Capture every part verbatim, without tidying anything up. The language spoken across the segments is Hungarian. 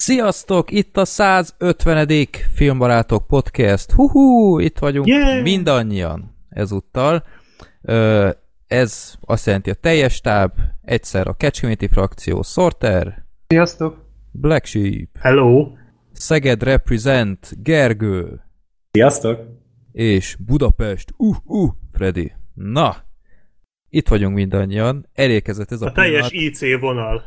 Sziasztok! Itt a százötvenedik Filmbarátok Podcast. Huhu! Itt vagyunk yeah! mindannyian ezúttal. Ez azt jelenti a teljes stáb, egyszer a Kecskeméti frakció, Sorter. Sziasztok! Black Sheep. Hello! Szeged represent, Gergő. Sziasztok! És Budapest, uh, uh, Freddy. Na, itt vagyunk mindannyian, elérkezett ez a, a teljes I C vonal.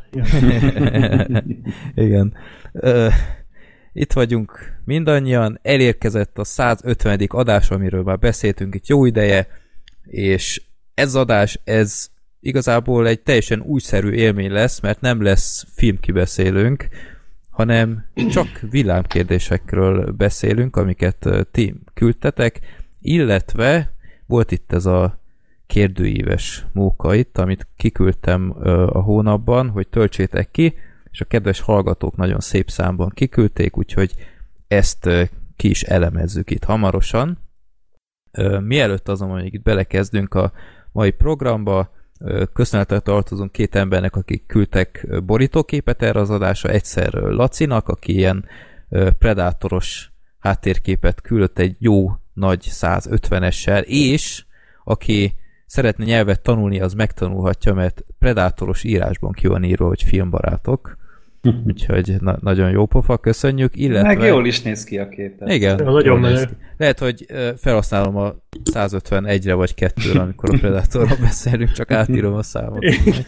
Igen. Uh, itt vagyunk mindannyian, elérkezett a százötvenedik adás, amiről már beszéltünk itt jó ideje, és ez az adás, ez igazából egy teljesen újszerű élmény lesz, mert nem lesz filmkibeszélőnk, hanem csak villámkérdésekről beszélünk, amiket ti küldtetek, illetve volt itt ez a kérdőíves móka itt, amit kiküldtem a hónapban, hogy töltsétek ki, és a kedves hallgatók nagyon szép számban kiküldték, úgyhogy ezt ki is elemezzük itt hamarosan. Mielőtt azonban, hogy itt belekezdünk a mai programba, köszönetet tartozunk két embernek, akik küldtek borítóképet erre az adásra. Egyszer Lacinak, aki ilyen predátoros háttérképet küldött egy jó nagy százötvenessel, és aki szeretne nyelvet tanulni, az megtanulhatja, mert predátoros írásban ki van írva, hogy filmbarátok. Úgyhogy na- nagyon jó pofa, köszönjük. Illetve... Meg jól is néz ki a képet. Igen. Ja, nagyon néz ki. Lehet, hogy felhasználom a százötvenegyre vagy kettőre, amikor a Predatorról beszélünk, csak átírom a számot.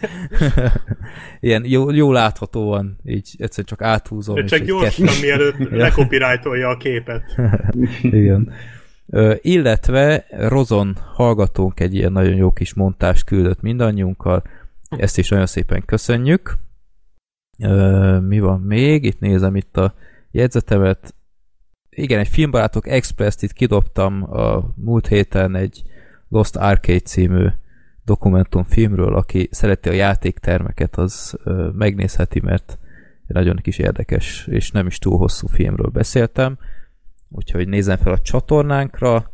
Ilyen jó, jó láthatóan, így egyszerűen csak áthúzom. De csak gyorsan, kettő... mielőtt lecopyrightolja a képet. Igen. Uh, illetve Rozon hallgatónk egy ilyen nagyon jó kis montást küldött mindannyiunkkal. Ezt is nagyon szépen köszönjük. Uh, mi van még? Itt nézem itt a jegyzetemet. Igen, egy Filmbarátok Express-t itt kidobtam a múlt héten egy Lost Arcade című dokumentumfilmről, aki szereti a játéktermeket, az uh, megnézheti, mert nagyon kis érdekes és nem is túl hosszú filmről beszéltem. Úgyhogy nézem fel a csatornánkra,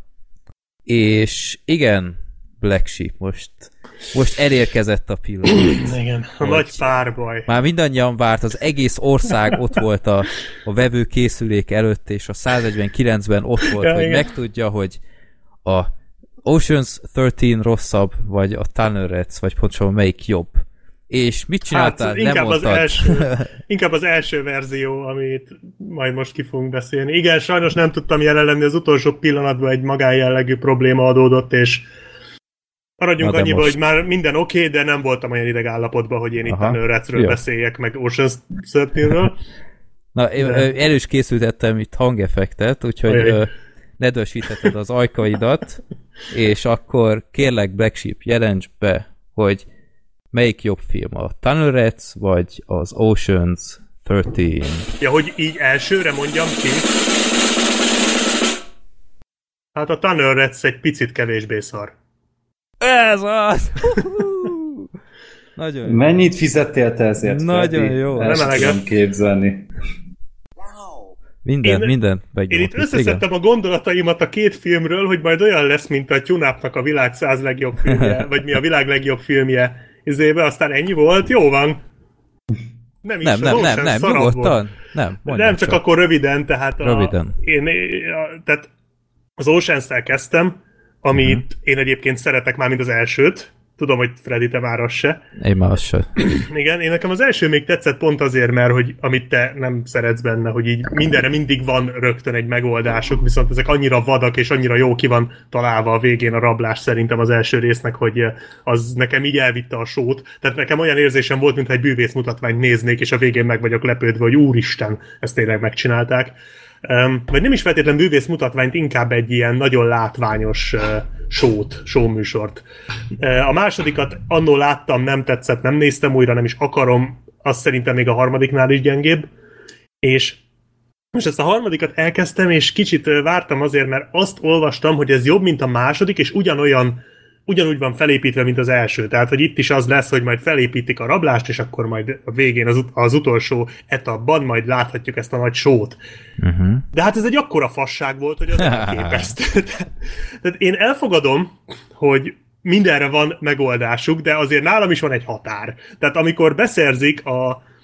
és igen, Black Sheep, most, most elérkezett a pillanat. Igen, a nagy párbaj. Már mindannyian várt, az egész ország ott volt a, a vevőkészülék előtt, és a száznegyvenkilencben ott volt, ja, hogy igen. Megtudja, hogy a Ocean's tizenhárom rosszabb, vagy a Tunnel Rats, vagy pontosabban melyik jobb. És mit csináltál? Hát, inkább, nem az első, inkább az első verzió, amit majd most ki fogunk beszélni. Igen, sajnos nem tudtam jelen lenni, az utolsó pillanatban egy magánjellegű probléma adódott, és maradjunk annyiba, most... hogy már minden oké, okay, de nem voltam olyan ideg állapotban, hogy én itt a Nőrecről beszéljek, meg Ocean's tizenháromról. Na, de... el is készültettem itt hangeffektet, úgyhogy Ajaj. nedvesítetted az ajkaidat, és akkor kérlek Black Sheep, jelents be, hogy melyik jobb film, a Tunnel Rats, vagy az Ocean's tizenhárom? Ja, hogy így elsőre mondjam ki? Hát a Tunnel Rats egy picit kevésbé szar. Ez az! Nagyon jó. Mennyit fizettél te ezért? Nagyon Freddy? Jó. Ezt nem tudom képzelni. Minden, én, minden. Én itt összeszedtem igen. a gondolataimat a két filmről, hogy majd olyan lesz, mint a Tune-Upnak a világ száz legjobb filmje, vagy mi a világ legjobb filmje izébe, aztán ennyi volt, jó van. Nem, is nem, nem, nem, nem, nyugodtan. Nem, nem csak, csak akkor röviden, tehát, a, röviden. Én, a, tehát az Oceans-tel kezdtem, amit uh-huh. én egyébként szeretek már, mint az elsőt. Tudom, hogy Freddy, te már az se. Én már az se. Igen, én nekem az első még tetszett pont azért, mert hogy amit te nem szeretsz benne, hogy így mindenre mindig van rögtön egy megoldásuk, viszont ezek annyira vadak és annyira jó ki van találva a végén a rablás szerintem az első résznek, hogy az nekem így elvitte a sót. Tehát nekem olyan érzésem volt, mintha egy bűvész mutatványt néznék, és a végén meg vagyok lepődve, hogy úristen, ezt tényleg megcsinálták. Um, vagy nem is feltétlen bűvész mutatványt, inkább egy ilyen nagyon látványos uh, show-t, show-műsort. Uh, a másodikat annól láttam, nem tetszett, nem néztem újra, nem is akarom, azt szerintem még a harmadiknál is gyengébb. És most ezt a harmadikat elkezdtem, és kicsit uh, vártam azért, mert azt olvastam, hogy ez jobb, mint a második, és ugyanolyan ugyanúgy van felépítve, mint az első. Tehát, hogy itt is az lesz, hogy majd felépítik a rablást, és akkor majd a végén az, ut- az utolsó etapban majd láthatjuk ezt a nagy sót. Uh-huh. De hát ez egy akkora fasság volt, hogy az elképesztő. Tehát én elfogadom, hogy mindenre van megoldásuk, de azért nálam is van egy határ. Tehát amikor beszerzik a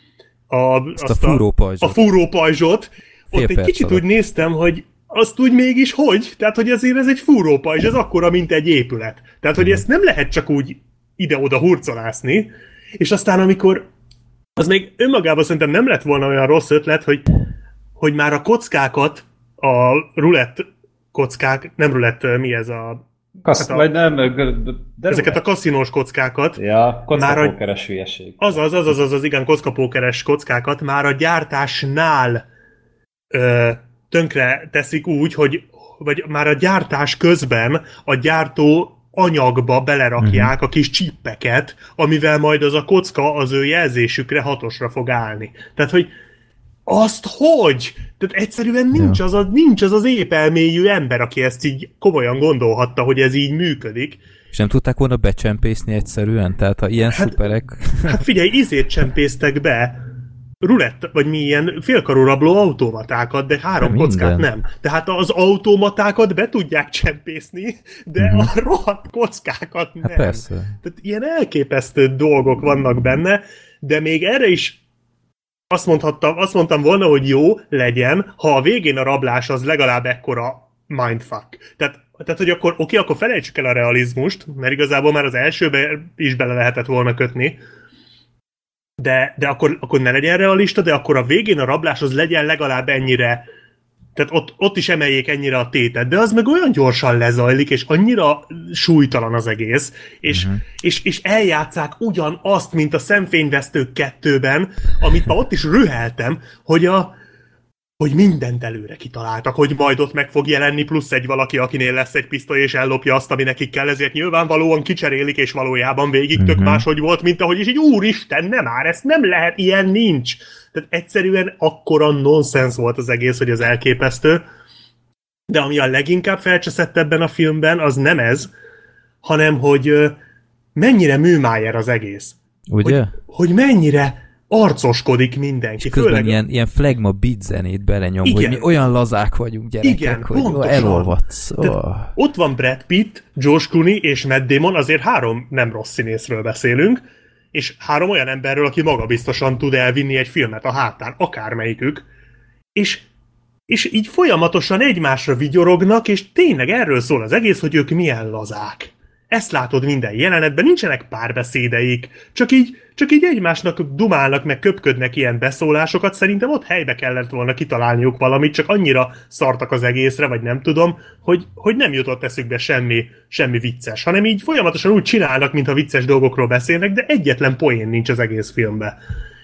a, azt azt a fúrópajzsot. A fúrópajzsot. Ott egy kicsit úgy néztem, hogy azt úgy mégis hogy? Tehát, hogy azért ez egy fúrópajzs, ez akkora, mint egy épület. Tehát, hogy ezt nem lehet csak úgy ide-oda hurcolászni, és aztán amikor az még önmagában szerintem nem lett volna olyan rossz ötlet, hogy, hogy már a kockákat, a rulett kockák, nem rulett, mi ez a... Kasz, hát a vagy nem, de ezeket a kaszinós kockákat. Ja, kockapókeres hülyeség. Az az, az, az, az, az, igen, kockapókeres kockákat már a gyártásnál ö, tönkre teszik úgy, hogy vagy már a gyártás közben a gyártó anyagba belerakják uh-huh. a kis csippeket, amivel majd az a kocka az ő jelzésükre hatosra fog állni. Tehát, hogy azt hogy? Tehát egyszerűen nincs, ja. az, a, nincs az az épelmélyű ember, aki ezt így komolyan gondolhatta, hogy ez így működik. És nem tudták volna becsempészni egyszerűen? Tehát ha ilyen hát, szuperek... Hát figyelj, izét csempésztek be, rulett, vagy mi ilyen félkarú rabló automatákat, de három de kockát nem. Tehát az automatákat be tudják csempészni, de uh-huh. a rohadt kockákat nem. Hát persze. Tehát ilyen elképesztő dolgok vannak benne, de még erre is azt mondhattam, azt mondtam volna, hogy jó, legyen, ha a végén a rablás az legalább ekkora mindfuck. Tehát, tehát hogy akkor oké, akkor felejtsük el a realizmust, mert igazából már az elsőbe is bele lehetett volna kötni, de, de akkor, akkor ne legyen realista, de akkor a végén a rablás az legyen legalább ennyire, tehát ott, ott is emeljék ennyire a tétet, de az meg olyan gyorsan lezajlik, és annyira súlytalan az egész, és, uh-huh. és, és eljátszák ugyanazt, mint a Szemfényvesztők kettőben, amit már ott is rüheltem, hogy a hogy mindent előre kitaláltak, hogy majd ott meg fog jelenni plusz egy valaki, akinél lesz egy pisztoly, és ellopja azt, ami nekik kell, ezért nyilvánvalóan kicserélik, és valójában végig tök uh-huh. máshogy volt, mint ahogy is így, úristen, nem már, ezt nem lehet, ilyen nincs. Tehát egyszerűen akkora nonsens volt az egész, hogy az elképesztő. De ami a leginkább felcseszett ebben a filmben, az nem ez, hanem, hogy mennyire műmájer az egész. Ugye? Hogy, hogy mennyire arcoskodik mindenki. És közben főleg... ilyen, ilyen flagma beat zenét belenyom, igen. hogy mi olyan lazák vagyunk, gyerekek, igen, hogy pontosan. Elolvadsz. Oh. Ott van Brad Pitt, George Clooney és Matt Damon, azért három nem rossz színészről beszélünk, és három olyan emberről, aki magabiztosan tud elvinni egy filmet a hátán, akármelyikük, és, és így folyamatosan egymásra vigyorognak, és tényleg erről szól az egész, hogy ők milyen lazák. Ezt látod minden jelenetben, nincsenek párbeszédeik, csak így, csak így egymásnak dumálnak, meg köpködnek ilyen beszólásokat, szerintem ott helybe kellett volna kitalálniuk valamit, csak annyira szartak az egészre, vagy nem tudom, hogy, hogy nem jutott eszükbe semmi, semmi vicces, hanem így folyamatosan úgy csinálnak, mintha vicces dolgokról beszélnek, de egyetlen poén nincs az egész filmben.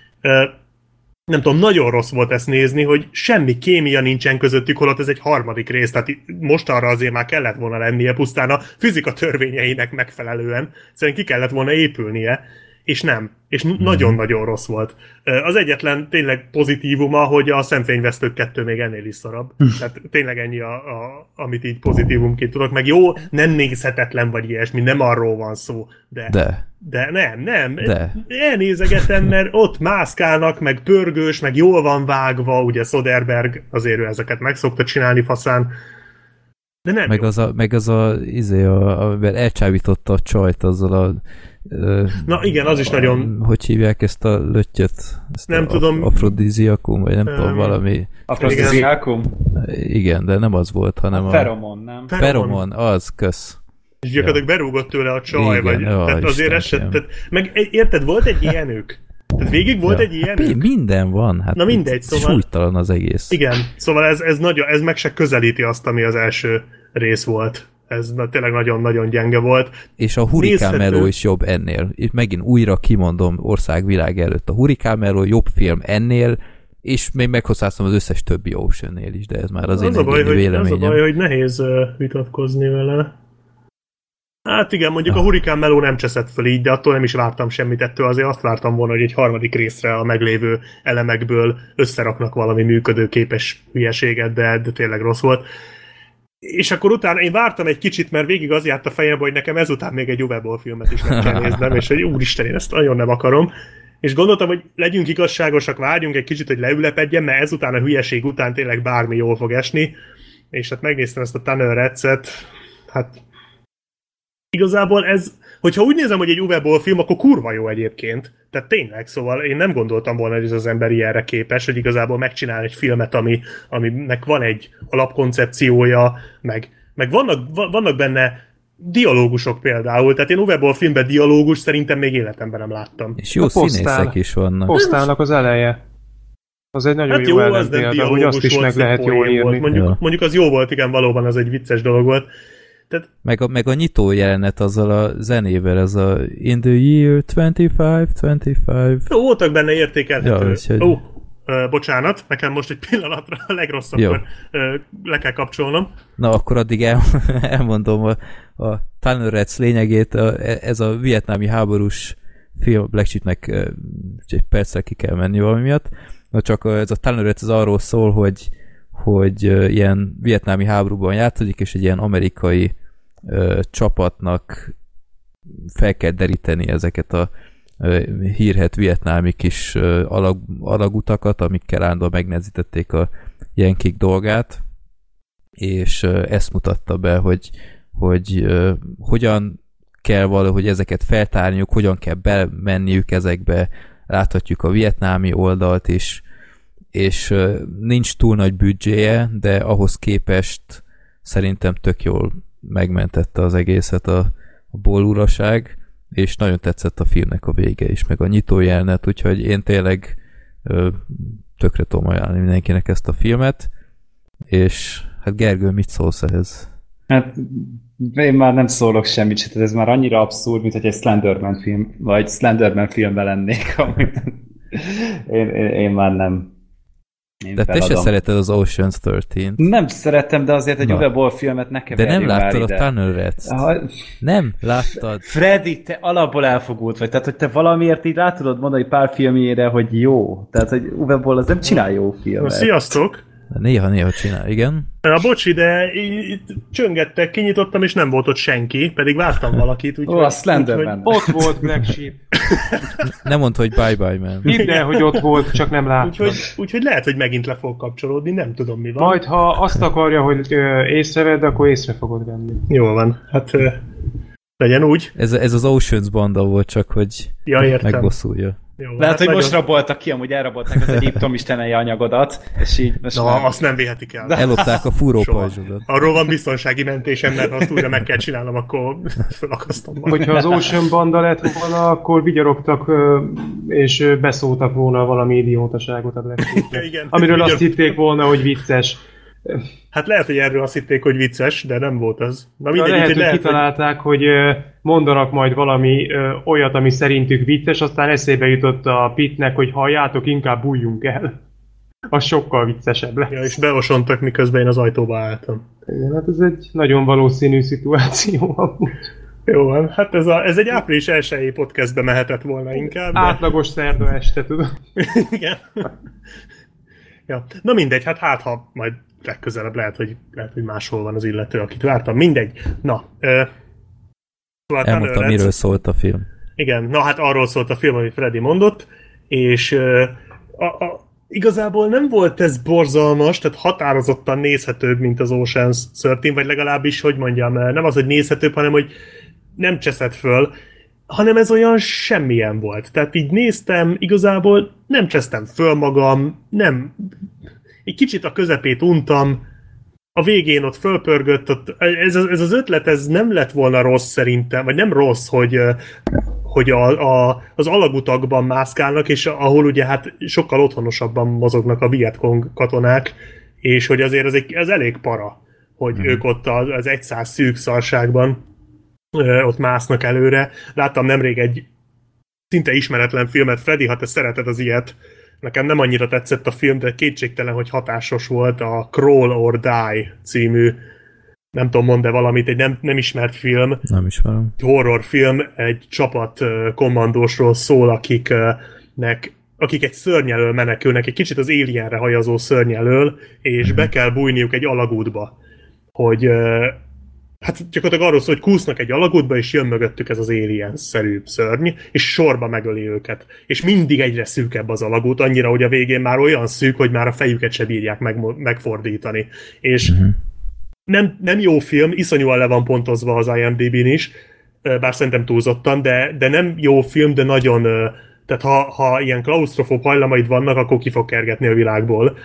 Nem tudom, nagyon rossz volt ezt nézni, hogy semmi kémia nincsen közöttük, holott ez egy harmadik rész, tehát most arra azért már kellett volna lennie, pusztán a fizika törvényeinek megfelelően. Szerintem ki kellett volna épülnie, és nem. És mm-hmm. nagyon-nagyon rossz volt. Az egyetlen tényleg pozitívuma, hogy a Szemfényvesztők kettő még ennél is szarabb. Tehát tényleg ennyi, a, a, amit így pozitívumként tudok. Meg jó, nem nézhetetlen vagy ilyesmi, nem arról van szó. De, de. de nem, nem. De. Elnézegetem, mert ott mászkálnak, meg pörgős, meg jól van vágva, ugye Soderbergh azért ő ezeket meg szokta csinálni faszán. De nem meg, az a, meg az a, izé, a, amiben elcsávította a csajt azzal a na igen, az is a, nagyon... Hogy hívják ezt a löttyöt? Ezt nem a, tudom. Afrodiziakum, vagy nem um, tudom, valami... Afrodiziakum? Igen, de nem az volt, hanem a... Feromon, nem? Feromon, az, kösz. És gyakorlatilag ja. berúgott tőle a csaj, igen, vagy... Jó, tehát azért eset... Tehát, meg érted, volt egy ilyenük? Tehát végig volt ja. egy ilyenük? Hát, minden van. Hát na mindegy, szóval... Súlytalan az egész. Igen, szóval ez, ez, nagyon, ez meg se közelíti azt, ami az első rész volt. Ez na, tényleg nagyon-nagyon gyenge volt. És a Hurrikán Meló is jobb ennél. Itt megint újra kimondom országvilág előtt. A Hurrikán Meló jobb film ennél, és még meghozhatszom az összes többi Ocean-nél is, de ez már az, az én a baj, véleményem. Az a baj, hogy nehéz uh, vitatkozni vele. Hát igen, mondjuk ah. a Hurrikán Meló nem cseszett fel így, de attól nem is vártam semmit ettől, azért azt vártam volna, hogy egy harmadik részre a meglévő elemekből összeraknak valami működőképes hülyeséget, de, de tényleg rossz volt. És akkor utána én vártam egy kicsit, mert végig az járt a fejembe, hogy nekem ezután még egy Uwe Boll filmet is meg kell néznem, és hogy úristen, én ezt nagyon nem akarom. És gondoltam, hogy legyünk igazságosak, várjunk egy kicsit, hogy leülepedjen, mert ezután a hülyeség után tényleg bármi jól fog esni. És hát megnéztem ezt a Tunnel Ratset, hát igazából ez hogyha úgy nézem, hogy egy Uwe Boll film, akkor kurva jó egyébként. Tehát tényleg, szóval én nem gondoltam volna, hogy ez az ember ilyenre képes, hogy igazából megcsinál egy filmet, ami, aminek van egy alapkoncepciója, meg, meg vannak, vannak benne dialógusok például, tehát én Uwe Boll filmben dialógus szerintem még életemben nem láttam. És jó színészek is vannak. Posztálnak az eleje. Az egy nagyon hát jó, jó az nem példa, hogy azt is meg lehet jól írni. Mondjuk, ja. mondjuk az jó volt, igen, valóban az egy vicces dolog volt. Tehát... Meg, a, meg a nyitó jelenet azzal a zenével, ez a In the year twenty-five, twenty-five. Jó, voltak benne értékelhető. Ja, hogy... Ó, ö, bocsánat, nekem most egy pillanatra a legrosszabbkor le kell kapcsolnom. Na, akkor addig el, elmondom a, a Tunnel Rats lényegét. A, ez a vietnámi háborús film, Black Sheepnek egy perccel ki kell menni valami miatt. Na csak ez a Tunnel Rats az arról szól, hogy, hogy ilyen vietnámi háborúban játszódik, és egy ilyen amerikai ö, csapatnak fel kell deríteni ezeket a ö, hírhedt vietnámi kis ö, alag, alagutakat, amikkel állandóan megnehezítették a jenkik dolgát, és ö, ezt mutatta be, hogy, hogy ö, hogyan kell valahogy ezeket feltárniuk, hogyan kell bemenniük ezekbe, láthatjuk a vietnámi oldalt is, és uh, nincs túl nagy büdzséje, de ahhoz képest szerintem tök jól megmentette az egészet a, a Boll uraság, és nagyon tetszett a filmnek a vége is, meg a nyitójelenet, úgyhogy én tényleg uh, tökre tudom ajánlani mindenkinek ezt a filmet, és hát Gergő, mit szólsz ehhez? Hát én már nem szólok semmit, tehát ez már annyira abszurd, mint hogy egy Slenderman film, vagy Slenderman filmben lennék, amit én, én, én már nem. Én de feladom. Te se szereted az Ocean's thirteen. Nem szeretem, de azért egy Uwe Boll filmet ne keverjünk. De nem láttad a Tunnel Rats-t? Ah, nem láttad. Freddy, te alapból elfogult vagy. Tehát, hogy te valamiért így rá tudod mondani pár filmjére, hogy jó. Tehát, hogy Uwe Boll az nem csinál jó filmet. Sziasztok! Néha-néha csinál, igen. Na, bocsi, de itt csöngettek, kinyitottam, és nem volt ott senki, pedig vártam valakit. Úgy, Ó, a Slenderman. Úgy, ott volt Black Sheep. Nem mondd, hogy bye bye man. Hidd el, hogy ott volt, csak nem láttam. Úgyhogy, úgyhogy lehet, hogy megint le fog kapcsolódni, nem tudom mi van. Majd, ha azt akarja, hogy észrevedd, akkor észre fogod venni. Jól van, hát legyen úgy. Ez, ez az Ocean's banda volt, csak hogy ja, megbosszulja. Jó, lehet, hát hogy nagyon... most raboltak ki, amúgy elrabolták az Egyiptom istenei anyagodat, és így most Na, már... azt nem vihetik el. Ellopták a fúrópajzsodat. Arról van biztonsági mentésem, mert azt újra meg kell csinálnom, akkor felakasztom. Hogyha az Ocean banda lett volna, akkor vigyorogtak és beszóltak volna valami idiótaságot a Black Sheep-nek. Amiről azt hitték volna, hogy vicces. Hát lehet, hogy erről azt hitték, hogy vicces, de nem volt az. Na mindegy, lehet, hogy lehet, kitalálták, hogy... hogy mondanak majd valami ö, olyat, ami szerintük vicces, aztán eszébe jutott a Pittnek, hogy halljátok, inkább bújjunk el. Az sokkal viccesebb lesz. Ja, és beosontak, miközben én az ajtóba álltam. Igen, hát ez egy nagyon valószínű szituáció amúgy. Jó van, hát ez, a, ez egy április elsői podcastbe mehetett volna inkább. De... Átlagos szerda este, tudom. Igen. Ja. Na mindegy, hát hát ha majd legközelebb lehet, hogy, lehet, hogy máshol van az illető, akit vártam. Mindegy. Na, ö, szóval elmondtam, miről szólt a film. Igen, na hát arról szólt a film, amit Freddy mondott, és ö, a, a, igazából nem volt ez borzalmas, tehát határozottan nézhetőbb, mint az Ocean's thirteen, vagy legalábbis, hogy mondjam, nem az, hogy nézhetőbb, hanem, hogy nem cseszett föl, hanem ez olyan semmilyen volt. Tehát így néztem, igazából nem csesztem föl magam, nem... Egy kicsit a közepét untam, a végén ott fölpörgött, ott, ez, ez az ötlet ez nem lett volna rossz szerintem, vagy nem rossz, hogy, hogy a, a, az alagutakban mászkálnak, és ahol ugye hát sokkal otthonosabban mozognak a Vietcong katonák, és hogy azért ez, egy, ez elég para, hogy mm. ők ott az, az egyszáz szűk szarságban ott másznak előre. Láttam nemrég egy szinte ismeretlen filmet, Freddy, ha te szereted az ilyet, nekem nem annyira tetszett a film, de kétségtelen, hogy hatásos volt, a Crawl or Die című, nem tudom, mond-e valamit, egy nem, nem ismert film. Nem ismerem. Horrorfilm, egy csapat kommandósról szól, akiknek, akik egy szörny elől menekülnek, egy kicsit az Alienre hajazó szörny elől, és hmm. be kell bújniuk egy alagútba, hogy hát gyakorlatilag arról szól, hogy kúsznak egy alagútba, és jön mögöttük ez az Alien-szerű szörny, és sorba megöli őket. És mindig egyre szűkebb az alagút, annyira, hogy a végén már olyan szűk, hogy már a fejüket se bírják meg, megfordítani. És uh-huh. nem, nem jó film, iszonyúan le van pontozva az IMDb-n is, bár szerintem túlzottan, de, de nem jó film, de nagyon, tehát ha, ha ilyen klausztrofób hajlamaid vannak, akkor ki fog kergetni a világból.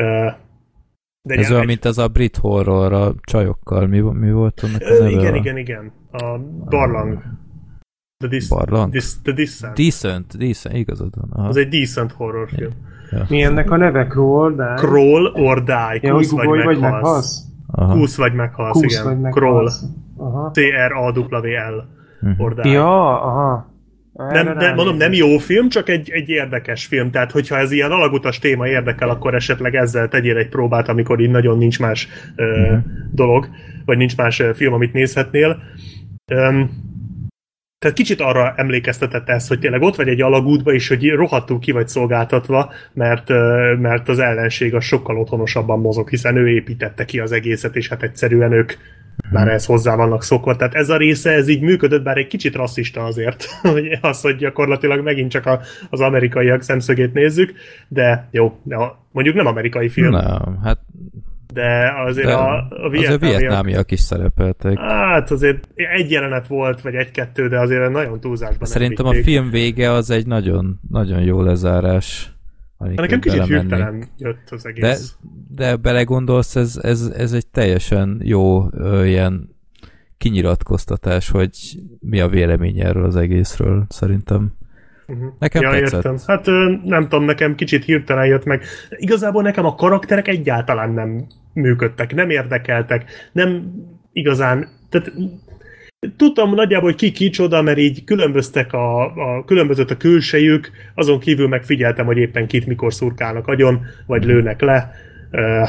De ez olyan, egy... mint az a brit horror a csajokkal. Mi, mi volt annak a neve? Igen, igen, igen. A Barlang. The dis- Barlang? Dis- the Descent. Decent, Decent, igazad van. Aha. Az egy decent horrorfilm. Ja. Mi ennek a neve? Crawl or Die? Crawl or Die. Ja, Kúsz vagy, vagy vagy meghalsz. meghalsz. Kúsz vagy meghalsz, Kúsz igen. vagy Crawl. Aha. C R A W L. Uh-huh. Or Die. Ja, aha. Nem, de mondom, nem jó film, csak egy, egy érdekes film. Tehát, hogyha ez ilyen alagutas téma érdekel, akkor esetleg ezzel tegyél egy próbát, amikor így nagyon nincs más ö, uh-huh. dolog, vagy nincs más ö, film, amit nézhetnél. Öm, tehát kicsit arra emlékeztetett ez, hogy tényleg ott vagy egy alagútba, és hogy rohadtul ki vagy szolgáltatva, mert, ö, mert az ellenség az sokkal otthonosabban mozog, hiszen ő építette ki az egészet, és hát egyszerűen ők már ehhez hozzá vannak szokva. Tehát ez a része, ez így működött, bár egy kicsit rasszista azért, hogy az, hogy gyakorlatilag megint csak a, az amerikaiak szemszögét nézzük, de jó, de mondjuk nem amerikai film. Nem, hát de azért de a, a vietnámiak, vietnámiak is szerepeltek. Hát azért egy jelenet volt, vagy egy-kettő, de azért nagyon túlzásban. Szerintem a film vége az egy nagyon, nagyon jó lezárás. Nekem kicsit hirtelen jött az egész. De, de belegondolsz, ez, ez, ez egy teljesen jó ö, ilyen kinyilatkoztatás, hogy mi a vélemény erről az egészről, szerintem. Uh-huh. Nekem ja, tetszett. Értem. Hát nem tudom, nekem kicsit hirtelen jött meg. Igazából nekem a karakterek egyáltalán nem működtek, nem érdekeltek, nem igazán, tehát tudtam nagyjából, hogy ki kicsoda, mert így különböztek a, a, különbözött a külsejük, azon kívül megfigyeltem, hogy éppen kit mikor szurkálnak agyon, vagy lőnek le. Uh,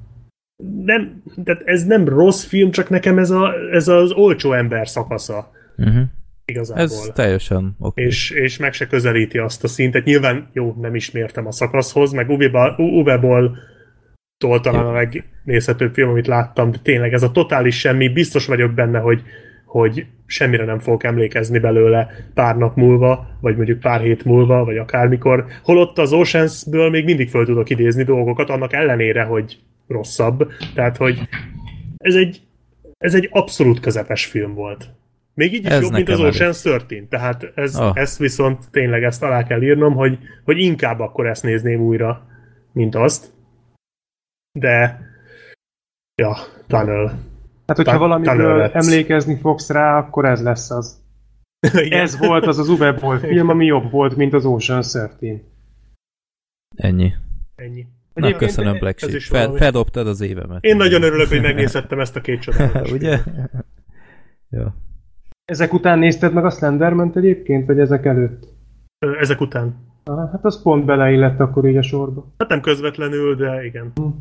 nem, tehát ez nem rossz film, csak nekem ez, a, ez az olcsó ember szakasza. Uh-huh. Igazából. Ez teljesen oké. És, és meg se közelíti azt a szintet. Nyilván, jó, nem ismértem a szakaszhoz, meg Uwe Boll-tól talán a legnézhetőbb film, amit láttam, de tényleg ez a totális semmi, biztos vagyok benne, hogy hogy semmire nem fogok emlékezni belőle pár nap múlva, vagy mondjuk pár hét múlva, vagy akármikor. Holott az Oceansből még mindig föl tudok idézni dolgokat, annak ellenére, hogy rosszabb. Tehát, hogy ez egy, ez egy abszolút közepes film volt. Még így is ez jobb, mint az Ocean's tizenhárom. Tehát ez, oh. ezt viszont tényleg ezt alá kell írnom, hogy, hogy inkább akkor ezt nézném újra, mint azt. De ja, Tunnel. Hát, hogyha valamiről emlékezni fogsz rá, akkor ez lesz az. Ez volt az az Uwe Boll film, ami jobb volt, mint az Ocean's tizenhárom. Ennyi. Ennyi. Na, Egyébként köszönöm, Black Sheep. Fel, feldobtad az évemet. Én nagyon örülök, hogy megnézhettem ezt a két csodálatos ugye? Ja. Ezek után nézted meg a Slenderman-t egyébként, vagy ezek előtt? Ezek után. Ah, hát az pont beleillett akkor így a sorba. Hát nem közvetlenül, de igen. Hm.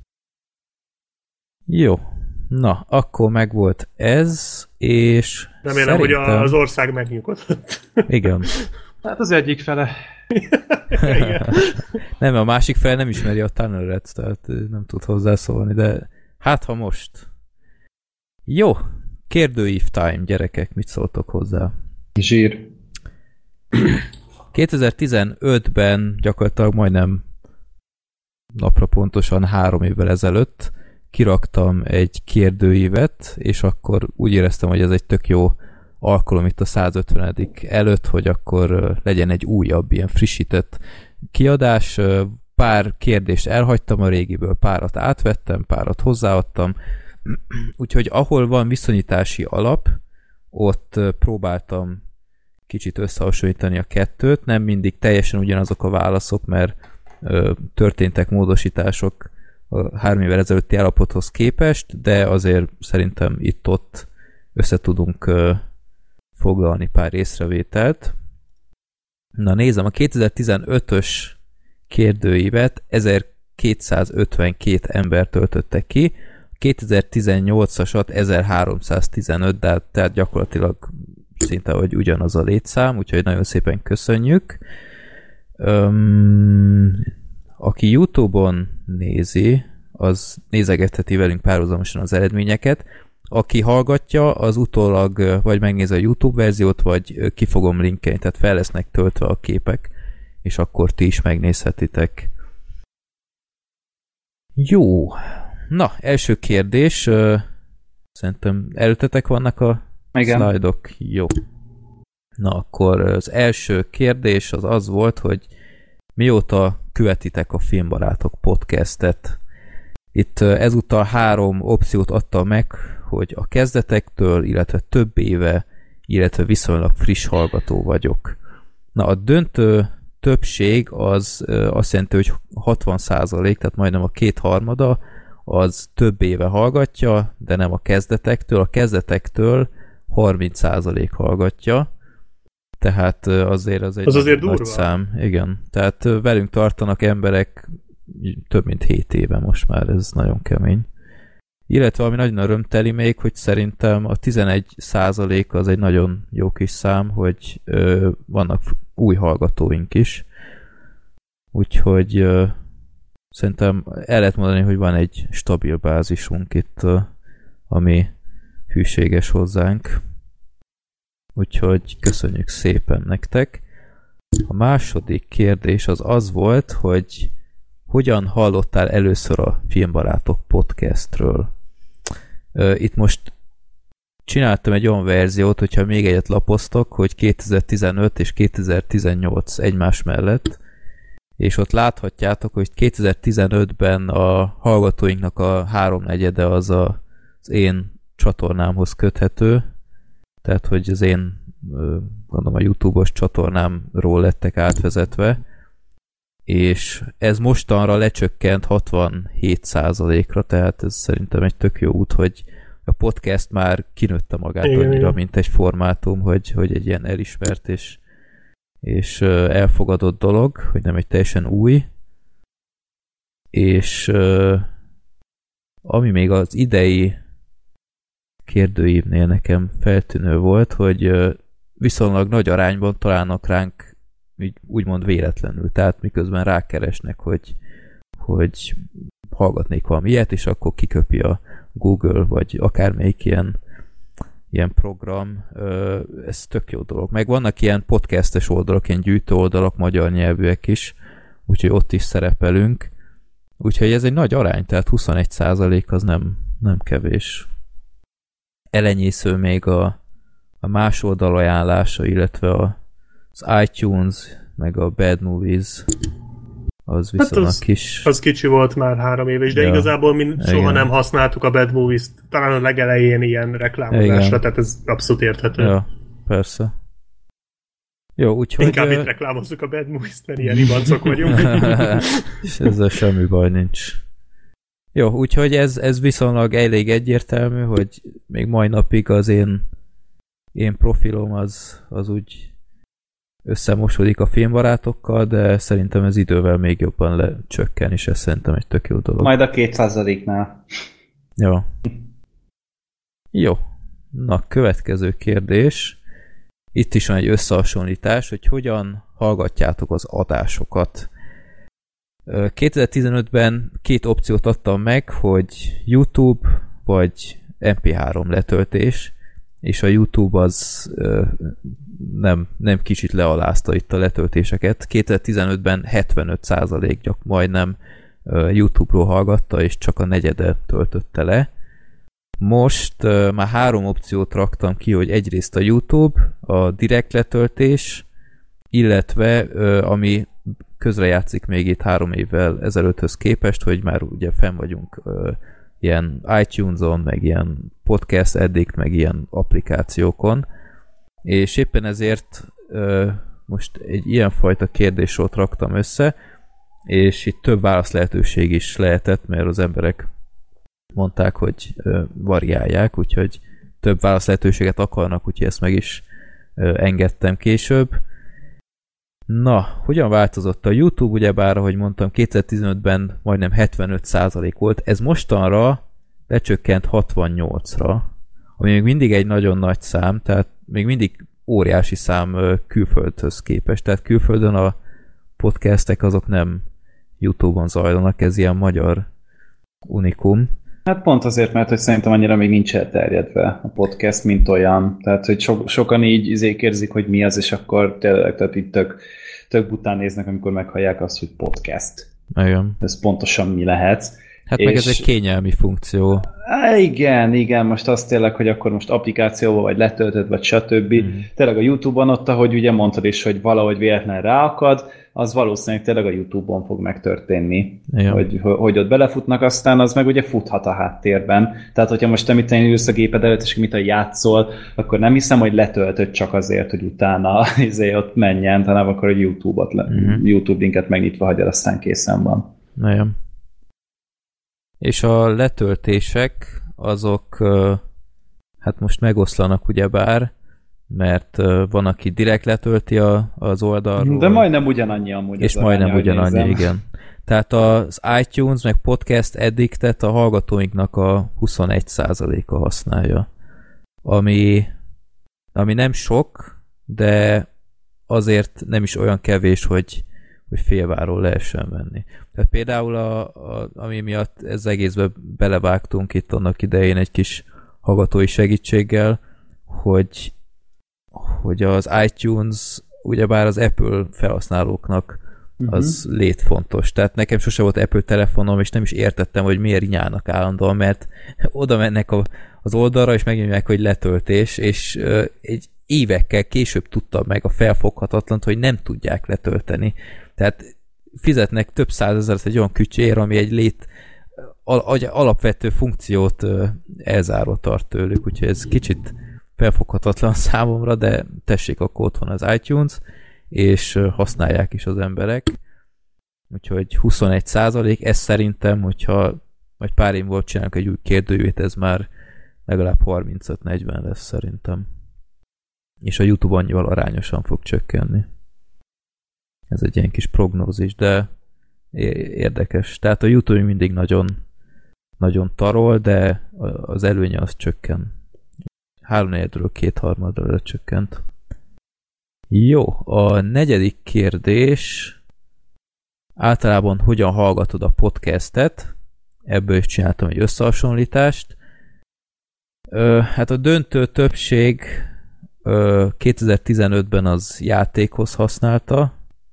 Jó. Na, akkor megvolt ez, és remélem, szerintem... hogy az ország megnyugodott. Igen. Hát az egyik fele. Nem, a másik fele nem ismeri a Tunnel-et, tehát nem tud hozzászólni, de hát ha most. Jó, kérdőív time, gyerekek, mit szóltok hozzá? Zsír. kétezer-tizenötben gyakorlatilag majdnem napra pontosan három évvel ezelőtt kiraktam egy kérdőívet, és akkor úgy éreztem, hogy ez egy tök jó alkalom itt a százötvenedik előtt, hogy akkor legyen egy újabb, ilyen frissített kiadás. Pár kérdést elhagytam a régiből, párat átvettem, párat hozzáadtam, úgyhogy ahol van viszonyítási alap, ott próbáltam kicsit összehasonlítani a kettőt, nem mindig teljesen ugyanazok a válaszok, mert történtek módosítások a három évvel ezelőtti állapothoz képest, de azért szerintem itt-ott össze tudunk uh, foglalni pár észrevételt. Na nézem, a kétezer-tizenötös kérdőívet ezerkétszázötvenkét ember töltötte ki, a kétezer-tizennyolcasat ezerháromszáztizenöt, de tehát gyakorlatilag szinte hogy ugyanaz a létszám, úgyhogy nagyon szépen köszönjük. Um, aki YouTube-on nézi, az nézegetheti velünk párhuzamosan az eredményeket. Aki hallgatja, az utólag vagy megnézi a YouTube verziót, vagy ki fogom linkelni, tehát fel lesznek töltve a képek, és akkor ti is megnézhetitek. Jó. Na, első kérdés. Szerintem előttetek vannak a Igen. Szlájdok, jó. Na akkor az első kérdés az az volt, hogy mióta követitek a Filmbarátok podcastet? Itt ezúttal három opciót adtam meg, hogy a kezdetektől, illetve több éve, illetve viszonylag friss hallgató vagyok. Na a döntő többség az azt jelenti, hogy hatvan százalék, tehát majdnem a kétharmada, az több éve hallgatja, de nem a kezdetektől. A kezdetektől harminc százalék hallgatja, tehát azért az egy az azért nagy durva. szám. Igen, tehát velünk tartanak emberek több mint hét éve most már, ez nagyon kemény. Illetve ami nagyon örömteli még, hogy szerintem a tizenegy százalék az egy nagyon jó kis szám, hogy ö, vannak új hallgatóink is. Úgyhogy ö, szerintem el lehet mondani, hogy van egy stabil bázisunk itt, ö, ami hűséges hozzánk. Úgyhogy köszönjük szépen nektek. A második kérdés az az volt, hogy hogyan hallottál először a Filmbarátok podcastről? Itt most csináltam egy olyan verziót, hogyha még egyet lapoztok, hogy kétezer-tizenöt és kétezer-tizennyolc egymás mellett, és ott láthatjátok, hogy kétezer-tizenötben a hallgatóinknak a háromnegyede az a, az én csatornámhoz köthető, tehát hogy az én gondolom a YouTube-os csatornámról lettek átvezetve, és ez mostanra lecsökkent hatvanhét százalékra, tehát ez szerintem egy tök jó út, hogy a podcast már kinőtte magát igen, annyira, igen. mint egy formátum, hogy, hogy egy ilyen elismert és, és elfogadott dolog, hogy nem egy teljesen új. És ami még az idei kérdőívnél nekem feltűnő volt, hogy viszonylag nagy arányban találnak ránk így úgymond véletlenül, tehát miközben rákeresnek, hogy, hogy hallgatnék valami ilyet, és akkor kiköpi a Google, vagy akármelyik ilyen, ilyen program. Ez tök jó dolog. Meg vannak ilyen podcastes oldalak, ilyen gyűjtő oldalak, magyar nyelvűek is, úgyhogy ott is szerepelünk. Úgyhogy ez egy nagy arány, tehát huszonegy százalék az nem, nem kevés. Elenyésző még a, a más oldal ajánlása, illetve a az iTunes, meg a Bad Movies, az viszonylag hát kis. Az kicsi volt már három éve is, de ja. igazából mi soha igen. nem használtuk a Bad Movies-t, talán a legelején ilyen reklámozásra, igen. tehát ez abszolút érthető. Ja, persze. Jó, úgyhogy... Inkább itt reklámozzuk a Bad Movies-t, mert ilyen ribancok vagyunk. És ezzel semmi baj nincs. Jó, úgyhogy ez, ez viszonylag elég egyértelmű, hogy még mai napig az én, én profilom az, az úgy összemosodik a filmbarátokkal, de szerintem ez idővel még jobban lecsökken, és ez szerintem egy tök jó dolog. Majd a kétszázadiknál. Jó. Jó. Na, következő kérdés. Itt is van egy összehasonlítás, hogy hogyan hallgatjátok az adásokat. kétezer-tizenötben két opciót adtam meg, hogy YouTube vagy em pé három letöltés, és a YouTube az nem, nem kicsit lealázta itt a letöltéseket. kétezer-tizenötben hetvenöt százalék gyak majdnem YouTube-ról hallgatta, és csak a negyede töltötte le. Most már három opciót raktam ki, hogy egyrészt a YouTube, a direkt letöltés, illetve ami közrejátszik még itt három évvel ezelőtthöz képest, hogy már ugye fenn vagyunk ilyen iTunes-on, meg ilyen podcast addict, meg ilyen applikációkon, és éppen ezért ö, most egy ilyenfajta kérdéssort raktam össze, és itt több válasz lehetőség is lehetett, mert az emberek mondták, hogy ö, variálják, úgyhogy több válasz lehetőséget akarnak, úgyhogy ezt meg is ö, engedtem később. Na, hogyan változott a YouTube? Ugyebár, ahogy mondtam, kétezer-tizenötben majdnem hetvenöt százalék volt, ez mostanra lecsökkent hatvannyolcra, ami még mindig egy nagyon nagy szám, tehát még mindig óriási szám külföldhöz képest, tehát külföldön a podcastek azok nem YouTube-on zajlanak, ez ilyen magyar unikum. Hát pont azért, mert hogy szerintem annyira még nincs elterjedve a podcast, mint olyan. Tehát, hogy so- sokan így izék érzik, hogy mi az, és akkor tényleg, tehát itt tök, tök bután néznek, amikor meghallják azt, hogy podcast. Igen. Ez pontosan mi lehet. Hát meg ez egy kényelmi funkció. Á, igen, igen, most azt tényleg, hogy akkor most applikációba, vagy letöltöd, vagy stb. Mm. Tényleg a YouTube-on ott, ahogy ugye mondtad is, hogy valahogy véletlen ráakad, az valószínűleg tényleg a YouTube-on fog megtörténni, hogy, hogy ott belefutnak, aztán az meg ugye futhat a háttérben. Tehát, hogyha most te mit ülsz a géped előtt, és mit a játszol, akkor nem hiszem, hogy letöltöd csak azért, hogy utána izé, ott menjen, hanem akkor a YouTube-ot, mm. YouTube linket megnyitva hagyod, aztán készen van. Nagyon. És a letöltések, azok hát most megoszlanak ugyebár, mert van, aki direkt letölti a, az oldalról. De majdnem ugyanannyi amúgy. És majdnem aránya, ugyanannyi, igen. Tehát az iTunes meg Podcast Addictet a hallgatóinknak a huszonegy százaléka használja. Ami, ami nem sok, de azért nem is olyan kevés, hogy hogy félváról lehessen venni. Tehát például, a, a, ami miatt ez egészbe belevágtunk itt annak idején egy kis hallgatói segítséggel, hogy, hogy az iTunes, ugyebár az Apple felhasználóknak az uh-huh. létfontos. Tehát nekem sose volt Apple telefonom, és nem is értettem, hogy miért rinyálnak állandóan, mert oda mennek a, az oldalra, és megnyomják, hogy letöltés, és uh, egy évekkel később tudtam meg a felfoghatatlant, hogy nem tudják letölteni. Tehát fizetnek több százezeret egy olyan kücsér, ami egy lét al- alapvető funkciót elzárva tart tőlük, úgyhogy ez kicsit felfoghatatlan számomra, de tessék, akkor ott van az iTunes, és használják is az emberek. Úgyhogy huszonegy százalék, ez szerintem, hogyha majd pár év volt csinálunk egy új kérdőjét, ez már legalább harmincöt-negyven lesz szerintem. És a YouTube annyival arányosan fog csökkenni. Ez egy ilyen kis prognózis, de érdekes. Tehát a YouTube mindig nagyon, nagyon tarol, de az előnye az csökken. Háromnegyedről kétharmadra lecsökkent. Jó, a negyedik kérdés általában hogyan hallgatod a podcastet? Ebből is csináltam egy összehasonlítást. Ö, hát a döntő többség ö, kétezer-tizenötben az játékhoz használta,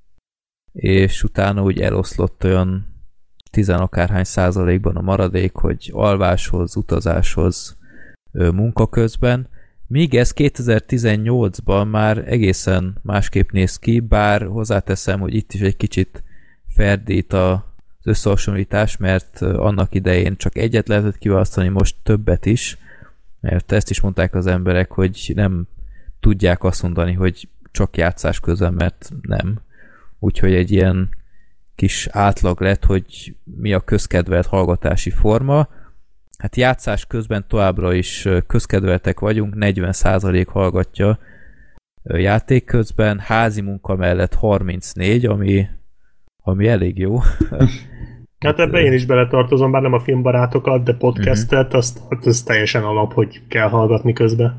és utána úgy eloszlott olyan tizenakárhány százalékban a maradék, hogy alváshoz, utazáshoz, munka közben. Míg ez kétezer-tizennyolcban már egészen másképp néz ki, bár hozzáteszem, hogy itt is egy kicsit ferdít az összehasonlítás, mert annak idején csak egyet lehetett kiválasztani, most többet is, mert ezt is mondták az emberek, hogy nem tudják azt mondani, hogy csak játszás közben, mert nem. Úgyhogy egy ilyen kis átlag lett, hogy mi a közkedvelt hallgatási forma. Hát játszás közben továbbra is közkedveltek vagyunk, negyven százalék hallgatja játék közben, házi munka mellett harmincnégy, ami, ami elég jó. Hát ebbe én is beletartozom, bár nem a filmbarátokat, de podcastet, uh-huh. azt, az teljesen alap, hogy kell hallgatni közben.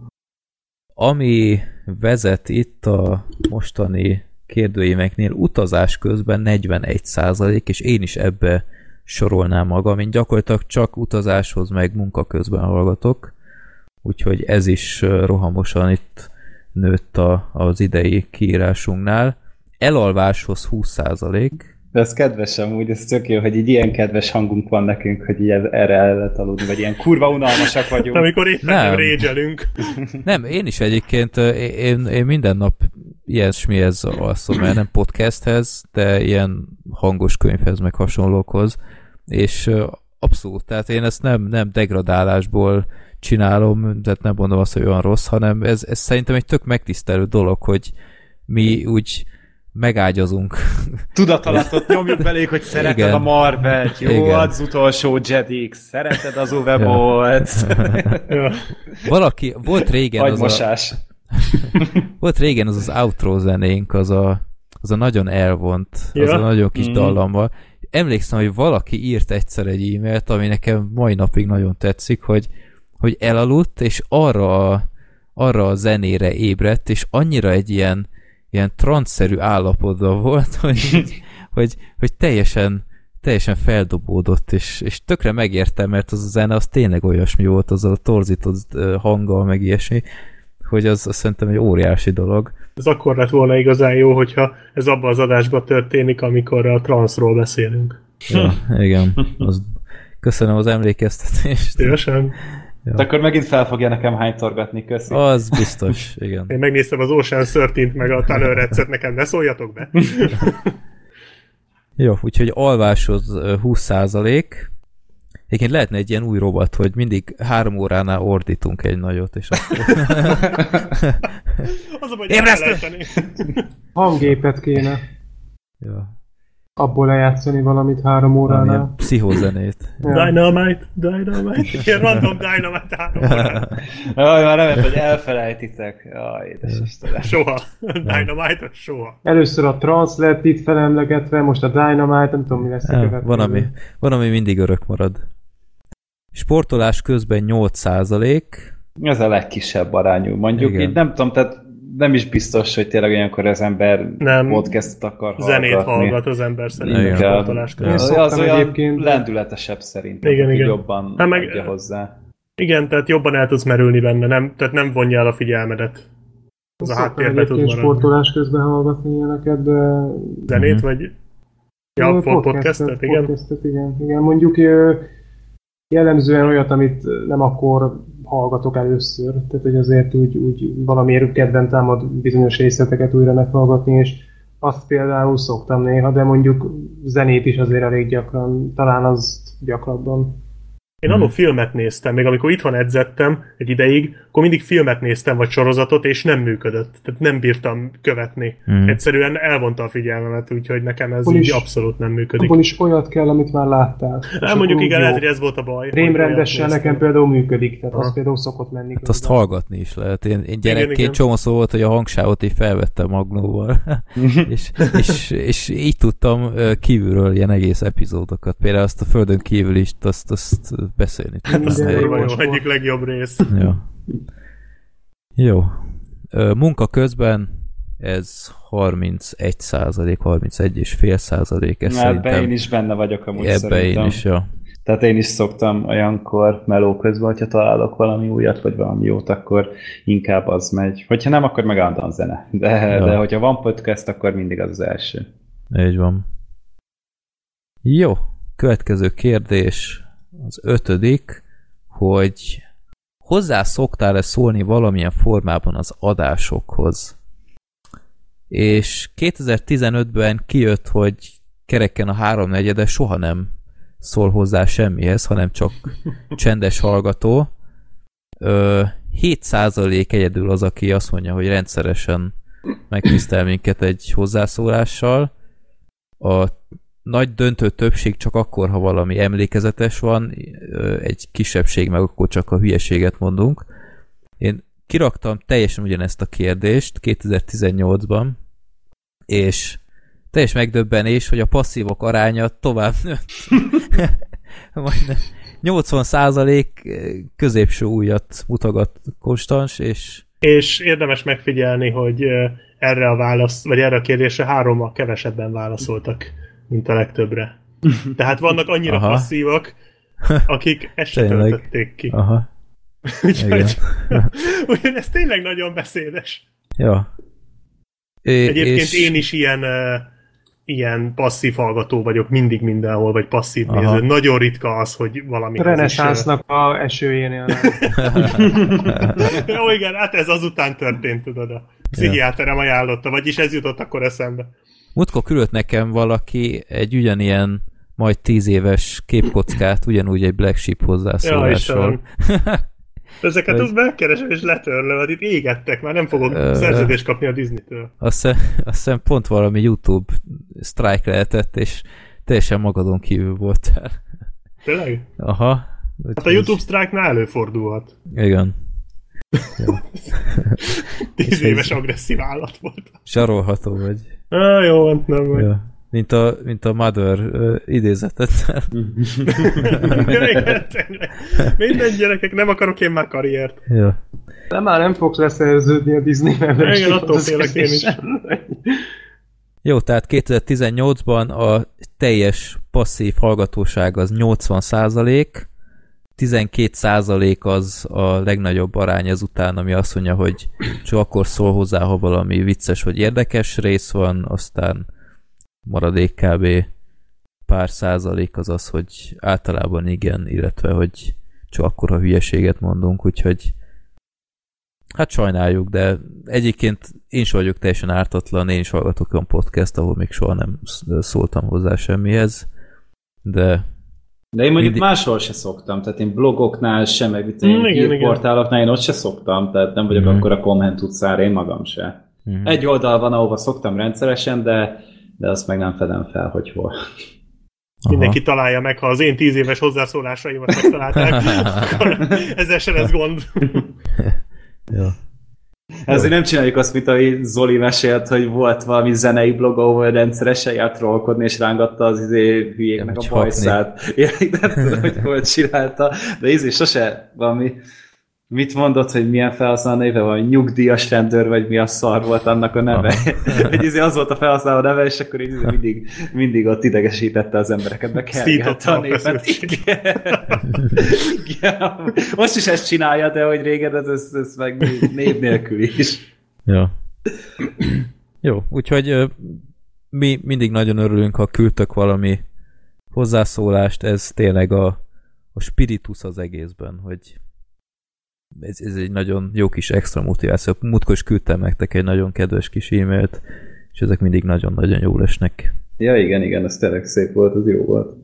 Ami vezet itt a mostani kérdőíveknél utazás közben negyvenegy százalék, és én is ebbe sorolnám magam. Én gyakorlatilag csak utazáshoz meg munka közben hallgatok, úgyhogy ez is rohamosan itt nőtt a, az idei kiírásunknál. Elalváshoz húsz százalék. De ez kedves amúgy, ez tök jó, hogy így ilyen kedves hangunk van nekünk, hogy így erre el lehet aludni, vagy ilyen kurva unalmasak vagyunk. Amikor éppen nem régyelünk. Nem, én is egyébként, én, én minden nap ilyesmihez alszom, mert nem podcasthez, de ilyen hangos könyvhez, meg hasonlókhoz, és abszolút, tehát én ezt nem, nem degradálásból csinálom, tehát nem mondom azt, hogy olyan rossz, hanem ez, ez szerintem egy tök megtisztelő dolog, hogy mi úgy megágyazunk. Tudatalatot nyomjuk belék, hogy szereted igen. a Marvelt, jó, igen. az utolsó Jedix, szereted az Uwe-Bolt. Valaki, volt régen Agymosás. az a... volt régen az az outro zenénk, az a, az a nagyon elvont, ja. az a nagyon kis mm. dallammal. Emlékszem, hogy valaki írt egyszer egy e-mailt, ami nekem mai napig nagyon tetszik, hogy, hogy elaludt, és arra, arra a zenére ébredt, és annyira egy ilyen ilyen transzszerű állapotban volt, hogy, hogy, hogy teljesen, teljesen feldobódott, és, és tökre megértem, mert az a zene az tényleg olyasmi volt, az a torzított hanggal, meg ilyesmi, hogy az, az szerintem egy óriási dolog. Ez akkor lett volna igazán jó, hogyha ez abban az adásban történik, amikor a transzról beszélünk. Ja, igen, az, Köszönöm az emlékeztetést. Szívesen. Ja. De akkor megint fel fogja nekem hánytorgatni, köszi. Az biztos, igen. Én megnéztem az Ocean tizenhárom meg a Tunnel Ratchet, nekem ne szóljatok be. Jó, úgyhogy alváshoz húsz százalék. Egyébként lehetne egy ilyen új robot, hogy mindig három óránál ordítunk egy nagyot, és akkor... Az a baj, Ébresztő! Hanggépet kéne. Ja. Abból lejátszani valamit három óránál. Pszichozenét. Ja. Dynamite, Dynamite. Ilyen random Dynamite három óránál. Jaj, már nem, hogy elfelejtitek. Jaj, édes Istenem. Soha. Dynamite soha. Először a Trance lett itt felemlegetve, most a Dynamite, nem tudom mi lesz a következő. Van ami, van, ami mindig örök marad. Sportolás közben nyolc százalék. Ez a legkisebb arányú. Mondjuk igen. Így nem tudom, tehát nem is biztos, hogy tényleg olyankor az ember nem, podcastot akar hallgatni. Zenét hallgat az ember szerintem sportolás közben. Az, az olyan egyébként... lendületesebb szerintem, igen, igen. Jobban hát meg, adja hozzá. Igen, tehát jobban el tudsz merülni benne, nem, tehát nem vonja el a figyelmedet. Az a háttérbe tud maradni. Sportolás közben hallgatni ilyeneket, de... Zenét, mm-hmm. vagy... Ja, podcastet, podcastet, igen. Podcastet, igen. Igen, mondjuk jellemzően olyat, amit nem akkor hallgatok először, tehát hogy azért úgy, úgy valamiért kedven támad bizonyos részleteket újra meghallgatni, és azt például szoktam néha, de mondjuk zenét is azért elég gyakran, talán az gyakrabban. Én annól filmet néztem, még amikor itthon edzettem egy ideig, akkor mindig filmet néztem, vagy sorozatot, és nem működött. Tehát nem bírtam követni. Mm. Egyszerűen elvonta a figyelmemet, úgyhogy nekem ez abban így is, abszolút nem működik. Abban is olyat kell, amit már láttál. Nem, mondjuk igen, lehet, hogy ez volt a baj. Rémrendesen nekem például működik, tehát az például szokott menni. Hát azt hallgatni is lehet. Én, én gyerekként csomószor volt, hogy a hangsávot így felvettem magnóval. és, és, és így tudtam kívülről ilyen egész epizódokat. Például azt a Földön kívül is, azt, azt beszélni. Hát az jó, egyik legjobb rész. Ja. Jó. Munka közben ez harmincegy százalék, harmincegy egész öt százalék. Ebben én is benne vagyok amúgy ebbe szerintem. Én is, ja. Tehát én is szoktam olyankor meló közben, hogyha találok valami újat, vagy valami jót, akkor inkább az megy. Hogyha nem, akkor meg állandóan zene. De, ja. de hogyha van podcast, akkor mindig az az első. Így van. Jó. Következő kérdés. Az ötödik, hogy hozzá szoktál-e szólni valamilyen formában az adásokhoz? És kétezer-tizenötben kijött, hogy kereken a háromnegyede soha nem szól hozzá semmihez, hanem csak csendes hallgató. Ö, hét százalék egyedül az, aki azt mondja, hogy rendszeresen megtisztel minket egy hozzászólással. A nagy döntő többség csak akkor, ha valami emlékezetes van, egy kisebbség meg akkor csak a hülyeséget mondunk. Én kiraktam teljesen ugyanezt a kérdést kétezer-tizennyolcban, és teljes megdöbbenés, hogy a passzívok aránya tovább nőtt. Majdnem nyolcvan százalék középső ujjat mutogat konstans, és... És érdemes megfigyelni, hogy erre a válasz, vagy erre a kérdésre hárommal kevesebben válaszoltak, mint a legtöbbre. Tehát vannak annyira Aha. passzívak, akik ezt sem töltötték ki. Aha. Úgyhogy ugyan ez tényleg nagyon beszédes. Ja. É, Egyébként és... én is ilyen, uh, ilyen passzív hallgató vagyok, mindig mindenhol, vagy passzív Aha. néző. Nagyon ritka az, hogy valami... Reneszánsznak a esőjénél. Jó, igen, hát ez azután történt, tudod. A pszichiáterem ajánlotta, vagyis ez jutott akkor eszembe. Múltkor küldött nekem valaki egy ugyanilyen majd tíz éves képkockát, ugyanúgy egy Black Sheep hozzászólásról. Ja, ezeket az megkeresem és letörlöm, hát itt égettek, már nem fogok uh, szerződést kapni a Disney-től. Azt hiszem pont valami YouTube strike lehetett, és teljesen magadon kívül voltál. Tényleg? Aha. Hát a YouTube strike-nál előfordulhat. Igen. Tíz éves agresszív állat volt. Zsarolható vagy. Ah, jó, nem vagy. Ja. Mint a, mint a Mother uh, idézetet. Igen, tényleg. Minden gyerekek, nem akarok én már karriert. Ja. De már nem fogsz leszerződni a Disney-ben. Igen, attól félek én is. Jó, tehát kétezer-tizennyolcban a teljes passzív hallgatóság az nyolcvan százalék, tizenkét százalék az a legnagyobb arány ezután, ami azt mondja, hogy csak akkor szól hozzá, ha valami vicces vagy érdekes rész van, aztán maradék kb. pár százalék az az, hogy általában igen, illetve hogy csak akkora hülyeséget mondunk, úgyhogy hát sajnáljuk, de egyébként én is vagyok teljesen ártatlan, én is hallgatok olyan podcast, ahol még soha nem szóltam hozzá semmihez, de De én mondjuk mindig... máshol se szoktam, tehát én blogoknál sem, meg itt én hírportáloknál én ott se szoktam, tehát nem vagyok mm. akkor a komment utcára, én magam se. Mm. Egy oldal van, ahova szoktam rendszeresen, de, de azt meg nem fedem fel, hogy hol. Mindenki Aha. találja meg, ha az én tíz éves hozzászólásaimat megtalálták, akkor ezzel se lesz gond. Ja. Ezért nem csináljuk azt, mint ahogy Zoli mesélt, hogy volt valami zenei blog, ahol rendszeresen járt trollkodni, és rángatta az izé hülyéknek a bajszát. Én nem tudom, hogy hol csinálta, de izé sose valami, mit mondott, hogy milyen felhasználó neve, valami nyugdíjas rendőr, vagy mi a szar volt annak a neve. Egy izé az volt a felhasználó neve, és akkor izé mindig, mindig ott idegesítette az embereket, meg kergelte a népet. Igen. Igen. Most is ezt csinálja, de hogy régen ez, ez, ez meg név nélkül is. Ja. Jó, úgyhogy mi mindig nagyon örülünk, ha küldtök valami hozzászólást, ez tényleg a, a spiritus az egészben, hogy Ez, ez egy nagyon jó kis extra motiváció. Múltkor is küldtem nektek egy nagyon kedves kis e-mailt, és ezek mindig nagyon-nagyon jól esnek. Ja, igen, igen, ez tényleg szép volt, ez jó volt.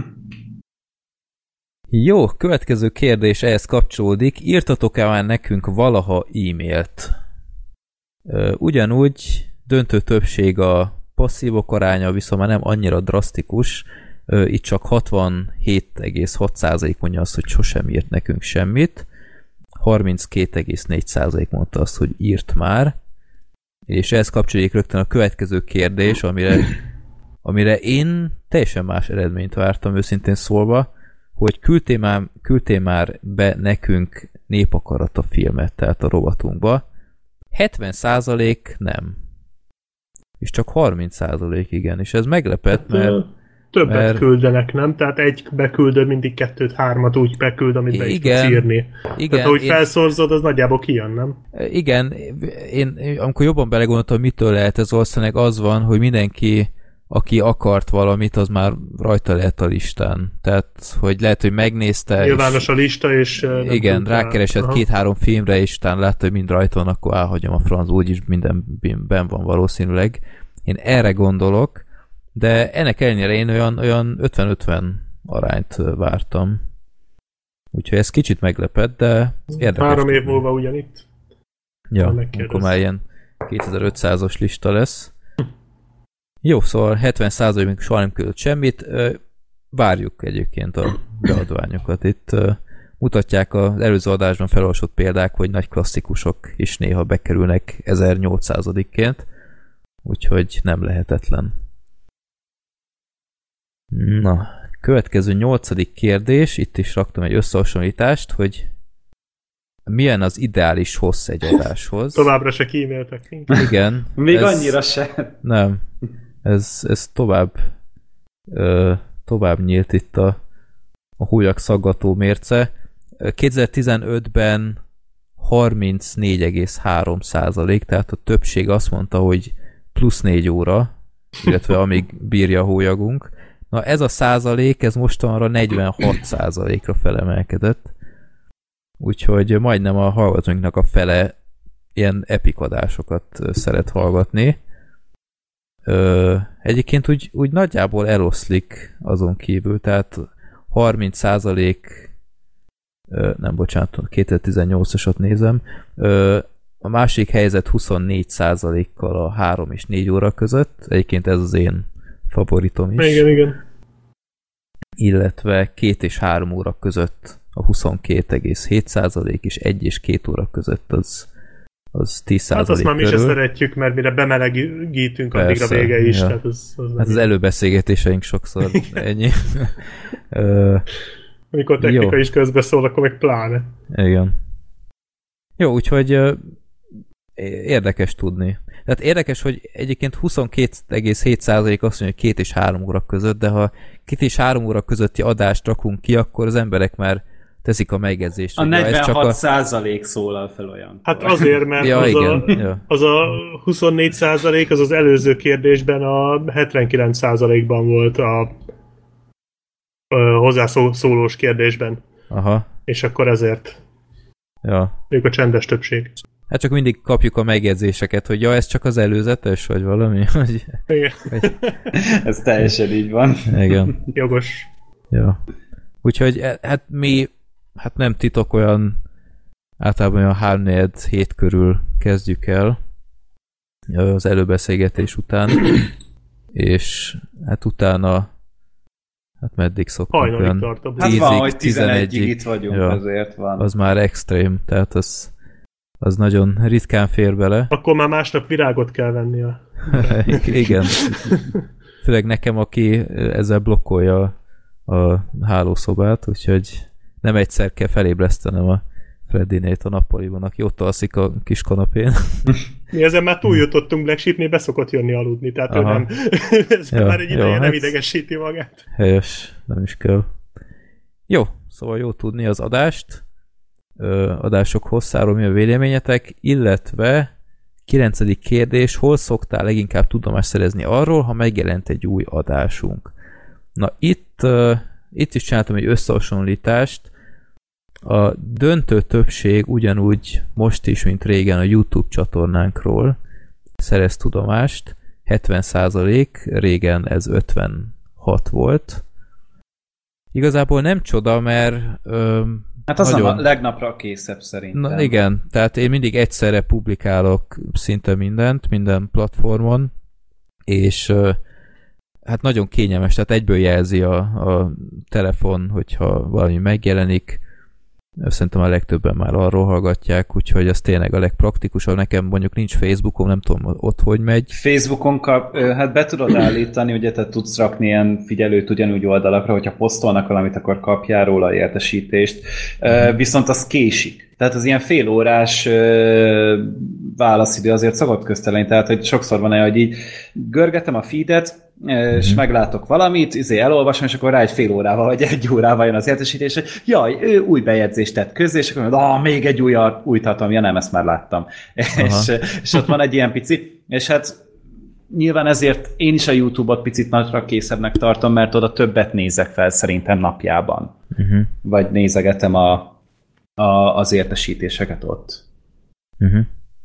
Jó, következő kérdés ehhez kapcsolódik. Írtatok-e már nekünk valaha e-mailt? Ugyanúgy döntő többség a passzívok aránya, viszont már nem annyira drasztikus. Itt csak hatvanhét egész hat százalék mondja azt, hogy sosem írt nekünk semmit. harminckét egész négy százalék mondta azt, hogy írt már, és ehhez kapcsolódik rögtön a következő kérdés, amire, amire én teljesen más eredményt vártam, őszintén szólva, hogy küldtél már, küldtél már be nekünk Népakarat a filmet, tehát a rovatunkba. hetven százalék nem. És csak harminc százalék igen, és ez meglepett, mert többet mert... küldenek, nem? Tehát egy beküldő mindig kettőt, hármat úgy beküld, amit be is tudsz írni. Igen, Tehát ahogy én... felszorzod, az nagyjából kijön, nem? Igen, én amikor jobban belegondoltam, mitől lehet ez, valószínűleg az van, hogy mindenki, aki akart valamit, az már rajta lehet a listán. Tehát, hogy lehet, hogy megnézte... Nyilvános és... a lista, és... Igen, rákeresett rá. két-három filmre, és utána látta, hogy mind rajta van, akkor elhagyom a franc, úgyis minden ben van valószínűleg. Én erre gondolok, de ennek ellenére én olyan, olyan ötven-ötven arányt vártam. Úgyhogy ez kicsit meglepett, de érdekes. Három év múlva ugyanitt. Ja, akkor már ilyen kétezer-ötszázas lista lesz. Jó, szóval hetven százalékig soha nem küldött semmit. Várjuk egyébként a beadványokat. Itt mutatják az előző adásban felolvasott példák, hogy nagy klasszikusok is néha bekerülnek ezernyolcszázadikként. Úgyhogy nem lehetetlen. Na, következő nyolcadik kérdés, itt is raktam egy összehasonlítást, hogy milyen az ideális hossz egy adáshoz. Továbbra se kíméltek. Igen. Még ez, annyira se. Nem. Ez, ez tovább ö, tovább nyílt itt a, a húlyag szaggató mérce. kétezer-tizenötben harmincnégy egész három százalék, tehát a többség azt mondta, hogy plusz négy óra, illetve amíg bírja a hólyagunk. Na ez a százalék, ez mostanra negyvenhat százalékra felemelkedett. Úgyhogy majdnem a hallgatóinknak a fele ilyen epic adásokat szeret hallgatni. Ö, egyébként úgy, úgy nagyjából eloszlik azon kívül, tehát harminc százalék ö, nem, bocsánat, kétezer-tizennyolcasat nézem, ö, a másik helyzet huszonnégy százalékkal a három és négy óra között, egyébként ez az én favoritom is. Igen, igen. Illetve két és három óra között a huszonkét egész hét százalék, és egy és két óra között az, az tíz százalék Hát azt már mi körül. is szeretjük, mert mire bemelegítünk, addigra vége is. Ja. Tehát az, az hát az előbeszélgetéseink sokszor ennyi. Amikor technika jó. is közbeszól, akkor meg pláne. Igen. Jó, úgyhogy érdekes tudni. Tehát érdekes, hogy egyébként huszonkét egész hét százalék azt mondja, hogy két és három óra között, de ha két és három óra közötti adást rakunk ki, akkor az emberek már teszik a megjegyzést. A negyvenhat százalék szólal fel olyan. Hát azért, mert ja, az, igen. A, ja. az a huszonnégy százalék az az előző kérdésben a hetvenkilenc százalékban volt a hozzászólós kérdésben. Aha. És akkor ezért ja. ők a csendes többség. Hát csak mindig kapjuk a megjegyzéseket, hogy ja, ez csak az előzetes, vagy valami. Vagy, igen. Vagy... ez teljesen így van. Igen. Jogos. Ja. Úgyhogy hát mi, hát nem titok, olyan általában olyan három hét körül kezdjük el az előbeszélgetés után, és hát utána hát meddig szoktunk? Hajnalig tartom. Hát van, hogy tizenegyig itt vagyunk, ja, ezért van. Az már extrém, tehát az, az nagyon ritkán fér bele. Akkor már másnap virágot kell venni a... Igen. Főleg nekem, aki ezzel blokkolja a hálószobát, úgyhogy nem egyszer kell felébresztenem a Freddinét a nappaliban, aki ott alszik a kis kanapén. Mi ezen már túljutottunk, Black Sheepnél beszokott jönni aludni, tehát aha, ő nem. Ez ja, már egy ideje jó, nem hát idegesíti magát. Helyes, nem is kell. Jó, szóval jó tudni az adást, ö, adások hosszáról mi a véleményetek, illetve kilencedik kérdés, hol szoktál leginkább tudomást szerezni arról, ha megjelent egy új adásunk? Na itt, uh, itt is csináltam egy összehasonlítást. A döntő többség ugyanúgy most is, mint régen a YouTube csatornánkról szerez tudomást. hetven százalék, régen ez ötvenhat volt. Igazából nem csoda, mert ö, hát az nagyon... a legnapra készebb szerintem. Na, igen, tehát én mindig egyszerre publikálok szinte mindent, minden platformon, és ö, hát nagyon kényelmes, tehát egyből jelzi a, a telefon, hogyha valami megjelenik. Szerintem a legtöbben már arról hallgatják, úgyhogy ez tényleg a legpraktikusabb. Nekem mondjuk nincs Facebookom, nem tudom ott, hogy megy. Facebookon kap, hát be tudod állítani, ugye te tudsz rakni ilyen figyelőt ugyanúgy oldalakra, hogyha posztolnak valamit, akkor kapjál róla értesítést. Uh, viszont az késik. Tehát az ilyen fél órás uh, válaszidő azért szokott közteleni, tehát hogy sokszor van olyan, hogy így görgetem a feedet, és mm-hmm. meglátok valamit, izé elolvasom, és akkor rá egy fél órával, vagy egy órával jön az értesítés, hogy jaj, ő új bejegyzést tett közzé, és akkor mondod, ah, még egy új, új tartalom, ja nem, ezt már láttam. És, és ott van egy ilyen pici, és hát nyilván ezért én is a YouTube-ot picit nagyra készebbnek tartom, mert oda többet nézek fel szerintem napjában. Mm-hmm. Vagy nézegetem a, a, az értesítéseket ott. Mhm.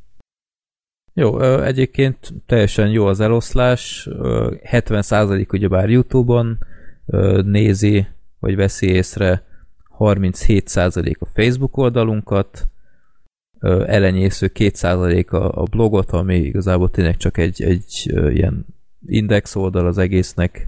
Jó, egyébként teljesen jó az eloszlás, hetven százalék ugyebár YouTube-on nézi, vagy veszi észre, harminchét százalék a Facebook oldalunkat, elenyésző két százalék a blogot, ami igazából tényleg csak egy, egy ilyen index oldal az egésznek.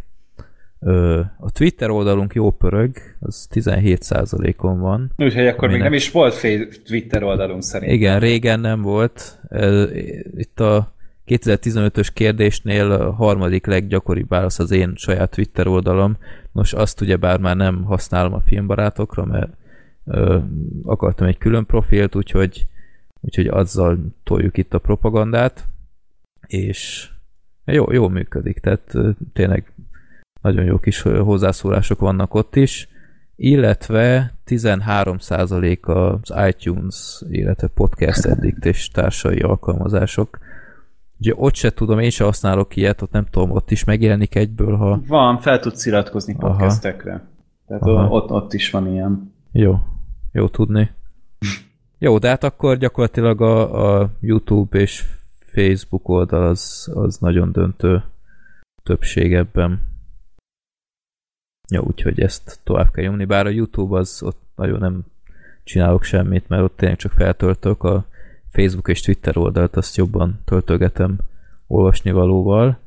A Twitter oldalunk jó pörög, az tizenhét százalékon van. Úgyhogy akkor aminek... még nem is volt Twitter oldalunk szerintem. Igen, régen nem volt. Itt a kétezer-tizenötös kérdésnél a harmadik leggyakoribb válasz az én saját Twitter oldalam. Nos, azt ugyebár már nem használom a filmbarátokra, mert ö, akartam egy külön profilt, úgyhogy, úgyhogy azzal toljuk itt a propagandát, és jó, jó működik, tehát ö, tényleg nagyon jó kis hozzászólások vannak ott is, illetve tizenhárom százalék az iTunes, illetve Podcast Addict és társai alkalmazások. Ugye ott se tudom, én se használok ilyet, ott nem tudom, ott is megjelenik egyből, ha... Van, fel tudsz iratkozni podcastekre. Tehát ott, ott is van ilyen. Jó, jó tudni. Jó, de hát akkor gyakorlatilag a, a YouTube és Facebook oldal az, az nagyon döntő többség ebben. Jó, úgyhogy ezt tovább kell nyomni, bár a YouTube az ott nagyon nem csinálok semmit, mert ott tényleg csak feltöltök, a Facebook és Twitter oldalt azt jobban töltögetem olvasnivalóval.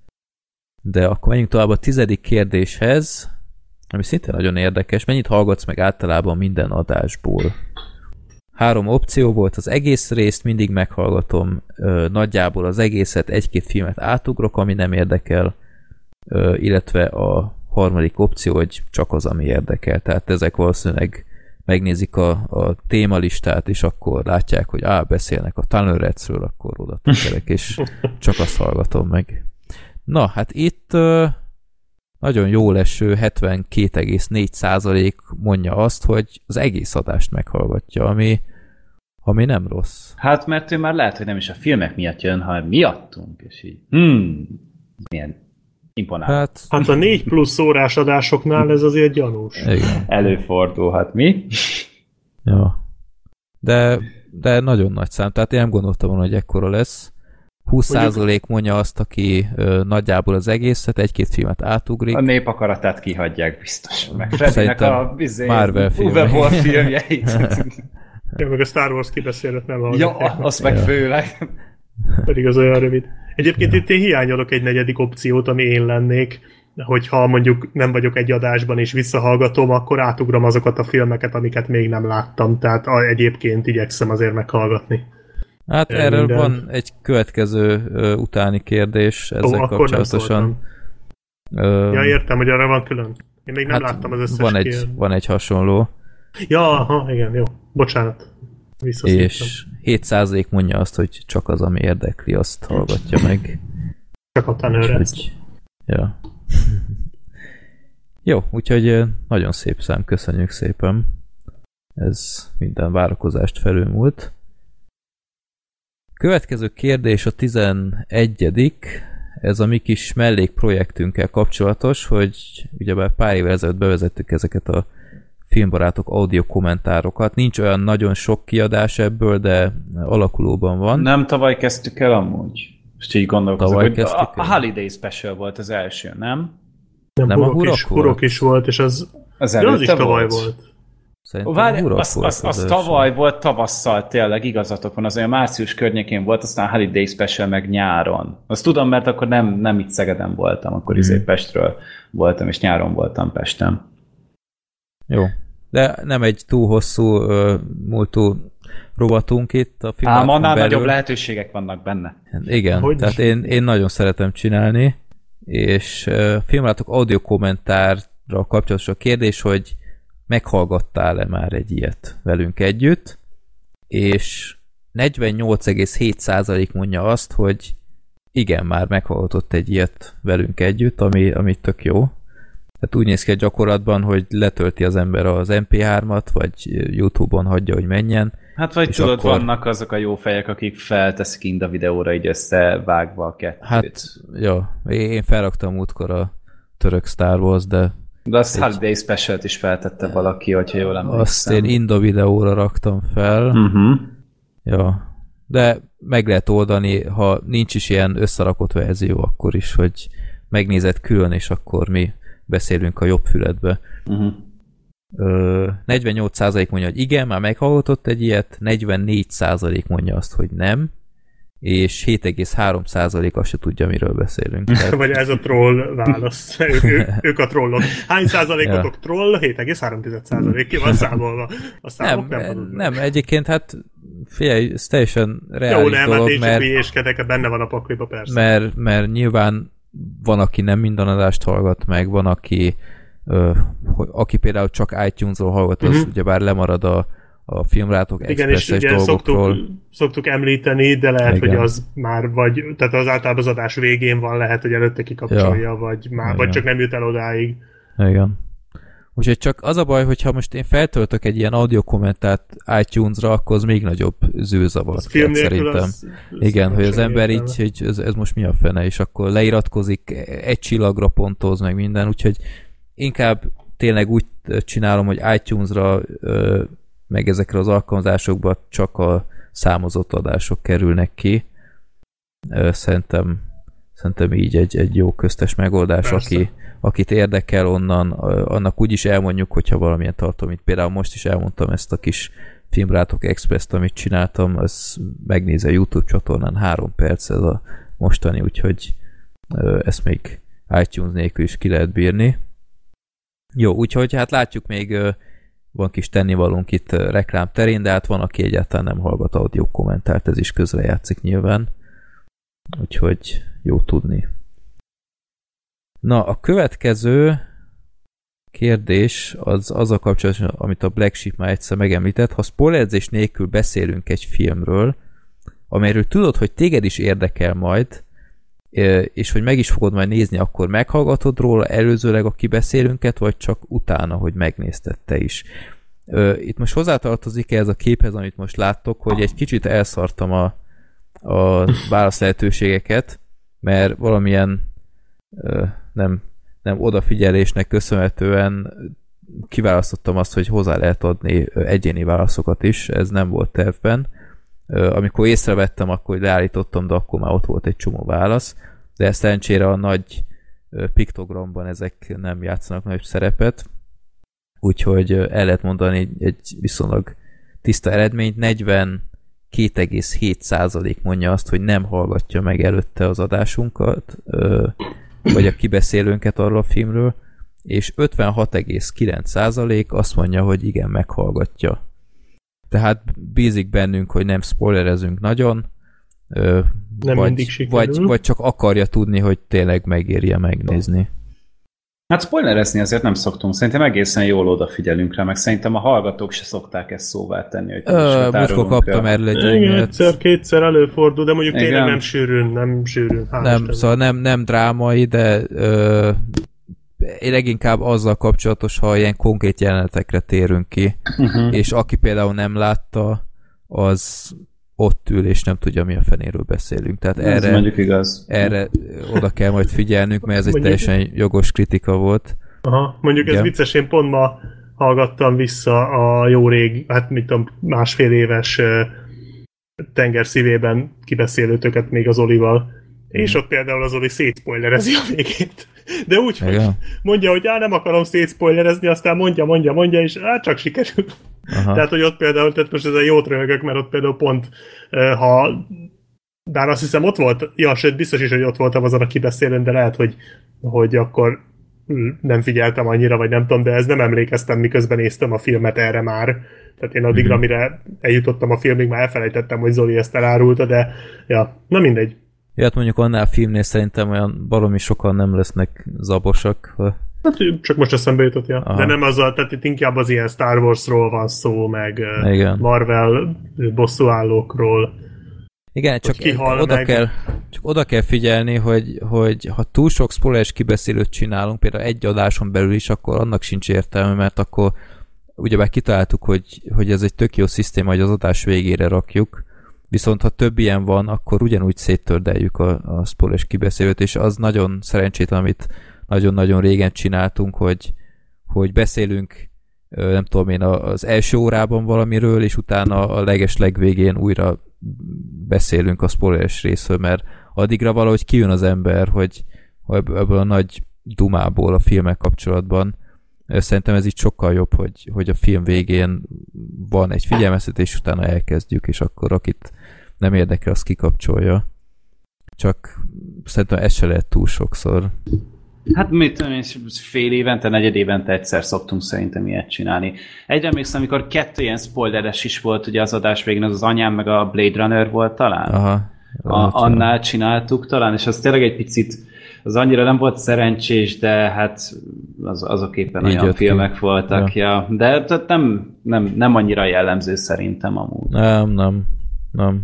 De akkor menjünk tovább a tizedik kérdéshez, ami szintén nagyon érdekes. Mennyit hallgatsz meg általában minden adásból? Három opció volt, az egész részt mindig meghallgatom, nagyjából az egészet, egy-két filmet átugrok, ami nem érdekel, illetve a harmadik opció, hogy csak az, ami érdekel. Tehát ezek valószínűleg megnézik a, a témalistát, és akkor látják, hogy á, beszélnek a Tunnel Ratsről, akkor oda tekerek, és csak azt hallgatom meg. Na, hát itt uh, nagyon jó leső hetvenkét egész négy százalék mondja azt, hogy az egész adást meghallgatja, ami, ami nem rossz. Hát, mert ő már lehet, hogy nem is a filmek miatt jön, hanem miattunk, és így hmm, milyen imponál. Hát, Hát a négy plusz órás adásoknál ez azért gyanús. igen. Előfordulhat, mi? Ja. De, de nagyon nagy szám, tehát én nem gondoltam volna, hogy ekkora lesz. húsz százalék mondja azt, aki ö, nagyjából az egészet, egy-két filmet átugrik. A nép akaratát kihagyják biztos. Meg Freddynek a bizony, Marvel Uwe Boll filmjeit. Ja, meg a Star Wars kibeszélet nem Ja, hallgatják. azt meg Ja. főleg. Pedig az olyan rövid. Egyébként itt én hiányolok egy negyedik opciót, ami én lennék, hogyha mondjuk nem vagyok egy adásban és visszahallgatom, akkor átugram azokat a filmeket, amiket még nem láttam, tehát a- egyébként igyekszem azért meghallgatni. Hát Ja, erről minden. van egy következő ö, utáni kérdés ezzel Ó, akkor nem kapcsolatosan. szóltam. Ö, Ja, értem, hogy arra van külön. Én még nem hát láttam az összes van egy, kérdést. van egy hasonló, Ja, aha, igen, jó. Bocsánat. Visszaszívtam. és hét százalék mondja azt, hogy csak az, ami érdekli, azt hallgatja meg. Csak a tanőre. Úgyhogy, ja. Jó, úgyhogy ö, nagyon szép szám, köszönjük szépen. Ez minden várakozást felülmúlt. Következő kérdés a tizenegyedik Ez a mi kis mellékprojektünkkel kapcsolatos, hogy ugyebár pár évvel ezelőtt bevezettük ezeket a filmbarátok audio kommentárokat. Nincs olyan nagyon sok kiadás ebből, de alakulóban van. Nem tavaly kezdtük el amúgy? Most így gondolkozok, Tavaly hogy kezdtük a, a el. Holiday Special volt az első, nem? Nem, Nem a hurok, Hurok is, volt? hurok is volt, és az, Az de az előtte is tavaly volt. volt. Szerintem Várj, Hurok az, volt az, az első. tavaly volt, tavasszal tényleg igazatok van, az olyan március környékén volt, aztán Holiday Special meg nyáron. Azt tudom, mert akkor nem, nem itt Szegeden voltam, akkor Mhm. izé Pestről voltam, és nyáron voltam Pesten. Jó. De nem egy túl hosszú uh, múltú rovatunk itt a Ám filmákon annál belül. nagyobb lehetőségek vannak benne. Igen, Hogy? tehát én, én nagyon szeretem csinálni, és uh, filmlátok audio kommentárra kapcsolatos a kérdés, hogy meghallgattál-e már egy ilyet velünk együtt, és negyvennyolc egész hét százalék mondja azt, hogy igen, már meghallgatott egy ilyet velünk együtt, ami, ami tök jó. Tehát úgy néz ki a gyakorlatban, hogy letölti az ember az em pé hármat, vagy YouTube-on hagyja, hogy menjen. Hát vagy És tudod, akkor- vannak azok a jó fejek, akik felteszik ind a videóra, így összevágva a kettőt. Hát, ja, én felraktam múltkor a török Star Wars, de De azt Holiday Special-t is feltette valaki, hogyha jól emlékszem. azt én Inda videóra raktam fel. Uh-huh. Ja, de meg lehet oldani, ha nincs is ilyen összerakott verzió, akkor is, hogy megnézed külön, és akkor mi beszélünk a jobb füledbe. Uh-huh. Ö, negyvennyolc százalék mondja, hogy igen, már meghallgatott egy ilyet, negyvennégy százalék mondja azt, hogy nem, és hét egész három százalék azt se tudja, miről beszélünk. Tehát, Vagy ez a troll válasz. Ők, ők, ők a trollok. Hány százalékotok Ja. troll? hét egész három százalék. Ki van számolva? A számok nem, nem, nem, nem nem, egyébként hát figyelj, ez teljesen reális Jó, nem, dolog, hát én csak mert, hülyéskedek, benne van a pakliba, persze. mert, mert nyilván van, aki nem minden adást hallgat meg, van, aki ö, hogy- aki például csak iTunes-ról hallgat, az Mhm. ugyebár lemarad a, a filmrátok Igen, és expresses ugye dolgokról. szoktuk, szoktuk említeni, de lehet, Igen. hogy az már vagy, tehát az általában az adás végén van, lehet, hogy előtte kikapcsolja, vagy, már, vagy Igen. csak nem jut el odáig. Igen. Úgyhogy csak az a baj, hogyha most én feltöltök egy ilyen audio kommentát iTunes-ra, akkor az még nagyobb zűrzavart Az film kelt nélkül szerintem. az, az Igen, hogy az semmi ember értelme. így, hogy ez, ez most mi a fene, és akkor leiratkozik, egy csillagra pontoz, meg minden, úgyhogy inkább tényleg úgy csinálom, hogy iTunes-ra, ö, meg ezekre az alkalmazásokba csak a számozott adások kerülnek ki. Ö, Szerintem, szerintem így egy, egy jó köztes megoldás, Persze. aki, akit érdekel onnan, ö, annak úgyis elmondjuk, hogyha valamilyen tartalmat, például most is elmondtam ezt a kis Filmbarátok Express-t, amit csináltam, az megnézi a YouTube csatornán, három perc ez a mostani, úgyhogy ö, ezt még iTunes nélkül is ki lehet bírni. Jó, úgyhogy hát látjuk még ö, van kis tennivalónk itt ö, reklám terén, de hát van, aki egyáltalán nem hallgat audio kommentárt, ez is közrejátszik nyilván. Úgyhogy jó tudni. Na, a következő kérdés az az a kapcsolatban, amit a Black Sheep már egyszer megemlített. Ha spoilerzés nélkül beszélünk egy filmről, amelyről tudod, hogy téged is érdekel majd, és hogy meg is fogod majd nézni, akkor meghallgatod róla előzőleg a kibeszélünket, vagy csak utána, hogy megnézted te is. Itt most hozzátartozik ez a képhez, amit most láttok, hogy egy kicsit elszartam a, a válasz lehetőségeket, mert valamilyen nem, nem odafigyelésnek köszönhetően kiválasztottam azt, hogy hozzá lehet adni egyéni válaszokat is, ez nem volt tervben. Amikor észrevettem, akkor leállítottam, de akkor már ott volt egy csomó válasz, de szerencsére a nagy piktogramban ezek nem játszanak nagy szerepet, úgyhogy el lehet mondani egy viszonylag tiszta eredményt. negyvenkét egész hét százalék mondja azt, hogy nem hallgatja meg előtte az adásunkat, vagy a kibeszélőnket arról a filmről, és ötvenhat egész kilenc százalék azt mondja, hogy igen, meghallgatja. Tehát bízik bennünk, hogy nem spoilerezünk nagyon, nem vagy, vagy, vagy csak akarja tudni, hogy tényleg megérje megnézni. Hát spoilerezni azért nem szoktunk. Szerintem egészen jól odafigyelünk rá, meg szerintem a hallgatók se szokták ezt szóvá tenni. Hogy Múltkor kaptam erről egy e-mailt. Egyszer-kétszer előfordul, de mondjuk tényleg nem sűrűn, nem sűrűn. Nem, szóval nem, nem drámai, de ö, leginkább azzal kapcsolatos, ha ilyen konkrét jelenetekre térünk ki, uh-huh. és aki például nem látta, az ott ül, és nem tudja, mi a fenéről beszélünk. Tehát ez erre, mondjuk igaz. Erre oda kell majd figyelnünk, mert ez egy mondjuk, teljesen jogos kritika volt. Aha, mondjuk igen. Ez vicces, én pont ma hallgattam vissza a jó rég, hát mit tudom, másfél éves tenger szívében kibeszélőtöket még az Olival, és ott például az Oli szétspoilerezi a végét. De úgy, hogy mondja, hogy á, nem akarom szétspoilerezni, aztán mondja, mondja, mondja, és á, csak sikerül. Aha. Tehát, hogy ott például, tehát most ezen jót röhögök, mert ott például pont, ha bár azt hiszem ott volt, ja, sőt, biztos is, hogy ott voltam azon a kibeszélőn, de lehet, hogy, hogy akkor nem figyeltem annyira, vagy nem tudom, de ez nem emlékeztem, miközben néztem a filmet erre már. Tehát én addigra, mm-hmm. amire eljutottam a filmig, már elfelejtettem, hogy Zoli ezt elárulta, de ja, na mindegy. Ja, hát mondjuk annál a filmnél szerintem olyan baromi sokan nem lesznek zabosak. Hát csak most eszembe jutott, ja. Aha. De nem az a, tehát itt inkább az ilyen Star Warsról van szó, meg igen. Marvel bosszúállókról. Igen, csak oda, meg. kell, csak oda kell figyelni, hogy, hogy ha túl sok spoileres kibeszélőt csinálunk, például egy adáson belül is, akkor annak sincs értelme, mert akkor ugyebár kitaláltuk, hogy, hogy ez egy tök jó szisztéma, hogy az adás végére rakjuk, viszont ha több ilyen van, akkor ugyanúgy széttördeljük a, a spoileres kibeszélőt, és az nagyon szerencsétlen, amit nagyon-nagyon régen csináltunk, hogy, hogy beszélünk, nem tudom én, az első órában valamiről, és utána a leges legvégén újra beszélünk a spoileres részről, mert addigra valahogy kijön az ember, hogy ebből a nagy dumából a filmek kapcsolatban. Szerintem ez így sokkal jobb, hogy, hogy a film végén van egy figyelmeztetés, utána elkezdjük, és akkor akit nem érdekel, azt kikapcsolja. Csak szerintem ez se lehet túl sokszor. Hát mit tudom én, fél évente, negyed évente egyszer szoktunk szerintem ilyet csinálni. Egyre emlékszem, amikor kettő ilyen spoileres is volt, ugye az adás végén, az az anyám meg a Blade Runner volt talán. Aha. A, annál csináltuk talán, és az tényleg egy picit, az annyira nem volt szerencsés, de hát az, azok éppen így olyan filmek ki. voltak, ja. ja. De tehát nem, nem, nem annyira jellemző szerintem amúgy. Nem, nem, nem.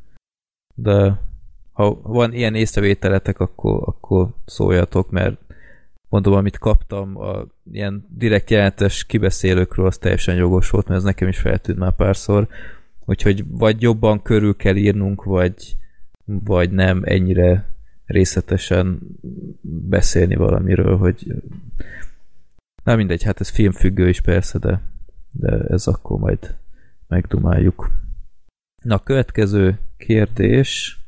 De ha van ilyen észrevételetek, akkor, akkor szóljatok, mert mondom, amit kaptam, a ilyen direkt jelentes kibeszélőkről, az teljesen jogos volt, mert ez nekem is feltűnt már párszor. Úgyhogy vagy jobban körül kell írnunk, vagy, vagy nem ennyire részletesen beszélni valamiről, hogy nem mindegy, hát ez filmfüggő is persze, de, de ez akkor majd megdumáljuk. Na, a következő kérdés.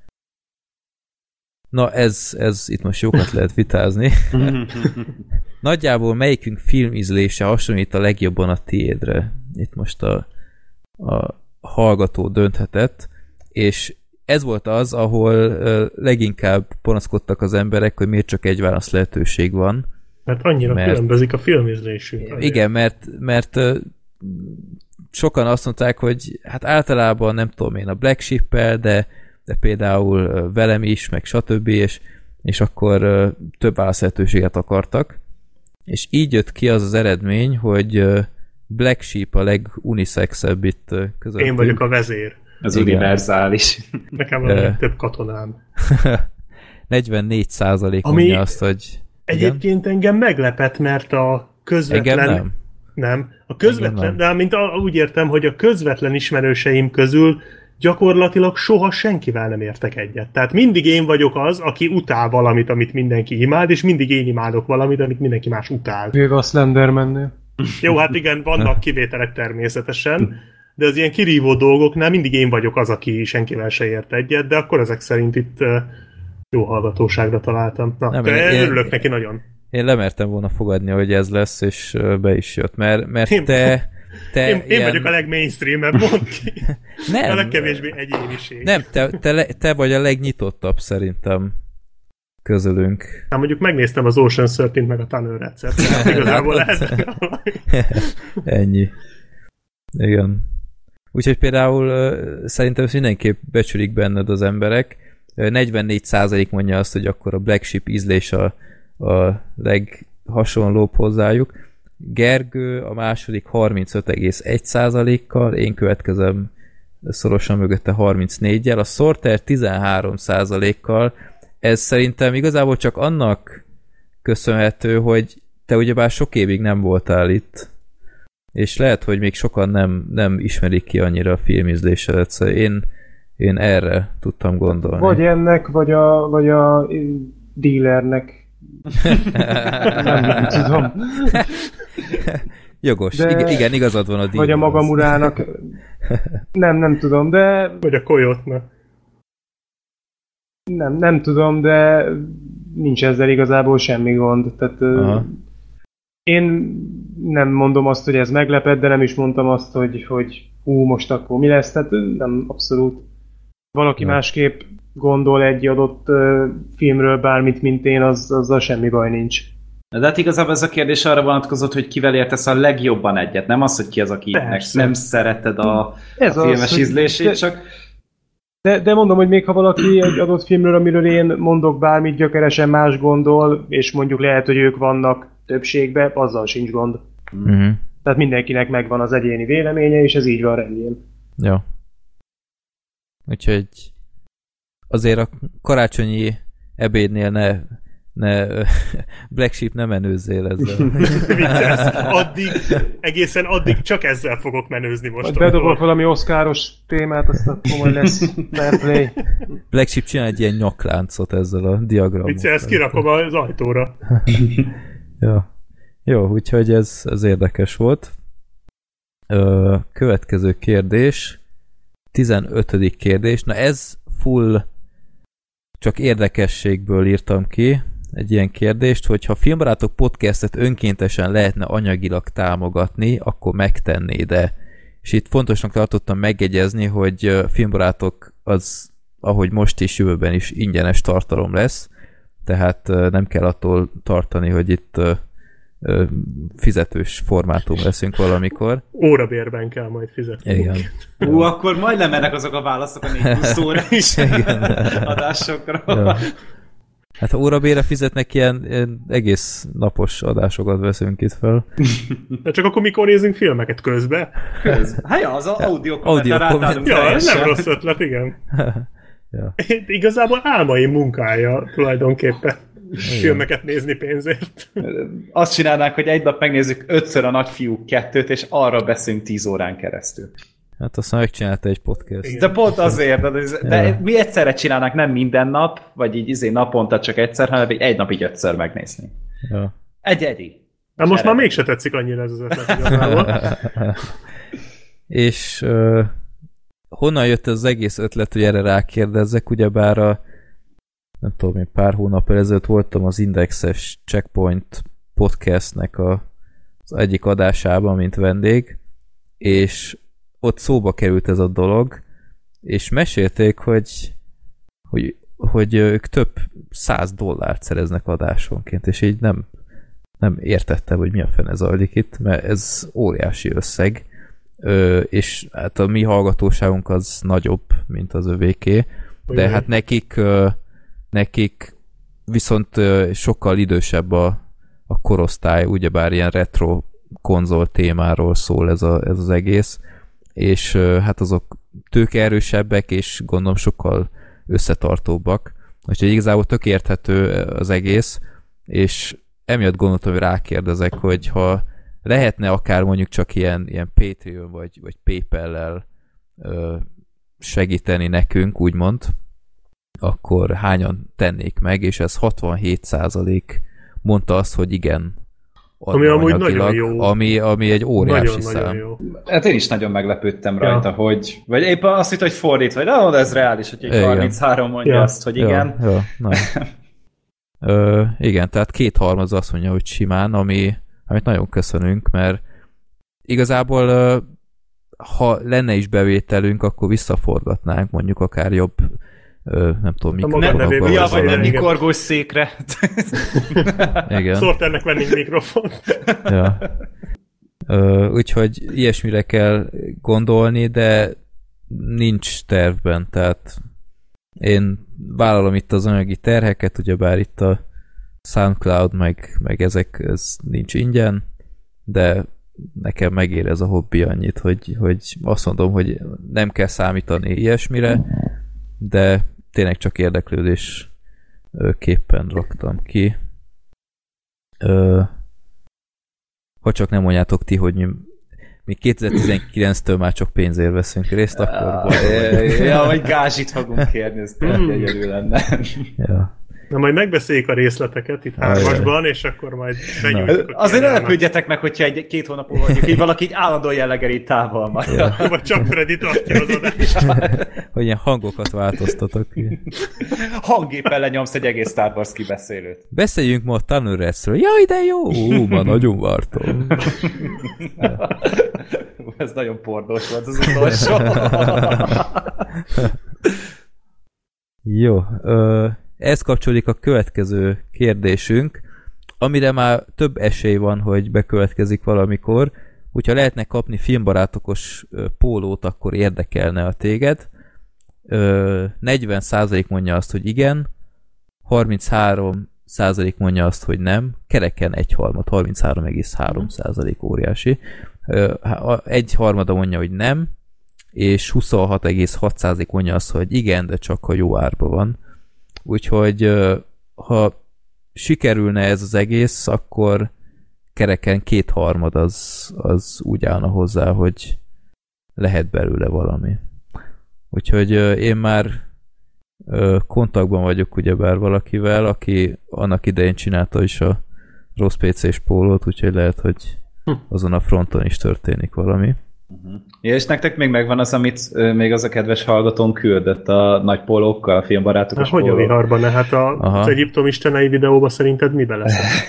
Na, ez, ez itt most jókat lehet vitázni. Nagyjából melyikünk filmízlése hasonlít a legjobban a tiédre? Itt most a, a hallgató dönthetett, és ez volt az, ahol uh, leginkább panaszkodtak az emberek, hogy miért csak egy válasz lehetőség van. Mert annyira mert, különbözik a filmízlésünk. Igen, mert, mert uh, sokan azt mondták, hogy hát általában nem tudom én a Black Sheep-el, de, de például uh, velem is, meg stb. És, és akkor uh, több válasz lehetőséget akartak. És így jött ki az az eredmény, hogy uh, Black Sheep a legunisexebb itt uh, közöttünk. Én vagyok a vezér. Az igen. Univerzális. Nekem van uh, több katonám. negyvennégy százalék mondja azt, hogy... Egyébként igen? Engem meglepett, mert a közvetlen... Engem nem. Nem. A közvetlen, nem. De mint a, úgy értem, hogy a közvetlen ismerőseim közül gyakorlatilag soha senkivel nem értek egyet. Tehát mindig én vagyok az, aki utál valamit, amit mindenki imád, és mindig én imádok valamit, amit mindenki más utál. Véve a Slendermannél. Jó, hát igen, vannak kivételek természetesen, de az ilyen kirívó dolgoknál mindig én vagyok az, aki senkivel se ért egyet, de akkor ezek szerint itt jó hallgatóságra találtam. Na, nem, de én, örülök én, neki nagyon. Én lemertem volna fogadni, hogy ez lesz, és be is jött, mert, mert én, te... te én, ilyen... én vagyok a legmainstream-ebb, mondd ki. Nem. A legkevésbé egyéniség. Nem, te, te, te vagy a legnyitottabb szerintem közülünk. Hát mondjuk megnéztem az Ocean tizenhárom meg a Tunnel Rat-et. Igazából lehet. Ennyi. Igen. Úgyhogy például uh, szerintem ezt mindenképp becsülik benned az emberek. Uh, negyvennégy százalék mondja azt, hogy akkor a Black Sheep ízlés a, a leghasonlóbb hozzájuk. Gergő a második harmincöt egész egy százalékkal, én következem szorosan mögötte harmincnéggyel, a Sorter tizenhárom százalékkal. Ez szerintem igazából csak annak köszönhető, hogy te ugyebár sok évig nem voltál itt, és lehet, hogy még sokan nem, nem ismerik ki annyira a filmízlésedet, szóval én, én erre tudtam gondolni. Vagy ennek, vagy a, vagy a dealernek. nem, nem tudom. Jogos, de... igen, igen, igazad van a dealer. Vagy a magam urának. Nem, nem tudom, de... Vagy a Coyote-nak. Nem, nem tudom, de nincs ezzel igazából semmi gond. Tehát Aha. én nem mondom azt, hogy ez meglepett, de nem is mondtam azt, hogy, hogy hú, most akkor mi lesz, tehát nem abszolút. Valaki ja. másképp gondol egy adott uh, filmről bármit, mint én, az, azzal semmi baj nincs. De hát igazából ez a kérdés arra vonatkozott, hogy kivel értesz a legjobban egyet, nem az, hogy ki az, akinek nem szereted a, ez a filmes az, ízlését, de, csak... De, de mondom, hogy még ha valaki egy adott filmről, amiről én mondok bármit, gyökeresen más gondol, és mondjuk lehet, hogy ők vannak többségben, azzal sincs gond. Mm-hmm. Tehát mindenkinek megvan az egyéni véleménye, és ez így van rendjén. Ja. Úgyhogy azért a karácsonyi ebédnél ne, ne Black Sheep ne menőzzél ezzel. Vicces. Addig, egészen addig csak ezzel fogok menőzni most. Majd bedobok valami oszkáros témát, azt akkor majd lesz fair play. Black Sheep csinál egy ilyen nyakláncot ezzel a diagramot. Vicces, kirakom az ajtóra. Ja. Jó, úgyhogy ez, ez érdekes volt. Ö, következő kérdés. tizenötödik kérdés. Na ez full csak érdekességből írtam ki egy ilyen kérdést, hogy ha Filmbarátok podcastet önkéntesen lehetne anyagilag támogatni, akkor megtenné, de és itt fontosnak tartottam megjegyezni, hogy Filmbarátok az, ahogy most is, jövőben is ingyenes tartalom lesz, tehát nem kell attól tartani, hogy itt fizetős formátum leszünk valamikor. Órabérben kell majd fizetni. Igen. Ú, akkor majd lemennek azok a válaszok a négy óra is adásokra. Ja. Hát ha órabérre fizetnek, ilyen, ilyen egész napos adásokat veszünk itt fel. De csak akkor mikor nézünk filmeket közben? Köz. Hát ja, az audio kommentár. Ja, ez nem rossz ötlet, igen. Ja. Igazából álmaim munkája tulajdonképpen. Igen. Filmeket nézni pénzért. Azt csinálnánk, hogy egy nap megnézzük ötször a Nagyfiúk kettőt, és arra beszélünk tíz órán keresztül. Hát aztán megcsinálta egy podcast. Igen. De pont azért, de, de ja. mi egyszerre csinálnánk, nem minden nap, vagy így izé naponta csak egyszer, hanem egy napig ötször megnézni. Ja. Egy-egy. Na most már mégse tetszik annyira ez az ötlet igazából. És uh, honnan jött ez az egész ötlet, hogy erre rákérdezzek, ugyebár a nem tudom, én pár hónap ezelőtt voltam az Indexes Checkpoint podcastnek a, az egyik adásában, mint vendég, és ott szóba került ez a dolog, és mesélték, hogy, hogy, hogy ők több száz dollárt szereznek adásonként, és így nem, nem értettem, hogy mi a fene zajlik itt, mert ez óriási összeg, Ö, és hát a mi hallgatóságunk az nagyobb, mint az övéké, de hát nekik nekik viszont sokkal idősebb a, a korosztály, ugyebár ilyen retro konzol témáról szól ez, a, ez az egész, és hát azok tőkeerősebbek, és gondolom sokkal összetartóbbak. Úgyhogy igazából tök érthető az egész, és emiatt gondoltam, hogy rákérdezek, hogy ha lehetne akár mondjuk csak ilyen, ilyen Patreon vagy, vagy PayPal-lel ö, segíteni nekünk, úgymond, akkor hányan tennék meg, és ez hatvanhét százalék mondta azt, hogy igen, ami amúgy nagyon jó. Ami, ami egy óriási nagyon, szám. nagyon jó. Hát én is nagyon meglepődtem rajta, ja. hogy... Vagy éppen azt hitt, hogy fordít, vagy ah, ez reális, hogy egy harminchárom mondja ja. azt, hogy igen. Ja, ja, na. Ö, igen, tehát kétharmad azt mondja, hogy simán, ami, amit nagyon köszönünk, mert igazából ha lenne is bevételünk, akkor visszaforgatnánk, mondjuk akár jobb Ö, nem tudom, mikrofonokban. Ja, vagy nem nyikorgós székre. Igen. Sorternek vennénk mikrofont. Ja. Ö, úgyhogy ilyesmire kell gondolni, de nincs tervben, tehát én vállalom itt az anyagi terheket, ugyebár itt a SoundCloud, meg, meg ezek, ez nincs ingyen, de nekem megér ez a hobbi annyit, hogy, hogy azt mondom, hogy nem kell számítani ilyesmire, de tényleg csak érdeklődés képpen raktam ki. Ö, ha csak nem mondjátok ti, hogy mi, mi kétezer-tizenkilenctől már csak pénzért veszünk részt, akkor... Ja, vagy gázsit fogunk kérni, ez tényleg egyedül lenne. Ja. Na majd megbeszéljük a részleteket itt hármasban, és akkor majd benyújtjuk. Azért ne lepődjetek meg, hogyha egy két hónap múlva vagyunk, így valaki így állandóan jelleggel így távol majd. Ja. Vagy csak Freddy tartja az adást. Hogy ilyen hangokat változtatok ki. Hanggéppel lenyomsz egy egész Star Wars kibeszélőt. Beszéljünk ma a Tanőreszről. Jaj, de jó! Ú, ma nagyon vártam. Ez nagyon pordós volt az utolsó. Jó, ö... ez kapcsolódik a következő kérdésünk, amire már több esély van, hogy bekövetkezik valamikor, hogyha lehetne kapni filmbarátokos pólót, akkor érdekelne a téged. negyven százalék mondja azt, hogy igen, harminchárom százalék mondja azt, hogy nem, kereken egyharmad, harminchárom egész három százalék óriási. Egy harmada mondja, hogy nem, és huszonhat egész hat százalék mondja azt, hogy igen, de csak ha jó árba van. Úgyhogy ha sikerülne ez az egész, akkor kereken kétharmad az, az úgy állna hozzá, hogy lehet belőle valami. Úgyhogy én már kontaktban vagyok ugyebár valakivel, aki annak idején csinálta is a rossz pé cés pólót, úgyhogy lehet, hogy azon a fronton is történik valami. Uh-huh. Ja, és nektek még megvan az, amit ö, még az a kedves hallgatón küldött a nagy pólókkal, a filmbarátokos pólók. Hogy a viharban? Ne? Hát a, az Egyiptom istenei videóban szerinted mibe lesz?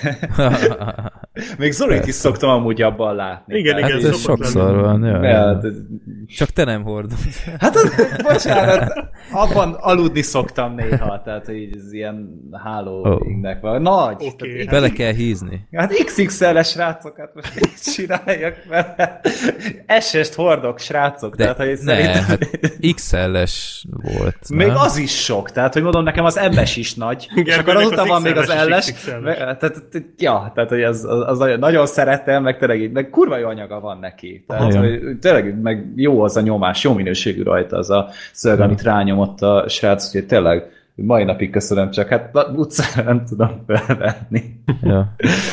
Még Zolit is szoktam amúgy abban látni. Igen, hát igen. Ez sokszor van. Ja, ja, de... Csak te nem hordod. Hát az, bocsánat, abban aludni szoktam néha, tehát így ez ilyen hálóingnek van. Nagy. Okay. Tehát, bele kell hízni. Hát iksz iksz el-es srácokat most így csináljak vele. es est hordok, srácok. De tehát, hogy ne, szerintem... hát iksz el-es volt. Még nem? az is sok, tehát hogy mondom, nekem az em es is nagy, igen, és akkor azután van még az el-es. Tehát, ja, tehát hogy az, az, az nagyon, nagyon szeretem, meg tényleg így, meg kurva jó anyaga van neki. Tehát, hogy tényleg meg jó az a nyomás, jó minőségű rajta az a szög, amit rányomott a srác, hogy tényleg mai napig köszönöm, csak hát utcára nem tudom felvenni. Ja.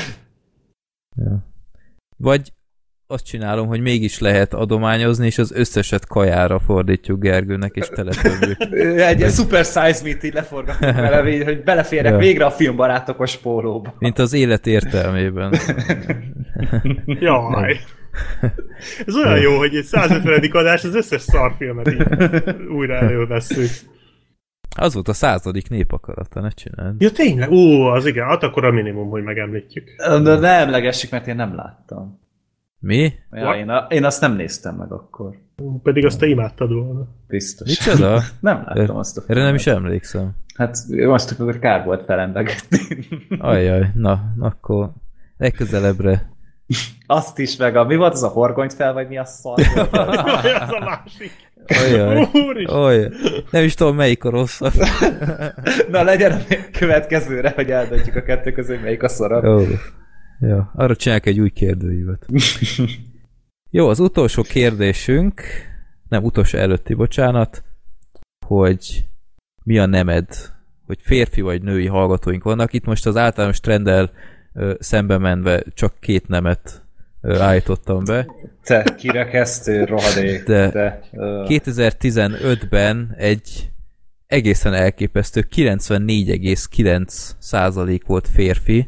Ja. Vagy azt csinálom, hogy mégis lehet adományozni, és az összeset kajára fordítjuk Gergőnek, és teletöbbjük. Egy super size meet így leforgatunk vele, hogy beleférek ja. végre a filmbarátokos pólóba. Mint az élet értelmében. Jaj. Ez olyan jó, hogy egy százötvenedik adás az összes szarfilmet így újra elővesszük. Az volt a századik népakarata, ne csináld. Ja tényleg? Ó, az igen, hát akkor a minimum, hogy megemlítjük. De ne emlegessük, mert én nem láttam. Mi? Ja, én, a, én azt nem néztem meg akkor. Pedig azt te imádtad volna. Biztos. Micsoda? Nem láttam azt a filmet. Erre nem is emlékszem. Hát most akkor kár volt felemlegetni. Ajjaj, na, akkor legközelebbre. Azt is meg a, mi volt az a horgonyt fel, vagy mi a szar? Az a másik. Ajjaj, ajjaj. Nem is tudom, melyik a rosszabb. Na legyen a következőre, hogy eldöntjük a kettő közül, melyik a szarabb. Jó. Ja, arra csinálják egy új kérdőívet. Jó, az utolsó kérdésünk, nem utolsó előtti, bocsánat, hogy mi a nemed, hogy férfi vagy női hallgatóink vannak. Itt most az általános trenddel ö, szembe menve csak két nemet állítottam be. Te kirekesztő rohadék. De te, uh... kétezer-tizenötben egy egészen elképesztő kilencvennégy egész kilenc százalék volt férfi,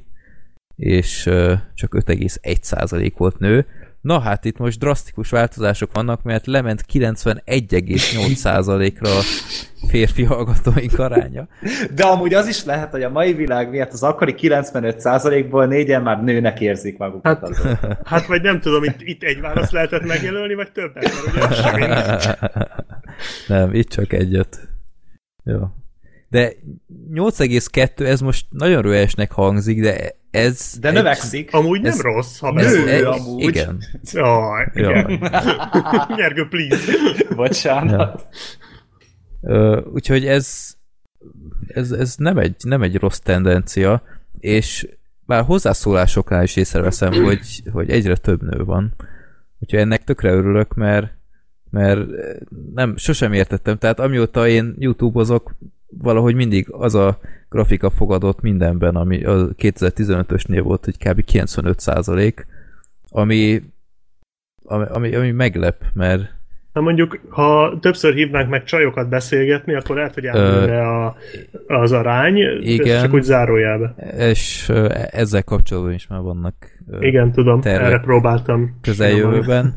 és uh, csak öt egész egy százalék volt nő. Na hát itt most drasztikus változások vannak, mert lement kilencvenegy egész nyolc százalékra a férfi hallgatóink aránya. De amúgy az is lehet, hogy a mai világ miatt az akkori kilencvenöt százalékból négyen már nőnek érzik magukat. Hát, azon. Hát vagy nem tudom, itt, itt egy választ lehetett megjelölni, vagy többet, mert ugye semmi. Nem, itt csak egyet. Jó. De nyolc egész kettő, ez most nagyon röhesnek hangzik, de ez... De egy... növekszik. Amúgy nem ez, rossz, ha nő, ez, amúgy. Igen. Jaj, igen. Gergő, please. Bocsánat. Uh, úgyhogy ez, ez, ez nem, egy, nem egy rossz tendencia, és bár hozzászólásoknál is észreveszem, hogy, hogy egyre több nő van. Úgyhogy ennek tökre örülök, mert, mert nem, sosem értettem. Tehát amióta én YouTube-ozok, valahogy mindig az a grafika fogadott mindenben, ami a kétezer-tizenötösnél volt, hogy kb. kilencvenöt százalék, ami, ami, ami, ami meglep, mert Na mondjuk, ha többször hívnánk meg csajokat beszélgetni, akkor lehet, hogy elmenne a, az arány, igen, csak úgy zárójelbe. És ezzel kapcsolatban is már vannak igen, tudom, erre próbáltam közeljövőben,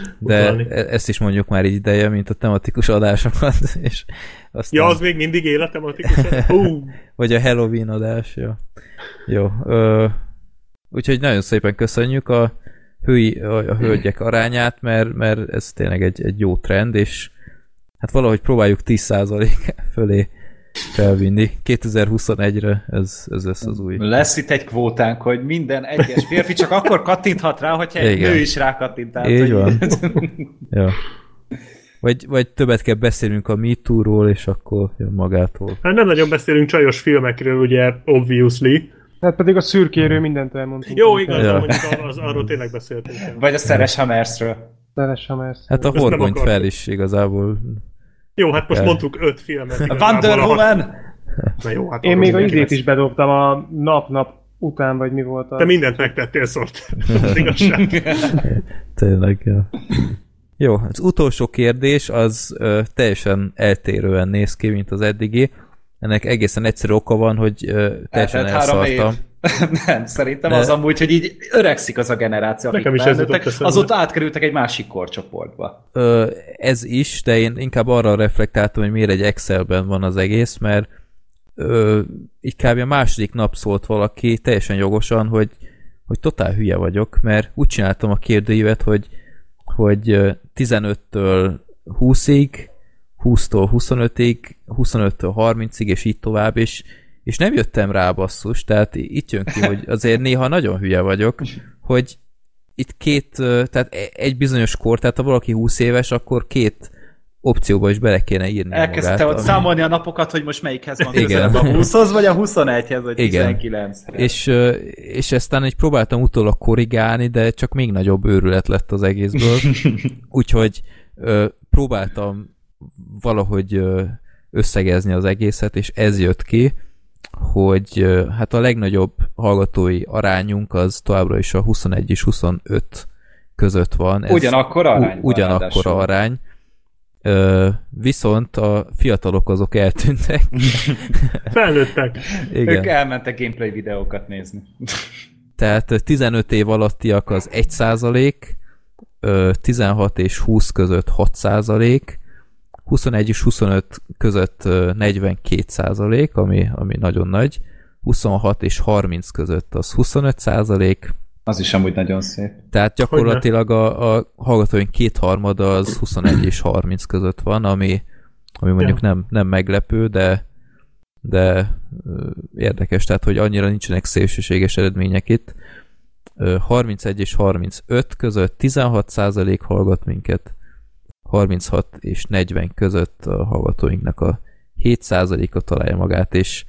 de ezt is mondjuk már így ideje, mint a tematikus adásokat. És aztán... Ja, az még mindig él a tematikus adás? Uh. Vagy a Halloween adás, jó. Jó. Ö, úgyhogy nagyon szépen köszönjük a hői, a hölgyek arányát, mert, mert ez tényleg egy, egy jó trend, és hát valahogy próbáljuk tíz százalék fölé felvinni. kétezer-huszonegyre ez, ez lesz az új. Lesz itt egy kvótánk, hogy minden egyes férfi csak akkor kattinthat rá, hogyha egy igen, nő is rákattint. Így van. Ja. Vagy, vagy többet kell beszélnünk a MeToo-ról, és akkor jön magától. Hát nem nagyon beszélünk csajos filmekről, ugye, obviously. Hát pedig a szürkéről mindent elmondtunk. Jó, igaz, ja. Mondjuk az, arról tényleg beszéltünk. Vagy a Szeres Hammersről. Szeres Hammers. Hát a horgonyt fel is igazából. Jó, hát most el. mondtuk öt filmet. A Wonder Woman! Na jó, hát én még a izét is bedobtam a nap-nap után, vagy mi volt a... Te mindent megtettél, szólt. Az igazság. Tényleg, ja. Jó, az utolsó kérdés az ö, teljesen eltérően néz ki, mint az eddigi. Ennek egészen egyszerű oka van, hogy ö, teljesen elszartam. Nem, szerintem De... az amúgy, hogy így öregszik az a generáció, akik felnőttek, azóta átkerültek egy másik korcsoportba. Ö, ez is, de én inkább arra reflektáltam, hogy miért egy Excelben van az egész, mert ö, így kb. A második nap szólt valaki teljesen jogosan, hogy, hogy totál hülye vagyok, mert úgy csináltam a kérdőívet, hogy, hogy tizenöttől húszig, húsztól huszonötig, huszonöttől harmincig, és így tovább, és, és nem jöttem rá, basszus, tehát itt jön ki, hogy azért néha nagyon hülye vagyok, hogy itt két, tehát egy bizonyos kor, tehát ha valaki húsz éves, akkor két opcióba is bele kéne írni elkezdte magát. ott ami... számolni a napokat, hogy most melyikhez van közelebb, a húszhoz, vagy a huszonegyhez, vagy tizenkilenchez. És, és aztán így próbáltam utólag korrigálni, de csak még nagyobb őrület lett az egészből. Úgyhogy próbáltam valahogy összegezni az egészet, és ez jött ki, hogy hát a legnagyobb hallgatói arányunk az továbbra is a huszonegy és huszonöt között van. Ez ugyanakkor arány. Ugyanakkor arány. Viszont a fiatalok azok eltűntek. Felnőttek. Igen. Ők elmentek gameplay videókat nézni. Tehát tizenöt év alattiak az egy százalék, tizenhat és húsz között hat százalék, huszonegy és huszonöt között negyvenkét százalék, ami, ami nagyon nagy, huszonhat és harminc között az huszonöt százalék. Az is amúgy nagyon szép. Tehát gyakorlatilag a, a hallgatóink kétharmada az huszonegy és harminc között van, ami, ami mondjuk ja. nem, nem meglepő, de, de érdekes, tehát hogy annyira nincsenek szélsőséges eredmények itt. harmincegy és harmincöt között tizenhat százalék hallgat minket, harminchat és negyven között a hallgatóinknak a hét százaléka találja magát, és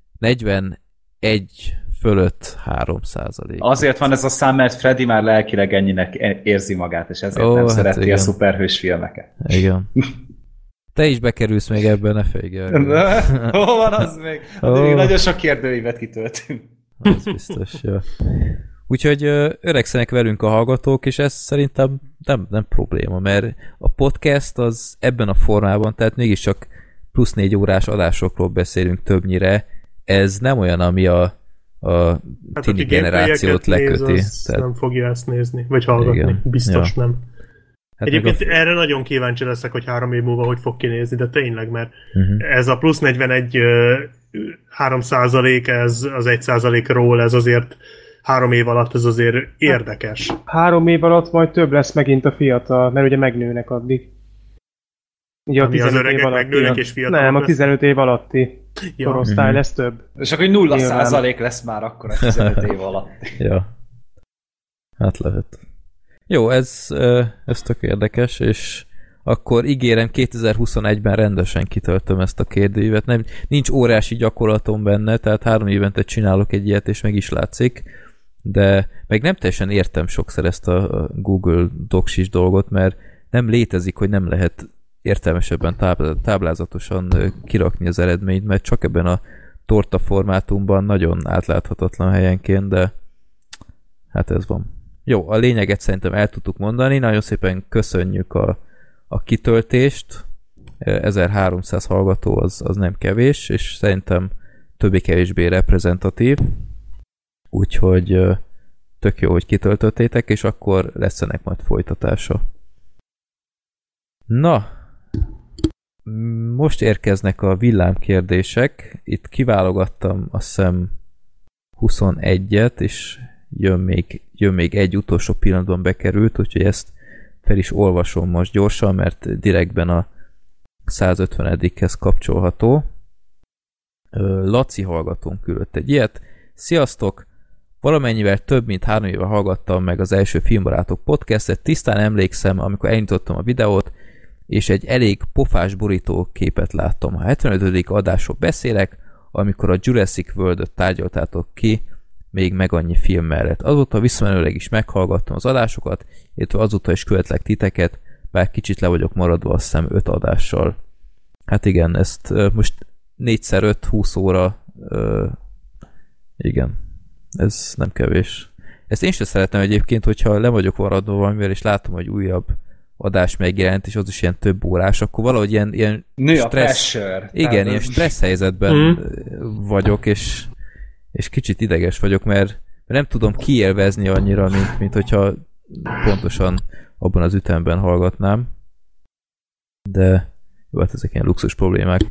negyvenegy fölött három százalék. Azért van ez a szám, mert Freddy már lelkileg ennyinek érzi magát, és ezért oh, nem hát szereti igen. a szuperhős filmeket. Igen. Te is bekerülsz még ebben, ne félj. Hol van az még? Oh. Még nagyon sok kérdőívet kitöltünk. Az biztos, jó. Úgyhogy ö, öregszenek velünk a hallgatók, és ez szerintem nem, nem probléma, mert a podcast az ebben a formában, tehát mégiscsak plusz négy órás adásokról beszélünk többnyire, ez nem olyan, ami a, a hát, tini generációt leköti. Néz, tehát... nem fogja ezt nézni, vagy hallgatni. Igen. Biztos ja. nem. Hát egyébként a... erre nagyon kíváncsi leszek, hogy három év múlva hogy fog kinézni, de tényleg, mert uh-huh. ez a plusz negyvenegy három százalék, ez az egy százalékról, ez azért három év alatt ez azért érdekes. Három év alatt majd több lesz megint a fiatal, mert ugye megnőnek addig. Ugye a tizenöt év alatti. Megnőnek és fiatalok nem, a tizenöt év alatti ja. korosztály uh-huh. lesz több. És akkor nulla százalék lesz már akkor a tizenöt év alatt. Ja. Hát lehet. Jó, ez, ez tök érdekes, és akkor ígérem, kétezer-huszonegyben rendesen kitöltöm ezt a kérdőívet. Nem, nincs órási gyakorlatom benne, tehát három évente csinálok egy ilyet, és meg is látszik, de meg nem teljesen értem sokszor ezt a Google Docsis dolgot, mert nem létezik, hogy nem lehet értelmesebben táblázatosan kirakni az eredményt, mert csak ebben a torta formátumban nagyon átláthatatlan helyenként, de hát ez van. Jó, a lényeget szerintem el tudtuk mondani, nagyon szépen köszönjük a, a kitöltést, ezerháromszáz hallgató az, az nem kevés, és szerintem többé-kevésbé reprezentatív, úgyhogy tök jó, hogy kitöltöttétek, és akkor lesz ennek majd folytatása. Na, most érkeznek a villámkérdések, itt kiválogattam azt hiszem huszonegyet, és jön még, jön még egy utolsó pillanatban bekerült, úgyhogy ezt fel is olvasom most gyorsan, mert direktben a százötvenedikhez kapcsolható. Laci hallgatónk küldött egy ilyet. Sziasztok! Valamennyivel több mint három éve hallgattam meg az első Filmbarátok podcastet, tisztán emlékszem, amikor elindítottam a videót, és egy elég pofás borító képet láttam. A hetvenötödik adásról beszélek, amikor a Jurassic World-öt tárgyaltátok ki, még meg annyi film mellett. Azóta visszamenőleg is meghallgattam az adásokat, illetve azóta is követlek titeket, bár kicsit le vagyok maradva, azt hiszem öt adással. Hát igen, ezt uh, most négyszer öt, húsz óra, uh, igen, ez nem kevés. Ezt én sem szeretem egyébként, hogyha le vagyok maradva valamivel, és látom, hogy újabb adás megjelent, és az is ilyen több órás, akkor valahogy ilyen, ilyen stressz, igen, Tehát ilyen stressz helyzetben mm. vagyok, és, és kicsit ideges vagyok, mert, mert nem tudom kiélvezni annyira, mint, mint hogyha pontosan abban az ütemben hallgatnám. De jó, hát ezek ilyen luxus problémák.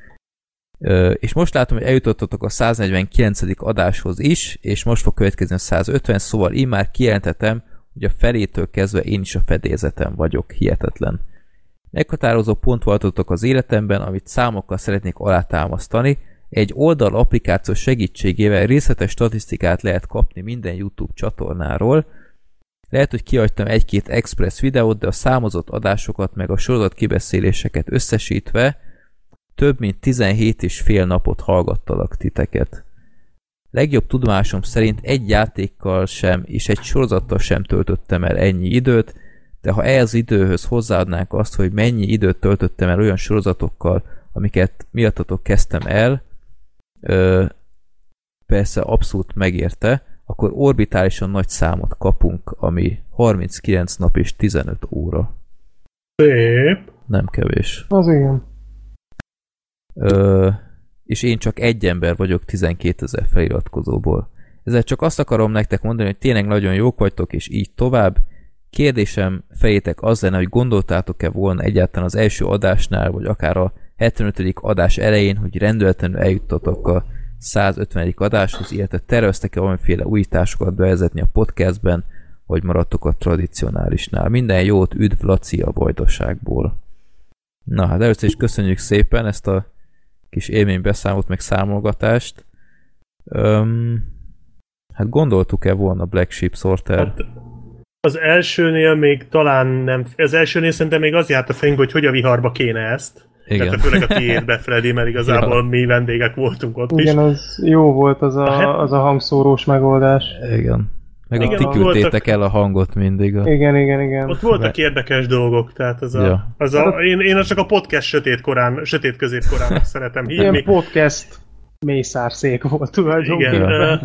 És most látom, hogy eljutottatok a száznegyvenkilencedik adáshoz is, és most fog következni a százötven, szóval én már kijelentettem, hogy a felétől kezdve én is a fedélzeten vagyok, hihetetlen. Meghatározó pont voltatok az életemben, amit számokkal szeretnék alátámasztani. Egy oldal applikáció segítségével részletes statisztikát lehet kapni minden YouTube csatornáról. Lehet, hogy kihagytam egy-két express videót, de a számozott adásokat meg a sorozat kibeszéléseket összesítve több mint tizenhét és fél napot hallgattalak titeket. Legjobb tudomásom szerint egy játékkal sem és egy sorozattal sem töltöttem el ennyi időt, de ha ehhez időhöz hozzáadnánk azt, hogy mennyi időt töltöttem el olyan sorozatokkal, amiket miattatok kezdtem el, ö, persze abszolút megérte, akkor orbitálisan nagy számot kapunk, ami harminckilenc nap és tizenöt óra. Szép. Nem kevés. Az igen. Ö, és én csak egy ember vagyok tizenkétezer feliratkozóból. Ezzel csak azt akarom nektek mondani, hogy tényleg nagyon jók vagytok, és így tovább. Kérdésem fejétek az lenne, hogy gondoltátok-e volna egyáltalán az első adásnál, vagy akár a hetvenötödik adás elején, hogy rendeletlenül eljuttatok a százötvenedik adáshoz, illetve terveztek-e valamiféle újításokat bevezetni a podcastben, vagy maradtok a tradicionálisnál. Minden jót, üdv Laci a Vajdaságból. Na hát először is köszönjük szépen ezt a kis élménybeszámot, meg számolgatást. Öm, hát gondoltuk-e volna Black Sheep Sorter? Hát az elsőnél még talán nem, az elsőnél szerintem még az járt a fejünk, hogy hogy a viharba kéne ezt. Igen. Tehát főleg a tiédbe, Freddy, mert igazából ja. mi vendégek voltunk ott Igen, is. Igen, az jó volt az a, az a hangszórós megoldás. Igen. Meg igen, ti küldtétek voltak... el a hangot mindig. A... Igen, igen, igen. Ott voltak érdekes dolgok, tehát az a, ja. az a, én, én csak a podcast sötét korán, sötét középkorán szeretem hívni. Ilyen podcast mészárszék volt tulajdonképpen. Igen.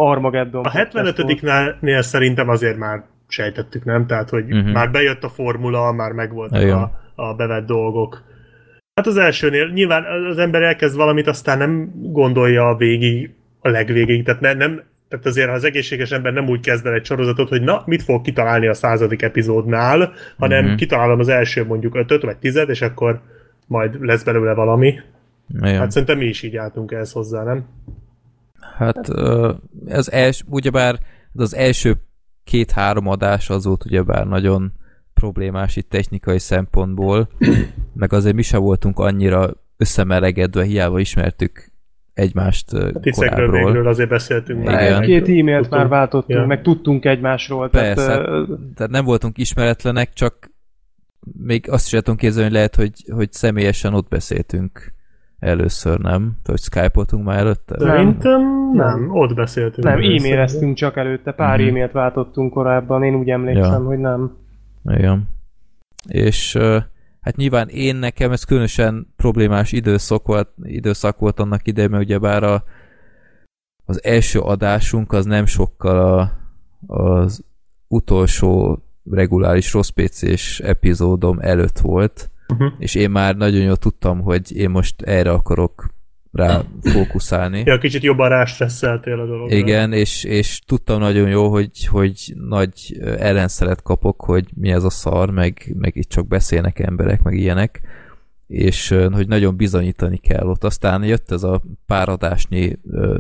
Armageddon. A hetvenötödiknél szerintem azért már sejtettük, nem? Tehát, hogy uh-huh. már bejött a formula, már megvoltak a, a bevett dolgok. Hát az elsőnél nyilván az ember elkezd valamit, aztán nem gondolja végig, a legvégig, tehát, ne, nem, tehát azért ha az egészséges ember nem úgy kezd el egy sorozatot, hogy na, mit fog kitalálni a századik epizódnál, hanem uh-huh. kitalálom az első mondjuk ötöt vagy tized, és akkor majd lesz belőle valami. Igen. Hát szerintem mi is így álltunk ehhez hozzá, nem? Hát ez els, ugyebár az első két-három adás az volt ugyebár nagyon problémás itt technikai szempontból, meg azért mi sem voltunk annyira összemelegedve, hiába ismertük egymást hát korábbról. Végről azért beszéltünk. Igen. Két e-mailt már váltottunk, ja. meg tudtunk egymásról. Persze, tehát, hát, tehát nem voltunk ismeretlenek, csak még azt is lehetünk képzelni, hogy lehet, hogy, hogy személyesen ott beszéltünk először, nem? Hogy Skype-oltunk már előtte? Szerintem nem. nem, ott beszéltünk. Nem, e-maileztünk csak előtte, pár uh-huh. e-mailt váltottunk korábban, én úgy emlékszem, ja. hogy nem. Igen. És hát nyilván én nekem ez különösen problémás időszak volt, időszak volt annak idején, mert ugyebár a, az első adásunk az nem sokkal a, az utolsó reguláris rossz pé cés epizódom előtt volt, uh-huh. és én már nagyon jól tudtam, hogy én most erre akarok rá fókuszálni. Ja, kicsit jobban rástresszeltél a dologra. Igen, és, és tudtam nagyon jó, hogy, hogy nagy ellenszeret kapok, hogy mi ez a szar, meg, meg itt csak beszélnek emberek, meg ilyenek, és hogy nagyon bizonyítani kell ott. Aztán jött ez a pár adásnyi...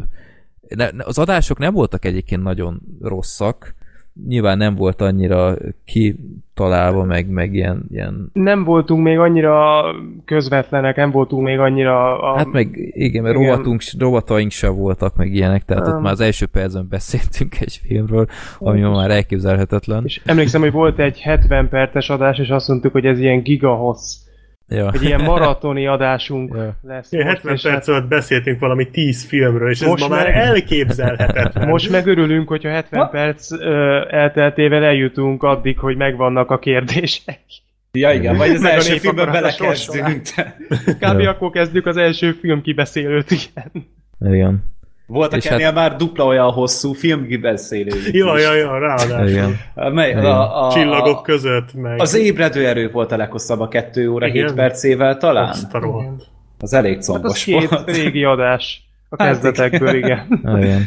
Az adások nem voltak egyébként nagyon rosszak, nyilván nem volt annyira kitalálva, meg, meg ilyen, ilyen... Nem voltunk még annyira közvetlenek, nem voltunk még annyira... A... Hát meg igen, mert igen. Rovatunk, rovataink sem voltak, meg ilyenek, tehát um. ott már az első percben beszéltünk egy filmről, ami ma már elképzelhetetlen. És emlékszem, hogy volt egy hetven perces adás, és azt mondtuk, hogy ez ilyen gigahossz. Ja. Egy ilyen maratoni adásunk ja. lesz. Ja, hetven perc alatt beszéltünk valami tíz filmről, és most ez ma meg... már elképzelhetetlen. Most megörülünk, hogyha hetven ha? perc ö, elteltével eljutunk addig, hogy megvannak a kérdések. Ja igen, vagy az első filmben belekezdünk. Kb. Ja. Akkor kezdjük az első film kibeszélőt, igen. Igen. Voltak ennél hát... már dupla olyan hosszú filmkibeszélőjük. Ja, ja, ja, ráadásul. Mely, a, a, Csillagok között meg. Az ébredő erő volt a leghosszabb a kettő óra hét percével talán. Az elég combos hát az volt. Két régi adás a kezdetekből, igen. igen.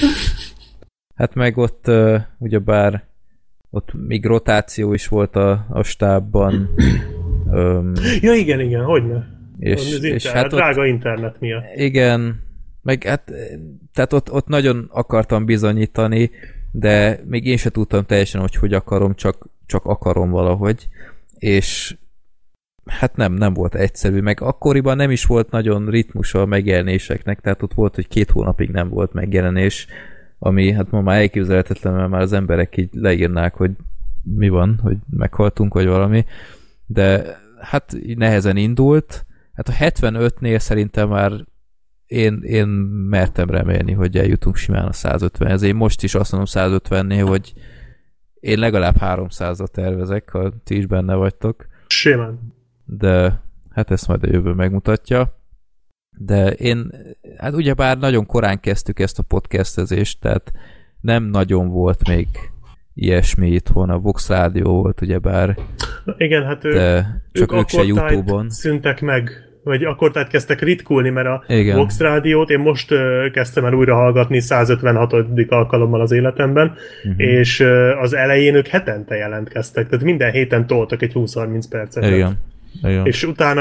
Hát meg ott uh, ugyebár ott még rotáció is volt a, a stábban. um, ja igen, igen, hogyne. És, és internet, hát drága ott, internet miatt. Igen, meg hát tehát ott, ott nagyon akartam bizonyítani, de még én se tudtam teljesen, hogy hogy akarom, csak, csak akarom valahogy, és hát nem, nem volt egyszerű, meg akkoriban nem is volt nagyon ritmus a megjelenéseknek, tehát ott volt, hogy két hónapig nem volt megjelenés, ami hát ma már elképzelhetetlen, mert már az emberek így leírnák, hogy mi van, hogy meghaltunk, vagy valami, de hát így nehezen indult. Hát a hetvenötnél szerintem már én, én mertem remélni, hogy eljutunk simán a százötvenhez. Én most is azt mondom százötvennél, hogy én legalább háromszázra tervezek, ha ti is benne vagytok. Simán. De hát ezt majd a jövő megmutatja. De én, hát ugyebár nagyon korán kezdtük ezt a podcastezést, tehát nem nagyon volt még ilyesmi itthon, a Vox Rádió volt ugyebár. Igen, hát ők, csak ők, ők se YouTube-on szüntek meg, vagy akkor tehát kezdtek ritkulni, mert a igen. Vox Rádiót én most uh, kezdtem el újra hallgatni százötvenhatodik alkalommal az életemben, uh-huh. és uh, az elején ők hetente jelentkeztek, tehát minden héten toltak egy húsz-harminc percet. Igen. Igen. És utána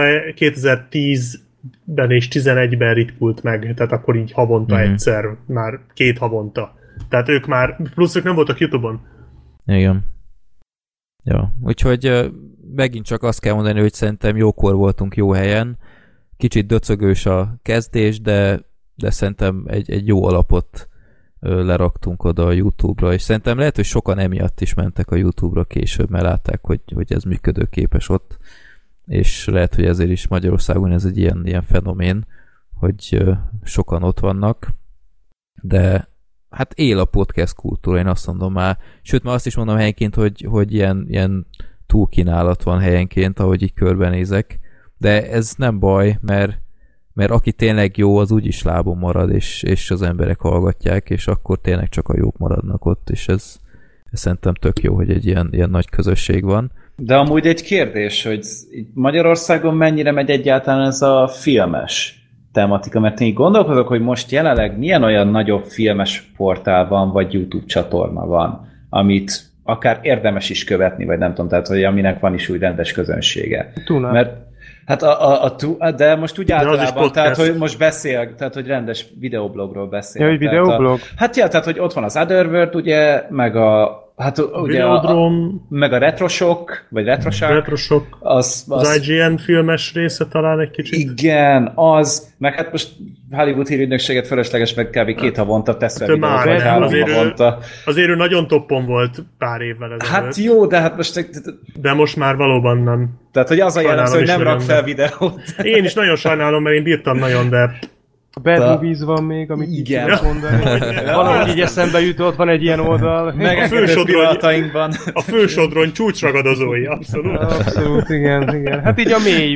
kétezer-tízben és tizenegyben ritkult meg, tehát akkor így havonta uh-huh. egyszer, már két havonta. Tehát ők már, plusz ők nem voltak YouTube-on. Igen. Ja, úgyhogy uh, megint csak azt kell mondani, hogy szerintem jókor voltunk jó helyen. Kicsit döcögős a kezdés, de, de szerintem egy, egy jó alapot uh, leraktunk oda a YouTube-ra, és szerintem lehet, hogy sokan emiatt is mentek a YouTube-ra később, mert látták, hogy, hogy ez működőképes ott, és lehet, hogy ezért is Magyarországon ez egy ilyen, ilyen fenomén, hogy uh, sokan ott vannak, de hát él a podcast kultúra, én azt mondom már, sőt már azt is mondom helyenként, hogy, hogy ilyen, ilyen túlkínálat van helyenként, ahogy így körbenézek, de ez nem baj, mert mert aki tényleg jó, az úgyis lábon marad, és, és az emberek hallgatják, és akkor tényleg csak a jók maradnak ott, és ez, ez szerintem tök jó, hogy egy ilyen, ilyen nagy közösség van. De amúgy egy kérdés, hogy Magyarországon mennyire megy egyáltalán ez a filmes tematika, mert én így gondolkodok, hogy most jelenleg milyen olyan nagyobb filmes portál van, vagy YouTube csatorna van, amit akár érdemes is követni, vagy nem tudom, tehát hogy aminek van is úgy rendes közönsége. Tuna. Mert hát a, a, a, de most úgy általában, tehát hogy most beszél, tehát hogy rendes videoblogról beszél. Ja, hogy videoblog? A, hát ja, tehát hogy ott van az Otherworld, ugye, meg a hát a ugye a, a, meg a Retroshock, vagy Retroshock. Retroshock. Az, az, az I G N filmes része talán egy kicsit. Igen, az, meg hát most Hollywood hírügynökséget fölösleges, meg kb. két havonta tesz fel videót, vagy három azért havonta. Ő, azért ő nagyon toppon volt pár évvel ezelőtt. Hát jó, de hát most... De most már valóban nem. Tehát, hogy az a jellemző, hogy nem rak fel videót. Én is nagyon sajnálom, mert én bírtam nagyon, de... A Bad a... Movies van még, amit igen. így mondani. Valahogy így eszembe jutott, van egy ilyen oldal. Meg a fősodrony, a fősodrony csúcsragadozói, abszolút. Abszolút, igen, igen. Hát így a mély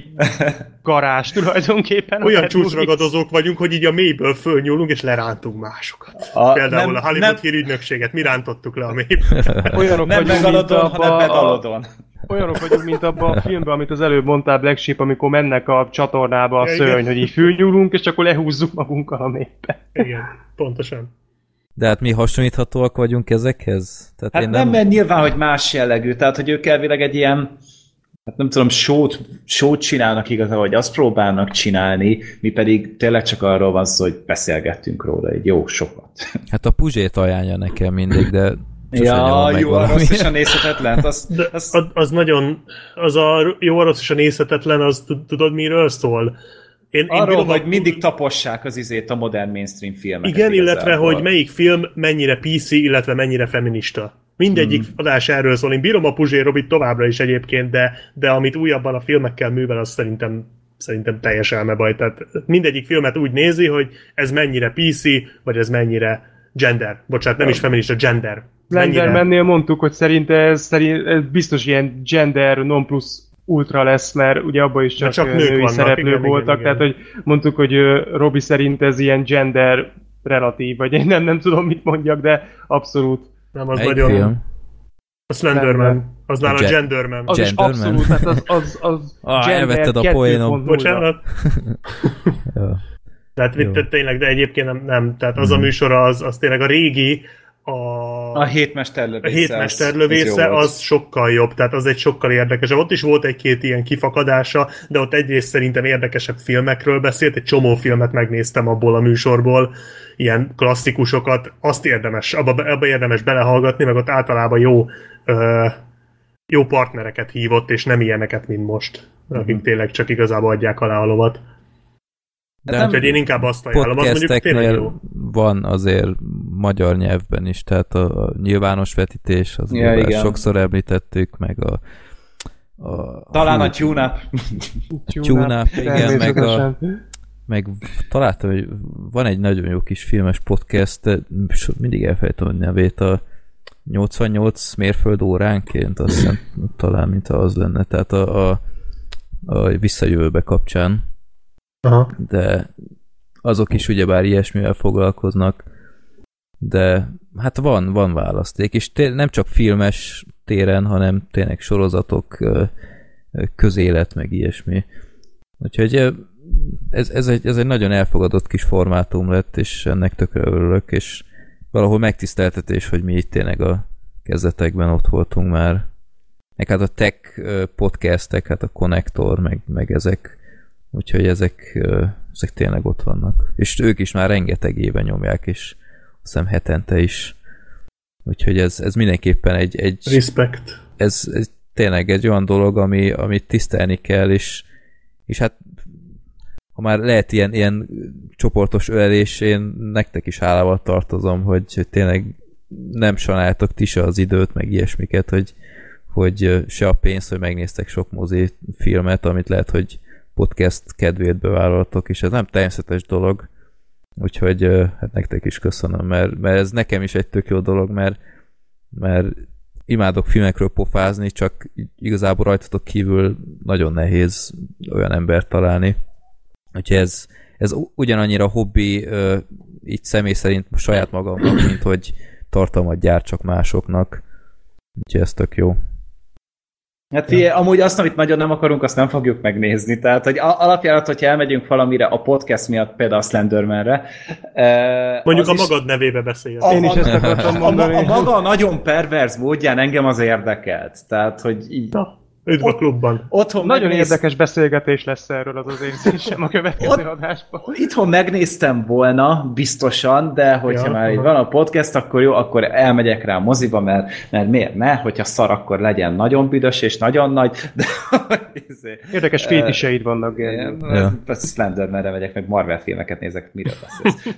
garázs tulajdonképpen. Olyan csúcsragadozók vagyunk, hogy így a mélyből fölnyúlunk, és lerántunk másokat. A, Például nem, a Hollywood hírügynökséget, mi rántottuk le a mélyből. Olyanok nem megalodon, hanem megalodon. Olyanok vagyunk, mint abban a filmben, amit az előbb mondtál, Black Sheep, amikor mennek a csatornába a szörny, hogy így fölnyúlunk, és akkor lehúzzuk magunkkal a mélybe. Igen, pontosan. De hát mi hasonlíthatóak vagyunk ezekhez? Tehát hát én nem, mert nyilván, hogy más jellegű, tehát hogy ők elvileg egy ilyen, hát nem tudom, sót, sót csinálnak igazából, vagy azt próbálnak csinálni, mi pedig tényleg csak arról van szó, hogy beszélgettünk róla egy jó sokat. Hát a Puzsét ajánlja nekem mindig, de ja, jó, a rossz és a nézhetetlen. Az, az... Az, az nagyon, az a jó, a rossz és a nézhetetlen, az tudod miről szól? Én, arról, én hogy a... mindig tapossák az izét a modern mainstream filmeket. Igen, igazából. Illetve, hogy melyik film mennyire pé cé, illetve mennyire feminista. Mindegyik hmm. adás erről szól. Én bírom a Puzsé Robit továbbra is egyébként, de, de amit újabban a filmekkel művel, az szerintem szerintem teljes elmebaj. Tehát mindegyik filmet úgy nézi, hogy ez mennyire pé cé, vagy ez mennyire gender. Bocsánat, nem is feminista, gender. Slendermannél mondtuk, hogy szerint ez, szerint ez biztos ilyen gender non plus ultra lesz, mert ugye abban is csak, csak női vannak, szereplő igen, voltak, igen, igen. Tehát hogy mondtuk, hogy Robi szerint ez ilyen gender relatív, vagy én nem, nem tudom, mit mondjak, de abszolút. Nem, az egy nagyon... Film. A Slenderman. Az nála a Genderman. Az is abszolút, hát az, az, az ah, gender kettő pont nulla. Bocsánat. Tehát te, tényleg, de egyébként nem, nem. Tehát az mm. a műsor az, az tényleg a régi, a, a hétmesterlövésze, a hétmesterlövésze az, az sokkal jobb, tehát az egy sokkal érdekesebb. Ott is volt egy-két ilyen kifakadása, de ott egyrészt szerintem érdekesebb filmekről beszélt, egy csomó filmet megnéztem abból a műsorból, ilyen klasszikusokat, azt érdemes, abba, abba érdemes belehallgatni, meg ott általában jó, ö, jó partnereket hívott, és nem ilyeneket, mint most, akik mm-hmm. tényleg csak igazából adják alá a lovat. De úgyhogy én inkább azt ajánlom, azt mondjuk tényleg jó. Van azért magyar nyelvben is, tehát a, a nyilvános vetítés, az ja, igen. sokszor említettük, meg a, a talán a tune-up. Tune-up, igen, meg a meg találtam, hogy van egy nagyon jó kis filmes podcast, de mindig elfelejtem a nevét, a nyolcvannyolc mérföld óránként, azt hiszem, talán, mint az lenne, tehát a, a, a visszajövőbe kapcsán. Aha. De azok is ugyebár ilyesmivel foglalkoznak, de hát van, van választék, és té- nem csak filmes téren, hanem tényleg sorozatok, közélet, meg ilyesmi. Úgyhogy ez, ez, egy, ez egy nagyon elfogadott kis formátum lett, és ennek tökre örülök, és valahol megtiszteltetés, hogy mi itt tényleg a kezdetekben ott voltunk már. Meg hát a tech podcastek, hát a Connector, meg, meg ezek, úgyhogy ezek, ezek tényleg ott vannak. És ők is már rengeteg éve nyomják, és azt hiszem hetente is. Úgyhogy ez, ez mindenképpen egy... egy Respect. Ez, ez tényleg egy olyan dolog, ami, amit tisztelni kell, és, és hát ha már lehet ilyen, ilyen csoportos ölelés, én nektek is hálával tartozom, hogy, hogy tényleg nem sajnáljátok ti se az időt, meg ilyesmiket, hogy, hogy se a pénzt, hogy megnéztek sok mozi filmet, amit lehet, hogy podcast kedvéért bevállaltok, és ez nem természetes dolog, úgyhogy hát nektek is köszönöm, mert, mert ez nekem is egy tök jó dolog, mert, mert imádok filmekről pofázni, csak igazából rajtatok kívül nagyon nehéz olyan embert találni. Úgyhogy ez, ez ugyanannyira hobbi ö, így személy szerint saját magamnak, mint hogy tartalmat gyártsak másoknak. Úgyhogy ez tök jó. Hát figyelj, amúgy azt, amit nagyon nem akarunk, azt nem fogjuk megnézni. Tehát, hogy alapjárat, hogyha elmegyünk valamire a podcast miatt, például a Slendermanre. Mondjuk a is, magad nevébe beszélj. Én is ezt akartam mondani. A, a maga nagyon perverz módján engem az érdekelt. Tehát, hogy így... Na, üdv a klubban. Otthon nagyon megnéz... érdekes beszélgetés lesz erről, az az érzésem a következő adásban. Itthon megnéztem volna, biztosan, de hogyha ja, már így van a podcast, akkor jó, akkor elmegyek rá a moziba, mert, mert miért ne? Hogyha szar, akkor legyen nagyon büdös és nagyon nagy. De... Érdekes fétiseid vannak, Gergő. Ja. Slendermanre megyek, meg Marvel filmeket nézek, miről beszélsz.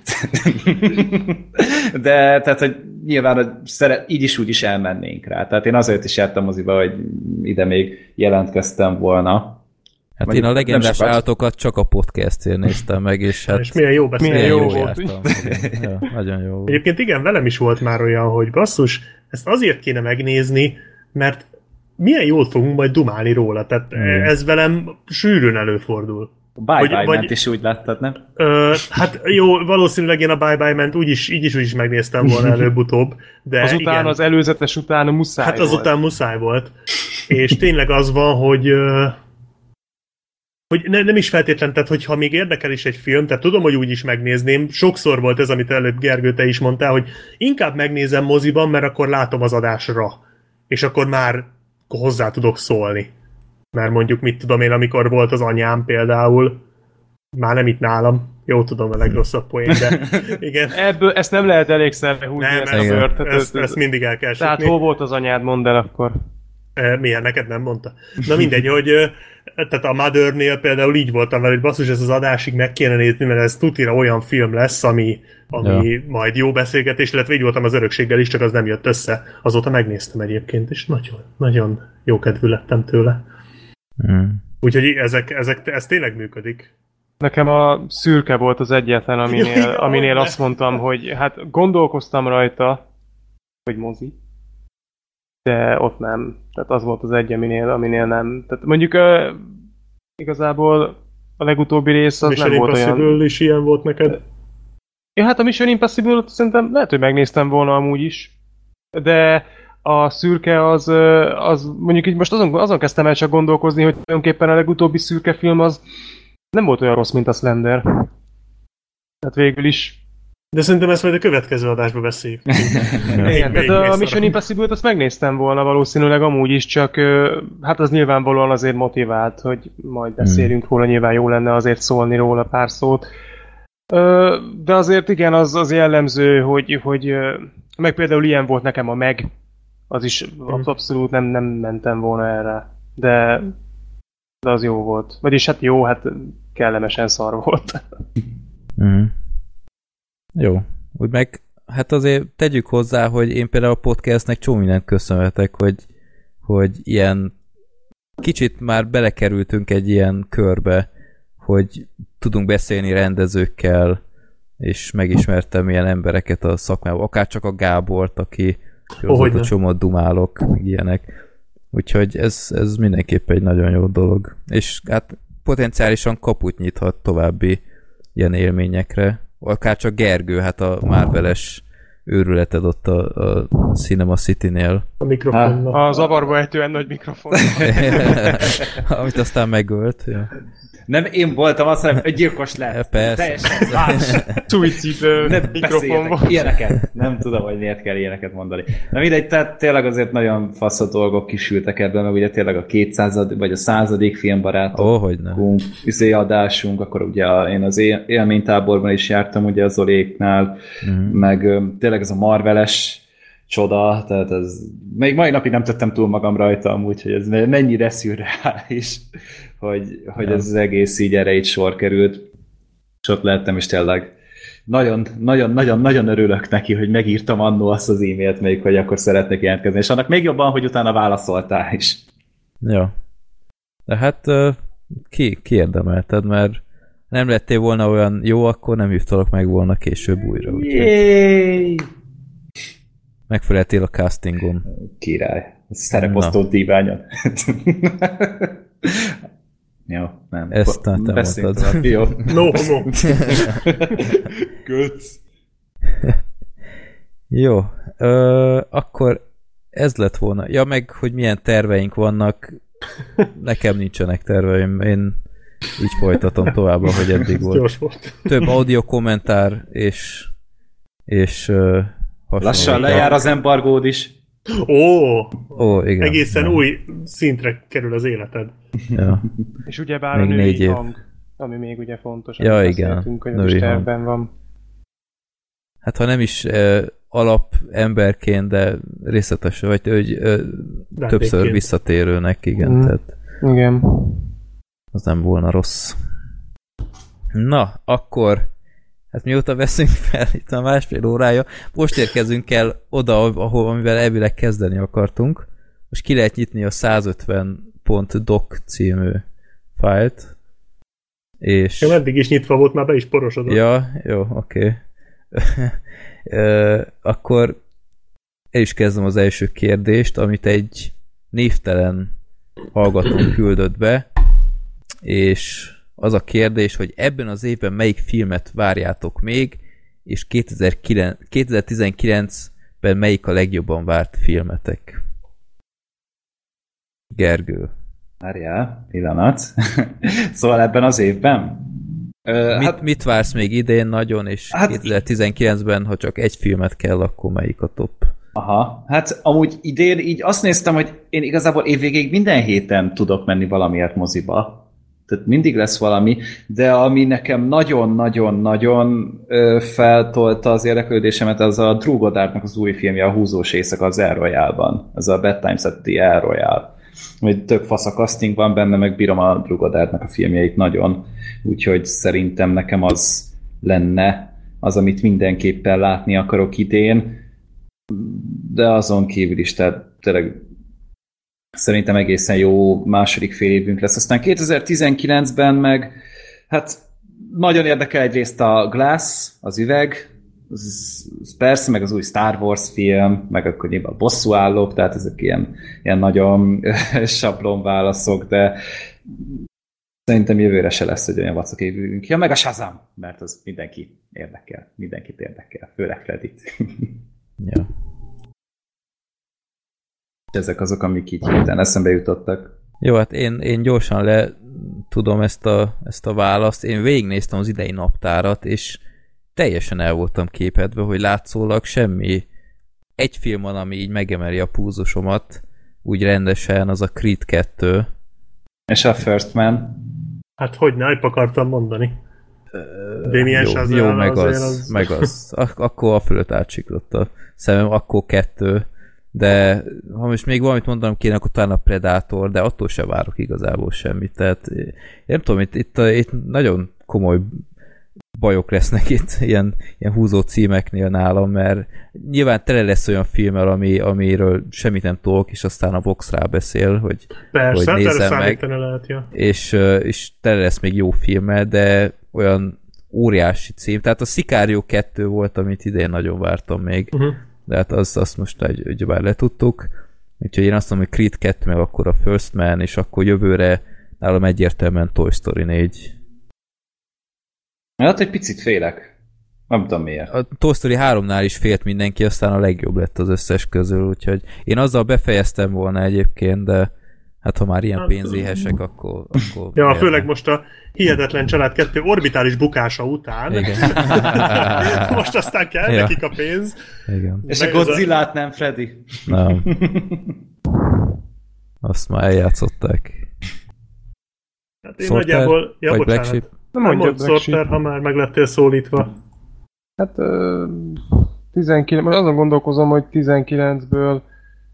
De tehát, hogy nyilván hogy szeret, így is úgy is elmennénk rá. Tehát én azért is jártam moziba, hogy ide még jelentkeztem volna. Hát Mondjuk én a legendás állatokat csak a podcastért néztem meg, és hát... És milyen jó beszélni. Milyen jó, jó volt. Ja, nagyon jó. Egyébként igen, velem is volt már olyan, hogy basszus, ezt azért kéne megnézni, mert milyen jól fogunk majd dumálni róla. Tehát mm. ez velem sűrűn előfordul. Bye Bye Ment is úgy láttad, nem? Ö, hát jó, valószínűleg én a Bye Bye Ment úgyis, így is úgy is megnéztem volna előbb-utóbb. De azután igen, az előzetes után muszáj hát volt. Hát azután muszáj volt. És tényleg az van, hogy hogy ne, nem is feltétlen, tehát hogyha még érdekel is egy film, tehát tudom, hogy úgy is megnézném, sokszor volt ez, amit előbb Gergő, te is mondtál, hogy inkább megnézem moziban, mert akkor látom az adásra. És akkor már hozzá tudok szólni. Mert mondjuk, mit tudom én, amikor volt az anyám például, már nem itt nálam, jó tudom, a legrosszabb poén, de igen. Ebből ezt nem lehet elégszer húzni, nem, ezt a bört. Ezt, ezt, ezt mindig el kell Tehát sütni. hol volt az anyád, mondd el akkor. E, milyen, neked nem mondta? Na mindegy, hogy tehát a Mothernél például így voltam vele, hogy basszus, ez az adásig meg kéne nézni, mert ez tutira olyan film lesz, ami, ami ja. majd jó beszélgetés, illetve így voltam az Örökséggel is, csak az nem jött össze. Azóta megnéztem egyébként, és nagyon, nagyon jó kedvű lettem tőle. Mm. Úgyhogy ezek, ezek, ez tényleg működik. Nekem a Szürke volt az egyetlen, aminél, aminél azt mondtam, hogy hát gondolkoztam rajta, hogy mozi, de ott nem. Tehát az volt az egy, aminél, aminél nem. Tehát mondjuk uh, igazából a legutóbbi rész az Mission nem volt olyan... Mission Impossible is ilyen volt neked? Ja, hát a Mission Impossible szerintem lehet, hogy megnéztem volna amúgy is, de a Szürke az, az mondjuk így most azon, azon kezdtem el csak gondolkozni, hogy tulajdonképpen a legutóbbi Szürke film az nem volt olyan rossz, mint a Slender. Tehát végül is. De szerintem ezt majd a következő adásba beszéljük. Igen, tehát a Mission Impossible-t azt megnéztem volna valószínűleg amúgy is, csak hát az nyilvánvalóan azért motivált, hogy majd beszélünk róla, nyilván jó lenne azért szólni róla pár szót. De azért igen, az, az jellemző, hogy, hogy meg például ilyen volt nekem a Meg, az is abszolút nem, nem mentem volna erre, de, de az jó volt. Vagyis hát jó, hát kellemesen szar volt. Mm. Jó. Úgy meg, hát azért tegyük hozzá, hogy én például a podcastnek csomó mindent köszönhetek, hogy, hogy ilyen kicsit már belekerültünk egy ilyen körbe, hogy tudunk beszélni rendezőkkel, és megismertem ilyen embereket a szakmában, akár csak a Gábort, aki hozott a csomót dumálok, meg ilyenek. Úgyhogy ez, ez mindenképp egy nagyon jó dolog. És hát potenciálisan kaput nyithat további ilyen élményekre. Akár csak Gergő, hát a Marvel-es őrületed ott a, a Cinema City-nél. A mikrofonnal. A zavarba ejtően nagy mikrofon. Amit aztán megölt. Ja. Nem én voltam, azt mondom, hogy gyilkos lett. Persze. Teljesen más. Suicid mikrofon volt. Ilyeneket. Nem tudom, hogy miért kell ilyeneket mondani. Na mindegy, tehát tényleg azért nagyon fasz a dolgok kisültek ebből, meg ugye tényleg a kétszázadik vagy a századik filmbarátok oh, hogyne. Üzé adásunk, akkor ugye a, én az él, élménytáborban is jártam ugye az Zoléknál, mm. meg tényleg ez a Marveles csoda, tehát ez még mai napig nem tettem túl magam rajta amúgy, hogy ez mennyire szürreális, hogy, hogy ja. ez az egész így erre így sor került, és ott lettem, és tényleg nagyon, nagyon, nagyon, nagyon örülök neki, hogy megírtam annó azt az e-mailt még, hogy akkor szeretnék jelentkezni, és annak még jobban, hogy utána válaszoltál is. Ja. De hát ki, ki érdemelted, mert nem lettél volna olyan jó, akkor nem hívtalak meg volna később újra. Jééééé! Megfeleltél a castingon. Király. Szereposztó díványon. Jó, nem. Ezt te mondtad. Jó. No homo. Götz. Jó, ö, akkor ez lett volna. Ja, meg, hogy milyen terveink vannak. Nekem nincsenek terveim. Én így folytatom tovább, ahogy eddig volt. volt. Több audio kommentár, és és uh, lassan lejár az embargód is. Ó, Ó, igen. Egészen ja. új szintre kerül az életed. Ja. És ugyebár a Még négy női év. hang, ami még ugye fontos, Ja, amit igen, beszéltünk, hogy az női is hang. tervben van. Hát ha nem is uh, alap emberként, de részletesen, vagy hogy uh, többször visszatérőnek, igen, Mm. tehát Igen. az nem volna rossz. Na, akkor hát mióta veszünk fel itt a másfél órája, most érkezünk el oda, ahol, amivel elvileg kezdeni akartunk. Most ki lehet nyitni a százötven pont doc című fájlt. És... Ja, eddig is nyitva volt, már be is porosodott. Ja, jó, oké. Okay. Akkor el is kezdem az első kérdést, amit egy névtelen hallgató küldött be, és az a kérdés, hogy ebben az évben melyik filmet várjátok még, és kétezer-tizenkilencben melyik a legjobban várt filmetek? Gergő. Várjál, pillanat. Szóval ebben az évben? Ö, mit, hát, mit vársz még idén nagyon, és hát, kétezer-tizenkilencben, ha csak egy filmet kell, akkor melyik a top? Aha, hát amúgy idén így azt néztem, hogy én igazából évvégéig minden héten tudok menni valamiért moziba. Tehát mindig lesz valami, de ami nekem nagyon-nagyon-nagyon feltolta az érdeklődésemet, az a Drew Goddardnak az új filmje, a Húzós éjszaka az El Royale-ban. Ez a Bad Times at the El Royale. Vagy tök fasz a casting van benne, meg bírom a Drew Goddardnak a filmjeit nagyon. Úgyhogy szerintem nekem az lenne az, amit mindenképpen látni akarok idén. De azon kívül is, tehát tényleg szerintem egészen jó második fél évünk lesz. Aztán kétezer-tizenkilencben meg hát nagyon érdekel egyrészt a Glass, az üveg, az, az persze, meg az új Star Wars film, meg akkor nyilván a bosszúállók, tehát ezek ilyen, ilyen nagyon sablon válaszok, de szerintem jövőre se lesz egy olyan vacak évünk. Ja, meg a Shazam, mert az mindenki érdekel, mindenkit érdekel, főleg Fredit. Ja. Ezek azok, amik így héten eszembe jutottak. Jó, hát én, én gyorsan le tudom ezt a, ezt a választ. Én végignéztem az idei naptárat, és teljesen el voltam képedve, hogy látszólag semmi. Egy film van, ami így megemeli a púzusomat, úgy rendesen, az a Creed kettő. És a First Man? Hát hogy ne, épp akartam mondani. Damien jó, jó, meg az, az, meg az. Ak- akkor a fölött átsiklott a szemem, akkor kettő. De ha most még valamit mondanom kéne, akkor talán a Predator, de attól sem várok igazából semmit. Tehát én nem tudom, itt, itt, itt nagyon komoly bajok lesznek itt ilyen, ilyen húzó címeknél nálam, mert nyilván tele lesz olyan filmmel, ami, amiről semmit nem tudok, és aztán a Vox rábeszél, hogy, persze, hogy nézzem meg. Lehet, ja. és, és tele lesz még jó filmmel, de olyan óriási cím. Tehát a Sicario kettő volt, amit idén nagyon vártam még. Uh-huh. De hát azt, azt most egy, ugyebár letudtuk. Úgyhogy én azt mondom, hogy Creed kettő, meg akkor a First Man, és akkor jövőre nálam egyértelműen Toy Story négy. Hát egy picit félek. Nem tudom miért. A Toy Story háromnál is félt mindenki, aztán a legjobb lett az összes közül, úgyhogy én azzal befejeztem volna egyébként, de hát ha már ilyen pénzéhesek, akkor... akkor ja, főleg most a Hihetetlen Család kettő orbitális bukása után. Igen. Most aztán kell ja. nekik a pénz. Igen. És a Godzilla-t nem, Freddy? Nem. Azt már eljátszották. Hát én Sorter, nagyjából... Ja, vagy Black Sheep? Nem mondjad Sorter, ha már meg lettél szólítva. Hát uh, tizenkilenc, most azon gondolkozom, hogy tizenkilencből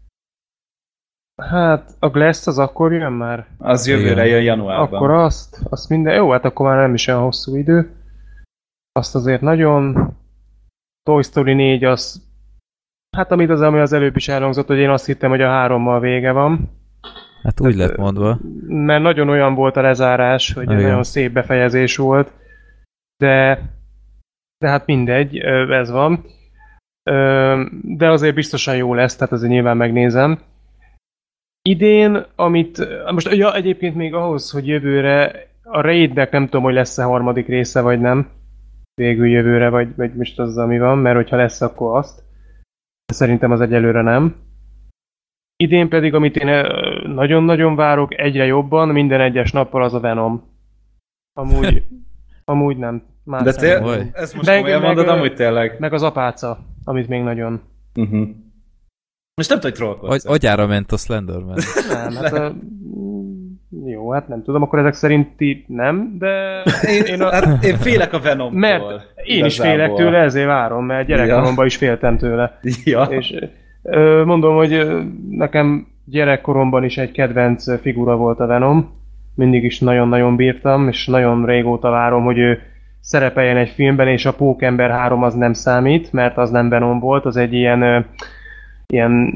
hát a Glass az akkor jön már? Az jövőre jön januárban. Akkor azt, azt minden, jó, hát akkor már nem is olyan hosszú idő. Azt azért nagyon Toy Story négy az hát amit az, ami az előbb is elhangzott, hogy én azt hittem, hogy a hárommal vége van. Hát úgy lett mondva. Mert nagyon olyan volt a lezárás, hogy egy nagyon szép befejezés volt, de de hát mindegy, ez van. De azért biztosan jó lesz, tehát azért nyilván megnézem. Idén, amit... Most ja, egyébként még ahhoz, hogy jövőre a Raidnek nem tudom, hogy lesz-e harmadik része, vagy nem. Végül jövőre, vagy, vagy most az, ami van, mert hogyha lesz, akkor azt. De szerintem az egyelőre nem. Idén pedig, amit én nagyon-nagyon várok, egyre jobban, minden egyes nappal az a Venom. Amúgy, amúgy nem. Más De te, ezt most meg, komolyan mondod, amúgy tényleg. Meg az apáca, amit még nagyon... Uh-huh. Most nem tudod, hogy trollkodsz. Agy- agyára ment a Slenderman. Nem, hát a... Jó, hát nem tudom, akkor ezek szerint ti nem, de... Én, én, a... hát én félek a Venomtól. Mert én igazából. Is félek tőle, ezért várom, mert gyerekkoromban ja. is féltem tőle. Ja. És ö, mondom, hogy nekem gyerekkoromban is egy kedvenc figura volt a Venom. Mindig is nagyon-nagyon bírtam, és nagyon régóta várom, hogy ő szerepeljen egy filmben, és a Pókember három az nem számít, mert az nem Venom volt, az egy ilyen... Ö, ilyen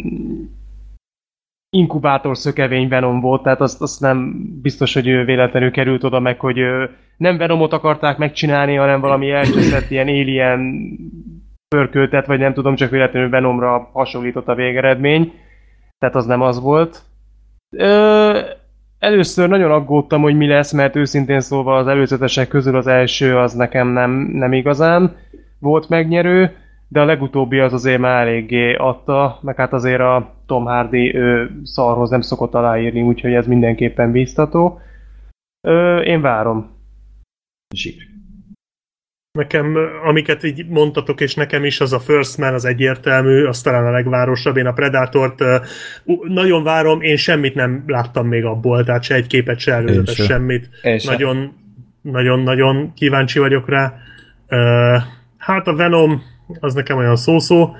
inkubátor szökevény Venom volt, tehát azt, azt nem biztos, hogy ő véletlenül került oda meg, hogy nem Venomot akarták megcsinálni, hanem valami elcseszett ilyen alien pörköltet, vagy nem tudom, csak véletlenül Venomra hasonlított a végeredmény. Tehát az nem az volt. Ö, először nagyon aggódtam, hogy mi lesz, mert őszintén szólva az előzetesek közül az első az nekem nem, nem igazán volt megnyerő, de a legutóbbi az azért már eléggé adta, meg hát azért a Tom Hardy ő szarhoz nem szokott aláírni, úgyhogy ez mindenképpen bíztató. Ö, én várom. Zsír. Nekem, amiket így mondtatok, és nekem is az a First Man, az egyértelmű, az talán a legvárosabb. Én a Predatort uh, nagyon várom, én semmit nem láttam még abból, tehát se egy képet, se előzetes semmit. Nagyon, nagyon-nagyon kíváncsi vagyok rá. Uh, hát a Venom az nekem olyan szó-szó.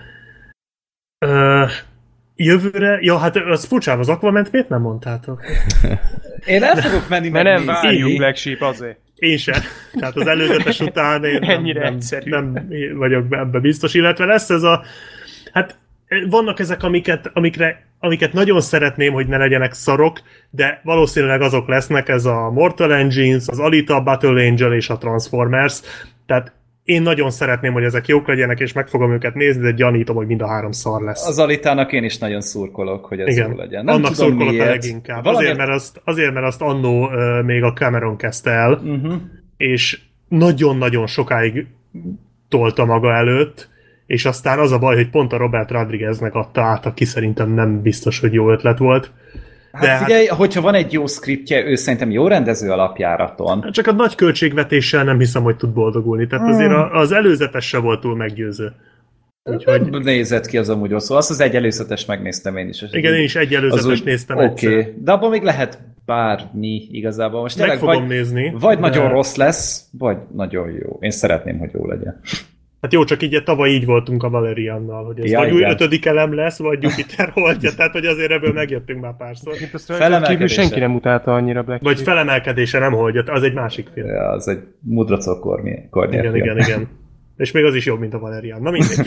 Uh, jövőre, ja, hát az furcsán, az Aquament miért nem mondtátok? Én el fogok menni meg nem várjuk Black Sheep azért. Én sem. Tehát az előzetes után én nem, nem, nem vagyok ebbe biztos, illetve lesz ez a... Hát vannak ezek, amiket, amikre, amiket nagyon szeretném, hogy ne legyenek szarok, de valószínűleg azok lesznek, ez a Mortal Engines, az Alita, Battle Angel és a Transformers. Tehát én nagyon szeretném, hogy ezek jók legyenek, és meg fogom őket nézni, de gyanítom, hogy mind a három szar lesz. Az Alitának én is nagyon szurkolok, hogy ez igen, jó legyen. Nem annak tudom szurkolok miért. a leginkább. Valami... Azért, mert azt, azért, mert azt annó uh, még a Cameron kezdte el, uh-huh. és nagyon-nagyon sokáig tolta maga előtt, és aztán az a baj, hogy pont a Robert Rodrigueznek adta át, aki szerintem nem biztos, hogy jó ötlet volt. Hát de figyelj, hát, hogyha van egy jó szkriptje, ő szerintem jó rendező alapjáraton. Csak a nagy költségvetéssel nem hiszem, hogy tud boldogulni. Tehát hmm. azért az előzetes se volt túl meggyőző. Úgyhogy... Nézett ki az amúgy rosszul. Azt az egy előzetes megnéztem én is. Igen, én is egy előzetes úgy... néztem Oké, okay. De abban még lehet bármi igazából. Most meg fogom vagy, nézni. Vagy de... nagyon rossz lesz, vagy nagyon jó. Én szeretném, hogy jó legyen. Hát jó, csak így tavaly így voltunk a Valeriannal, hogy ez ja, vagy új ötödik elem lesz, vagy Jupiter holdja, tehát hogy azért ebből megjöttünk már párszor. Kívül senki nem utálta annyira Black Vagy felemelkedése nem holdja, az egy másik film. Ja, az egy mudracok kornél. Igen, igen, igen. És még az is jobb, mint a Valerian. Na mindegy.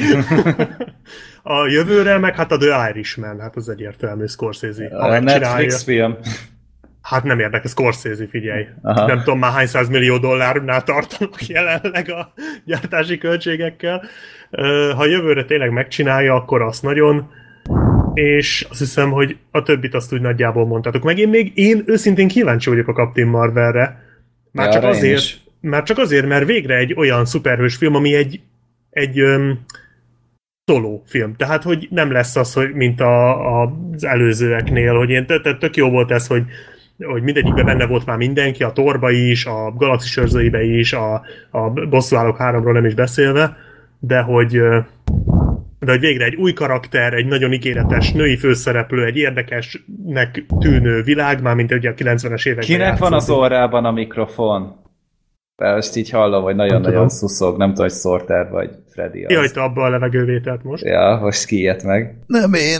A jövőre meg hát a The Irishman, hát az egyértelmű Scorsese. A Netflix film. Hát nem érdekel, Scorsese, figyelj. Aha. Nem tudom már hány száz millió dollárnál tartanak jelenleg a gyártási költségekkel. Ha jövőre tényleg megcsinálja, akkor azt nagyon. És azt hiszem, hogy a többit azt úgy nagyjából mondtátok. Meg én még, én őszintén kíváncsi vagyok a Captain Marvelre. Már, ja, csak azért, már csak azért, mert végre egy olyan szuperhős film, ami egy, egy um, szoló film. Tehát, hogy nem lesz az, hogy mint a, a, az előzőeknél, hogy én tök jó volt ez, hogy hogy mindegyikben benne volt már mindenki, a Thorba is, a Galaxis őrzőibe is, a, a Bosszúállók háromról nem is beszélve, de hogy, de hogy végre egy új karakter, egy nagyon ígéretes női főszereplő, egy érdekesnek tűnő világ, már mint ugye a kilencvenes években Kinek játszott. Van az orrában a mikrofon? Most így hallom, hogy nagyon-nagyon szuszog, nem tudom, hogy Sorter vagy Freddy az. Jaj, te abba a levegővételt most. Ja, most ki ilyet meg. Nem én.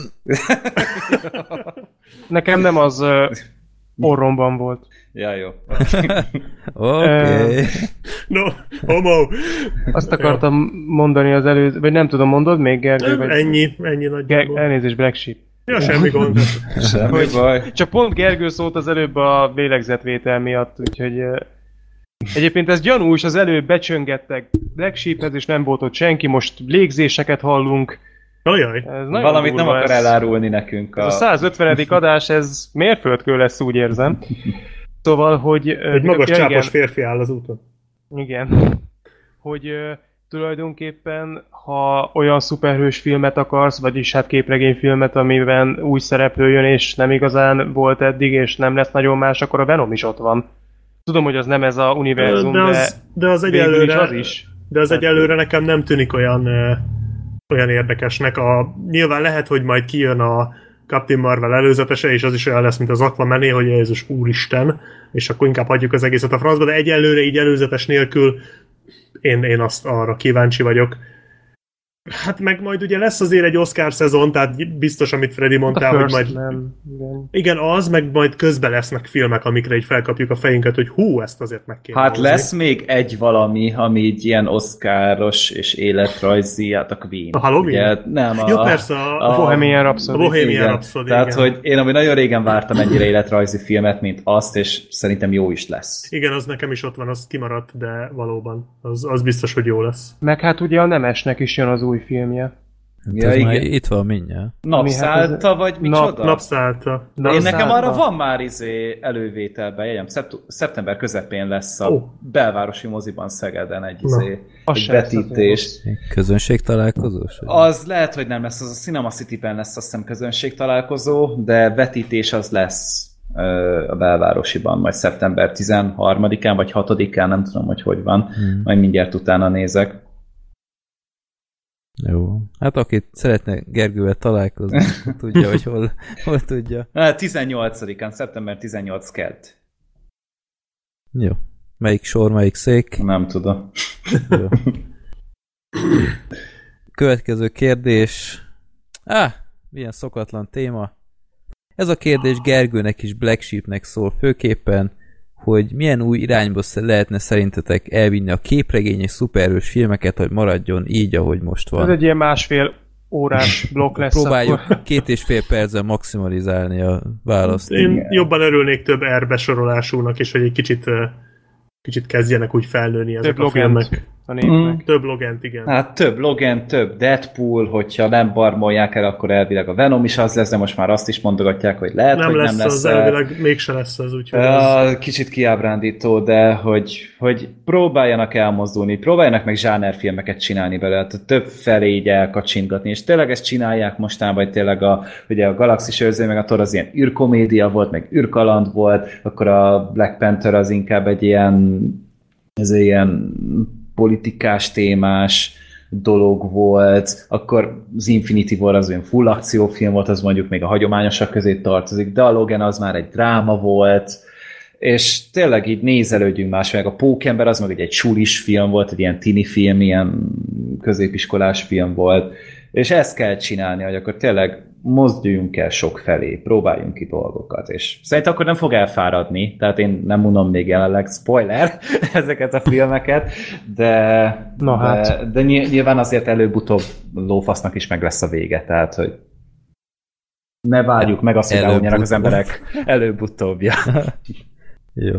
Nekem nem az... orromban volt. Ja, jó. Oké. No, homo. Azt akartam mondani az előző, vagy nem tudom, mondod még, Gergő? Vagy... Ennyi, ennyi nagy. Ger- elnézést, Black Sheep. Ja, semmi gond. Semmi hogy, baj. Csak pont Gergő szólt az előbb a lélegzetvétel miatt, úgyhogy uh, egyébként ez gyanús, az előbb becsöngettek Black Sheephez, és nem volt ott senki, most légzéseket hallunk. Ajaj. Ez Valamit nem akar ez. elárulni nekünk. A... Ez a százötvenedik adás, ez mérföldkő lesz, úgy érzem. Szóval, hogy... Egy magas ja, csápos férfi áll az úton. Igen. Hogy uh, tulajdonképpen, ha olyan szuperhős filmet akarsz, vagyis hát képregényfilmet, amiben új szereplő jön, és nem igazán volt eddig, és nem lesz nagyon más, akkor a Venom is ott van. Tudom, hogy az nem ez a univerzum, de az, de az egyelőre, is az is. De az egyelőre nekem nem tűnik olyan, ö, olyan érdekesnek. A, nyilván lehet, hogy majd kijön a Captain Marvel előzetese, és az is olyan lesz, mint az Aquamané, hogy Jézus úristen, és akkor inkább hagyjuk az egészet a francba, de egyelőre így előzetes nélkül én, én azt arra kíváncsi vagyok. Hát meg majd ugye lesz azért egy Oscar szezon, tehát biztos, amit Freddy mondtál, hogy majd... Nem. Igen. Igen, az, meg majd közben lesznek filmek, amikre így felkapjuk a fejünket, hogy hú, ezt azért meg kéne Hát hozni. lesz még egy valami, ami így ilyen oszkáros és életrajzi, hát a Queen. A Halloween? Ugye, nem, a, Jó, persze, a, a Bohemian Rhapsody. A Bohemian igen. Rhapsody, Tehát, igen. hogy én ami nagyon régen vártam ennyire életrajzi filmet, mint azt, és szerintem jó is lesz. Igen, az nekem is ott van, az kimaradt, de valóban. Az, az biztos, hogy jó lesz. Meg hát ugye a Nemesnek is jön az új filmje. Ja, ez már itt van mindjárt. Napszálta, hát vagy micsoda? Nap, napszálta. Én Napszálta. Nekem arra van már izé elővételben, jegyem, szept- szeptember közepén lesz a oh. belvárosi moziban Szegeden egy, izé, egy vetítés. Közönségtalálkozós? Az lehet, hogy nem lesz, az a Cinema City-ben lesz azt hiszem közönségtalálkozó, de vetítés az lesz ö, a belvárosiban, majd szeptember tizenharmadikán vagy hatodikán, nem tudom, hogy hogy van, hmm. majd mindjárt utána nézek. Jó. Hát akit szeretne Gergővel találkozni, tudja, hogy hol, hol tudja. tizennyolcadikán, szeptember tizennyolc kedd. Jó. Melyik sor, melyik szék? Nem tudom. Jó. Következő kérdés. Á, milyen szokatlan téma. Ez a kérdés Gergőnek is Black Sheepnek szól főképpen, hogy milyen új irányba lehetne szerintetek elvinni a képregény és szuperhős filmeket, hogy maradjon így, ahogy most van. Ez egy ilyen másfél órás blokk lesz. Próbáljuk akkor. két és fél percen maximalizálni a választ. Én igen. jobban örülnék több R besorolásúnak, és hogy egy kicsit, kicsit kezdjenek úgy felnőni ezek több a filmek. A mm. Több Logent, igen. Hát több Logan, több Deadpool, hogyha nem barmolják el, akkor elvileg a Venom is az lesz, de most már azt is mondogatják, hogy lehet, nem hogy lesz nem lesz. Az elvileg mégse lesz az, úgyhogy az... Kicsit kiábrándító, de hogy, hogy próbáljanak elmozdulni, próbáljanak meg zsánerfilmeket csinálni belőle, több felé így elkacsintgatni, és tényleg ezt csinálják mostán, vagy tényleg a, ugye a Galaxis őrző, meg a Thor az ilyen űrkomédia volt, meg űrkaland volt, akkor a Black Panther az inkább egy ilyen ez ilyen politikás témás dolog volt, akkor az Infinity War az olyan full akciófilm volt, az mondjuk még a hagyományosak közé tartozik, de a Logan az már egy dráma volt, és tényleg így nézelődjünk más, meg a Pókember az meg egy, egy sulis film volt, egy ilyen tini film, ilyen középiskolás film volt, és ezt kell csinálni, hogy akkor tényleg mozduljunk el sok felé, próbáljunk ki dolgokat, és szerintem akkor nem fog elfáradni, tehát én nem unom még jelenleg, spoiler, ezeket a filmeket, de, Na de, hát. de nyilván azért előbb-utóbb lófasznak is meg lesz a vége, tehát hogy ne várjuk meg azt, hogy elunjanak az emberek előbb-utóbb. Ja. Jó.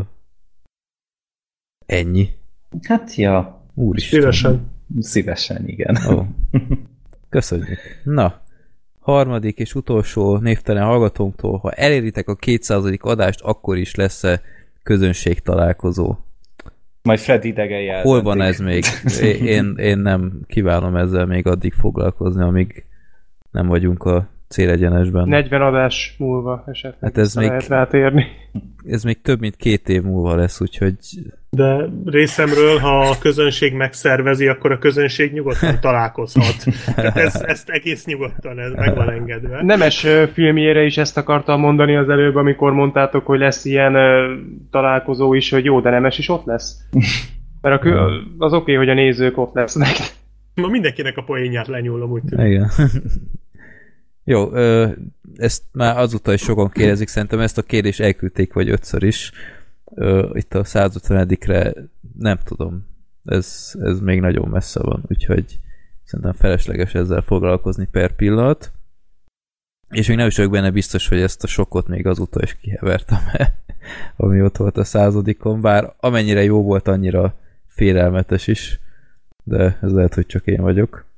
Ennyi? Hát ja. Úristen. Szívesen. Szívesen, igen. Oh. Köszönjük. Na, harmadik és utolsó névtelen hallgatónktól, ha eléritek a kétszázadik adást, akkor is lesz-e közönség találkozó. Majd Freddy idegei elmentik. Hol van ez még? Én, én nem kívánom ezzel még addig foglalkozni, amíg nem vagyunk a célegyenesben. negyven adás múlva esetleg hát ez még, lehet rátérni. Ez még több mint két év múlva lesz, úgyhogy... De részemről, ha a közönség megszervezi, akkor a közönség nyugodtan találkozhat. Tehát ez, ezt egész nyugodtan, ez meg van engedve. Nemes filmjére is ezt akartam mondani az előbb, amikor mondtátok, hogy lesz ilyen uh, találkozó is, hogy jó, de Nemes is ott lesz. Mert a kö- az oké, okay, hogy a nézők ott lesznek. Ma mindenkinek a poénját lenyúlom, úgy tűnik. Igen. Jó, ezt már azóta is sokan kérdezik, szerintem ezt a kérdést elküldték vagy ötször is. Itt a százötvenedikre nem tudom, ez, ez még nagyon messze van, úgyhogy szerintem felesleges ezzel foglalkozni per pillanat. És még nem is vagyok benne biztos, hogy ezt a sokkot még azóta is kihevertem, ami ott volt a századikon, bár amennyire jó volt, annyira félelmetes is, de ez lehet, hogy csak én vagyok.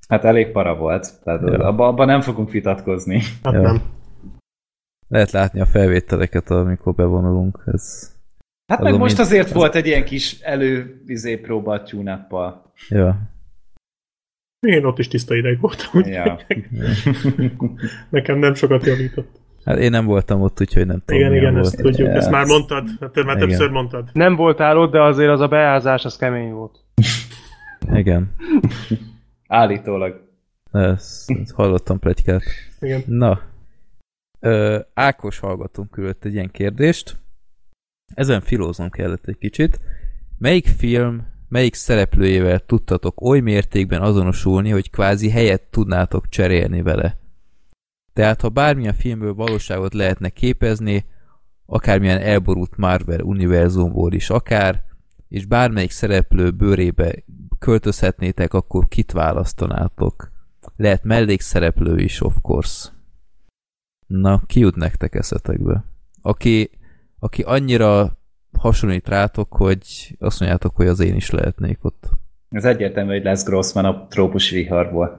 Hát elég para volt, tehát Ja. abban abba nem fogunk vitatkozni. Hát Ja. nem. Lehet látni a felvételeket, amikor bevonulunk. Ez... Hát Azon meg most mind- azért volt egy ilyen kis elő-izé próba a tune-up-pal. Ja. Én ott is tiszta ideg voltam, úgyhogy Ja. nekem nem sokat javított. Hát én nem voltam ott, úgyhogy nem tudom, Igen, milyen igen, volt. ezt tudjuk. Ezt Ja. már mondtad, hát te már Igen. többször mondtad. Nem voltál ott, de azért az a beázás, az kemény volt. Igen. Állítólag. Ezt, ezt hallottam pletykát. Igen. Na. Ö, Ákos hallgatónk küldött egy ilyen kérdést. Ezen filóznom kellett egy kicsit. Melyik film, melyik szereplőjével tudtatok oly mértékben azonosulni, hogy kvázi helyet tudnátok cserélni vele? Tehát, ha bármilyen filmből valóságot lehetne képezni, akármilyen elborult Marvel univerzumból is akár, és bármelyik szereplő bőrébe költözhetnétek, akkor kit választanátok? Lehet mellékszereplő is, of course. Na, ki jut nektek eszetekbe? Aki, aki annyira hasonlít rátok, hogy azt mondjátok, hogy az én is lehetnék ott. Ez egyértelmű, hogy Les Grossman a trópus viharból.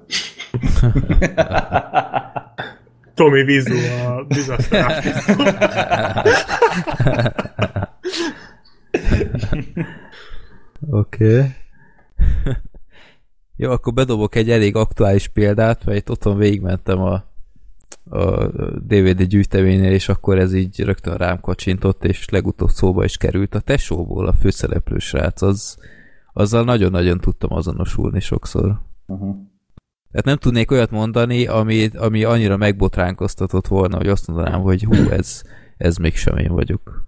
Tommy Wiseau a Disaster Artist. Oké. Okay. Jó, akkor bedobok egy elég aktuális példát, mert itt otthon végigmentem a, a dé vé dé gyűjteménynél, és akkor ez így rögtön rám kacsintott, és legutóbb szóba is került. A tesóból a főszereplő srác, az, azzal nagyon-nagyon tudtam azonosulni sokszor. Uh-huh. Tehát nem tudnék olyat mondani, ami, ami annyira megbotránkoztatott volna, hogy azt mondanám, hogy hú, ez, ez mégsem én vagyok.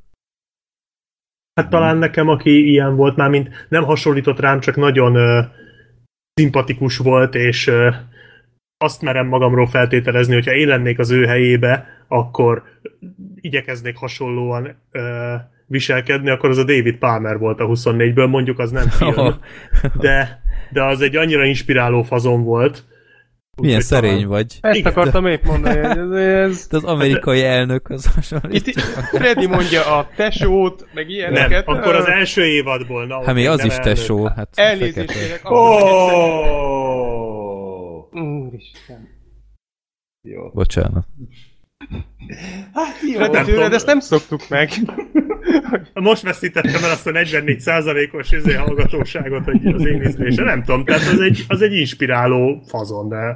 Hát talán nekem, aki ilyen volt, már mint nem hasonlított rám, csak nagyon uh, szimpatikus volt, és uh, azt merem magamról feltételezni, hogyha én lennék az ő helyébe, akkor igyekeznék hasonlóan uh, viselkedni, akkor az a David Palmer volt a huszonnégyből, mondjuk az nem film, de, de az egy annyira inspiráló fazon volt. Milyen Úgy, szerény talán... vagy. Ezt Igen, akartam épp mondani, hogy ez... ez... De az amerikai elnök az hasonlít. Itt Freddy mondja a tesót, meg Nem, ilyeneket. akkor az első évadból. Na, Hát mi az is tesó. Hát Elnézést fekete. kérek. Oh! Úristen. Jó. Bocsánat. Hát jó. Nem Freddy, tudom. tőled ezt nem szoktuk meg. Most veszítettem el azt a negyvennégy százalékos izé hallgatóságot, hogy az én ízlése. Nem tudom, tehát az egy, az egy inspiráló fazon, de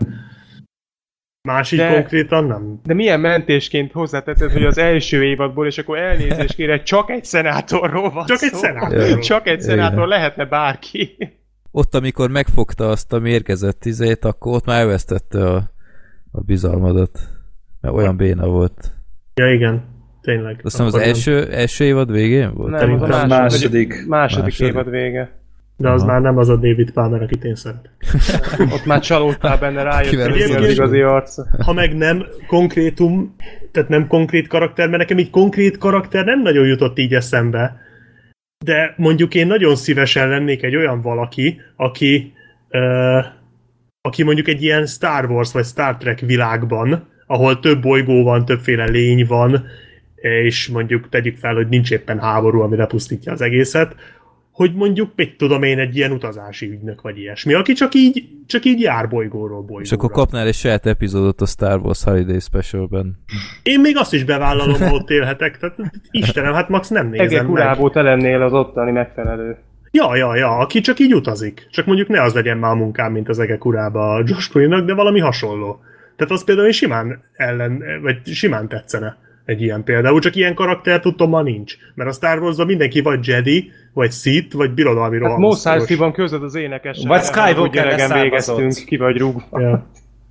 másik De- konkrétan nem. De milyen mentésként hozzátetted, hogy az első évadból, és akkor elnézést kérek, csak egy szenátorról van Csak egy szó. szenátorról. Csak egy szenátor, lehetne bárki. Ott, amikor megfogta azt a mérgezett izét, akkor ott már elvesztette a, a bizalmadat. Mert olyan béna volt. Ja, igen. Tényleg. Azt hiszem az Akkor nem. első, első évad végén volt? Nem, az a Szerintem második, második. második Második. évad vége. De az Aha. már nem az a David Palmer, akit én szeretek. Ott már csalódtál benne, rájött, Kivel hogy mi az egyébként- igazi arca. Ha meg nem konkrétum, tehát nem konkrét karakter, mert nekem így konkrét karakter nem nagyon jutott így eszembe. De mondjuk én nagyon szívesen lennék egy olyan valaki, aki, ö, aki mondjuk egy ilyen Star Wars vagy Star Trek világban, ahol több bolygó van, többféle lény van, és mondjuk tegyük fel, hogy nincs éppen háború, ami lepusztítja az egészet, hogy mondjuk, mit tudom én, egy ilyen utazási ügynök vagy ilyesmi, aki csak így, csak így jár bolygóról bolygóra. És akkor kapnál egy saját epizódot a Star Wars Holiday Specialben. Én még azt is bevállalom, ha ott élhetek, tehát Istenem, hát max nem nézem Egek meg. urából te lennél az ottani megfelelő. Ja, ja, ja, aki csak így utazik. Csak mondjuk ne az legyen már a munkám, mint az egek urába a Josh Clooney-nak, de valami hasonló. Tehát az például simán ellen, vagy simán tetszene egy ilyen például, csak ilyen karakter tudtom ma nincs. Mert a Star Wars-ban mindenki vagy Jedi, vagy Sith, vagy birodalmi Hát rohamosztoros. Mos Eisley-ban közöd az énekessel. Vagy Skywalker végeztünk, leszármazott. ki vagy rúgva. Ja.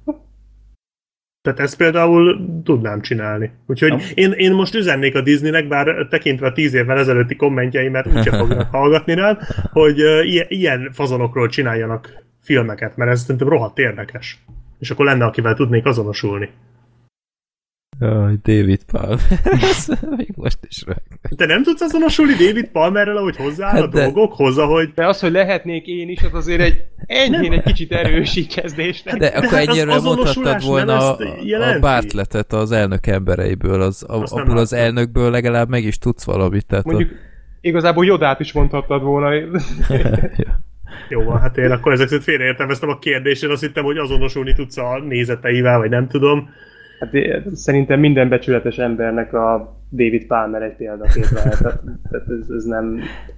Tehát ezt például tudnám csinálni. Úgyhogy Ja. én, én most üzennék a Disneynek, bár tekintve a tíz évvel ezelőtti kommentjeimet úgyse fognak hallgatni rám, hogy uh, ilyen, ilyen fazonokról csináljanak filmeket, mert ez szerintem rohadt érdekes. És akkor lenne, akivel tudnék azonosulni. Jaj, David Palmer. Ez még most is rög. Te nem tudsz azonosulni David Palmerrel, ahogy hozzááll Hát a de- dolgokhoz, ahogy... De az, hogy lehetnék én is, az azért egy enyhén egy kicsit erős így kezdésnek. De akkor hát az ennyire azonosulás mondhattad nem volna ezt a, a jelenti. Bartlettet az elnök embereiből, az, a, Azt nem abból az láttam. elnökből legalább meg is tudsz valamit. Tehát Mondjuk igazából Jodát is mondhattad volna. a, ja. Jó van, hát én akkor ezek szerint félreértelmeztem a kérdést, én azt hittem, hogy azonosulni tudsz a nézeteivel, vagy nem tudom. Hát szerintem minden becsületes embernek a David Palmer egy példakép lehet. Tehát, tehát ez, ez nem...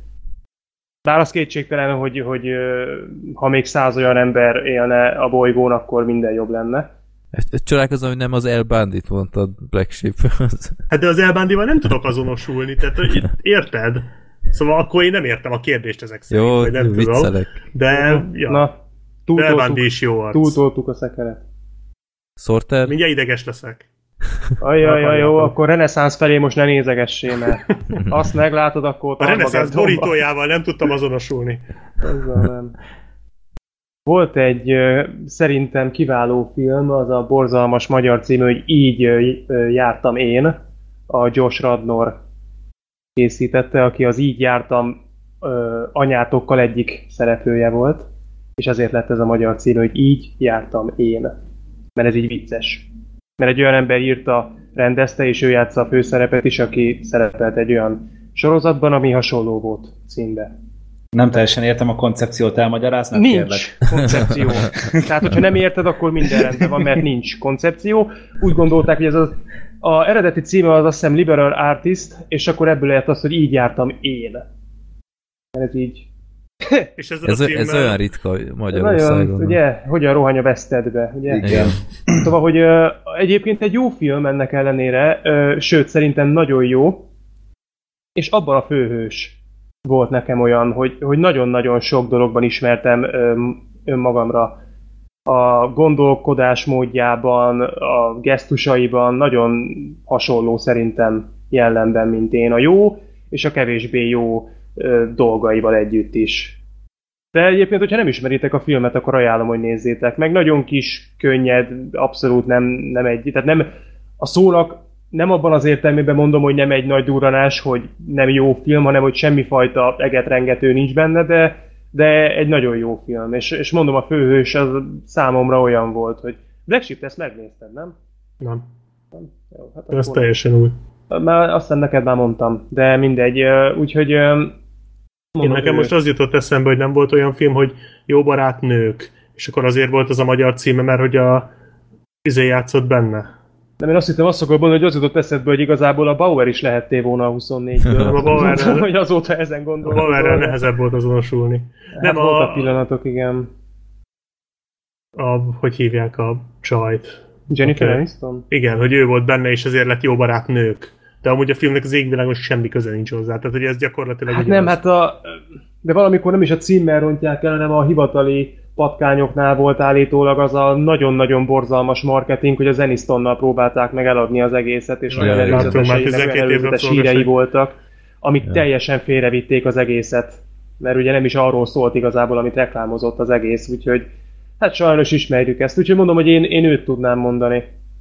Bár az kétségtelen, hogy, hogy ha még száz olyan ember élne a bolygón, akkor minden jobb lenne. Csodálkozom, hogy nem az El Bandit mondtad, Black Sheep. Hát de az El Bandival nem tudok azonosulni, tehát érted? Szóval akkor én nem értem a kérdést ezek szerint, jó, vagy nem viccelek. tudom. De, ja. Na, de El Bandi is jó arc. Túltoltuk a szekeret. Sorter? Mindjárt ideges leszek. Ajajaj, jó, akkor reneszánsz felé most ne nézegessé, mert azt meglátod, akkor... A reneszánsz borítójával nem tudtam azonosulni. Azzal nem. Volt egy szerintem kiváló film, az a borzalmas magyar című, hogy Így jártam én, a Josh Radnor készítette, aki az Így jártam anyátokkal egyik szereplője volt, és ezért lett ez a magyar cím, hogy Így jártam én. Mert ez így vicces. Mert egy olyan ember írta, rendezte, és ő játsza a főszerepet is, aki szerepelt egy olyan sorozatban, ami hasonló volt címbe. Nem teljesen értem a koncepciót, elmagyaráznak? Nincs kérlek. koncepció. Tehát, hogyha nem érted, akkor minden rendben van, mert nincs koncepció. Úgy gondolták, hogy ez az, a eredeti címe az azt hiszem Liberal Artist, és akkor ebből lehet az, hogy így jártam én. Ez így... És ez, ez, ez olyan ritka Magyarországon. Nagyon, ugye, hogyan rohany a vesztedbe, ugye? Igen. Szóval, hogy uh, egyébként egy jó film ennek ellenére, uh, sőt, szerintem nagyon jó, és abban a főhős volt nekem olyan, hogy, hogy nagyon-nagyon sok dologban ismertem um, önmagamra. A gondolkodás módjában, a gesztusaiban nagyon hasonló szerintem jellemben, mint én. A jó és a kevésbé jó uh, dolgaival együtt is. De egyébként, hogyha nem ismeritek a filmet, akkor ajánlom, hogy nézzétek meg. Nagyon kis, könnyed, abszolút nem, nem egy... Tehát nem, a szónak nem abban az értelmében mondom, hogy nem egy nagy durranás, hogy nem jó film, hanem hogy semmifajta egetrengető nincs benne, de, de egy nagyon jó film. És, és mondom, a főhős az számomra olyan volt, hogy Black Sheep, ezt megnézted, nem? Nem. nem? Jó, hát ez teljesen új. Már azt hiszem neked már mondtam, de mindegy. Úgyhogy... Én nekem ő... most az jutott eszembe, hogy nem volt olyan film, hogy Jó barát nők, és akkor azért volt az a magyar címe, mert hogy a izé játszott benne. Nem, én azt hittem, azt akarod mondani, hogy az jutott eszedbe, hogy igazából a Bauer is lehetté volna a huszonnégyből. A Bauerrel, hogy azóta ezen gondolom. A Bauerrel nehezebb volt azonosulni. Hát nem voltak a... pillanatok, igen. A, hogy hívják a csajt? Jennifer Aniston? Igen, hogy ő volt benne, és ezért lett Jó barát nők. De amúgy a filmnek az égvilágon semmi köze nincs hozzá. Tehát, hogy ez gyakorlatilag... Hát nem, az... hát a... De valamikor nem is a címmel rontják el, hanem a hivatali patkányoknál volt állítólag az a nagyon-nagyon borzalmas marketing, hogy az Anistonnal próbálták meg eladni az egészet, és olyan előzetes hírei voltak, amik ja. teljesen félrevitték az egészet. Mert ugye nem is arról szólt igazából, amit reklámozott az egész, úgyhogy hát sajnos ismerjük ezt. Úgyhogy mondom, hogy én, én őt tudnám mondani.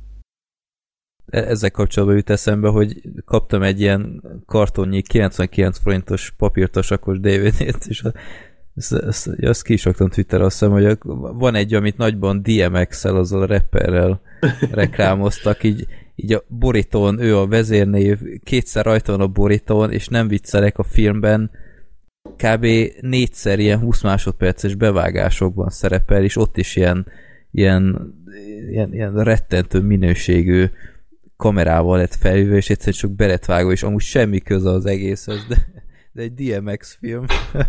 Ezzel kapcsolatban jut eszembe, hogy kaptam egy ilyen kartonnyi kilencvenkilenc forintos papírtasakos dé vé dét, és azt, azt, azt ki is raktam Twitterre, azt hiszem, hogy van egy, amit nagyban dé em iksszel, azzal a rapperrel reklámoztak, így, így a borítón, ő a vezérnév, kétszer rajta van a borítón, és nem viccelek, a filmben kb. négyszer ilyen húsz másodperces bevágásokban szerepel, és ott is ilyen, ilyen, ilyen, ilyen rettentő minőségű kamerával lett felhívva, és egyszerűen csak beletvágva, és amúgy semmi köze az egészhez, de, de egy dé em iksz film.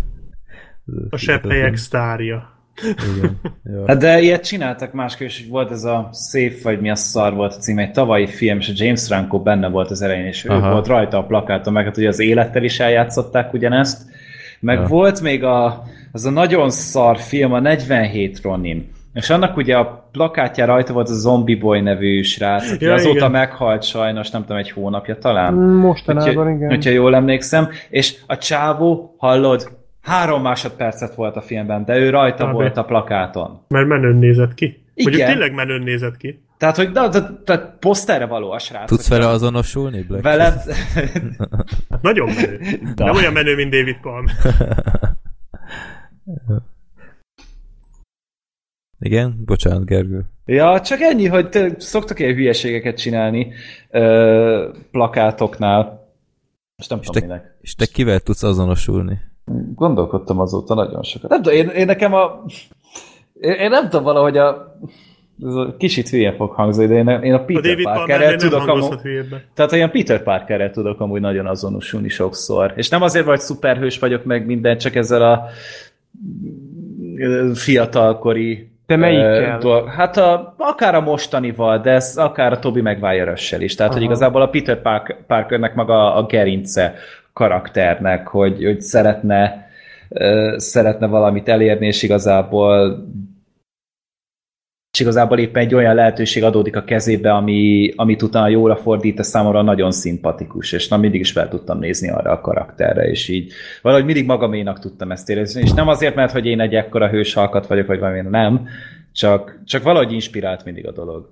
A sepphelyek sztárja. Igen. Ja. Hát de ilyet csináltak máskor is, volt ez a Safe, vagy mi a szar volt a cím, egy tavalyi film, és a James Franco benne volt az elején, és Aha. ő volt rajta a plakáton, meg hát ugye az Élettel is eljátszották ugyanezt, meg ja. volt még a, az a nagyon szar film, a negyvenhét Ronin, és annak ugye a plakátján rajta volt a Zombie Boy nevű srác, aki ja, azóta igen. meghalt sajnos, nem tudom, egy hónapja talán. Mostanában, igen. Hogyha jól emlékszem, és a csávó, hallod, három másodpercet volt a filmben, de ő rajta Há, volt a plakáton. Mert menőn nézett ki. Igen. Mondjuk tényleg menőn nézett ki. Tehát, hogy de, de, de poszterre való a srác. Tudsz vele azonosulni, Black? Veled... hát nagyon menő. Da. Nem olyan menő, mint David Palm. Igen? Bocsánat, Gergő. Ja, csak ennyi, hogy te szoktak ilyen hülyeségeket csinálni ö, plakátoknál. Most nem és tudom te, minek. És te kivel tudsz azonosulni? gondolkodtam azóta nagyon sokat. Nem tudom, én, én nekem a... Én, én nem tudom valahogy a... Ez a kicsit hülye fog hangzni, de én, én a Peter Parkerrel tudok amúgy... Tehát olyan Peter Parkerrel tudok amúgy nagyon azonosulni sokszor. És nem azért, hogy szuperhős vagyok meg minden, csak ezzel a fiatalkori... De melyikkel? Dolg. Hát a, akár a mostanival, de ez akár a Tobey Maguire-össel is. Tehát, Aha. hogy igazából a Peter Park, Parkernek maga a gerince karakternek, hogy, hogy szeretne, uh, szeretne valamit elérni, és igazából és igazából éppen egy olyan lehetőség adódik a kezébe, ami, amit utána jóra fordít, a számomra nagyon szimpatikus, és na, mindig is fel tudtam nézni arra a karakterre, és így valahogy mindig magaménak tudtam ezt érezni, és nem azért, mert hogy én egy ekkora hősalkat vagyok, vagy valami, nem, csak, csak valahogy inspirált mindig a dolog.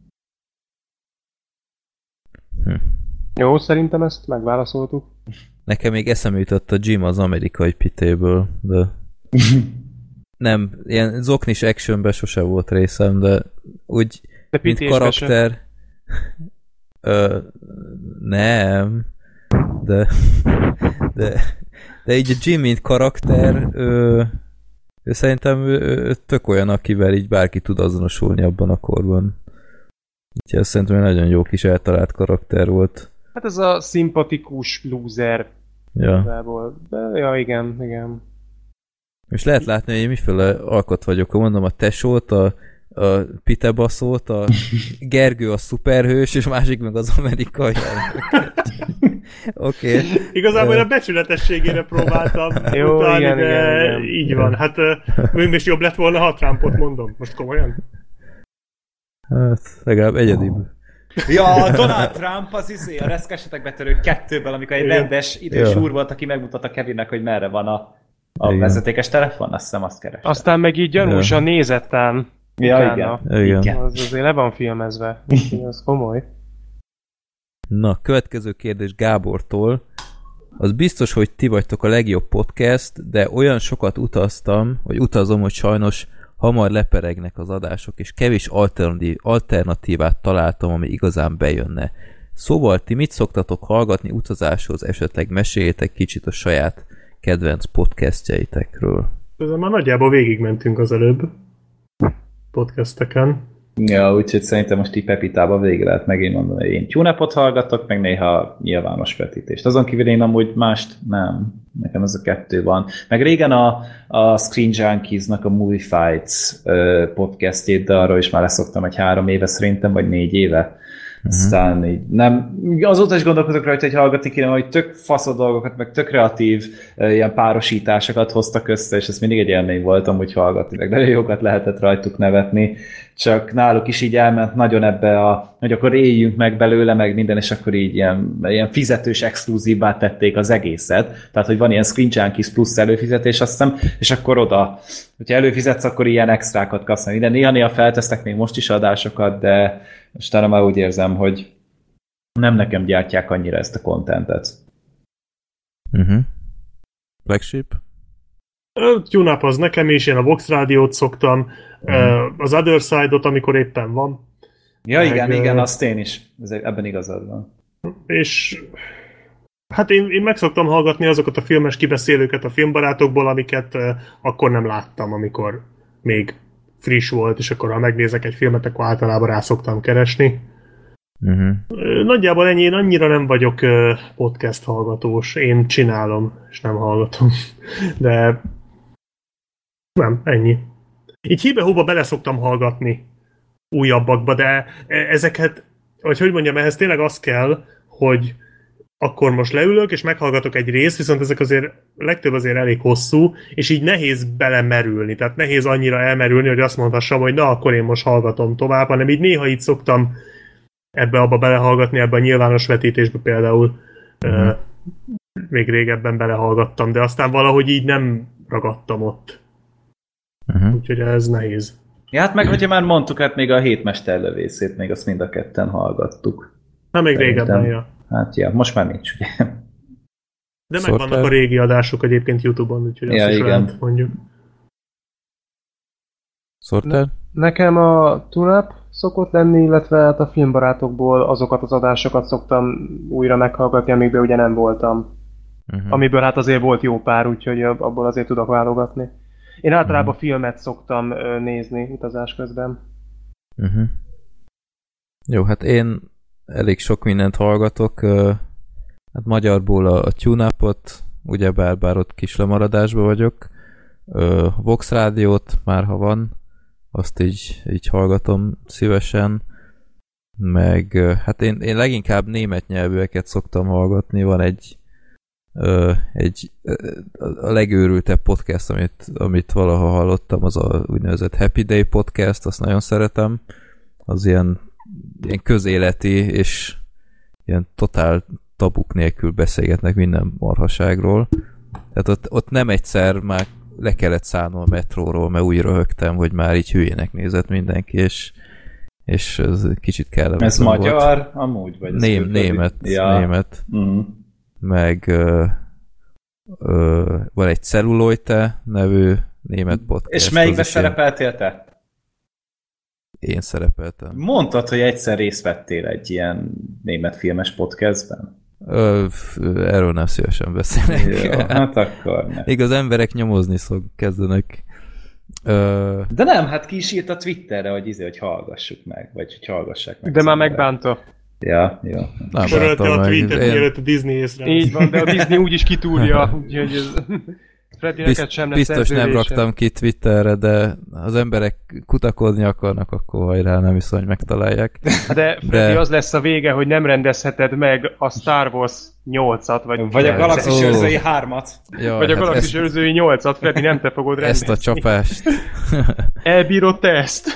Hm. Jó, szerintem ezt megválaszoltuk. Nekem még eszembe jutott a Jim az amerikai pitéből, de... Nem, ilyen zoknis actionben sose volt részem, de úgy, de mint karakter... Ö, nem, de, de, de így a Jim, mint karakter, ö, ő szerintem ő, tök olyan, akivel így bárki tud azonosulni abban a korban. Úgyhogy azt szerintem nagyon jó kis eltalált karakter volt. Hát ez a szimpatikus loser. Ja. De ja, igen, igen. És lehet látni, hogy én miféle alkot vagyok. Mondom, a tesót, a, a pitebaszót, a Gergő a szuperhős, és másik meg az amerikai. Oké. Okay. Igazából uh, a becsületességére próbáltam jó, utáni, igen, de igen, igen. így van. Hát még is jobb lett volna, ha Trumpot mondom. Most komolyan? Hát, legalább egyedibb. Ja, Donald Trump az izé, a reszkesetek betörő kettőből, amikor egy igen. rendes idős ja. úr volt, aki megmutatta Kevinnek, hogy merre van a A igen. vezetékes telefon, azt hiszem azt kerestem. Aztán meg így gyanúsan nézetten. Ja, igen. igen. igen. Az azért le van filmezve. Az komoly. Na, következő kérdés Gábortól. Az biztos, hogy ti vagytok a legjobb podcast, de olyan sokat utaztam, vagy utazom, hogy sajnos hamar leperegnek az adások, és kevés alternatív, alternatívát találtam, ami igazán bejönne. Szóval ti mit szoktatok hallgatni utazáshoz, esetleg meséljétek kicsit a saját kedvenc podcastjeitekről. Ezzel már nagyjából végigmentünk az előbb podcasteken. Ja, úgyhogy szerintem most így Pepitában végig lehet megint mondani, hogy én TuneUp-ot hallgatok, meg néha nyilvános vetítést. Azon kívül én amúgy mást nem. Nekem ez a kettő van. Meg régen a, a Screen Junkies-nak a Movie Fights podcastjét, de arról is már leszoktam egy három éve szerintem, vagy négy éve. Aztán így nem, azóta is gondolkodok rajta, hogy hallgatni kéne, hogy tök faszó dolgokat, meg tök kreatív uh, ilyen párosításokat hoztak össze, és ez mindig egy élmény volt amúgy hallgatni, meg nagyon jókat lehetett rajtuk nevetni, csak náluk is így elment nagyon ebbe a, hogy akkor éljünk meg belőle, meg minden, és akkor így ilyen, ilyen fizetős exkluzívvá tették az egészet, tehát hogy van ilyen Screen Junkies plusz előfizetés, azt hiszem, és akkor oda, hogyha előfizetsz, akkor ilyen extrákat kapsz, minden. Néha-néha feltesznek még most is adásokat, de most már úgy érzem, hogy nem nekem gyártják annyira ezt a contentet. Uh-huh. Black Sheep? TuneUp az nekem is, én a Vox Rádiót szoktam, uh-huh. az Other Side-ot, amikor éppen van. Ja, meg, igen, igen, azt én is. Ebben igazad van. És hát én, én meg szoktam hallgatni azokat a filmes kibeszélőket a filmbarátokból, amiket uh, akkor nem láttam, amikor még friss volt, és akkor ha megnézek egy filmet, akkor általában rá szoktam keresni. Uh-huh. Nagyjából ennyi, én annyira nem vagyok podcast hallgatós. Én csinálom, és nem hallgatom. De nem, ennyi. Így híbe-hóba bele szoktam hallgatni újabbakba, de ezeket, vagy hogy mondjam, ehhez tényleg az kell, hogy akkor most leülök, és meghallgatok egy részt, viszont ezek azért legtöbb azért elég hosszú, és így nehéz belemerülni, tehát nehéz annyira elmerülni, hogy azt mondhassam, hogy na, akkor én most hallgatom tovább, hanem így néha így szoktam ebbe-abba belehallgatni, ebbe a nyilvános vetítésbe például uh-huh. uh, még régebben belehallgattam, de aztán valahogy így nem ragadtam ott. Uh-huh. Úgyhogy ez nehéz. Ja, hát meg, hogyha már mondtuk, hát még a hétmesterlövészét, még azt mind a ketten hallgattuk. Na, még Szerintem. régebben, ja. Hát ja, most már nincs, ugye. De meg vannak a régi adások egyébként YouTube-on, úgyhogy ja, azt is igen. lehet, mondjuk. Szortál? Nekem a TuneUp szokott lenni, illetve hát a filmbarátokból azokat az adásokat szoktam újra meghallgatni, amikben ugye nem voltam. uh-huh. amiből hát azért volt jó pár, úgyhogy abból azért tudok válogatni. Én általában uh-huh. filmet szoktam nézni utazás közben. Uh-huh. Jó, hát én elég sok mindent hallgatok. Hát magyarból a, a tune-upot, ugyebár bár ott kis lemaradásban vagyok. Vox rádiót már ha van, azt így, így hallgatom szívesen. Meg hát én, én leginkább német nyelvűeket szoktam hallgatni. Van egy egy a legőrültebb podcast, amit, amit valaha hallottam, az a úgynevezett Happy Day podcast, azt nagyon szeretem. Az ilyen, ilyen közéleti és ilyen totál tabuk nélkül beszélgetnek minden marhaságról. Tehát ott, ott nem egyszer már le kellett szállnom a metróról, mert úgy röhögtem, hogy már így hülyének nézett mindenki, és, és ez kicsit kellemetlen Ez volt. magyar amúgy? Vagy Ném, német. Ja. Német. Mm. Meg ö, ö, van egy Celluloide nevű német podcast. És melyikben szerepeltél te? Én szerepeltem. Mondtad, hogy egyszer részt vettél egy ilyen német filmes podcastben? Ö, erről nem szívesen beszélnek. Jó, hát akkor ne. Még az emberek nyomozni szok, kezdenek. Ö... De nem, hát ki is írt a Twitterre, hogy izé, hogy hallgassuk meg, vagy hogy hallgassák meg. De már megbánta. Ja, jó. Törölte a tweetet, én... mielőtt a Disney észre. Így van, de a Disney úgyis kitúrja, úgyhogy ez... Bizt, sem biztos nem raktam ki Twitterre, de az emberek kutakodni akarnak, akkor hajrá, nem viszont, hogy megtalálják. De Freddy, de... az lesz a vége, hogy nem rendezheted meg a Star Wars nyolcat, vagy... Vagy a Galaxis oh. őrzői hármat. Jaj, vagy a hát Galaxis ezt... őrzői nyolcat, Freddy, nem te fogod rendezni. Ezt a csapást. Elbírod te ezt?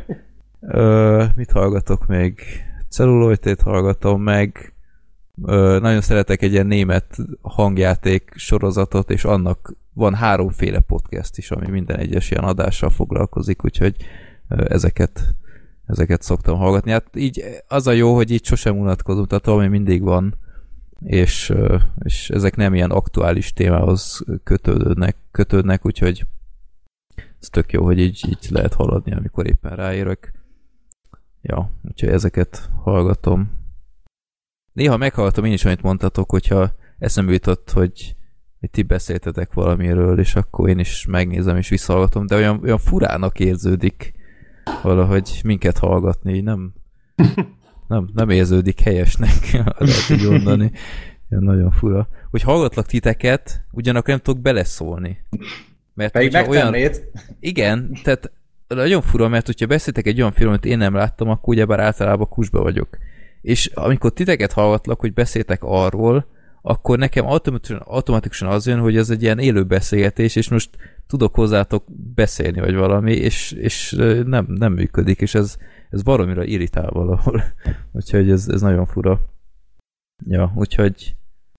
Ö, mit hallgatok még? Celluloidét hallgatom meg. Ö, nagyon szeretek egy ilyen német hangjáték sorozatot, és annak van háromféle podcast is, ami minden egyes ilyen adással foglalkozik, úgyhogy ö, ezeket, ezeket szoktam hallgatni. Hát így az a jó, hogy így sosem unatkozunk, tehát valami mindig van, és, ö, és ezek nem ilyen aktuális témához kötődnek, kötődnek, úgyhogy ez tök jó, hogy így, így lehet haladni, amikor éppen ráérök. Ja, úgyhogy ezeket hallgatom. Néha meghallgatom én is, amit mondtatok, hogyha eszembe jutott, hogy, hogy ti beszéltetek valamiről, és akkor én is megnézem és visszahallgatom, de olyan, olyan furának érződik valahogy minket hallgatni, nem, nem, nem érződik helyesnek, lehet így mondani. Ilyen nagyon fura. Hogy hallgatlak titeket, ugyanakkor nem tudok beleszólni. Mert pedig megtennéd. Olyan... Igen, tehát nagyon fura, mert hogyha beszéltek egy olyan filmet, amit én nem láttam, akkor ugyebár általában kusba vagyok. És amikor titeket hallgatlak, hogy beszéltek arról, akkor nekem automatikusan, automatikusan az jön, hogy ez egy ilyen élő beszélgetés, és most tudok hozzátok beszélni, vagy valami, és, és nem, nem működik, és ez, ez baromira irritál valahol. Úgyhogy ez, ez nagyon fura. Ja, úgyhogy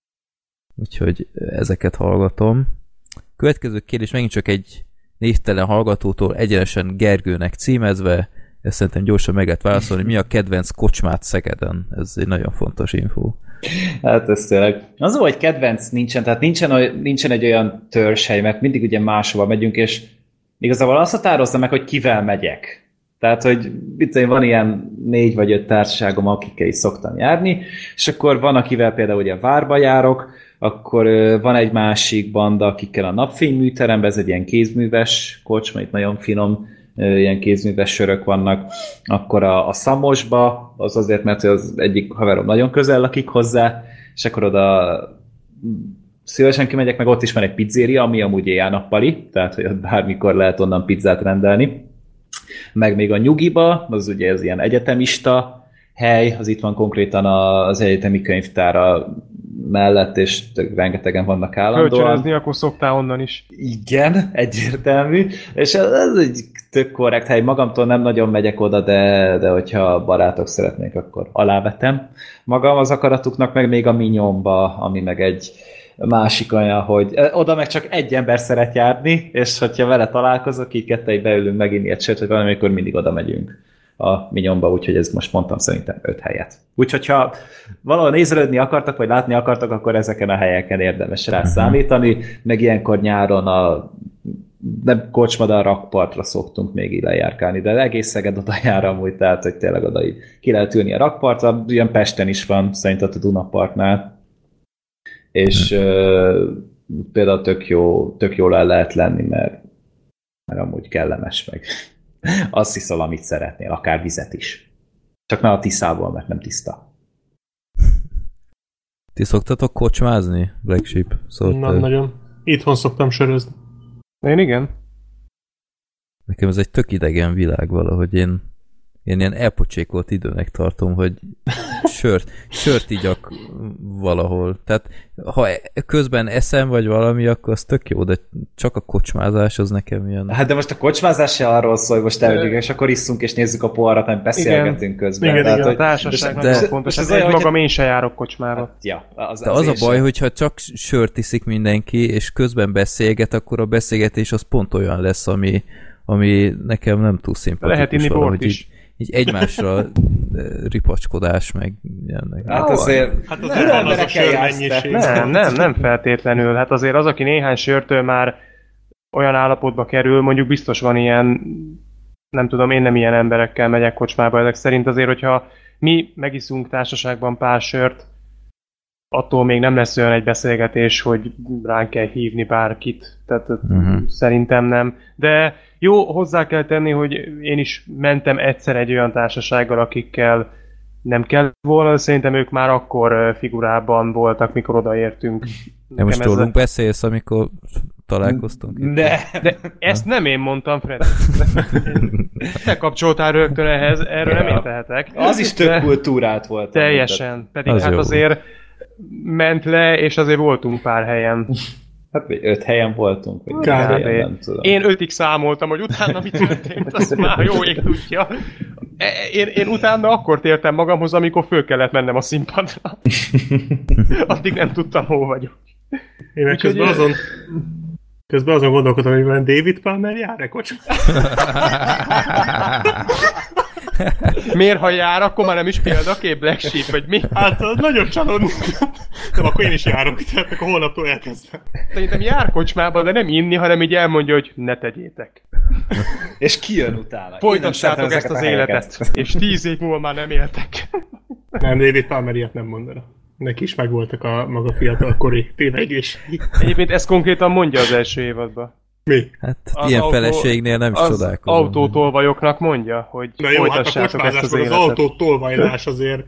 úgyhogy ezeket hallgatom. Következő kérdés megint csak egy névtelen hallgatótól egyenesen Gergőnek címezve, ezt szerintem gyorsan meg lehet válaszolni, mi a kedvenc kocsmát Szegeden? Ez egy nagyon fontos info. Hát ez tényleg. Az, hogy kedvenc nincsen, tehát nincsen, nincsen egy olyan törzshely, mert mindig ugye máshova megyünk, és igazából azt határozza meg, hogy kivel megyek. Tehát, hogy itt van ilyen négy vagy öt társaságom, akikkel is szoktam járni, és akkor van, akivel például ugye Várba járok, akkor van egy másik banda, akikkel a Napfényműteremben, ez egy ilyen kézműves kocsma, itt nagyon finom ilyen kézműves sörök vannak, akkor a, a Szamosba, az azért, mert az egyik haverom nagyon közel lakik hozzá, és akkor oda szívesen kimegyek, meg ott is van egy pizzéria, ami amúgy éjjel-nappali, tehát hogy ott bármikor lehet onnan pizzát rendelni. Meg még a Nyugiba, az ugye ez ilyen egyetemista hely, az itt van konkrétan az egyetemi könyvtára mellett, és rengetegen vannak állandóan. Kölcsönözni, akkor szoktál onnan is. Igen, egyértelmű. És ez, ez egy tök korrekt hely. Magamtól nem nagyon megyek oda, de, de hogyha barátok szeretnék, akkor alávetem magam az akaratuknak, meg még a Minyomba, ami meg egy másik olyan, hogy oda meg csak egy ember szeret járni, és hogyha vele találkozok, így kettei beülünk meginni egy sört, hogy valamikor mindig oda megyünk a Minyomba, úgyhogy ez most mondtam szerintem öt helyet. Úgyhogy ha valahol nézelődni akartak, vagy látni akartak, akkor ezeken a helyeken érdemes rá számítani, meg ilyenkor nyáron a nem kocsma, de a rakpartra szoktunk még így lejárkálni, de egész Szeged oda jár amúgy, tehát hogy tényleg oda így ki lehet ülni a rakpartra, ilyen Pesten is van, szerintem a Dunapartnál. és ö, például tök, jó, tök jól el lehet lenni, mert, mert amúgy kellemes meg. Azt hiszol, amit szeretnél, akár vizet is. Csak ne a Tiszából, mert nem tiszta. Ti szoktatok kocsmázni, Black Sheep? Szóval nem te... nagyon. Itthon szoktam sörözni. Én igen. Nekem ez egy tök idegen világ valahogy. Én, én ilyen elpocsékolt időnek tartom, hogy sört, sört igyak valahol. Tehát ha közben eszem vagy valami, akkor az tök jó, de csak a kocsmázás az nekem ilyen... Hát de most a kocsmázás se arról szól, hogy most elmegyünk, és akkor isszunk és nézzük a poharat, nem beszélgetünk igen. közben. Igen, Tehát, igen, hogy... a társaság nagyon fontos. Ez egy magam én se járok kocsmára. Hát, ja, az, de az, az a baj, sem. Hogyha csak sört iszik mindenki, és közben beszélget, akkor a beszélgetés az pont olyan lesz, ami, ami nekem nem túl szimpatikus. Lehet inni bort is. Így, így egymásra ripacskodás, meg ilyenek. Hát azért, hát azért nem, az a sörmennyiség. Nem, nem, nem feltétlenül. Hát azért az, aki néhány sörtől már olyan állapotba kerül, mondjuk biztos van ilyen, nem tudom, én nem ilyen emberekkel megyek kocsmába, ezek szerint azért, hogyha mi megiszunk társaságban pár sört, attól még nem lesz olyan egy beszélgetés, hogy ránk kell hívni bárkit. Tehát uh-huh. szerintem nem. De jó, hozzá kell tenni, hogy én is mentem egyszer egy olyan társasággal, akikkel nem kell volna, de szerintem ők már akkor figurában voltak, mikor odaértünk. De most rólunk a... beszélsz, amikor találkoztunk? De, de ezt nem én mondtam, Fred. Te kapcsoltál rögtön ehhez, erről ja. nem én tehetek. Az is több kultúrát volt. Teljesen. Pedig az hát jó. Azért ment le, és azért voltunk pár helyen. Hát öt helyen voltunk. Vagy helyen, nem tudom. Én ötig számoltam, hogy utána mi történt, azt már jó ég tudja. Én, én utána akkor tértem magamhoz, amikor föl kellett mennem a színpadra. Addig nem tudtam, hol vagyok. Én meg közben azon, közben azon gondolkodom, hogy van David Palmer jár-e kocsmára? Miért, ha jár, akkor már nem is példakép Black Sheep, vagy mi? Hát nagyon csalódni. Nem, akkor én is járok, tehát akkor holnaptól elkezdem. Szerintem jár kocsmába, de nem inni, hanem így elmondja, hogy ne tegyétek. És kijön utána. Folytassátok ezt az életet, és tíz év múlva már nem éltek. Nem, David Palmer ilyet nem mondana. Neki is megvoltak a maga fiatalkori ténylegészség. Egyébként ezt konkrétan mondja az első évadban. Mi? Hát az ilyen autó, feleségnél nem is csodálkozom. Az autótolvajoknak mondja, hogy na jó, folytassátok hát a ezt az életet. Az autótolvajlás azért...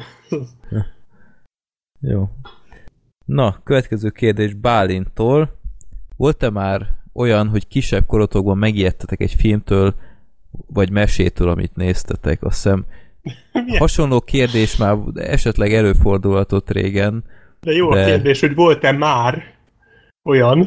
Jó. Na, következő kérdés Bálintól. Volt-e már olyan, hogy kisebb korotokban megijedtetek egy filmtől, vagy mesétől, amit néztetek? Azt hiszem hasonló kérdés már esetleg előfordulhatott régen. De jó de... a kérdés, hogy volt-e már olyan...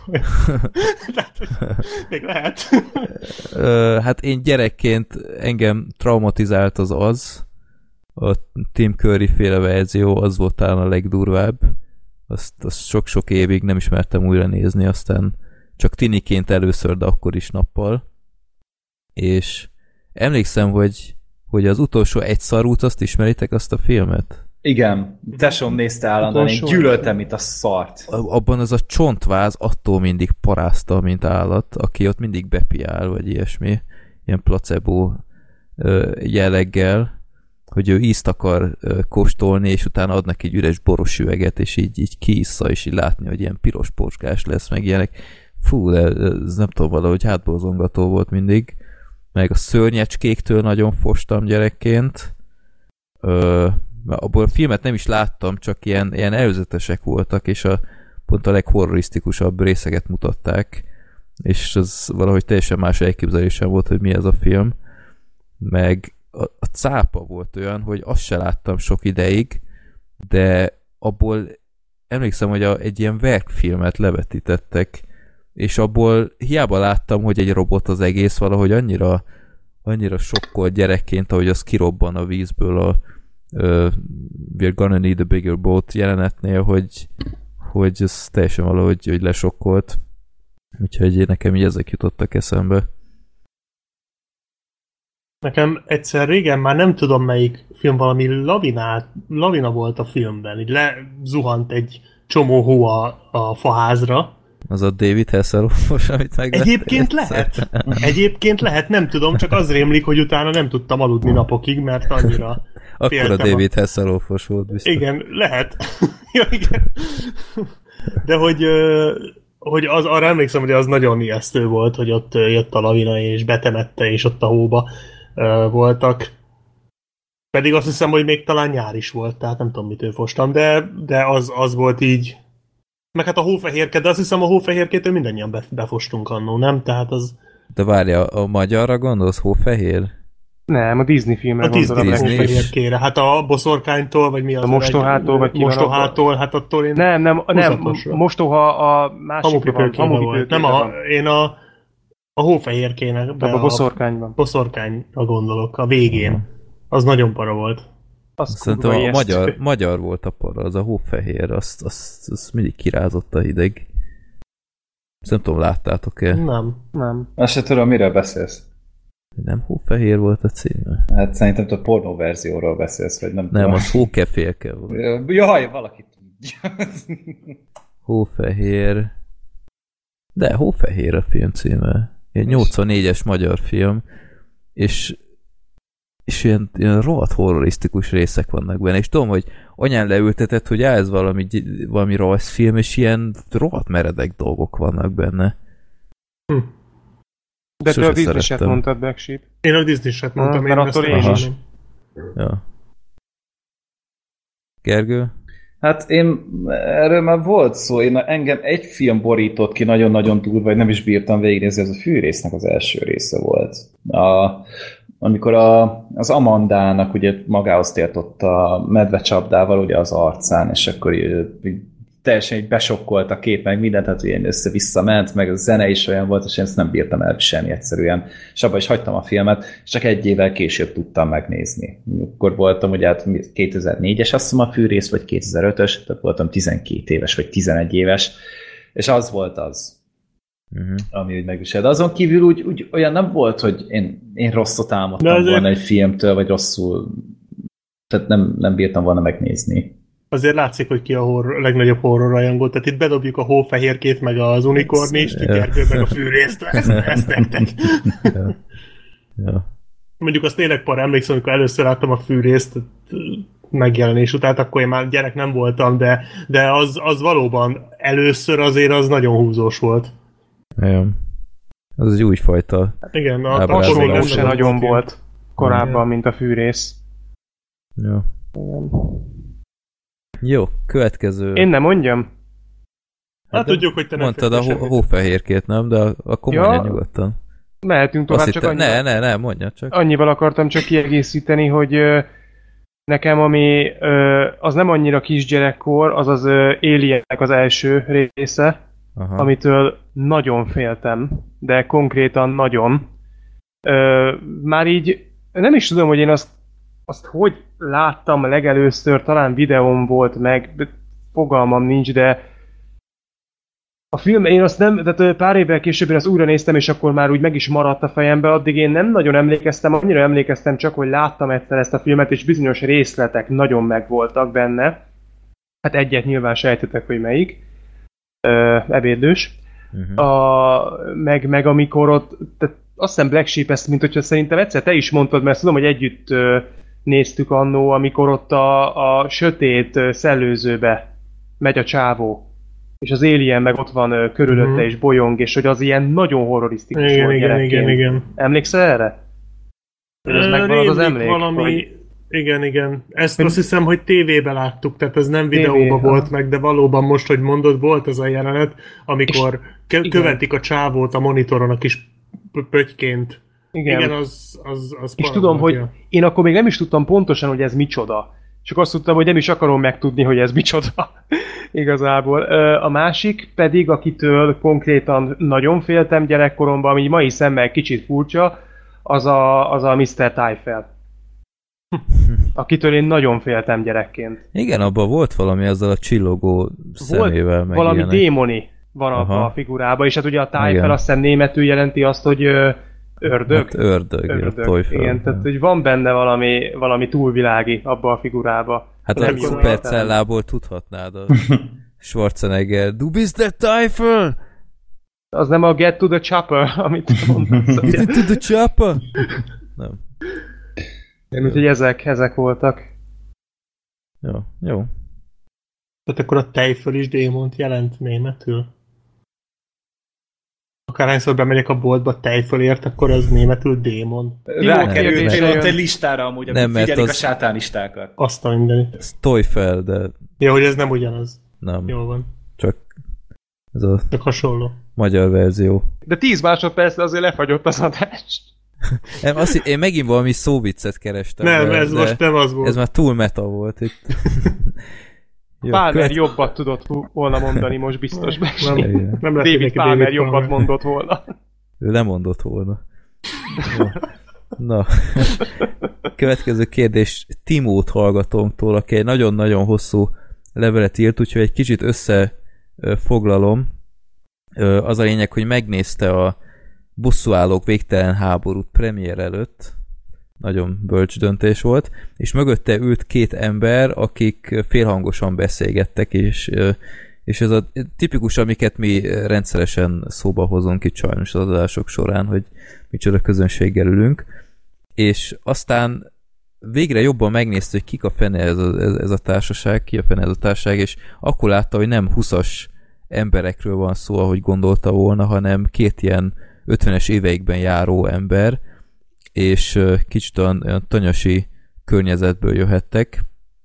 Még lehet. Hát én gyerekként engem traumatizált az az, a Tim Curry féle verzió, az volt talán a legdurvább. Azt, azt sok-sok évig nem ismertem újra nézni, aztán csak tiniként először, de akkor is nappal. És emlékszem, hogy, hogy az utolsó egy szarút, azt ismeritek, azt a filmet? Igen, tesóm nézte állandóan, én gyűlöltem itt a szart. Abban az a csontváz attól mindig parázta, mint állat, aki ott mindig bepiál, vagy ilyesmi, ilyen placebo jelleggel, hogy ő ízt akar kóstolni, és utána ad neki egy üres boros üveget, és így, így kiissza, és így látni, hogy ilyen piros porskás lesz, meg ilyenek. Fú, de ez nem tudom, valahogy hátborzongató volt mindig. Meg a szörnyecskéktől nagyon fostam gyerekként. Ö, abból a filmet nem is láttam, csak ilyen, ilyen előzetesek voltak, és a, pont a leghorrorisztikusabb részeket mutatták, és az valahogy teljesen más elképzelésem volt, hogy mi ez a film. Meg a, a cápa volt olyan, hogy azt se láttam sok ideig, de abból emlékszem, hogy a, egy ilyen verkfilmet levetítettek, és abból hiába láttam, hogy egy robot az egész, valahogy annyira, annyira sokkolt gyerekként, ahogy az kirobban a vízből a uh, We're gonna need a bigger boat jelenetnél, hogy, hogy ez teljesen valahogy hogy lesokkolt. Úgyhogy nekem így ezek jutottak eszembe. Nekem egyszer régen már nem tudom melyik film, valami lavinát, lavina volt a filmben, így lezuhant egy csomó hó a, a faházra. Az a David Hasselhoff, amit meg Egyébként lehet. Egyébként lehet, nem tudom, csak az rémlik, hogy utána nem tudtam aludni napokig, mert annyira Akkor a David Hasselhoffos volt biztos. Igen, lehet. Ja, igen. De hogy, hogy az, arra emlékszem, hogy az nagyon ijesztő volt, hogy ott jött a lavina, és betemette, és ott a hóba voltak. Pedig azt hiszem, hogy még talán nyár is volt, tehát nem tudom, mitől fostam, de, de az, az volt így. Meg hát a hófehérke, de azt hiszem, a hófehérkétől mindannyian befostunk annó, nem? Tehát az... De várja, a magyarra gondolsz, hófehér? Nem, a Disney filmre a Disney, gondolom. A hófehérkére. Hát a boszorkánytól, vagy mi az? A mostohától, vagy ki mostohától, hát attól én... Nem, nem, nem, mostoha a másik van. volt. Nem, a, én a, a hófehérkének. A, a boszorkányban. Boszorkányra gondolok, a végén. Az nagyon para volt. Azt Szerintem a magyar, magyar volt a para, az a hófehér, azt, azt, azt mindig kirázott a hideg. Azt nem tudom, láttátok-e? Nem, nem. Azt se tudom, miről beszélsz. Nem hófehér volt a címe? Hát szerintem a pornó verzióról beszélsz, vagy nem. Nem, az hókefélke volt. Jaj, valaki tudja. Hófehér. De hófehér a film címe. Egy nyolcvannégyes magyar film, és és ilyen, ilyen rohadt horrorisztikus részek vannak benne, és tudom, hogy anyán leültetett, hogy á, ez valami, valami rajzfilm, és ilyen rohadt meredek dolgok vannak benne. Hm. De te a Disney-set mondtad, Black Sheep. Én a Disney-set mondtam, ha, én attól én is. Ja. Gergő? Hát én, erről már volt szó, én engem egy film borított ki nagyon-nagyon durva, vagy nem is bírtam végignézni, ez a Fűrésznek az első része volt. A amikor a, az Amandának ugye magához tért ott a medvecsapdával ugye az arcán, és akkor így, így, teljesen így besokkolt a kép, meg mindent, hát ilyen össze-vissza ment, meg a zene is olyan volt, és én ezt nem bírtam elviselni egyszerűen. És abban is hagytam a filmet, és csak egy évvel később tudtam megnézni. Akkor voltam ugye hát kétezer-négyes azt hiszem a Fűrész, vagy kétezer-ötös, tehát voltam tizenkét éves, vagy tizenegy éves, és az volt az. Uh-huh. Ami úgy megvisel. De azon kívül úgy, úgy olyan nem volt, hogy én, én rosszat álmodtam azért... volna egy filmtől, vagy rosszul, tehát nem, nem bírtam volna megnézni. Azért látszik, hogy ki a horror, legnagyobb horror rajongó, tehát itt bedobjuk a hófehérkét, meg az unikornist, Gergő, meg a Fűrészt, ezt, ezt nektek. Ja. Ja. Mondjuk azt tényleg par emlékszem, amikor először láttam a Fűrészt megjelenés után, akkor én már gyerek nem voltam, de, de az, az valóban először azért az nagyon húzós volt. Igen. Az egy újfajta. Igen, a hasonló se nagyon volt korábban, igen, mint a Fűrész. Jó. Igen. Jó, következő. Én nem mondjam. Hát, hát tudjuk, hogy te nem mondtad a hó- hófehérkét, nem? De akkor ja, mondja nyugodtan. Mehetünk tovább, azt csak hittem, annyival. Ne, ne, ne, mondja csak. Annyival akartam csak kiegészíteni, hogy ö, nekem ami ö, az nem annyira kisgyerekkor, az az ö, Alien-nek az első része, aha, amitől nagyon féltem, de konkrétan nagyon. Ö, már így nem is tudom, hogy én azt, azt hogy láttam legelőször, talán videón volt meg, fogalmam nincs, de a film, én azt nem, tehát pár évvel később én azt újra néztem, és akkor már úgy meg is maradt a fejembe, addig én nem nagyon emlékeztem, annyira emlékeztem csak, hogy láttam egyszer ezt a filmet, és bizonyos részletek nagyon megvoltak benne. Hát egyet nyilván sejtetek, hogy melyik. Ö, ebédlős. Uh-huh. A, meg, meg amikor ott, tehát azt hiszem Black Sheep ezt, mint hogyha szerintem egyszer te is mondtad, mert tudom, hogy együtt ö, néztük annó, amikor ott a, a sötét szellőzőbe megy a csávó, és az Alien meg ott van ö, körülötte, uh-huh, és bolyong, és hogy az ilyen nagyon horrorisztikus igen, volt igen, gyerekként. igen, igen. Emlékszel erre? Hogy ez megvan az az emlék? Valami... Vagy... Igen, igen. Ezt hogy... azt hiszem, hogy tévébe láttuk, tehát ez nem videóban volt ha. meg, de valóban most, hogy mondod, volt az a jelenet, amikor és... követik a csávót a monitoron a kis pötyként. Igen, igen az, az, az és tudom, hogy én akkor még nem is tudtam pontosan, hogy ez micsoda. Csak azt tudtam, hogy nem is akarom megtudni, hogy ez micsoda. Igazából. A másik pedig, akitől konkrétan nagyon féltem gyerekkoromban, ami mai szemmel kicsit furcsa, az a, az a miszter Tyfel. Akitől én nagyon féltem gyerekként. Igen, abban volt valami azzal a csillogó szemével. Volt valami ilyenek. Démoni van abban a figurában, és hát ugye a Tyfel azt hiszem németül jelenti azt, hogy ö, ördög. Hát ördög, ördög. Igen, tehát hogy van benne valami, valami túlvilági abban a figurában. Hát a szupercellából tudhatnád a Schwarzenegger. Du bist der Teufel! Az nem a Get to the Chopper, amit mondasz. Get to the Chopper? Nem. Én úgyhogy ezek, ezek voltak. Jó, jó. Tehát akkor a tejföl is démont jelent németül? Akárhányszor bemegyek a boltba tejfölért, akkor az németül démon. Rákerültél ott egy listára amúgy, akik figyelik az... a sátánistákat. Azt a mindenit. Ez Teufel, de... Ja, hogy ez nem ugyanaz. Nem. Jól van. Csak ez a... Csak hasonló. Magyar verzió. De tíz másodpercre azért lefagyott az adás. Nem, azt, én megint valami szóviccet kerestem. Nem, de, ez de most nem az volt. Ez már túl meta volt itt. Jó, Palmer követ... jobbat tudott volna mondani, most biztos meg. Nem, nem David Palmer David jobbat Palmer. mondott volna. Ő nem mondott volna. Na. Na. Következő kérdés Timót hallgatónktól, aki egy nagyon-nagyon hosszú levelet írt, úgyhogy egy kicsit összefoglalom. Az a lényeg, hogy megnézte a Bosszúállók végtelen háborút premier előtt, nagyon bölcs döntés volt, és mögötte ült két ember, akik félhangosan beszélgettek, és, és ez a tipikus, amiket mi rendszeresen szóba hozunk itt sajnos az adások során, hogy micsoda közönséggel ülünk, és aztán végre jobban megnézte, hogy kik a fene ez a, ez a társaság, ki a fene ez a társaság, és akkor látta, hogy nem huszas emberekről van szó, ahogy gondolta volna, hanem két ilyen ötvenes éveikben járó ember, és kicsit olyan, olyan tanyasi környezetből jöhettek,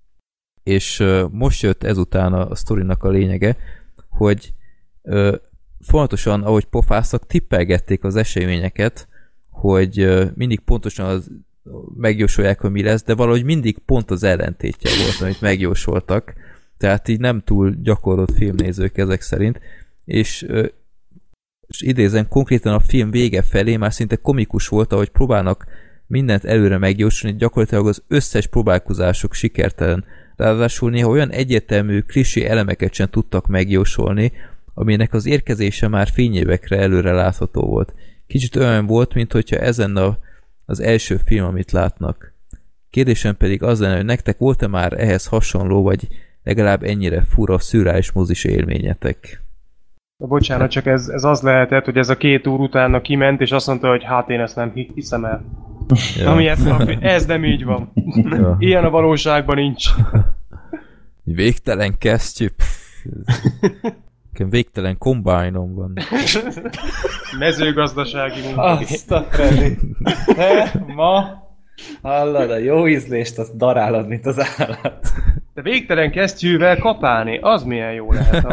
és most jött ezután a, a sztorinak a lényege, hogy ö, fontosan, ahogy pofáztak, tippelgették az eseményeket, hogy ö, mindig pontosan az, megjósolják, hogy mi lesz, de valahogy mindig pont az ellentétje volt, amit megjósoltak, tehát így nem túl gyakorlott filmnézők ezek szerint, és ö, és idézem, konkrétan a film vége felé már szinte komikus volt, ahogy próbálnak mindent előre megjósolni, gyakorlatilag az összes próbálkozások sikertelen. Ráadásul néha olyan egyértelmű klisé elemeket sem tudtak megjósolni, aminek az érkezése már fényévekre előre látható volt. Kicsit olyan volt, mintha ezen a, az első film, amit látnak. Kérdésem pedig az lenne, hogy nektek volt-e már ehhez hasonló, vagy legalább ennyire fura, szürreális mozis élményetek? Na, bocsánat, csak ez, ez az lehetett, hogy ez a két úr utána kiment, és azt mondta, hogy hát én ezt nem hiszem el. Ja. Ami ez, ez nem így van. Ja. Ilyen a valóságban nincs. Végtelen kesztyű. Végtelen kombájnom van. Mezőgazdasági munka. Azt a Freddy. Ma hallod a jó ízlést, azt darálod, mint az állat. De végtelen kesztyűvel kapálni, az milyen jó lehet.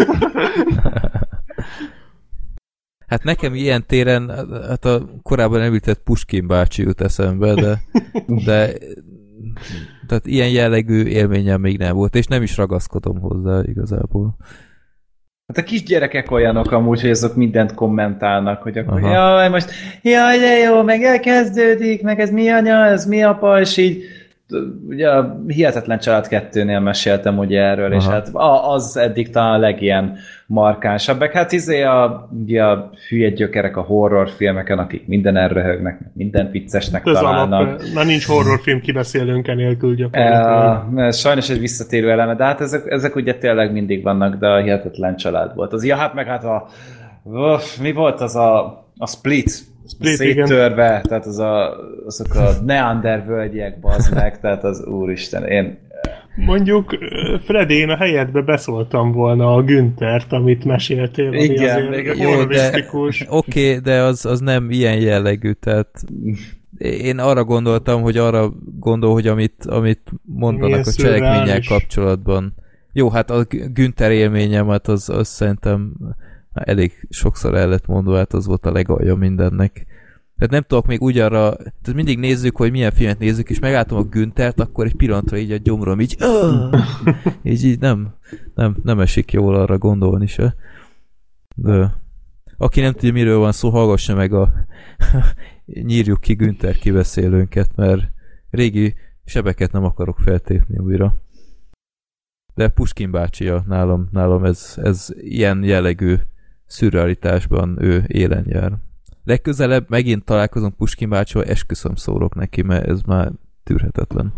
Hát nekem ilyen téren, hát a korábban említett Puskin bácsi jut eszembe, de, de tehát ilyen jellegű élményem még nem volt, és nem is ragaszkodom hozzá igazából. Hát a kisgyerekek olyanok amúgy, hogy azok mindent kommentálnak, hogy akkor aha. Jaj, most jaj, de jó, meg elkezdődik, meg ez mi anya, ez mi apa, és így ugye a Hihetetlen Család kettőnél meséltem ugye erről, aha. És hát az eddig talán a legilyen markánsabbak. Hát izé a, a hülye gyökerek a horrorfilmeken, akik minden röhögnek, minden viccesnek ez találnak. Alap, na nincs horrorfilm kibeszélőnk enélkül gyakorlatilag. E, sajnos egy visszatérő eleme, de hát ezek, ezek ugye tényleg mindig vannak, de a Hihetetlen Család volt. Az, ja, hát meg hát a uff, mi volt az a, a Split? Split széttörve, igen. Tehát az a, azok a Neander völgyek, bazd meg, tehát az úristen, én... Mondjuk, Freddy, én a helyedbe beszóltam volna a Günthert, amit meséltél, ami igen, azért jó, misztikus. Oké, okay, de az, az nem ilyen jellegű, tehát én arra gondoltam, hogy arra gondol, hogy amit, amit mondanak igen, a cselekménnyel kapcsolatban. Jó, hát a Günther élményemet az, az szerintem elég sokszor el lett mondva, hát az volt a legalja mindennek. Tehát nem tudok még úgy arra, tehát mindig nézzük, hogy milyen filmet nézzük, és megálltom a Günthert, akkor egy pillanatra így a gyomrom így, így, így nem, nem, nem esik jól arra gondolni se. De aki nem tudja, miről van szó, hallgassa meg a nyírjuk ki Günther kibeszélőnket, mert régi sebeket nem akarok feltépni újra. De Puskin bácsia nálam, nálam ez, ez ilyen jellegű szürrealitásban ő élen jár. Legközelebb megint találkozom Puskin bácsival, esküszöm szólok neki, mert ez már tűrhetetlen.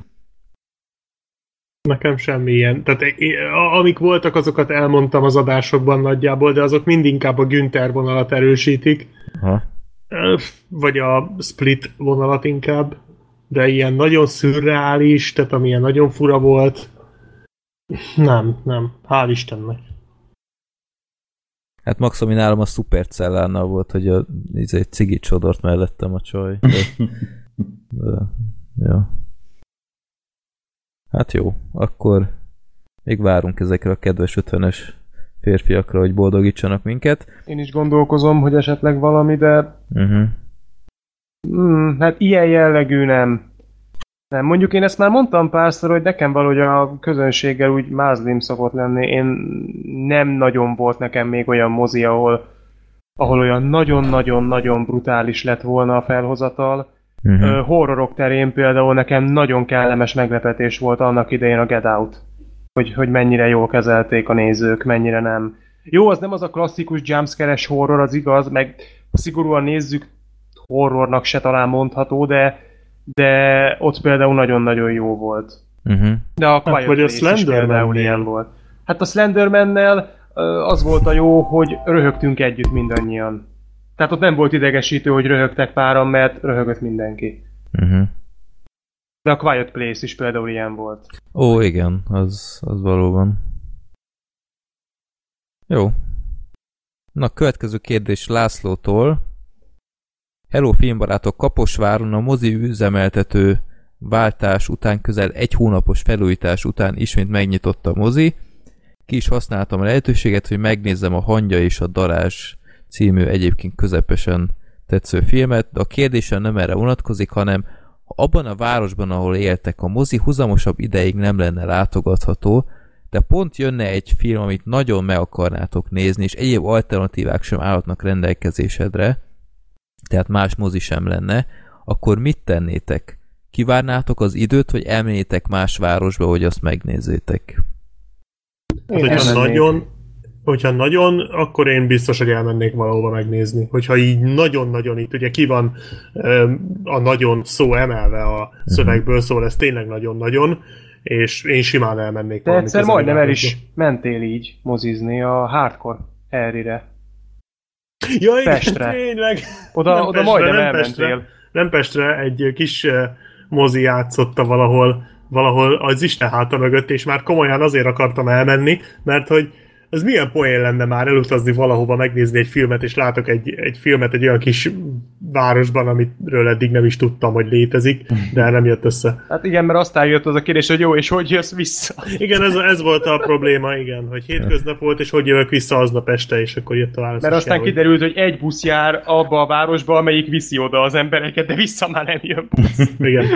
Nekem semmi ilyen. Tehát amik voltak, azokat elmondtam az adásokban nagyjából, de azok mind inkább a Günther vonalat erősítik. Aha. Vagy a Split vonalat inkább. de ilyen nagyon szürreális, tehát amilyen nagyon fura volt, nem, nem. Hál' Istennek. Hát max, ami nálam a Supercellánnal volt, hogy a izé, cigit csodort mellettem a csaj. De, de, ja. Hát jó, akkor még várunk ezekre a kedves ötvenes férfiakra, hogy boldogítsanak minket. Én is gondolkozom, hogy esetleg valami, de... Uh-huh. Hmm, hát ilyen jellegű nem. Nem, mondjuk én ezt már mondtam párszor, hogy nekem valahogy a közönséggel úgy mázlim szokott lenni. Én nem nagyon volt nekem még olyan mozi, ahol, ahol olyan nagyon-nagyon-nagyon brutális lett volna a felhozatal. Uh-huh. Uh, horrorok terén például nekem nagyon kellemes meglepetés volt annak idején a Get Out. Hogy, hogy mennyire jól kezelték a nézők, mennyire nem. Jó, az nem az a klasszikus jumpscare-es horror, az igaz, meg szigorúan nézzük, horrornak se talán mondható, de, de ott például nagyon-nagyon jó volt. Uh-huh. De a Quiet Vagy a Place is például ilyen volt. Hát a Slendermannel az volt a jó, hogy röhögtünk együtt mindannyian. Tehát ott nem volt idegesítő, hogy röhögtek páran, mert röhögött mindenki. Uh-huh. De a Quiet Place is például ilyen volt. Ó, igen, az, az valóban. Jó. Na, következő kérdés Lászlótól. Hello filmbarátok, Kaposváron a mozi üzemeltető váltás után közel egy hónapos felújítás után ismét megnyitott a mozi. Ki is használtam a lehetőséget, hogy megnézzem a Hangya és a Darázs című egyébként közepesen tetsző filmet, de a kérdésem nem erre vonatkozik, hanem ha abban a városban, ahol éltek, a mozi huzamosabb ideig nem lenne látogatható, de pont jönne egy film, amit nagyon meg akarnátok nézni, és egyéb alternatívák sem állhatnak rendelkezésedre, tehát más mozi sem lenne, akkor mit tennétek? Kivárnátok az időt, vagy elmennétek más városba, hogy azt megnézzétek? Hát, hogyha nagyon, hogyha nagyon, akkor én biztos, hogy elmennék valahova megnézni. Hogyha így nagyon-nagyon itt, ugye ki van a nagyon szó emelve a szövegből, szóval ez tényleg nagyon-nagyon, és én simán elmennék. De egyszer majdnem el is mentél így mozizni a Hardcore Harryre. Ja, igen, Pestre. tényleg. Oda, nem oda Pestre, majdnem nem elmentél. Pestre, nem Pestre, egy kis mozi játszotta valahol, valahol az Isten háta mögött, és már komolyan azért akartam elmenni, mert hogy ez milyen poén lenne már elutazni valahova, megnézni egy filmet, és látok egy, egy filmet egy olyan kis városban, amitről eddig nem is tudtam, hogy létezik, de nem jött össze. Hát igen, mert aztán jött az a kérdés, hogy jó, és hogy jössz vissza? Igen, ez, ez volt a probléma, igen, hogy hétköznap volt, és hogy jövök vissza aznap este, és akkor jött a válasz. Mert aztán kell, kiderült, hogy egy busz jár abba a városba, amelyik viszi oda az embereket, de vissza már nem jön busz. Igen.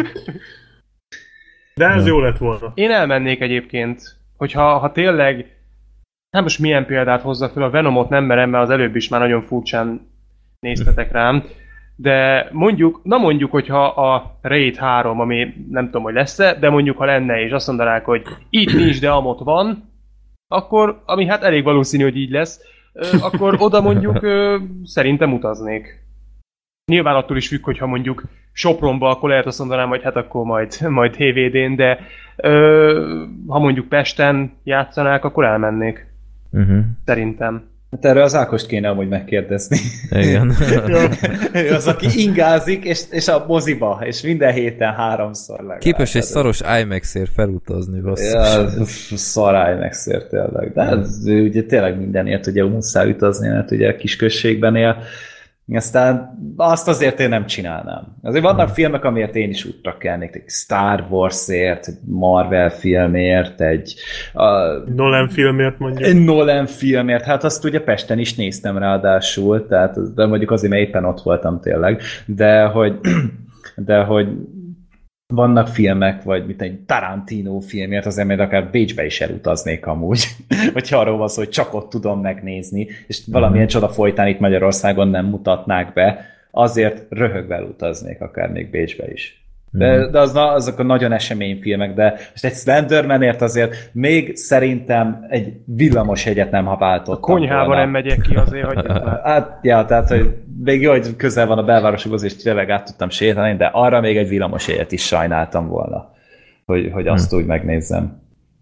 De ez jó lett volna. Én elmennék egyébként, hogyha ha tényleg, hát most milyen példát hozza fel, a Venomot nem merem, mert az előbb is már nagyon furcsán néztetek rám, de mondjuk, na mondjuk, hogyha a Raid három, ami nem tudom, hogy lesz-e, de mondjuk, ha lenne, és azt mondanák, hogy itt nincs, de amott van, akkor, ami hát elég valószínű, hogy így lesz, akkor oda mondjuk szerintem utaznék. Nyilván attól is függ, hogyha mondjuk Sopronba, akkor lehet azt mondanám, hogy hát akkor majd, majd hé vé dén, de ö, ha mondjuk Pesten játszanák, akkor elmennék. Uh-huh. Szerintem. Hát erről az Ákost kéne amúgy megkérdezni. Igen. Ő az, aki ingázik, és, és a moziba, és minden héten háromszor legalább. Képes egy szaros IMAX-ért felutazni, basszus. Ja, szar IMAX-ért tényleg. De ez, ugye tényleg mindenért ugye muszáj utazni, mert ugye a kisközségben él. Aztán azt azért én nem csinálnám. Azért vannak hmm. filmek, amiért én is útra kelnék. Egy Star Warsért, egy Marvel filmért, egy... Uh, Nolan filmért mondjuk. Egy Nolan filmért. Hát azt ugye Pesten is néztem ráadásul, tehát, de mondjuk azért, mert éppen ott voltam tényleg. De hogy... De hogy vannak filmek, vagy mint egy Tarantino filmért, azért majd akár Bécsbe is elutaznék amúgy, hogyha arról van szó, hogy csak ott tudom megnézni, és valamilyen mm. csoda folytán itt Magyarországon nem mutatnák be, azért röhögve elutaznék akár még Bécsbe is. De, de az, azok a nagyon eseményfilmek, de most egy Slendermanért azért még szerintem egy villamos hegyet nem ha váltottam a konyhába volna. Nem megyek ki azért, hogy... Hát, ja, tehát, hogy még jó, hogy közel van a belvárosokhoz, és tényleg át tudtam sétálni, de arra még egy villamos hegyet is sajnáltam volna, hogy, hogy azt hmm. úgy megnézzem.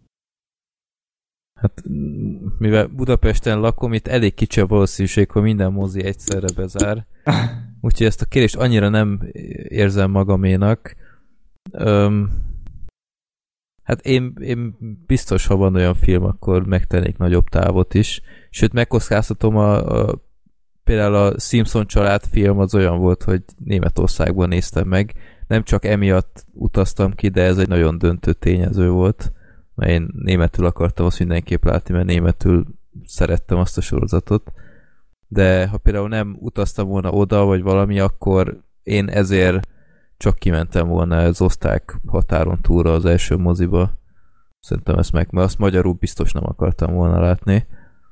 Hát, mivel Budapesten lakom, itt elég kicsi a valószínűség, hogy minden mozi egyszerre bezár. Úgyhogy ezt a kérdést annyira nem érzem magaménak. Öm, hát én, én biztos, ha van olyan film, akkor megtennék nagyobb távot is. Sőt, megkockáztatom, a, a, például a Simpson család film az olyan volt, hogy Németországban néztem meg. Nem csak emiatt utaztam ki, de ez egy nagyon döntő tényező volt. Mert én németül akartam azt mindenképp látni, mert németül szerettem azt a sorozatot. De ha például nem utaztam volna oda, vagy valami, akkor én ezért csak kimentem volna az osztrák határon túlra az első moziba. Szerintem ezt meg, mert azt magyarul biztos nem akartam volna látni.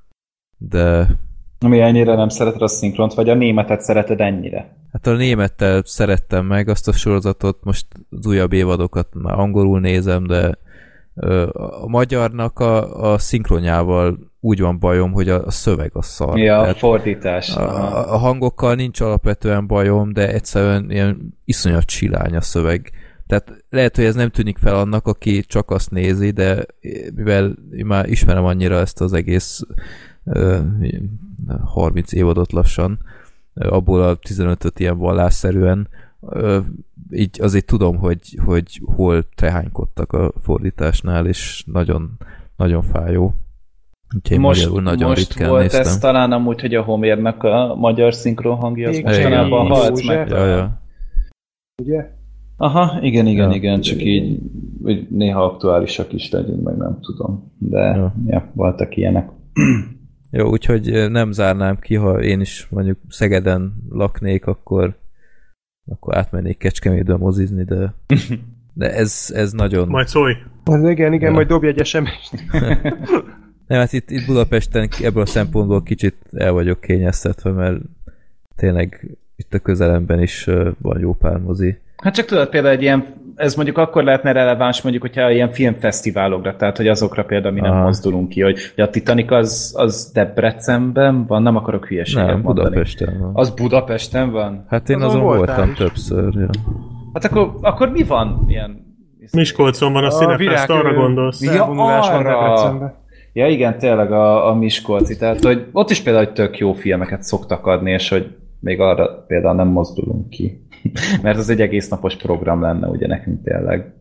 De... Ami ennyire nem szereted a szinkront, vagy a németet szereted ennyire? Hát a némettel szerettem meg azt a sorozatot, most az újabb évadokat már angolul nézem, de a magyarnak a, a szinkronjával úgy van bajom, hogy a, a szöveg a szar. Ja, a fordítás. A, a hangokkal nincs alapvetően bajom, de egyszerűen ilyen iszonyat csilány a szöveg. Tehát lehet, hogy ez nem tűnik fel annak, aki csak azt nézi, de mivel én már ismerem annyira ezt az egész uh, harminc évadot lassan, abból a tizenötöt ilyen vallásszerűen, uh, így azért tudom, hogy, hogy hol trehánykodtak a fordításnál, és nagyon, nagyon fájó. Úgyhogy most, nagyon most volt néztem. Ez talán amúgy, hogy a Homérnak a magyar szinkron hangja, az mostanában halt meg. Ja, ja. Ugye? Aha, igen, igen, ja. igen, csak így hogy néha aktuálisak is legyünk, meg nem tudom. De ja, ja voltak ilyenek. Jó, úgyhogy nem zárnám ki, ha én is mondjuk Szegeden laknék, akkor akkor átmennék Kecskemétbe mozizni, de, de ez, ez nagyon... Majd szólj! Az igen, igen, ja. Majd dobj egy es em est. Nem, hát itt, itt Budapesten ebből a szempontból kicsit el vagyok kényeztetve, mert tényleg itt a közelemben is van jó pár mozi. Hát csak tudod, például egy ilyen, ez mondjuk akkor lehetne releváns mondjuk, hogyha ilyen filmfesztiválokra, tehát hogy azokra például mi nem Aha. mozdulunk ki, hogy a Titanic az, az Debrecenben van, nem akarok hülyeséget nem, mondani. Budapesten van. Az Budapesten van? Hát én azon, azon voltam is. többször, ja. Hát akkor, akkor mi van ilyen... Miskolcon van a, a Színefest, arra gondolsz. Ja, arra! Ja igen, tényleg a, a Miskolci, tehát hogy ott is például tök jó filmeket szoktak adni, és hogy még arra például nem mozdulunk ki. Mert az egy egész napos program lenne, ugye nekünk tényleg.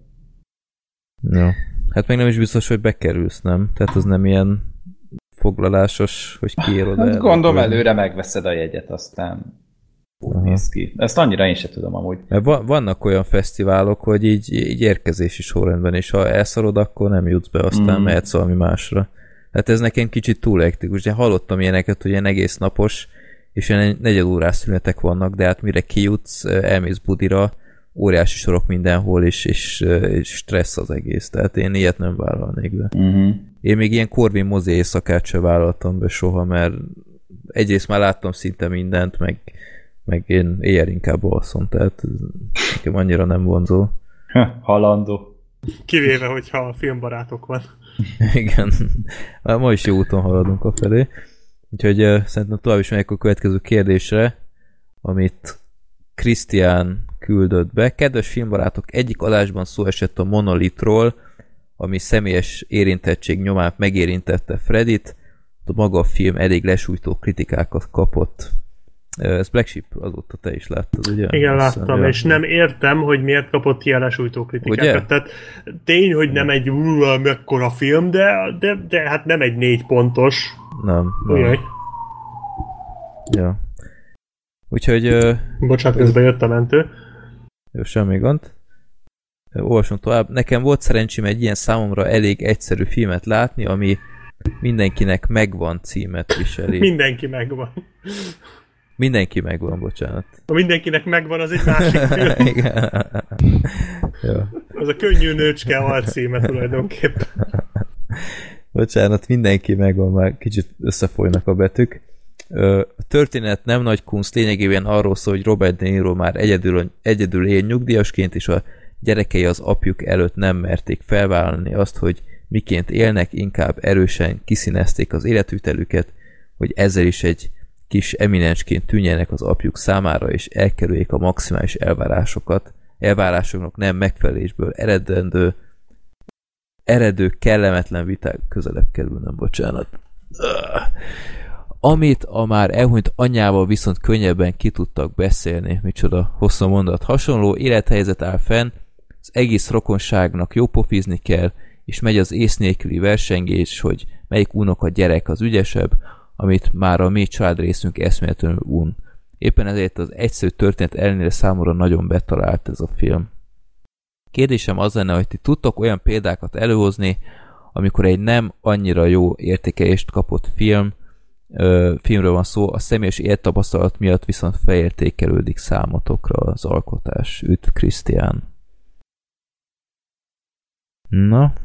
Ja. Hát még nem is biztos, hogy bekerülsz, nem? Tehát az nem ilyen foglalásos, hogy kiírod hát el. Gondolom előre megveszed a jegyet, aztán úgy néz ki. Ezt annyira én sem tudom amúgy. Mert vannak olyan fesztiválok, hogy így, így érkezési sorrendben, és ha elszarod, akkor nem jutsz be, aztán mm. mehetsz valami másra. Hát ez nekem kicsit túl hektikus. De hallottam ilyeneket, hogy ilyen egész napos, és ilyen negyed órás szünetek vannak, de hát mire kijutsz, elmész budira, óriási sorok mindenhol, és, és, és stressz az egész. Tehát én ilyet nem vállalnék be. Uh-huh. Én még ilyen Corvin mozi éjszakát sem vállaltam be soha, mert egyrészt már láttam szinte mindent, meg, meg én éjjel inkább alszom, tehát nekem annyira nem vonzó. Halandó. Kivéve, hogyha a filmbarátok van. Igen. Már ma is jó úton haladunk afelé. Úgyhogy uh, szerintem tovább is megyek a következő kérdésre, amit Krisztián küldött be. Kedves filmbarátok, egyik adásban szó esett a Monolithról, ami személyes érintettség nyomán megérintette Freddyt, a maga a film elég lesújtó kritikákat kapott. Ez Black Sheep, azóta te is láttad, ugye? Igen, láttam, Aztán, és nem értem, hogy miért kapott ilyen lesújtó kritikákat. Ugye? Tehát tény, hogy nem egy mekkora film, de, de, de hát nem egy négy pontos. Nem. nem. Ja. Úgyhogy... Uh, Bocsánat, közben jött a mentő. Jó, semmi gond. Olvasunk tovább. Nekem volt szerencsém egy ilyen számomra elég egyszerű filmet látni, ami Mindenkinek megvan címet viseli. Mindenki megvan. Mindenki megvan, bocsánat. A Mindenkinek megvan, az egy másik film. Igen. Ja. Az a Könnyű nőcske alcíme tulajdonképpen. Bocsánat, Mindenki megvan, már kicsit összefolynak a betűk. A történet nem nagy kunst, lényegében arról szól, hogy Robert De Niro már egyedül, egyedül él nyugdíjasként, és a gyerekei az apjuk előtt nem merték felvállalni azt, hogy miként élnek, inkább erősen kiszínezték az életvitelüket, hogy ezzel is egy kis eminensként tűnjenek az apjuk számára, és elkerüljék a maximális elvárásokat, elvárásoknak nem megfelelésből eredendő, eredő kellemetlen viták közelebb kerülnem, bocsánat. Amit a már elhunyt anyjával viszont könnyebben ki tudtak beszélni, micsoda hosszú mondat. Hasonló élethelyzet áll fenn, az egész rokonságnak jó pofizni kell, és megy az ész nélküli versengés, hogy melyik unoka gyerek az ügyesebb, amit már a mi családrészünk eszméletlenül un. Éppen ezért az egyszerű történet ellenére számomra nagyon betalált ez a film. Kérdésem az lenne, hogy ti tudtok olyan példákat előhozni, amikor egy nem annyira jó értékelést kapott film, ö, filmről van szó, a személyes élettapasztalat miatt viszont felértékelődik számotokra az alkotás. Üdv, Krisztián! Na?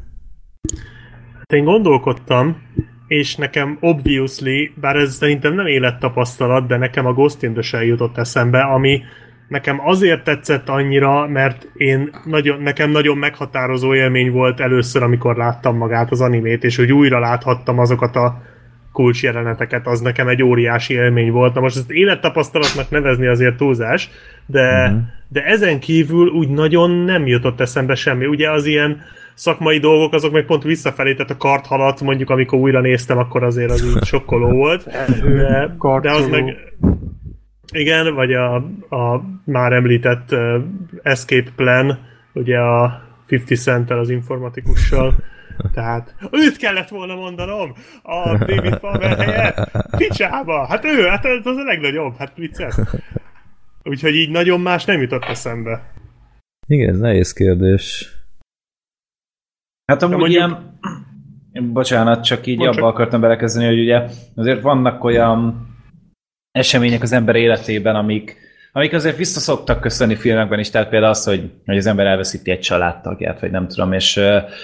Én gondolkodtam, és nekem obviously, bár ez szerintem nem élettapasztalat, de nekem a Ghost in the Shell jutott eszembe, ami nekem azért tetszett annyira, mert én nagyon, nekem nagyon meghatározó élmény volt először, amikor láttam magát az animét, és hogy újra láthattam azokat a kulcsjeleneteket, az nekem egy óriási élmény volt. Na most ezt élettapasztalatnak nevezni azért túlzás, de, uh-huh. de ezen kívül úgy nagyon nem jutott eszembe semmi. Ugye az ilyen szakmai dolgok, azok meg pont visszafelé, tehát a karthalat, mondjuk amikor újra néztem, akkor azért az így sokkoló volt. De, de az meg... Igen, vagy a, a már említett uh, Escape Plan, ugye a ötven Centtel, az informatikussal. Tehát őt kellett volna mondanom a David Palmer helyett. Picsába! Hát ő, hát az a legnagyobb, hát vicces. Úgyhogy így nagyon más nem jutott eszembe. Igen, ez nehéz kérdés. Hát amúgy mondjuk... ilyen... Bocsánat, csak így Bocsánat. abba akartam belekezdeni, hogy ugye azért vannak olyan események az ember életében, amik, amik azért vissza szoktak köszönni filmekben is, tehát például az, hogy, hogy az ember elveszíti egy családtagját, vagy nem tudom, és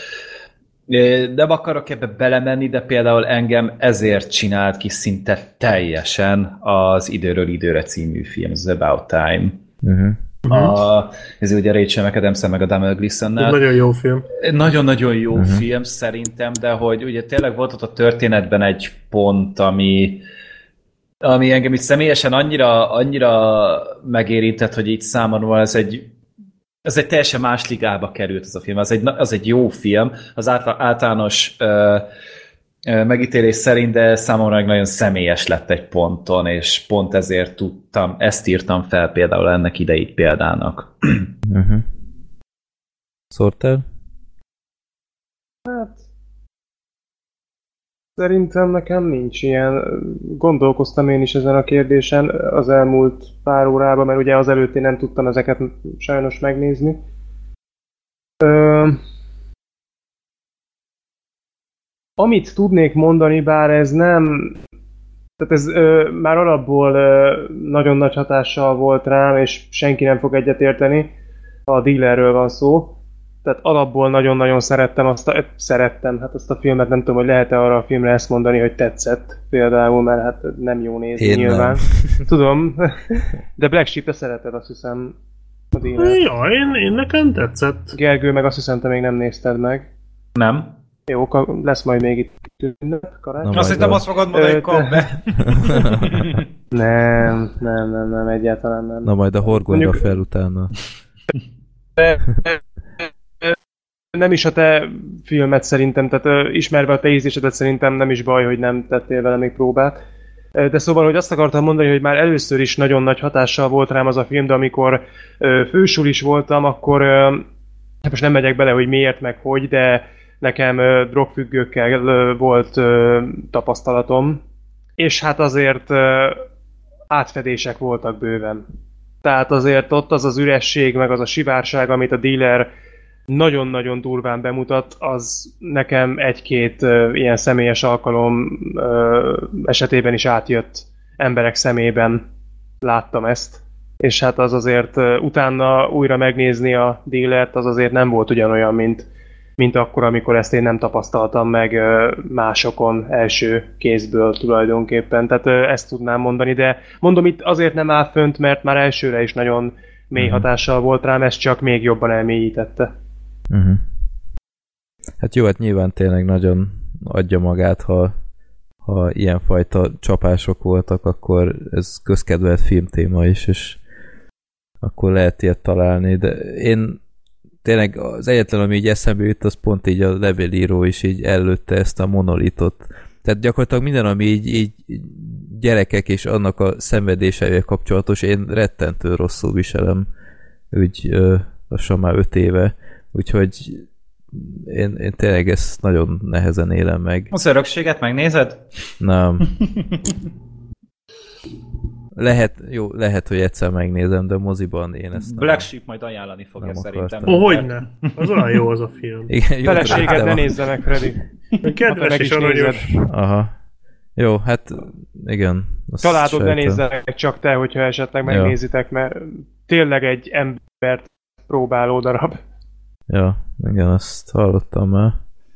nem akarok ebbe belemenni, de például engem ezért csinált ki szinte teljesen az Időről időre című film, az About Time. Uh-huh. A, ez ugye Rachel McAdams-en meg a Domhnall Gleesonnel. Nagyon jó film. Nagyon-nagyon jó uh-huh. film szerintem, de hogy ugye tényleg volt ott a történetben egy pont, ami ami engem itt személyesen annyira, annyira megérintett, hogy így számomra ez egy ez egy teljesen más ligába került ez a film. Az egy, az egy jó film, az általános ö, ö, megítélés szerint, de számomra nagyon személyes lett egy ponton, és pont ezért tudtam, ezt írtam fel például ennek idejét példának. Uh-huh. Szórtál? Hát szerintem nekem nincs ilyen. Gondolkoztam én is ezen a kérdésen az elmúlt pár órában, mert ugye az előtt én nem tudtam ezeket sajnos megnézni. Ö... Amit tudnék mondani, bár ez nem... Tehát ez ö, már alapból ö, nagyon nagy hatással volt rám, és senki nem fog egyetérteni. A Dealerről van szó. Tehát alapból nagyon-nagyon szerettem azt a, szerettem, hát azt a filmet, nem tudom, hogy lehet-e arra a filmre ezt mondani, hogy tetszett például, mert hát nem jó nézni én nyilván. Nem. Tudom, de Black Sheep-te szereted, azt hiszem, a Dealer. Ja, én, én nekem tetszett. Gergő, meg azt hiszem, te még nem nézted meg. Nem. Jó, lesz majd még itt ünnep, karácsony. Azt hittem, azt fogod mondani, hogy kap be. Nem, nem, nem, nem, egyáltalán nem. Na majd a horgonyra Mondjuk... fel utána. Nem is a te filmet szerintem, tehát uh, ismerve a te ízlésedet szerintem nem is baj, hogy nem tettél vele még próbát. Uh, de szóval, hogy azt akartam mondani, hogy már először is nagyon nagy hatással volt rám az a film, de amikor uh, fősulis voltam, akkor uh, most nem megyek bele, hogy miért, meg hogy, de nekem uh, drogfüggőkkel uh, volt uh, tapasztalatom, és hát azért uh, átfedések voltak bőven. Tehát azért ott az az üresség, meg az a sivárság, amit a Dealer nagyon-nagyon durván bemutat, az nekem egy-két uh, ilyen személyes alkalom uh, esetében is átjött, emberek szemében láttam ezt. És hát az azért uh, utána újra megnézni a Dealert, az azért nem volt ugyanolyan, mint, mint akkor, amikor ezt én nem tapasztaltam meg uh, másokon első kézből tulajdonképpen. Tehát uh, ezt tudnám mondani, de mondom, itt azért nem áll fönt, mert már elsőre is nagyon mély hatással volt rám, ez csak még jobban elmélyítette. Uh-huh. Hát jó, hát nyilván tényleg nagyon adja magát, ha, ha ilyenfajta csapások voltak, akkor ez közkedvelt filmtéma is, és akkor lehet ilyet találni, de én tényleg az egyetlen, ami így eszembe jut, az pont így a levélíró is így előtte ezt a monolitot. Tehát gyakorlatilag minden, ami így, így gyerekek és annak a szenvedéseivel kapcsolatos, én rettentő rosszul viselem. Úgy, ö, lassan már öt éve, úgyhogy én, én tényleg ezt nagyon nehezen élem meg. Az örökséget megnézed? Nem. Lehet, jó, lehet, hogy egyszer megnézem, de moziban én ezt Black Sheep majd ajánlani fogja szerintem. Ó, hogyne. Az olyan jó az a film. Igen, Feleséged ne nézze meg, Freddy. Kedves és aranyos. Aha. Jó, hát igen. Családod ne nézzenek csak te, hogyha esetleg megnézitek, mert tényleg egy embert próbáló darab. Ja, igen, azt hallottam már.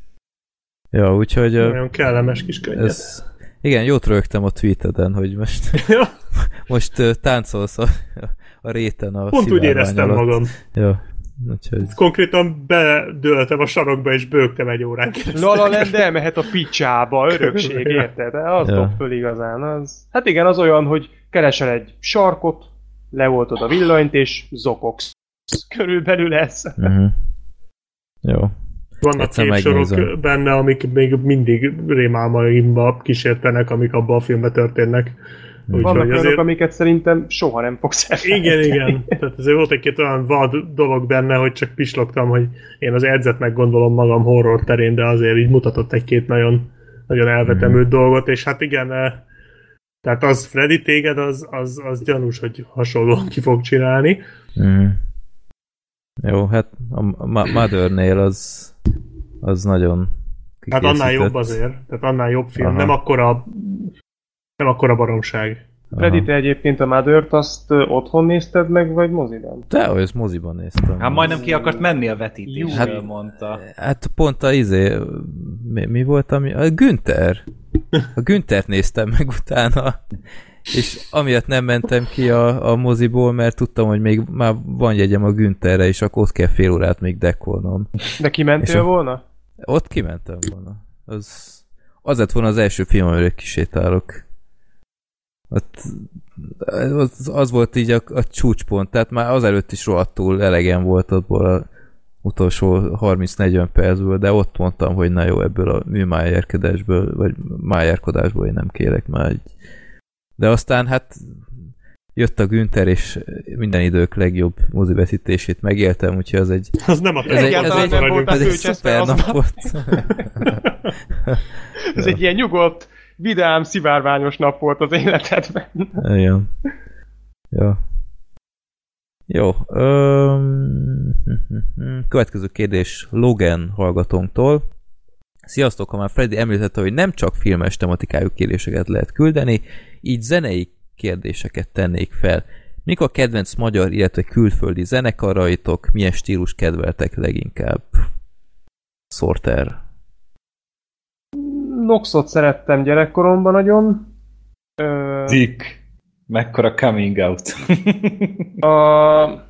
Ja, úgyhogy... Nagyon kellemes kis könnyed. Ez, igen, jót rögtem a tweeteden, hogy most, most uh, táncolsz a, a réten a pont úgy éreztem alatt. Magam. Ja, úgyhogy... Konkrétan bedőltem a sarokba és bőgtem egy órán keresztül. La La Land elmehet a picsába, örökség, érted? De az ja. dob föl igazán. Az... Hát igen, az olyan, hogy keresel egy sarkot, leoltod a villanyt és zokogsz. Körülbelül ez. Uh-huh. Jó. Vannak képsorok benne, amik még mindig rémálmaimba kísértenek, amik abban a filmben történnek. Úgy vannak olyanok, azért... amiket szerintem soha nem fogsz elfelejteni. Igen, igen. Tehát azért volt egy-két olyan vad dolog benne, hogy csak pislogtam, hogy én az edzet meggondolom magam horror terén, de azért így mutatott egy-két nagyon, nagyon elvetemült mm. dolgot, és hát igen, tehát az Freddy téged, az, az, az gyanús, hogy hasonlóan ki fog csinálni. Mm. Jó, hát a Mothernél az az nagyon hát annál jobb azért, tehát annál jobb film, aha. nem akkora nem akkora baromság. Freddy, te egyébként a Mother-t azt otthon nézted meg, vagy moziban? Dehogy, ezt moziban néztem. Hát majdnem ki akart menni a vetítésről, hát, mondta. Hát pont a izé, mi, mi volt, ami... A Günther. A Günthert néztem meg utána. És amiatt nem mentem ki a, a moziból, mert tudtam, hogy még már van jegyem a Güntherre, és akkor ott kell fél órát még dekkolnom. De kimentél a, volna? Ott kimentem volna. Az, az lett volna az első film, amire kisétálok. Ott, az, az volt így a, a csúcspont, tehát már azelőtt is rohadtul elegem volt abból az utolsó harminc-negyven percből, de ott mondtam, hogy na jó, ebből a műmájárkedésből, vagy májárkodásból én nem kérek már egy. De aztán hát jött a Günther, és minden idők legjobb mozivetítését megéltem, úgyhogy az egy... Az nem a ez egy, ez egy, ez egy szuper nap volt. Ez egy ilyen nyugodt, vidám, szivárványos nap volt az életedben. Igen. Jó. Jó. Öm... Következő kérdés Logan hallgatónktól. Sziasztok, ha már Freddy említette, hogy nem csak filmes tematikájú kérdéseket lehet küldeni, így zenei kérdéseket tennék fel. Mik a kedvenc magyar, illetve külföldi zenekaraitok, milyen stílus kedveltek leginkább? Sorter. Noxot szerettem gyerekkoromban nagyon. Ö... Dick. Mekkora coming out. a...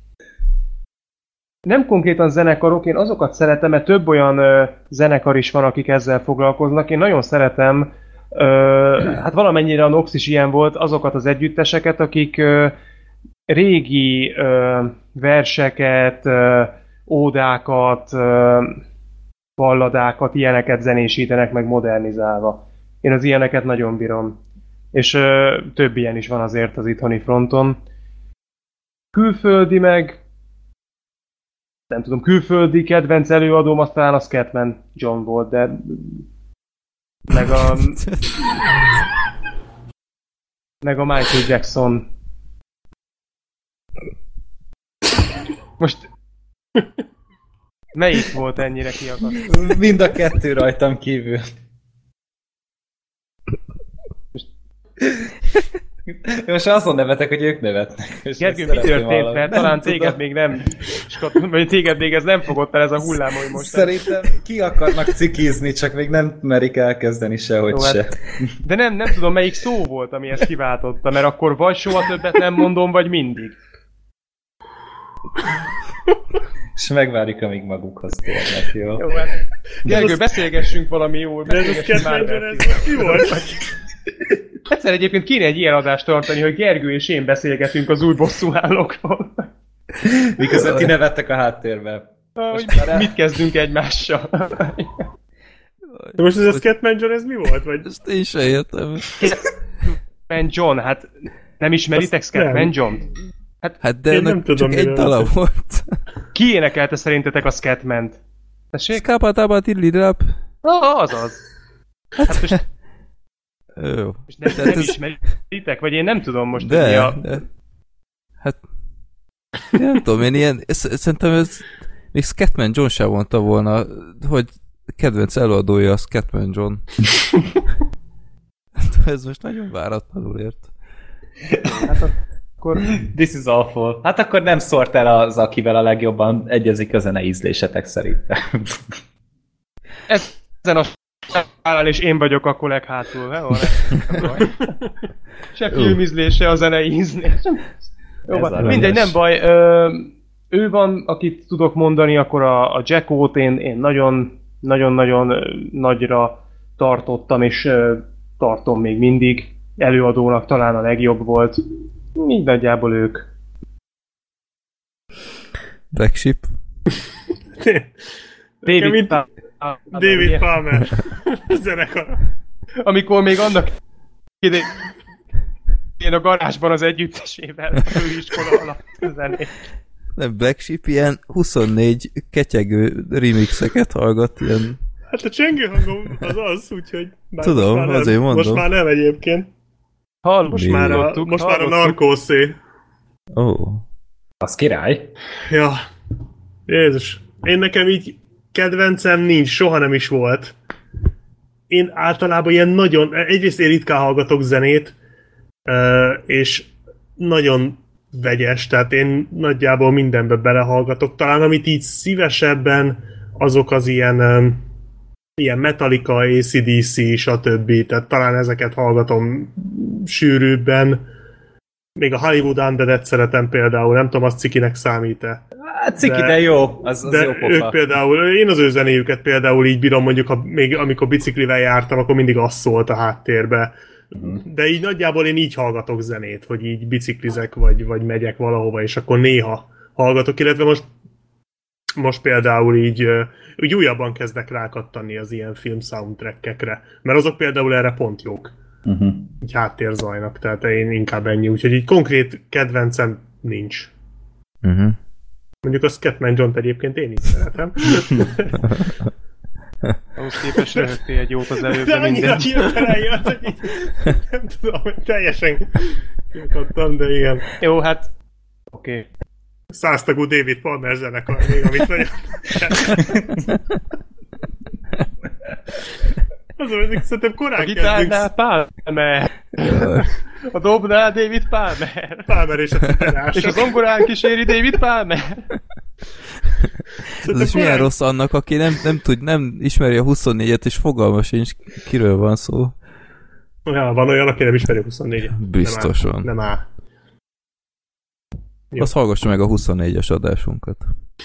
Nem konkrétan zenekarok, én azokat szeretem, mert több olyan ö, zenekar is van, akik ezzel foglalkoznak. Én nagyon szeretem, ö, hát valamennyire a Nox is ilyen volt, azokat az együtteseket, akik ö, régi ö, verseket, ö, ódákat, ö, balladákat, ilyeneket zenésítenek meg modernizálva. Én az ilyeneket nagyon bírom. És ö, több ilyen is van azért az itthoni fronton. Külföldi meg nem tudom, külföldi kedvenc előadóm, azt talán a Scatman John volt, de meg a meg a Michael Jackson. Most melyik volt ennyire kiakasztó? Mind a kettő rajtam kívül. Most azon nevetek, hogy ők nevetnek. Gergő, mi történt? Mert talán téged még nem vagy téged még ez nem fogott el ez a hullám, hogy most... Szerintem ki akarnak cikizni, csak még nem merik elkezdeni sehogy Jó, se. Hát, de nem, nem tudom, melyik szó volt, ami ezt kiváltotta, mert akkor vagy soha többet nem mondom, vagy mindig. És megvárjuk, amíg magukhoz térnek, jó? Jó, hát. Gergő, az... beszélgessünk valami jól. De ez a ez mi volt? Egyszer egyébként kéne egy ilyen adást tartani, hogy Gergő és én beszélgetünk az új bosszúállókról. Miközben ti nevettek a háttérben. Hogy mit kezdünk egymással? De most ez a Scatman John, ez mi volt? Vagy? Ezt én sem értem. Scatman John, hát nem ismeritek Scatman John-t? Hát, hát de nem tudom, csak egy dala volt. Ki énekelte szerintetek a Scatman-t? Tessék? Skapataba tidlidap. Ah, azaz. Hát most, Jó. most nem, Tehát nem ez- ismeritek? Vagy én nem tudom most, hogy mi De, a... de. Hát... Én nem tudom, én ilyen... sz- Szerintem ez... Még Scatman John sem mondta volna, hogy kedvenc előadója a Scatman John. Hát ez most nagyon váratlanul ért. Hát akkor... This is awful. Hát akkor nem szórt el az, akivel a legjobban egyezik a zene ízlésetek szerintem. Ezen a s***nál és én vagyok akkor leghátul, he? Van ez? Se filmizlése, a zenei ízlés. Jó, van. Mindegy, nem baj. Ö, ő van, akit tudok mondani, akkor a, a Jackót én, én nagyon, nagyon-nagyon ö, nagyra tartottam, és ö, tartom még mindig. Előadónak talán a legjobb volt. Így nagyjából ők. Black Sheep. Nekem David, itt Palmer, David ugye? Palmer zenekar. Amikor még annak ide én a garázsban az együttesével a főiskola alatt zenét. Nem, Black Sheep ilyen huszonnégy ketyegő remixeket hallgat, ilyen... Hát a csengő hangom az az, úgyhogy... bár Tudom, most már nem, azért mondom. Most már nem egyébként. Hallottuk, Most már a, hallottuk, most már a hallottuk. narkószé. Ó. Oh. Az király. Ja. Jézus. Én nekem így kedvencem nincs, soha nem is volt. Én általában ilyen nagyon... Egyrészt én ritkán hallgatok zenét, ö, és nagyon vegyes, tehát én nagyjából mindenbe belehallgatok. Talán amit így szívesebben, azok az ilyen, ö, ilyen Metallica, á cé dé cé, stb. Tehát talán ezeket hallgatom sűrűbben. Még a Hollywood Undead-et szeretem például, nem tudom, az cikinek számít-e. Hát ciki, De- de jó. Az, az De jó ők pofa. például, én az ő zenéjüket például így bírom, mondjuk ha még amikor biciklivel jártam, akkor mindig az szólt a háttérbe. De így nagyjából én így hallgatok zenét, hogy így biciklizek, vagy, vagy megyek valahova, és akkor néha hallgatok, illetve most most például így, ö, úgy újabban kezdek rákattani az ilyen film soundtrackekre, mert azok például erre pont jók. Uh-huh. Így háttérzajnak, tehát én inkább ennyi, úgyhogy így konkrét kedvencem nincs. Uh-huh. Mondjuk a Scatman John-t egyébként én is szeretem. Ahhoz képest röhögtél egy jót az De előbb, de annyira mindegy. hirtelen jött, hogy így, nem tudom, hogy teljesen kiakadtam, de igen. Jó, hát... Oké. Okay. Száztagú David Palmer zenekar még, amit nagyon... Azon, hogy szerintem A korán gitárnál kezdünk. Palmer. A dobnál David Palmer. Palmer és a citerás. És a zongorán kíséri David Palmer. Ez is milyen rossz annak, aki nem, nem tud, nem ismeri a huszonnégyet, és fogalma sincs, kiről van szó. Ja, van olyan, aki nem ismeri a huszonnégyet. Biztosan. Nem áll. Nem áll. Jó. Azt hallgassa meg a huszonnégyes adásunkat.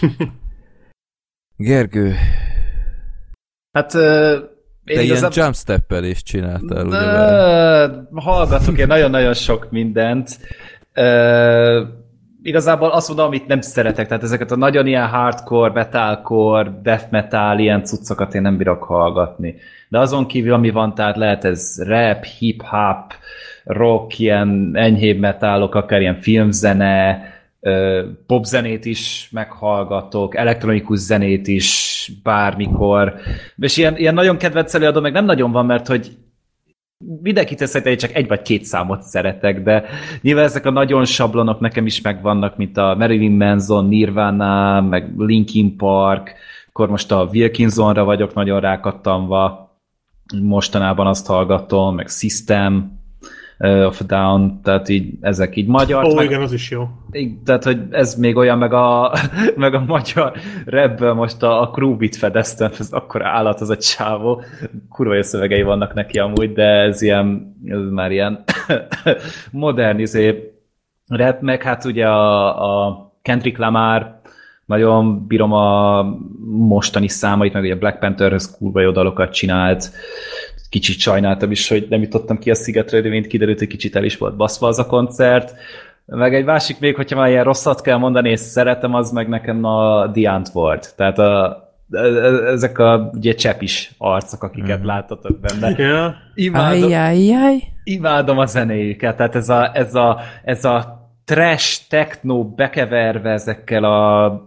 Gergő, Hát... Uh, te ilyen jump steppelést csináltál, ugye? Uh, hallgatok én nagyon-nagyon sok mindent. Uh, igazából azt mondom, amit nem szeretek, tehát ezeket a nagyon ilyen hardcore, metalcore, death metal, ilyen cuccokat én nem bírok hallgatni. De azon kívül, ami van, tehát lehet ez rap, hip-hop, rock, ilyen enyhébb metálok, akár ilyen filmzene, popzenét is meghallgatok, elektronikus zenét is bármikor, és ilyen, ilyen nagyon kedvenc előadó meg nem nagyon van, mert hogy mindenki tesz, hogy csak egy vagy két számot szeretek, de nyilván ezek a nagyon sablonok nekem is megvannak, mint a Marilyn Manson, Nirvana, meg Linkin Park, akkor most a Wilkinsonra vagyok nagyon rákattanva, mostanában azt hallgatom, meg System of a Down, tehát így ezek így magyar. Ó, meg, igen, az is jó. így, tehát, hogy ez még olyan, meg a, meg a magyar rapből most a, a Krúbit fedeztem, ez akkora állat az a csávó. Kurva jó szövegei vannak neki amúgy, de ez ilyen, ez már ilyen modern izé rap, meg hát ugye a, a Kendrick Lamar, nagyon bírom a mostani számait, meg ugye Black Pantherhöz kurva jó dalokat csinált. Kicsit sajnáltam is, hogy nem jutottam ki a szigetre, de mint kiderült, hogy kicsit el is volt baszva az a koncert. Meg egy másik még, hogyha már ilyen rosszat kell mondani, és szeretem, az meg nekem a The Ant volt. Tehát a, ezek a ugye csepis arcok, akiket mm. láttatok benne. Yeah. Imádom, Ajjajjaj. imádom a zenéjüket, tehát ez a, ez a, ez a trash, techno bekeverve ezekkel a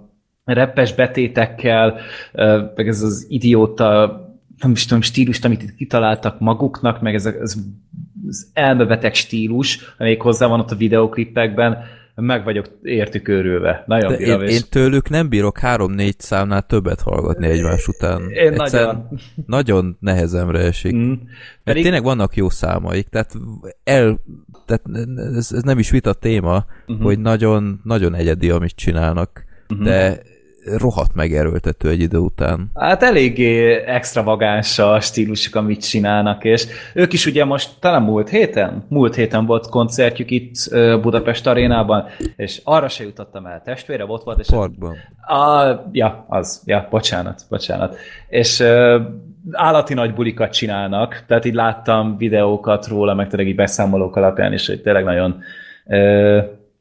reppes betétekkel, meg ez az idióta, nem is tudom, stílust, amit itt kitaláltak maguknak, meg ez az, az elmebeteg stílus, amelyik hozzá van ott a videóklippekben, meg vagyok értük őrülve. Nagyon én, én tőlük nem bírok három-négy számnál többet hallgatni egymás után. Én nagyon. Nagyon nehezemre esik. Mm. Mert Pedig... tényleg vannak jó számaik, tehát, el, tehát ez, ez nem is vita téma, uh-huh. hogy nagyon, nagyon egyedi, amit csinálnak, uh-huh. de rohadt megerőltető egy idő után. Hát eléggé extravagáns a stílusuk, amit csinálnak, és ők is ugye most talán múlt héten, múlt héten volt koncertjük itt Budapest arénában, és arra se jutottam el, testvére ott volt, és Parkban. A, ja, az, ja, bocsánat, bocsánat. És uh, állati nagy bulikat csinálnak, tehát így láttam videókat róla, meg tényleg így beszámolók alapján is, hogy tényleg nagyon uh,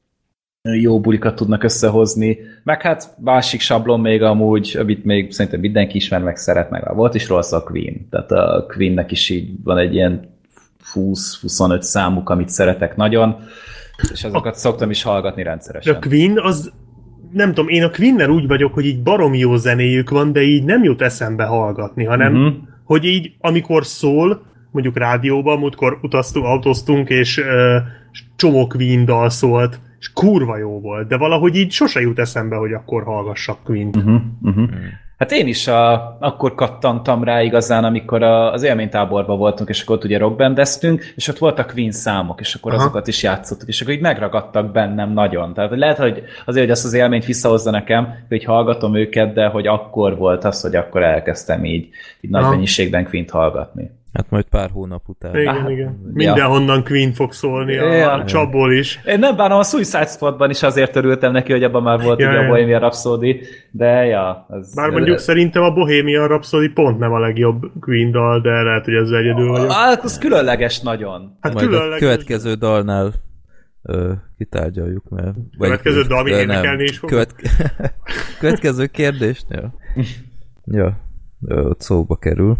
jó bulikat tudnak összehozni, meg hát másik sablon még amúgy, amit még szerintem mindenki ismer, meg szeret, meg volt is rossz a Queen, tehát a Queennek is így van egy ilyen húsz-huszonöt számuk, amit szeretek nagyon, és azokat a... szoktam is hallgatni rendszeresen. A Queen az, nem tudom, én a Queennel úgy vagyok, hogy így baromi jó zenéjük van, de így nem jut eszembe hallgatni, hanem uh-huh. hogy így amikor szól, mondjuk rádióban, múltkor utaztunk, autóztunk, és uh, csomó Queen dal szólt, és kurva jó volt, de valahogy így sose jut eszembe, hogy akkor hallgassak Queen-t. Uh-huh, uh-huh. Hát én is a, akkor kattantam rá igazán, amikor a, az élménytáborban voltunk, és akkor ott ugye rockbandeztünk, és ott voltak Queen számok, és akkor Aha. azokat is játszottuk, és akkor így megragadtak bennem nagyon. Tehát lehet, hogy azért, hogy azt az élményt visszahozza nekem, hogy hallgatom őket, de hogy akkor volt az, hogy akkor elkezdtem így, így nagy mennyiségben Queen-t hallgatni. Hát majd pár hónap után. Igen, ah, igen. Mindenhonnan ja. Queen fog szólni, a, ja. a csapból is. Én nem bánom, a Suicide Squadban is azért örültem neki, hogy abban már volt ja, ugye ja. a Bohemian Rhapsody, de ja. Az Bár mondjuk de... szerintem a Bohemian Rhapsody pont nem a legjobb Queen dal, de lehet, hogy ez egyedül vagyok. Hát az különleges nagyon. Hát majd különleges. A következő dalnál ö, kitárgyaljuk, mert... Következő vagy, dal még énekelni is fog? Követ... következő kérdésnél? Ja, ö, ott szóba kerül.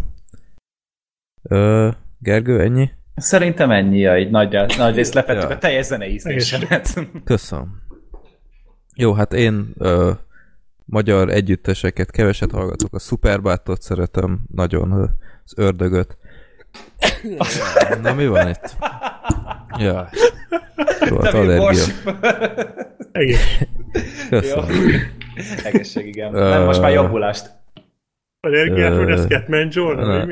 Ö, Gergő, ennyi? Szerintem ennyi, ja, így nagy, nagy részt lefettük ja. a teljes zenei ízlésemet. Köszönöm. Jó, hát én ö, magyar együtteseket keveset hallgatok, a Superbátot szeretem, nagyon az Ördögöt. Na mi van itt? Ja. Jó, hát allergia. Egész. Köszönöm. Egészség, igen. Ö... Nem, most már jobbulást. Allergiától ez Catman Jordan?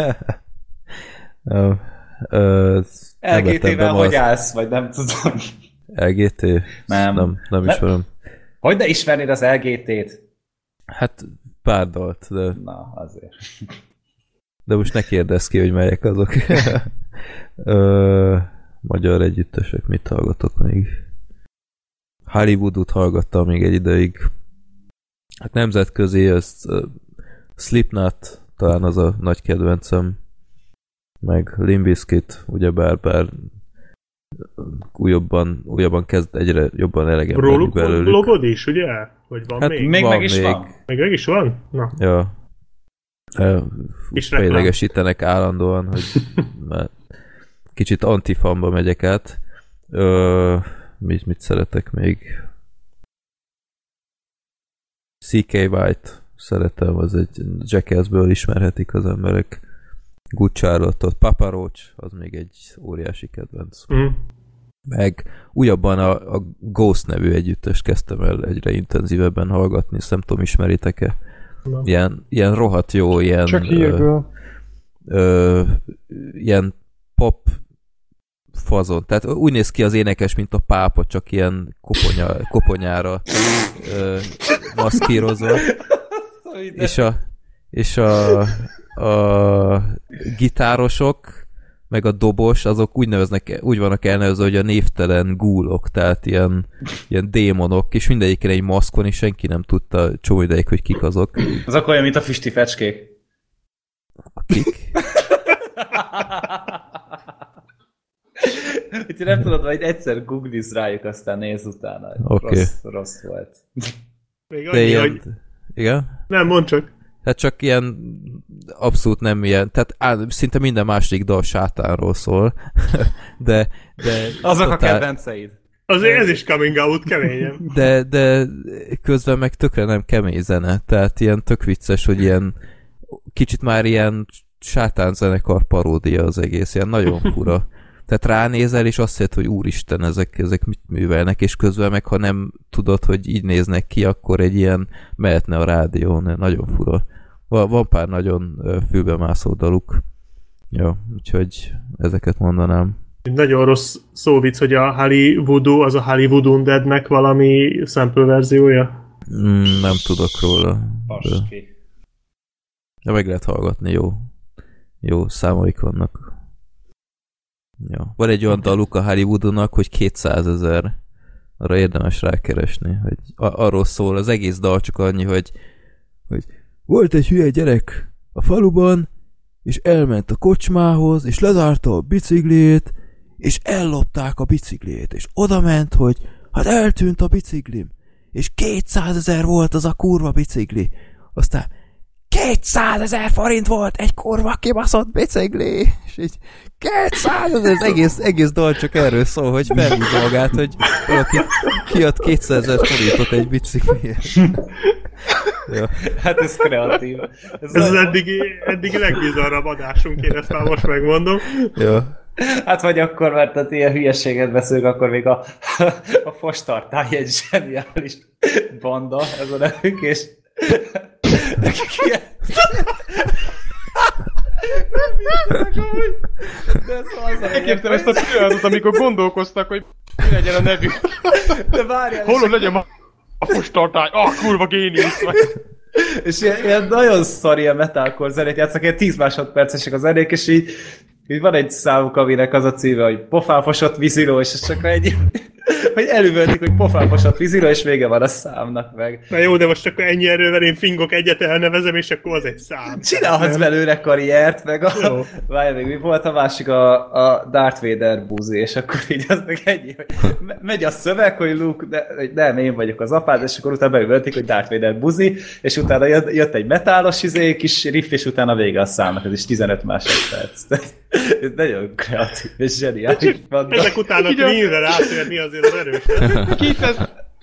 Uh, uh, el gé té-vel hogy állsz? Vagy nem tudom. el gé té? Nem. Nem, nem ismerem. Hogy ne ismernéd az el gé té-t? Hát pár dalt, de... Na, azért. De most ne kérdezz ki, hogy melyek azok. uh, magyar együttesek, mit hallgatok még? Hollywoodot hallgattam még egy ideig. Hát nemzetközi, ezt uh, Slipknot talán az a nagy kedvencem, meg Limp Bizkit, ugyebár bár újabban, újabban kezd egyre jobban elegem róluk belőlük. Blogod is, ugye? Vagy van hát még? Még van meg is még. van. Még meg is van? Na. Ja. Fejlegesítenek állandóan, hogy mert kicsit antifanba megyek át. Ö, mit, mit szeretek még? cé ká White szeretem, az egy Jackassből ismerhetik az emberek. Good Charlotte-ot, Papa Roach, az még egy óriási kedvenc. Mm. Meg újabban a, a Ghost nevű együttest kezdtem el egyre intenzívebben hallgatni, ezt nem tudom, ismeritek-e? No. Ilyen, ilyen rohadt jó, ilyen csak hírből. Ö, ö, ilyen pop fazon. Tehát úgy néz ki az énekes, mint a pápa, csak ilyen koponya, koponyára ö, maszkírozva. és a és a, a gitárosok meg a dobos, azok úgy neveznek, úgy vannak elnevezve, hogy a névtelen gúlok, tehát ilyen, ilyen démonok, és mindegyikre egy maszkon, és senki nem tudta csomó ideig, hogy kik azok. Azok olyan, mint a füsti fecskék. A kik? Úgyhogy nem tudod, hogy egyszer googliz rájuk, aztán néz utána. Okay. Rossz, rossz volt. Még annyi, ilyen, hogy... Igen? Nem, mondd csak. Tehát csak ilyen abszolút nem ilyen, tehát á, szinte minden második dal sátánról szól, de, de azok totál, a kedvenceid. Azért ez is coming out keményen. De, de közben meg tökre nem kemény zene, tehát ilyen tök vicces, hogy ilyen kicsit már ilyen sátánzenekar paródia az egész, ilyen nagyon fura. Tehát ránézel, és azt hiszed, hogy úristen, ezek, ezek mit művelnek, és közben meg, ha nem tudod, hogy így néznek ki, akkor egy ilyen mehetne a rádión, nagyon fura. Van, van pár nagyon fülbemászó daluk. Ja, úgyhogy ezeket mondanám. Nagyon rossz szóvic, hogy a Hollywood, az a Hollywood Undeadnek valami sample verziója? Mm, nem tudok róla. De... de meg lehet hallgatni, jó. Jó számaik vannak. Ja. Van egy olyan daluk a Hollywoodnak, hogy kétszázezer. Arra érdemes rákeresni, hogy arról szól az egész dal, csak annyi, hogy, hogy volt egy hülye gyerek a faluban, és elment a kocsmához, és lezárta a biciklét, és ellopták a biciklét, és oda ment, hogy hát eltűnt a biciklim, és kétszázezer volt az a kurva bicikli. Aztán kétszázezer forint volt egy kurva kibaszott bicikli, és így kétszázezer, az egész, egész dal csak erről szól, hogy felhúzza magát, hogy valaki kiad kétszázezer forintot egy bicikliért. Ja. Hát ez kreatív. Ez, ez az eddigi, eddigi legbizarrabb adásunk, én ezt már most megmondom. Ja. Hát vagy akkor, mert tehát ilyen hülyeséget beszélünk, akkor még a, a Fostartály egy zseniális banda, ez a nevük, és nekik ilyen... Nem hiszem, hogy... De ez az a Elképtem ezt a pillanatot, amikor gondolkoztak, hogy mi legyen a nevük. De várjál... Hol legyen a, a Fostartály? Ah, kurva géniusz vagy! És ilyen, ilyen nagyon szar ilyen metalcore zenét játszak, ilyen tíz másodpercesek a zenék, és így, így van egy számuk, aminek az a címe, hogy pofánfosott víziló, és ez csak egy, hogy elüvöltik, hogy pofánfosott víziló, és vége van a számnak meg. Na jó, de most akkor ennyi erővel én fingok egyet elnevezem, és akkor az egy szám. Csinálhatsz belőle karriert, meg a... Várj, még mi volt a másik, a, a Darth Vader buzi, és akkor így az meg ennyi, hogy megy a szöveg, hogy Luke, de, hogy nem, én vagyok az apád, és akkor utána beüvöltik, hogy Darth Vader buzi, és utána jött, jött egy metálos izé, kis riff, és utána vége a számnak, ez is tizenöt másodperc. Ez nagyon kreatív és zseniális. Ezek után a Queenre rátérni azért az erős. kétszáz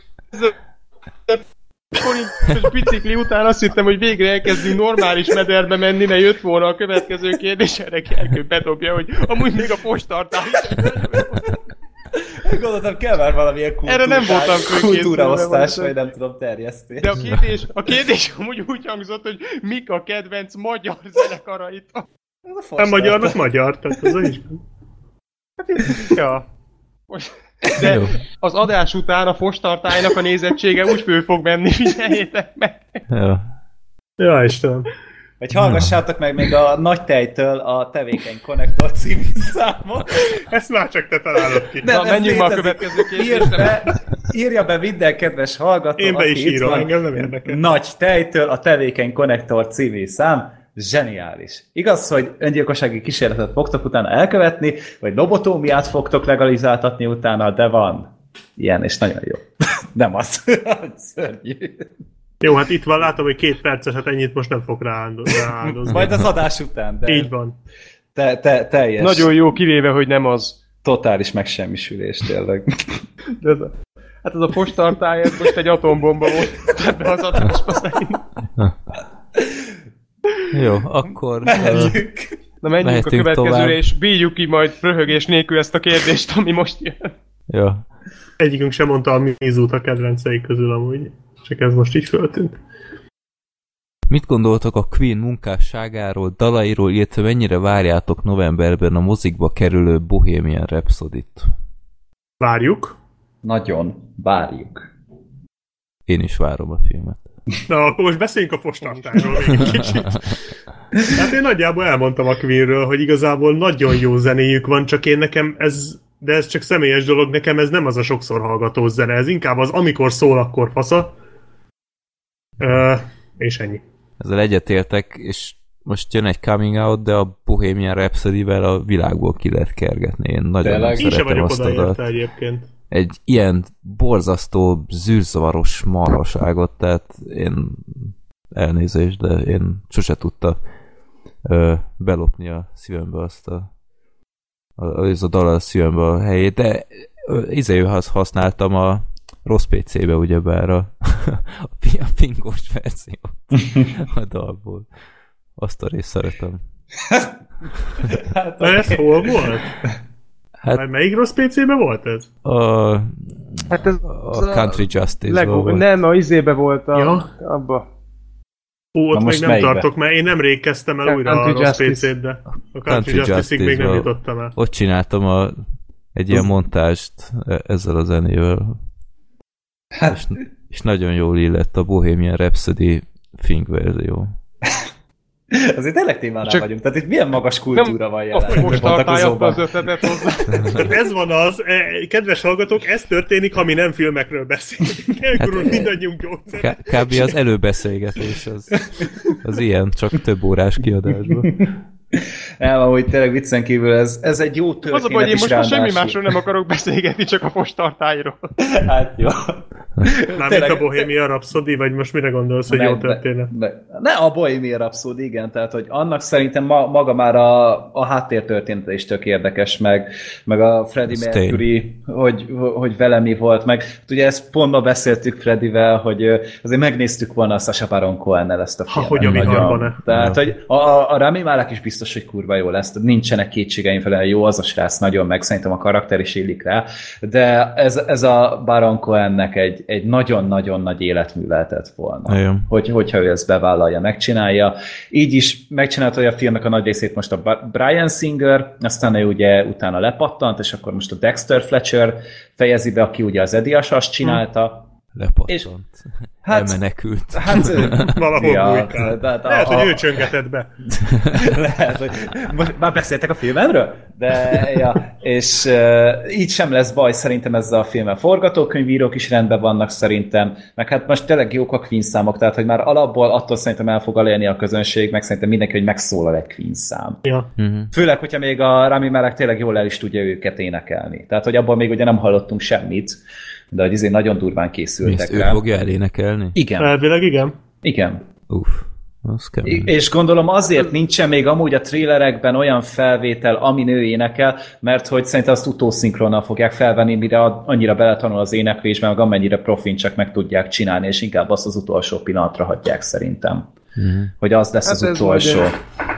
forintos bicikli után azt hittem, hogy végre elkezdünk normális mederbe menni, mert jött volna a következő kérdés, erre Kerkő bedobja, hogy amúgy még a Fostartály. Gondoltam, kell már valamilyen Erre nem voltam kultúraosztás, vagy nem tudom, terjesztés. De a kérdés, a kérdés amúgy úgy hangzott, hogy mik a kedvenc magyar zenekarait. A magyarnak magyar, tehát az is. Ja. De az adás után a Fostartálynak a nézettsége úgy föl fog menni, figyeljétek meg. Ja. Ja, Istenem. Vagy hallgassátok meg még a Nagy Tejtől a Tevékeny Konnektor című számot. Ezt már csak te találod ki. Nem, Na, menjünk már a következő kérdésre. Írja be minden kedves hallgató, én be is írom, engem nem érdekel. Nagy Tejtől a Tevékeny Konnektor című szám. Zseniális. Igaz, hogy öngyilkossági kísérletet fogtok utána elkövetni, vagy lobotómiát fogtok legalizáltatni utána, de van ilyen, és nagyon jó. Nem az. Szörnyű. Jó, hát itt van, látom, hogy két perces, hát ennyit most nem fog rááldozni. Majd az adás után, de... Így van. Te, te, teljes. Nagyon jó, kivéve, hogy nem az. Totális megsemmisülés, tényleg. De ez a, hát az a Fostartály, ez most egy atombomba volt ebben az adásban szerint. Jó, akkor... Menjünk. Na menjünk a következőre, tovább. És bíjjuk ki majd röhögés nélkül ezt a kérdést, ami most jön. Jó. Egyikünk sem mondta a Mizút a kedvencei közül amúgy. Csak ez most így föltűnt. Mit gondoltok a Queen munkásságáról, dalairól, illetve mennyire várjátok novemberben a mozikba kerülő Bohemian Rhapsody-t? Várjuk. Nagyon várjuk. Én is várom a filmet. Na, akkor most beszéljünk a Fostartályról még egy kicsit. Hát én nagyjából elmondtam a Queenről, hogy igazából nagyon jó zenéjük van, csak én nekem ez, de ez csak személyes dolog, nekem ez nem az a sokszor hallgató zene, ez inkább az amikor szól, akkor fasza. Uh, és ennyi. Ezzel egyetértek, és most jön egy coming out, de a Bohemian Rhapsody-vel a világból ki lehet kergetni. Én nagyon nem szeretem azt a dalt. Egyébként. Egy ilyen borzasztó, zűrzavaros marhaságot, tehát én elnézést, de én sose tudta ö, belopni a szívembe azt a, a, az a dal a szívembe a helyét, de izéhez használtam a rossz pé cé-be ugyebár a, a pingós verzió a dalból. Azt a részt szeretem. Hát, ez hol volt? Hát, Már melyik rossz pé cé-be volt ez? A, hát ez a Country Justice Lego, volt. Nem, a izébe volt a, ja. abba. Ó, ott Na még nem melyikbe? tartok, mert én nemrég kezdtem el újra a rossz pé cét, de a Country Justice-ig még nem jutottam el. Ott csináltam a, egy ilyen montást ezzel a zenével. Hát. És, és nagyon jól illett a Bohemian Rhapsody Fink verzió. Azért tényleg témánál Csak vagyunk, tehát itt milyen magas kultúra van jelen. Most tartálja az ötletet hozzá. Tehát ez van az, eh, kedves hallgatók, ez történik, ha mi nem filmekről beszélünk. Elgurul mindannyiunk jót. K- Kb. Az előbeszélgetés az, az ilyen, csak több órás kiadásban. Nem, amúgy tényleg viccen kívül ez, ez egy jó történet. Az a baj, hogy én most már semmi ráadásul. másról nem akarok beszélgetni, csak a postartályról. Hát jó. Mármint a Bohemian Rhapsody, vagy most mire gondolsz, hogy Ne- jó történet? Ne, ne, ne a Bohemian Rhapsody, igen, tehát hogy annak szerintem ma, maga már a, a háttértörténete is tök érdekes, meg, meg a Freddie Ez Mercury, hogy, hogy vele mi volt, meg ugye ezt pont ma beszéltük Freddyvel, hogy ö, azért megnéztük volna a Sacha Baron Cohen-nel ezt a Ha, filmet. hogy a Nagyon. viharban-e. Tehát, hogy a, a Rami Malek is biztos, hogy kurva jó lesz, nincsenek kétségeim fel, jó az a srác, nagyon meg, szerintem a karakter is illik rá, de ez, ez a Baron Cohennek egy, egy nagyon-nagyon nagy életmű lehetett volna. Hogy, hogyha ő ezt bevállalja, megcsinálja. Így is megcsinálta, hogy a filmnek a nagy részét most a Bryan Singer, aztán ő ugye utána lepattant, és akkor most a Dexter Fletcher fejezi be, aki ugye az Eddie Asas csinálta. Lepattant. És, hát, elmenekült. Hát, valahol ja, bújkál. Lehet, a, hogy ő csöngetett be. Lehet, hogy most már beszéltek a filmemről? De, ja, és uh, így sem lesz baj szerintem ezzel a filmmel. Forgatókönyvírók is rendben vannak szerintem, meg hát most tényleg jók a Queen számok, tehát hogy már alapból attól szerintem el fog elérni a közönség, meg szerintem mindenki, hogy megszólal egy Queen szám. Ja. Uh-huh. Főleg, hogyha még a Rami Malek tényleg jól el is tudja őket énekelni. Tehát, hogy abban még ugye nem hallottunk semmit, de hogy azért nagyon durván készültek rá. Ő fogja elénekelni? Igen. Elvileg igen. Igen. Uff, az kemény. És gondolom azért nincsen még amúgy a trélerekben olyan felvétel, ami nő énekel, mert hogy szerintem azt utószinkronnal fogják felvenni, mire annyira beletanul az éneklésben, meg amennyire profin csak meg tudják csinálni, és inkább azt az utolsó pillanatra hagyják szerintem. Uh-huh. Hogy az lesz hát az utolsó. Majd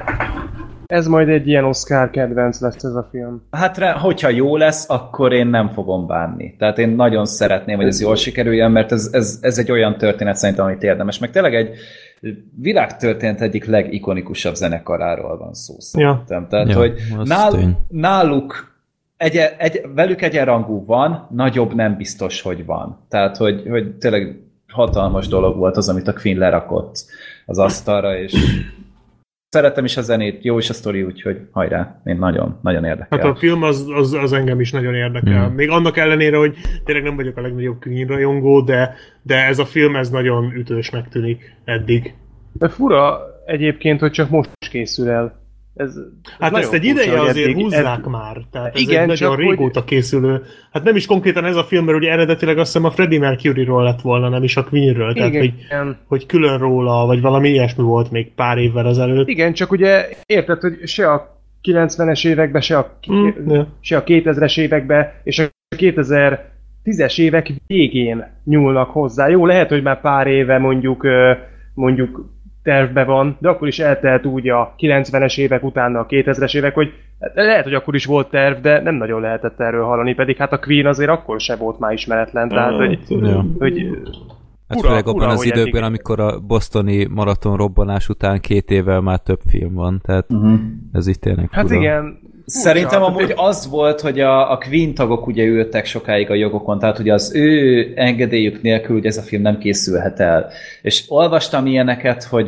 ez majd egy ilyen Oscar kedvenc lesz ez a film. Hát hogyha jó lesz, akkor én nem fogom bánni. Tehát én nagyon szeretném, hogy ez jól sikerüljön, mert ez, ez, ez egy olyan történet szerintem, amit érdemes. Meg tényleg egy világtörténet egyik legikonikusabb zenekaráról van szó szerintem. Ja. Tehát, ja, hogy nál, náluk egy, egy, velük egyenrangú van, nagyobb nem biztos, hogy van. Tehát, hogy, hogy tényleg hatalmas dolog volt az, amit a Queen lerakott az asztalra, és szeretem is a zenét, jó is a sztori, úgyhogy hajrá, én nagyon, nagyon érdekel. Hát a film az, az, az engem is nagyon érdekel. Mm. Még annak ellenére, hogy tényleg nem vagyok a legnagyobb Queen rajongó, de, de ez a film ez nagyon ütősnek tűnik eddig. De fura egyébként, hogy csak most készül el. Ez, ez hát ezt egy ideje azért eddig, húzzák ed... már. Tehát igen, ez egy nagyon régóta hogy... készülő. Hát nem is konkrétan ez a film, mert ugye eredetileg azt hiszem a Freddie Mercuryról lett volna, nem is a Queenről. Tehát, igen. Hogy, hogy külön róla, vagy valami ilyesmi volt még pár évvel ezelőtt. Igen, csak ugye érted, hogy se a kilencvenes években, se a, mm, yeah. se a kétezres években, és a kétezer-tízes évek végén nyúlnak hozzá. Jó, lehet, hogy már pár éve mondjuk mondjuk tervbe van, de akkor is eltelt úgy a kilencvenes évek utána a kétezres évek, hogy lehet, hogy akkor is volt terv, de nem nagyon lehetett erről hallani, pedig hát a Queen azért akkor se volt már ismeretlen, tehát hogy, ja. hogy hát ura, főleg abban az időkben, eddig... amikor a bostoni maraton robbanás után két évvel már több film van, tehát uh-huh. ez itt tényleg hát fura. Igen. Szerintem amúgy az volt, hogy a, a Queen tagok ugye ültek sokáig a jogokon, tehát ugye az ő engedélyük nélkül ugye ez a film nem készülhet el. És olvastam ilyeneket, hogy,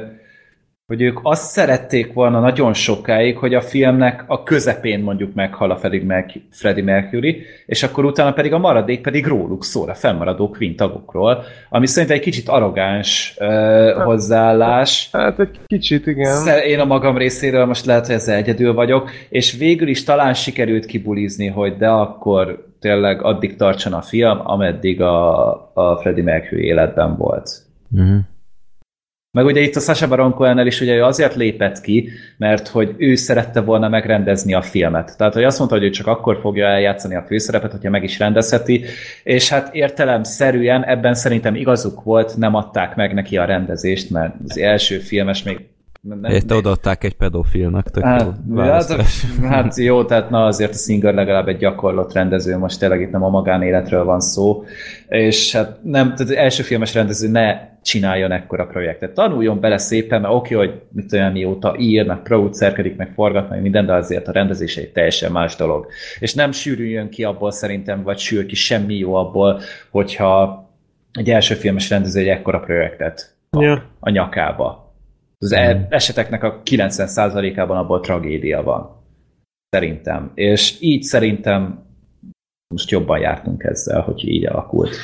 hogy ők azt szerették volna nagyon sokáig, hogy a filmnek a közepén mondjuk meghal a Freddie Mercury, és akkor utána pedig a maradék pedig róluk szól, a fennmaradó Queen tagokról, ami szerintem egy kicsit arrogáns uh, hozzáállás. Hát egy kicsit, igen. Én a magam részéről most lehet, hogy ezzel egyedül vagyok, és végül is talán sikerült kibulizni, hogy de akkor tényleg addig tartson a film, ameddig a, a Freddie Mercury életben volt. Mhm. Meg ugye itt a Sacha Baron Cohen-el is ugye ő azért lépett ki, mert hogy ő szerette volna megrendezni a filmet. Tehát, hogy azt mondta, hogy ő csak akkor fogja eljátszani a főszerepet, hogyha meg is rendezheti, és hát értelemszerűen ebben szerintem igazuk volt, nem adták meg neki a rendezést, mert az első filmes még nem, Érte odaadták egy pedofilnak, tök hát, jó hát, hát jó, tehát na azért a Singer legalább egy gyakorlott rendező, most tényleg itt nem a magánéletről van szó, és hát nem, tehát az első filmes rendező ne csináljon ekkora projektet. Tanuljon bele szépen, mert oké, hogy mit olyan mióta ír, meg producerkedik, meg forgat, meg minden, de azért a rendezés egy teljesen más dolog. És nem sűrűjön ki abból szerintem, vagy sűr ki semmi jó abból, hogyha egy első filmes rendező egy ekkora projektet a, yeah. a nyakába. Az mm. eseteknek a kilencven százalékában abból tragédia van. Szerintem. És így szerintem most jobban jártunk ezzel, hogy így alakult.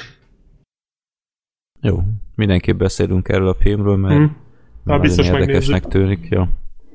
Jó. Mindenképp beszélünk erről a filmről, mert, mm. mert biztos érdekesnek tűnik. Jó.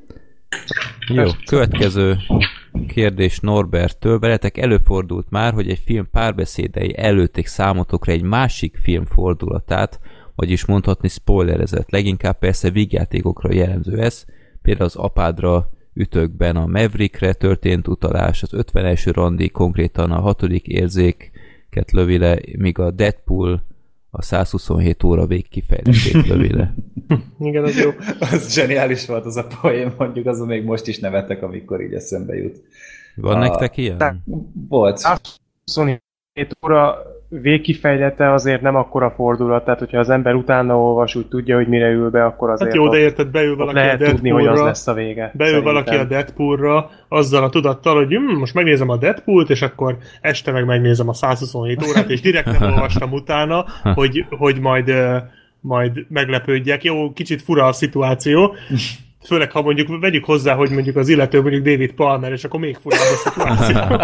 Jó. Következő kérdés Norberttől. Veletek előfordult már, hogy egy film párbeszédei előtték számotokra egy másik film fordulatát, vagyis mondhatni spoilerezett. Leginkább persze vígjátékokra jellemző ez, például az Apádra Ütökben a Maverickre történt utalás, az ötven első randi konkrétan a hatodik érzéket lövi le, míg a Deadpool a száz huszonhét óra végkifejletét lövi le. Igen, az jó. Az zseniális volt az a poém, mondjuk azon még most is nevetek, amikor így eszembe jut. Van a... nektek ilyen? Volt. huszonhét óra végkifejlete azért nem akkora fordulat, tehát hogyha az ember utána olvas, úgy tudja, hogy mire ül be, akkor azért hát jó, de érted, beül valaki lehet a Deadpoolra, tudni, hogy az lesz a vége. Beül szerintem. Valaki a Deadpoolra azzal a tudattal, hogy hm, most megnézem a Deadpoolt, és akkor este meg megnézem a száz huszonhét órát, és direkt nem olvastam utána, hogy, hogy majd, majd meglepődjek. Jó, kicsit fura a szituáció, főleg, ha mondjuk vegyük hozzá, hogy mondjuk az illető mondjuk David Palmer, és akkor még furább a szituáció.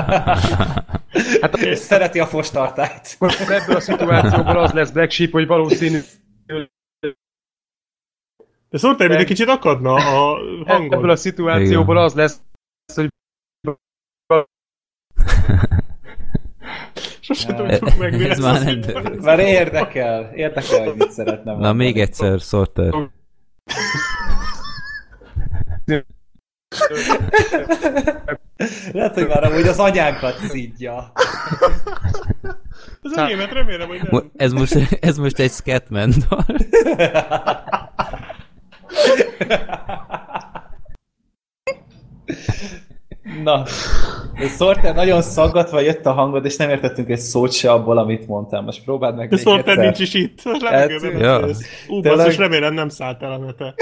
Hát és szereti a fostartályt. Ebből a szituációból az lesz Black Sheep, hogy valószínű... De szóltál, hogy egy kicsit akadna a hangon. Ebből a szituációból az lesz, hogy... Sosem tudjuk meg, mi lesz már, már érdekel, érdekel, hogy mit szeretnem. Na még egyszer, Sorter. Lehet, hogy már amúgy az anyánkat szidja. Az enyémet remélem, hogy nem. Ez most, ez most egy Scatman dal. Na, Sorter nagyon szaggatva jött a hangod, és nem értettünk egy szót se abból, amit mondtál. Most próbáld meg de még Sorter nincs is itt. Hát, ja. Ú, basszus, remélem nem szállt el a nete.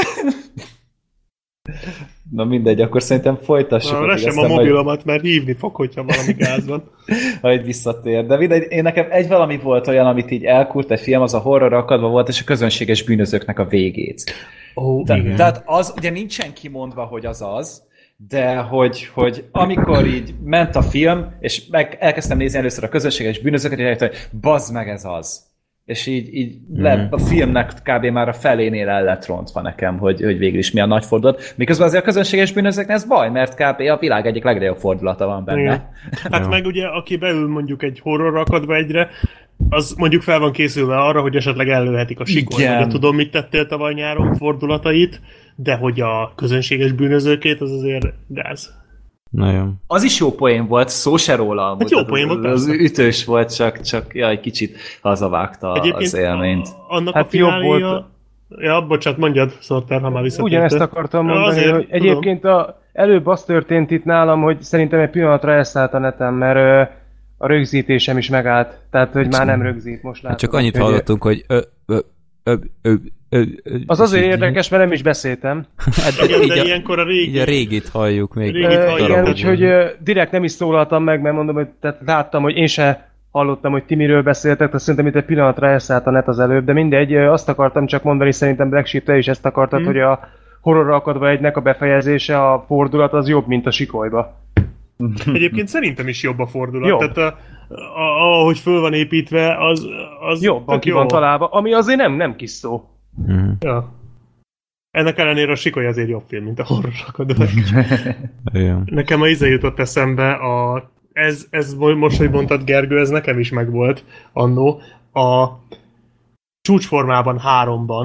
Na mindegy, akkor szerintem folytassuk. Na, lesem a mobilomat, majd... mert hívni fog, hogyha valami gáz van. Majd visszatér. De mindegy, én nekem egy valami volt olyan, amit így elkúrt egy film, az a Horror akadva volt, és a közönséges bűnözőknek a végét. Oh, Te, tehát az, ugye nincsen kimondva, hogy az az, de hogy, hogy amikor így ment a film, és meg elkezdtem nézni először a közönséges bűnözőket, és eljöttem, hogy bazd meg, ez az. És így, így mm. le, a filmnek kb. Már a felénél el lett rontva nekem, hogy, hogy végül is mi a nagy fordulat. Miközben azért a közönséges bűnözőknek ez baj, mert kb. A világ egyik legnagyobb fordulata van benne. Igen. Hát meg ugye, aki beül mondjuk egy horror akadva egyre, az mondjuk fel van készülve arra, hogy esetleg ellőhetik a sikolyt, hogy tudom, mit tettél tavaly nyáron fordulatait, de hogy a közönséges bűnözőkét, az azért gáz. Nagyon. Az is jó poén volt, szó se róla. Hát jó poén volt, az, az ütős volt, csak, csak ja, egy kicsit hazavágta egyébként az élményt. A, annak hát a fináléja... Volt. Ja, bocsánat, mondjad, Sorter, ha már visszatérte. Ugyanezt akartam mondani, azért, hogy tudom. Egyébként a, előbb az történt itt nálam, hogy szerintem egy pillanatra elszállt a netem, mert ö, a rögzítésem is megállt. Tehát, hogy már nem rögzít, most látom. Hát csak annyit hallottunk, hogy ö, ö, ö, ö, ö, ö, az azért érdekes, mert nem is beszéltem. Hát, de, igen, de a, ilyenkor a régi... Így a régit halljuk még. Régit uh, igen, úgyhogy uh, direkt nem is szólaltam meg, mert mondom, hogy tehát láttam, hogy én se hallottam, hogy ti miről beszéltek, tehát szerintem itt egy pillanatra elszállt a net az előbb, de mindegy, uh, azt akartam csak mondani, szerintem Black Sheep, te is ezt akartad, mm. hogy a Horrorra akadva egynek a befejezése, a fordulat az jobb, mint a Sikolyba. Egyébként szerintem is jobb a fordulat. Jobb. Tehát a, a, ahogy föl van építve, az, az jobban ki van találva, ami azért nem, nem kis szó. Mm. Ja. Ennek ellenére a Sikoly azért jobb film, mint a Horror akadva. Nekem a íze jutott eszembe, a, ez, ez most, hogy mondtad, Gergő, ez nekem is megvolt annó. A Csúcsformában háromban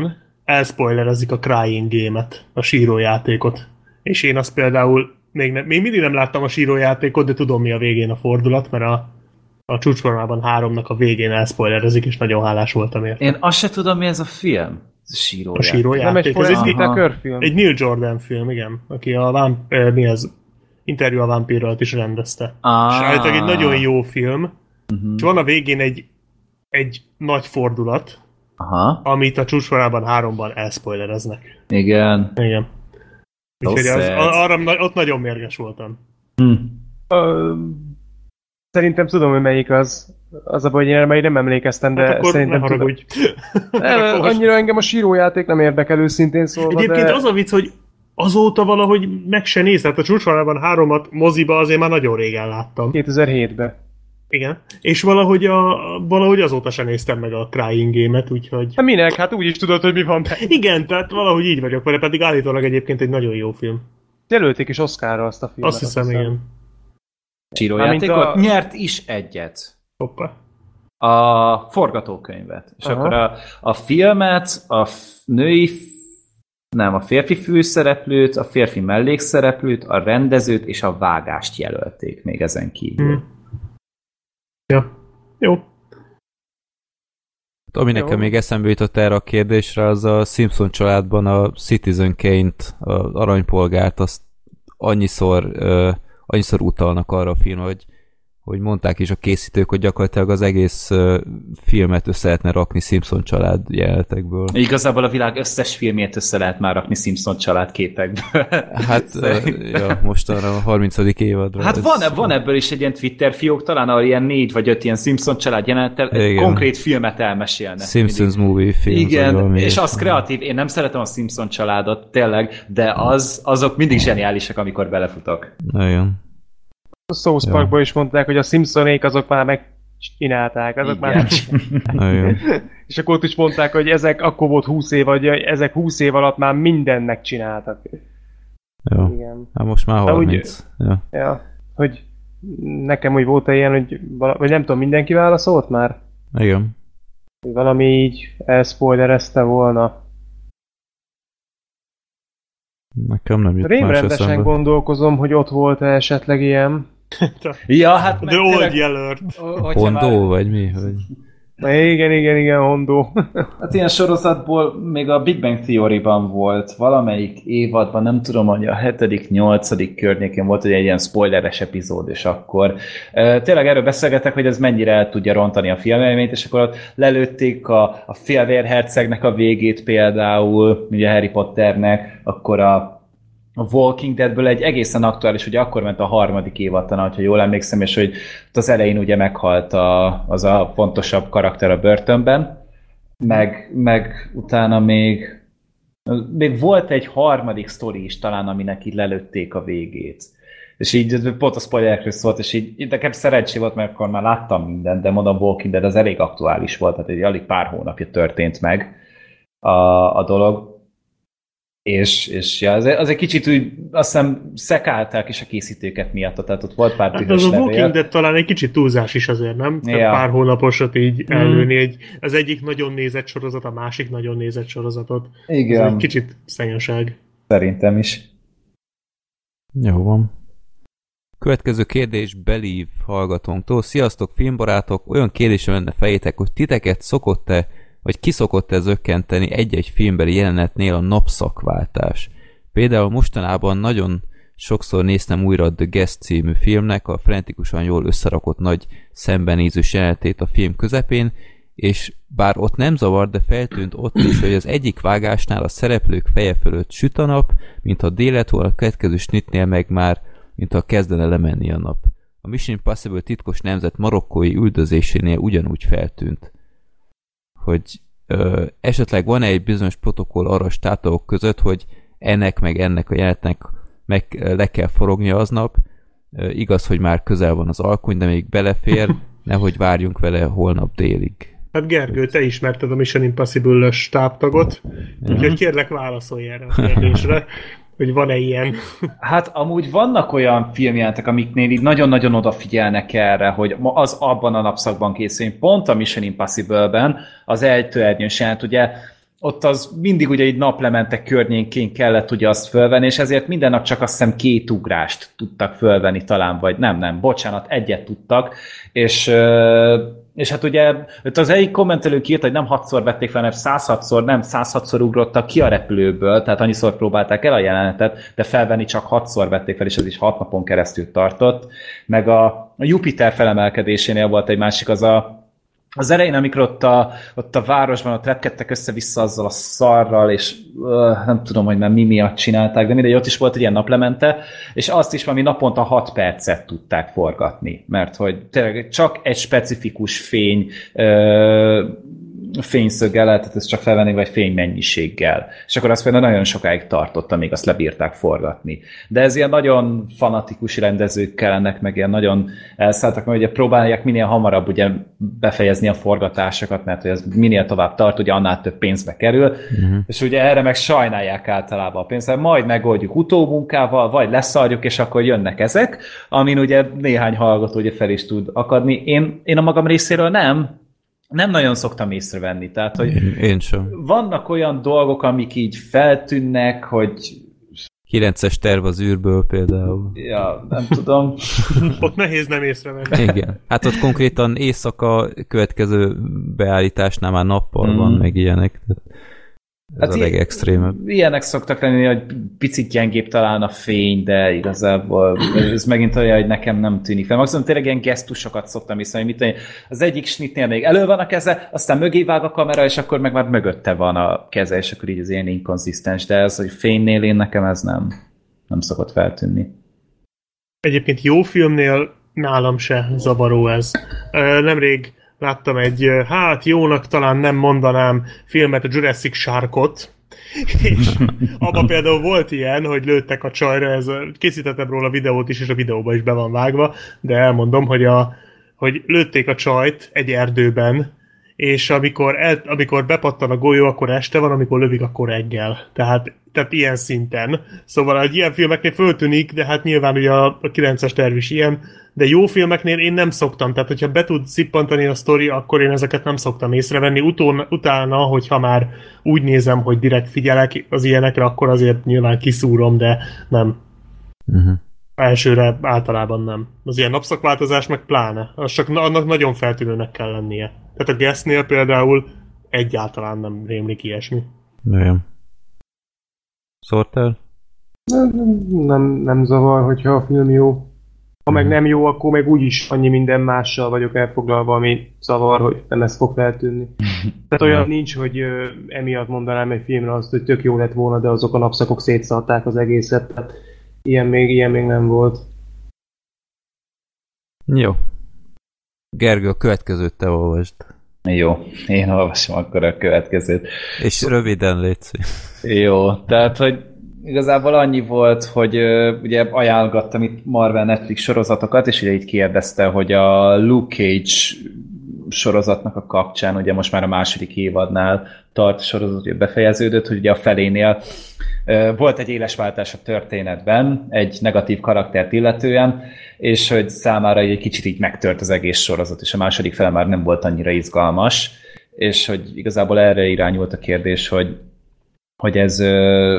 elspoilerezik a Crying Game-et, a sírójátékot. És én azt például még, ne, még mindig nem láttam a sírójátékot, de tudom mi a végén a fordulat, mert a, a Csúcsformában háromnak a végén elspoilerezik, és nagyon hálás voltam érte. Én azt se tudom, mi ez a film. Ez a sírójáték. A sírójáték. Nem egy Forrest Whitaker film? Egy Neil Jordan film, igen. Aki a vamp, eh, mi ez? Interjú a vámpírral is rendezte. Ah. És állítólag egy nagyon jó film, uh-huh. és van a végén egy, egy nagy fordulat, Aha. amit a Csúcsformában háromban elspoilereznek. Igen. Igen. Úgyhogy az, arra, ott nagyon mérges voltam. Hm. Ö, szerintem tudom, hogy melyik az. Az a baj, hogy én nem emlékeztem, de hát akkor szerintem ne tudom. Nem, annyira engem a sírójáték nem érdekel őszintén szólva, Egyébként de... az a vicc, hogy azóta valahogy meg se néz. Tehát a Csúcsformában háromat moziba azért már nagyon régen láttam. kétezer-hétben. Igen. És valahogy, a, valahogy azóta sem néztem meg a Crying Game-et, úgyhogy... Hát minek? Hát úgy is tudod, hogy mi van be. Igen, tehát valahogy így vagyok vele, pedig állítólag egyébként egy nagyon jó film. Jelölték is Oscarra azt a filmet. Azt hiszem, igen. Sírójátékot a... nyert is egyet. Hoppa. A forgatókönyvet. És Aha. akkor a, a filmet, a f- női f- nem, a férfi főszereplőt, a férfi mellékszereplőt, a rendezőt és a vágást jelölték még ezen kívül. Hmm. Ja. Jó. Ami nekem Jó. még eszembe jutott erre a kérdésre, az a Simpson családban a Citizen Kane-t, az aranypolgárt, azt annyiszor, uh, annyiszor utalnak arra a filmre, hogy, hogy mondták is a készítők, hogy gyakorlatilag az egész uh, filmet össze lehetne rakni Simpson család jelenetekből. Igazából a világ összes filmjét össze lehet már rakni Simpson család képekből. Hát, uh, ja, most arra a harmincadik évadra. Hát ez... van, van ebből is egy ilyen Twitter fiók, talán ahol ilyen négy vagy öt ilyen Simpson család jelenettel egy Igen. konkrét filmet elmesélnek. Simpsons mindig. movie film. Igen, és az kreatív. Én nem szeretem a Simpson családot, tényleg, de az, azok mindig zseniálisak, amikor belefutok. Igen. A South Parkban is mondták, hogy a Simpsonék azok már megcsinálták, azok Igen. már megcsinálták. Igen. És akkor ott is mondták, hogy ezek akkor volt húsz év, vagy ezek húsz év alatt már mindennek csináltak. Jó. Igen. Hát most már harminc. Ja. Ja, hogy nekem úgy volt ilyen, hogy vala, vagy nem tudom, mindenki válaszolt már? Igen. Hogy valami így elspoilerezte volna. Nekem nem jut más Rémrendesen eszembe. gondolkozom, hogy ott volt -e esetleg ilyen. Ja, hát The Old Yeller. Hondó, vagy mi? Vagy... Na, igen, igen, igen, Hondó. Hát ilyen sorozatból még a Big Bang Theory-ban volt, valamelyik évadban, nem tudom, hogy a hetedik, nyolcadik környékén volt egy ilyen spoileres epizód, és akkor e, tényleg erről beszélgetek, hogy ez mennyire el tudja rontani a filmélményt, és akkor ott lelőtték a, a félvérhercegnek a végét például, ugye Harry Potternek, akkor a a Walking Deadből egy egészen aktuális, hogy akkor ment a harmadik évad talán, hogyha jól emlékszem, és hogy az elején ugye meghalt a, az a fontosabb karakter a börtönben, meg, meg utána még, még volt egy harmadik sztori is talán, aminek így lelőtték a végét. És így pont a spoilerekről szólt, és így, így nekem szerencsé volt, mert akkor már láttam mindent, de mondom, Walking Dead az elég aktuális volt, tehát egy alig pár hónapja történt meg a, a dolog. És, és ja, az, az egy kicsit úgy, azt hiszem, szekálták is a készítőket miatt, tehát ott volt pár Hát dühös az a levél. Walking Dead talán egy kicsit túlzás is azért, nem? Ja. Tehát pár hónaposat így ellőni egy, az egyik nagyon nézett sorozat, a másik nagyon nézett sorozatot. Igen. Ez egy kicsit szennyosság. Szerintem is. Jó van. Következő kérdés Believe hallgatónktól. Sziasztok, filmbarátok! Olyan kérdésem lenne fejétek, hogy titeket szokott-e, vagy ki szokott-e zökkenteni egy-egy filmbeli jelenetnél a napszakváltás? Például mostanában nagyon sokszor néztem újra a The Guest című filmnek a frenetikusan jól összerakott nagy szembenézős jelenetét a film közepén, és bár ott nem zavar, de feltűnt ott is, hogy az egyik vágásnál a szereplők feje fölött süt a nap, mint ha dél lett volna, a következő snitnél meg már, mint ha kezdene lemenni a nap. A Mission Impossible titkos nemzet marokkói üldözésénél ugyanúgy feltűnt. Hogy ö, esetleg van-e egy bizonyos protokoll arra a státok között, hogy ennek meg ennek a jelenetnek meg le kell forognia aznap. Ö, igaz, hogy már közel van az alkony, de még belefér, nehogy várjunk vele holnap délig. Hát Gergő, te ismerted a Mission Impossible-ös stábtagot, úgyhogy kérlek válaszolj erre a kérdésre, hogy van-e ilyen. Hát amúgy vannak olyan filmjelentek, amiknél így nagyon-nagyon odafigyelnek erre, hogy az abban a napszakban készül. Pont a Mission Impossible-ben az ejtőernyős jelent, ugye ott az mindig ugye egy naplemente környékén kellett ugye azt fölvenni, és ezért minden nap csak azt hiszem két ugrást tudtak fölvenni talán, vagy nem, nem, bocsánat, egyet tudtak, és, és hát ugye az egyik kommentelők írt, hogy nem hatszor vették fel, hanem százhatszor, nem százhatszor ugrottak ki a repülőből, tehát annyiszor próbálták el a jelenetet, de felvenni csak hatszor vették fel, és ez is hat napon keresztül tartott. Meg a, a Jupiter felemelkedésénél volt egy másik, az a az elején, amikor ott a, ott a városban ott repkedtek össze-vissza azzal a szarral, és uh, nem tudom, hogy már mi miatt csinálták, de mindegy, ott is volt egy ilyen naplemente, és azt is valami naponta hat percet tudták forgatni, mert hogy tényleg csak egy specifikus fény uh, fényszöggel lehetett ezt csak felvenni, vagy fénymennyiséggel. És akkor az például nagyon sokáig tartott, amíg azt lebírták forgatni. De ez ilyen nagyon fanatikus rendezők kellenek, meg ilyen nagyon elszálltak, mert ugye próbálják minél hamarabb ugye befejezni a forgatásokat, mert hogy ez minél tovább tart, ugye annál több pénzbe kerül, uh-huh. és ugye erre meg sajnálják általában a pénzt, majd megoldjuk utómunkával, vagy leszarjuk, és akkor jönnek ezek, amin ugye néhány hallgató ugye fel is tud akadni. Én, én a magam részéről nem, nem nagyon szoktam észrevenni, tehát, hogy én, én sem. Vannak olyan dolgok, amik így feltűnnek, hogy kilences terv az űrből például. Ja, nem tudom. Ott nehéz nem észrevenni. Igen. Hát ott konkrétan éjszaka következő beállításnál már nappal mm. van, meg ilyenek. Ez hát a legextrémebb. Ilyenek szoktak lenni, hogy picit gyengébb talán a fény, de igazából ez megint olyan, hogy nekem nem tűnik fel. Maximum tényleg ilyen gesztusokat szoktam hiszem, hogy mit tenni. Az egyik snitnél még elő van a keze, aztán mögé vág a kamera, és akkor meg már mögötte van a keze, és akkor így az ilyen inkonzisztens, de ez, hogy fénynél én nekem ez nem, nem szokott feltűnni. Egyébként jó filmnél nálam se zavaró ez. Nemrég láttam egy, hát jónak talán nem mondanám filmet, a Jurassic Sharkot, és abban például volt ilyen, hogy lőttek a csajra, ez, készítettem róla videót is, és a videóban is be van vágva, de elmondom, hogy, a, hogy lőtték a csajt egy erdőben, és amikor, el, amikor bepattan a golyó, akkor este van, amikor lövik, akkor reggel. Tehát, tehát ilyen szinten. Szóval egy ilyen filmeknél föltűnik, de hát nyilván ugye a, a kilences terv is ilyen, de jó filmeknél én nem szoktam. Tehát, hogyha be tud szippantani a sztori, akkor én ezeket nem szoktam észrevenni. Utón, utána, hogyha már úgy nézem, hogy direkt figyelek az ilyenekre, akkor azért nyilván kiszúrom, de nem. Uh-huh. Elsőre általában nem. Az ilyen napszakváltozás meg pláne. Az csak annak nagyon feltűnőnek kell lennie. Tehát a Guestnél például egyáltalán nem rémlik ilyesmi. Nem. Szóltál? Nem, nem, nem zavar, hogyha a film jó. Ha meg nem jó, akkor meg úgyis annyi minden mással vagyok elfoglalva, ami zavar, hogy nem ez fog feltűnni. Tehát olyan nincs, hogy ö, emiatt mondanám egy filmre azt, hogy tök jó lett volna, de azok a napszakok szétszalták az egészet. Tehát ilyen még, ilyen még nem volt. Jó. Gergő, a következőt te olvasd. Jó, én olvasom akkor a következőt. És röviden légy. Jó, tehát, hogy igazából annyi volt, hogy uh, ugye ajánlgattam itt Marvel Netflix sorozatokat, és ugye itt kérdezte, hogy a Luke Cage sorozatnak a kapcsán, ugye most már a második évadnál tart sorozat, ugye befejeződött, hogy ugye a felénél uh, volt egy éles váltás a történetben, egy negatív karaktert illetően, és hogy számára egy kicsit így megtört az egész sorozat, és a második fele már nem volt annyira izgalmas, és hogy igazából erre irányult a kérdés, hogy hogy ez ö,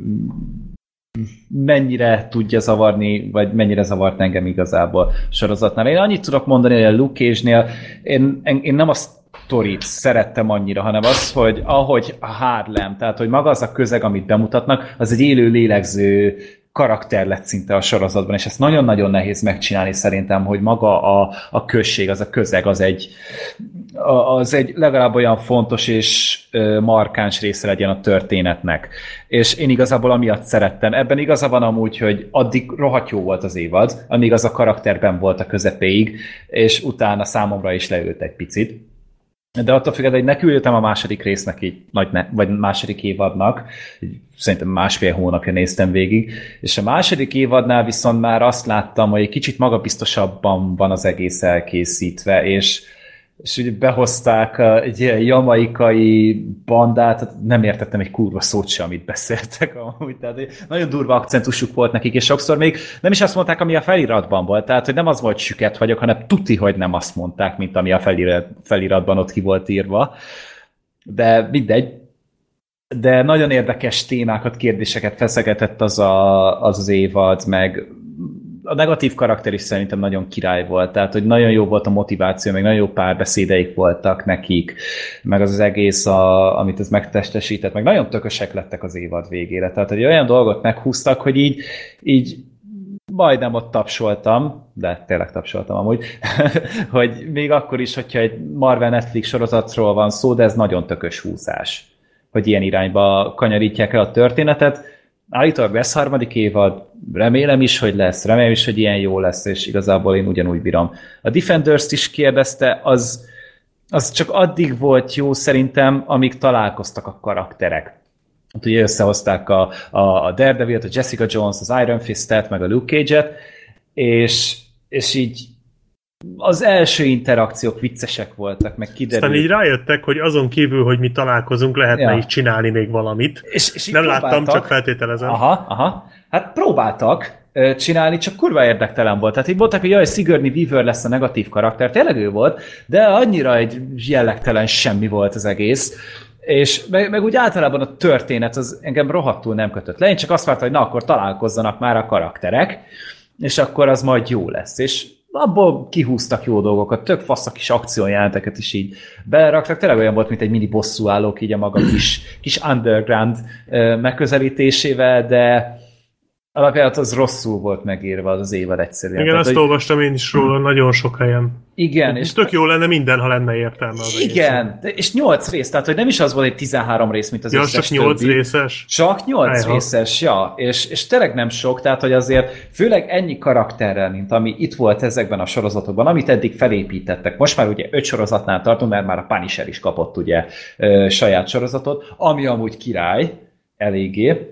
mennyire tudja zavarni, vagy mennyire zavart engem igazából sorozatnál. Én annyit tudok mondani, hogy a Luke Cage-nél én, én nem a sztorit szerettem annyira, hanem az, hogy ahogy a Harlem, tehát hogy maga az a közeg, amit bemutatnak, az egy élő lélegző karakter lett szinte a sorozatban, és ezt nagyon-nagyon nehéz megcsinálni szerintem, hogy maga a, a község, az a közeg, az egy, az egy legalább olyan fontos és markáns része legyen a történetnek. És én igazából amiatt szerettem. Ebben igaza van amúgy, hogy addig rohadt jó volt az évad, amíg az a karakterben volt a közepéig, és utána számomra is leült egy picit. De attól függetlenül, hogy neküljöttem a második résznek így, nagy ne, vagy második évadnak, szerintem másfél hónapja néztem végig, és a második évadnál viszont már azt láttam, hogy egy kicsit magabiztosabban van az egész elkészítve, és, és ugye behozták egy ilyen jamaikai bandát, nem értettem egy kurva szót sem, amit beszéltek amúgy, tehát nagyon durva akcentusuk volt nekik, és sokszor még nem is azt mondták, ami a feliratban volt, tehát hogy nem az volt süket vagyok, hanem tuti, hogy nem azt mondták, mint ami a felirat, feliratban ott ki volt írva, de mindegy. de nagyon érdekes témákat, kérdéseket feszegetett az a, az, az évad, meg a negatív karakter is szerintem nagyon király volt, tehát hogy nagyon jó volt a motiváció, meg nagyon jó párbeszédeik voltak nekik, meg az, az egész, a, amit ez megtestesített, meg nagyon tökösek lettek az évad végére, tehát hogy olyan dolgot meghúztak, hogy így, így majdnem ott tapsoltam, de tényleg tapsoltam amúgy, hogy még akkor is, hogyha egy Marvel Netflix sorozatról van szó, de ez nagyon tökös húzás, hogy ilyen irányba kanyarítják el a történetet. Állítólag lesz harmadik évad, remélem is, hogy lesz, remélem is, hogy ilyen jó lesz, és igazából én ugyanúgy bírom. A Defenders-t is kérdezte, az, az csak addig volt jó szerintem, amíg találkoztak a karakterek. Ugye összehozták a, a, a Daredevil-t, a Jessica Jones, az Iron Fist-et, meg a Luke Cage-et, és, és így az első interakciók viccesek voltak, meg kiderült. Aztán így rájöttek, hogy azon kívül, hogy mi találkozunk, lehetne ja. így csinálni még valamit. És, és nem láttam, csak feltételezem. Aha, aha. Hát próbáltak uh, csinálni, csak kurva érdektelen volt. Tehát így mondták, hogy jaj, Sigourney Weaver lesz a negatív karakter, tényleg ő volt, de annyira egy jellegtelen semmi volt az egész. És meg, meg úgy általában a történet az engem rohadtul nem kötött le. Én csak azt vártam, hogy na, akkor találkozzanak már a karakterek, és akkor az majd jó lesz. És abból kihúztak jó dolgokat, tök fasz a kis akciójelenteket is így beleraktak. Tényleg olyan volt, mint egy mini bosszúállók így a maga kis, kis underground megközelítésével, de alapján az rosszul volt megírva az, az évad egyszerűen. Igen, tehát, azt hogy... olvastam én is róla nagyon sok helyen. Igen. És tök jó lenne minden, ha lenne értelme az igen, de, és nyolc rész, tehát hogy nem is az volt egy tizenhárom rész, mint az ja, összes csak nyolc többi. részes? Csak nyolc Ajha. részes, ja. És, és tényleg nem sok, tehát hogy azért főleg ennyi karakterrel, mint ami itt volt ezekben a sorozatokban, amit eddig felépítettek. Most már ugye öt sorozatnál tartunk, mert már a Punisher is kapott ugye ö, saját sorozatot, ami amúgy király, eléggé.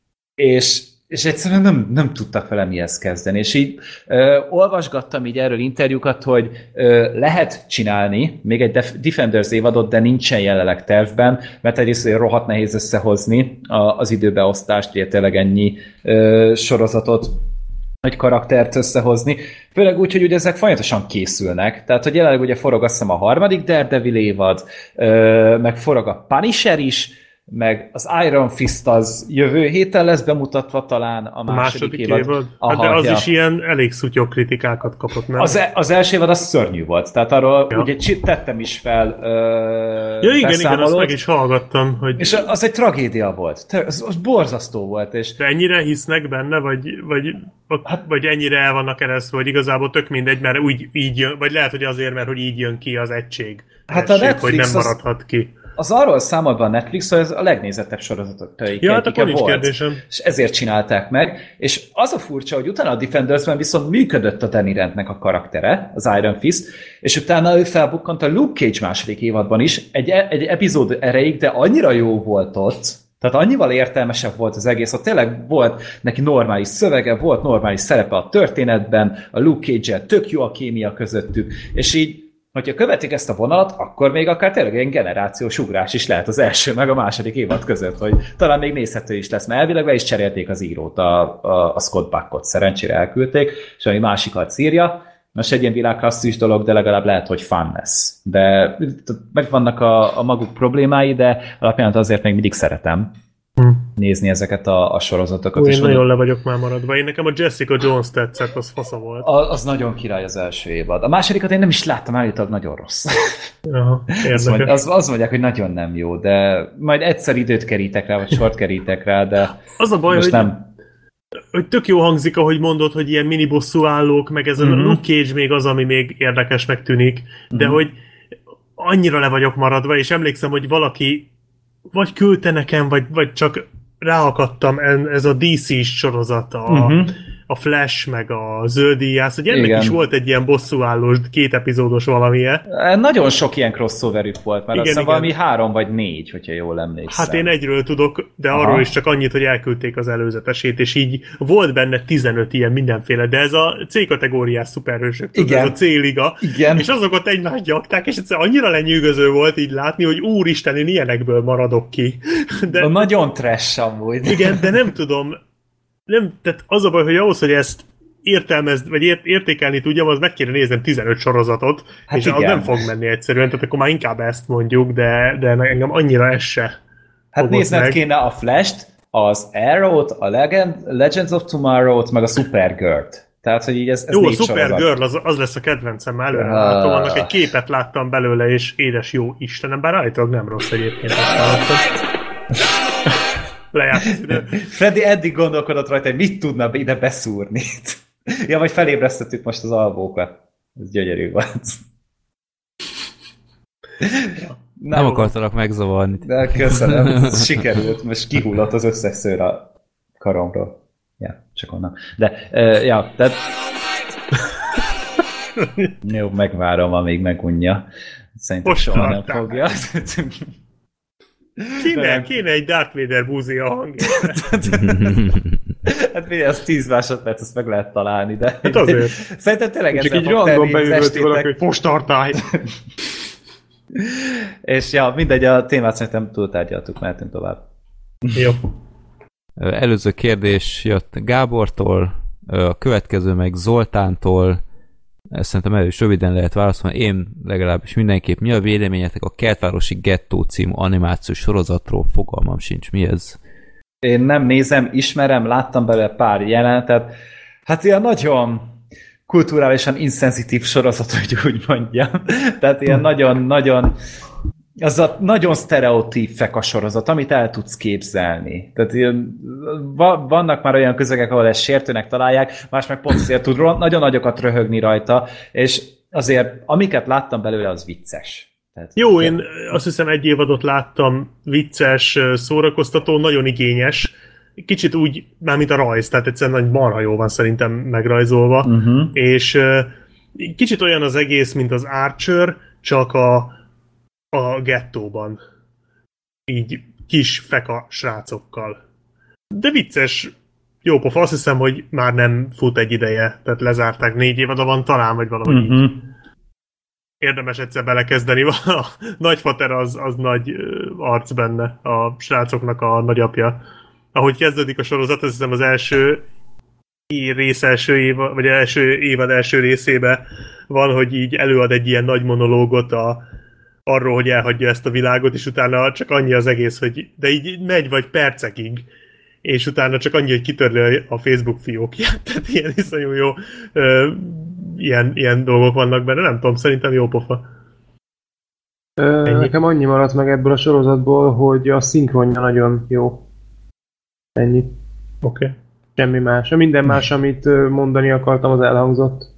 És és egyszerűen nem, nem tudtak vele mihez kezdeni. És így ö, olvasgattam így erről interjúkat, hogy ö, lehet csinálni még egy Def- Defenders évadot, de nincsen jelenleg tervben, mert egyrészt rohadt nehéz összehozni a, az időbeosztást, ugye tényleg ennyi ö, sorozatot, egy karaktert összehozni. Főleg úgy, hogy ugye ezek folyamatosan készülnek. Tehát, hogy jelenleg ugye forog azt hiszem a harmadik Daredevil évad, ö, meg forog a Punisher is, meg az Iron Fist az jövő héten lesz bemutatva talán a második, a második évad. évad? Aha, hát de az ja. is ilyen elég szutyok kritikákat kapott, nem? Az, e- az első évad az szörnyű volt, tehát arról ja. ugye tettem is fel ö, ja, igen, igen, azt meg is hallgattam. Hogy... És az egy tragédia volt. Az, az borzasztó volt. És... De ennyire hisznek benne, vagy, vagy, hát, vagy ennyire el vannak eresztve, vagy igazából tök mindegy, mert úgy így jön, vagy lehet, hogy azért, mert hogy így jön ki az egység. Hát egység, a Netflix hogy nem maradhat az... ki. Az arról számol be a Netflix, hogy ez a legnézettebb sorozatok tőjük. Ja, hát akkor nincs kérdésem. És ezért csinálták meg. És az a furcsa, hogy utána a Defendersben viszont működött a Danny Randnek a karaktere, az Iron Fist, és utána ő felbukkant a Luke Cage második évadban is, egy, egy epizód erejéig, de annyira jó volt ott, tehát annyival értelmesebb volt az egész, ott tényleg volt neki normális szövege, volt normális szerepe a történetben, a Luke Cage-el tök jó a kémia közöttük, és így hogyha követik ezt a vonalat, akkor még akár tényleg egy generációs ugrás is lehet az első meg a második évad között, hogy talán még nézhető is lesz, mert elvileg be is cserélték az írót, a, a, a Scott Buckot, szerencsére elküldték, és ami másikat szírja. Most egy ilyen világklasszis dolog, de legalább lehet, hogy fun lesz. De meg vannak a, a maguk problémái, de alapján azért még mindig szeretem hm. nézni ezeket a, a sorozatokat. Én nagyon le vagyok már maradva. Én nekem a Jessica Jones tetszett, az fasza volt. A, az nagyon király az első évad. A másodikat én nem is láttam, állítólag nagyon rossz. Aha, az, mondják, az, az mondják, hogy nagyon nem jó, de majd egyszer időt kerítek rá, vagy sort kerítek rá, de az a baj, most hogy, nem... hogy tök jó hangzik, ahogy mondod, hogy ilyen mini bosszú állók, meg ez mm-hmm. a Luke Cage még az, ami még érdekesnek tűnik, de mm-hmm. hogy annyira le vagyok maradva, és emlékszem, hogy valaki vagy küldte nekem, vagy, vagy csak ráakadtam, ez a dé cé-s sorozat, a, uh-huh. a Flash, meg a Zöld Íjász, hogy ennek igen. is volt egy ilyen bosszúállós, két epizódos valamilyen. Nagyon sok ilyen crossoverük volt, mert igen, azt valami három vagy négy, hogyha jól emlékszem. Hát én egyről tudok, de aha. arról is csak annyit, hogy elküldték az előzetesét, és így volt benne tizenöt ilyen mindenféle, de ez a C-kategóriás szuperhősök, tudod, ez a C-liga, igen. és azokat egymást gyakták, és egyszer annyira lenyűgöző volt így látni, hogy úristen, én ilyenekből maradok ki. De, nagyon trash amúgy. Igen, de nem tudom, nem, tehát az a baj, hogy ahhoz, hogy ezt értelmezd, vagy ért, értékelni tudjam, az meg kéne néznem tizenöt sorozatot, hát és igen. az nem fog menni egyszerűen, tehát akkor már inkább ezt mondjuk, de, de engem annyira ez se Hát nézned meg. Kéne a Flash-t, az Arrow-t, a Legend, Legends of Tomorrow-t, meg a Supergirl-t. Tehát, hogy így ez, ez jó, a Supergirl az, az lesz a kedvencem előre. Uh... Látom, annak egy képet láttam belőle, és édes jó Istenem, bár állítólag nem rossz egyébként. Lejárt az idő. Freddy eddig gondolkodott rajta, hogy mit tudna ide beszúrni. Ja, vagy felébresztettük most az albókat. Ez gyönyörű volt. Na, nem akartalak megzavarni. De köszönöm, ez sikerült. Most kihullott az összes szőr a karomról. Ja, csak onnan. De, uh, ja, tehát... Jó, megvárom, amíg megunja. Szerintem most soha nem fogja. Kéne, kéne egy Darth Vader búzi a hangjára. Hát miért, az tíz másodperc, ezt meg lehet találni, de... Hát azért. Szerintem tényleg ezzel fog tenni az estétek. Hogy postartály. És ja, mindegy, a témát szerintem túltárgyaltuk, mehetünk tovább. Jó. Előző kérdés jött Gábortól, a következő meg Zoltántól. Ezt szerintem elő is röviden lehet válaszolni. Én legalábbis mindenképp. Mi a véleményetek a Kertvárosi Gettó című animációs sorozatról? Fogalmam sincs. Mi ez? Én nem nézem, ismerem, láttam belőle pár jelenetet. Hát ilyen nagyon kulturálisan inszenzitív sorozat, hogy úgy mondjam. Tehát ilyen nagyon-nagyon az a nagyon sztereotíp feka sorozat, amit el tudsz képzelni. Tehát ilyen, vannak már olyan közegek, ahol ezt sértőnek találják, más meg pont azért tud nagyon nagyokat röhögni rajta, és azért amiket láttam belőle, az vicces. Tehát, jó, de... én azt hiszem egy évadot láttam, vicces, szórakoztató, nagyon igényes, kicsit úgy, már mint a rajz, tehát egyszerűen nagy marha jó van szerintem megrajzolva, uh-huh. és kicsit olyan az egész, mint az Archer, csak a a gettóban. Így kis feka srácokkal. De vicces, jó pofa, azt hiszem, hogy már nem fut egy ideje, tehát lezárták, négy évada van talán, vagy valami uh-huh. így. Érdemes egyszer belekezdeni, a nagyfater az, az nagy arc benne, a srácoknak a nagyapja. Ahogy kezdődik a sorozat, azt hiszem az első rész első évad, vagy első évad első részébe van, hogy így előad egy ilyen nagy monológot a arról, hogy elhagyja ezt a világot, és utána csak annyi az egész, hogy de így megy vagy percekig, és utána csak annyi, hogy kitörli a Facebook fiókját. Tehát ilyen iszonyú jó ö, ilyen, ilyen dolgok vannak benne. Nem tudom, szerintem jó pofa. Ö, nekem annyi maradt meg ebből a sorozatból, hogy a szinkronja nagyon jó. Ennyi. Oké. Okay. Semmi más. Minden más, amit mondani akartam, az elhangzott.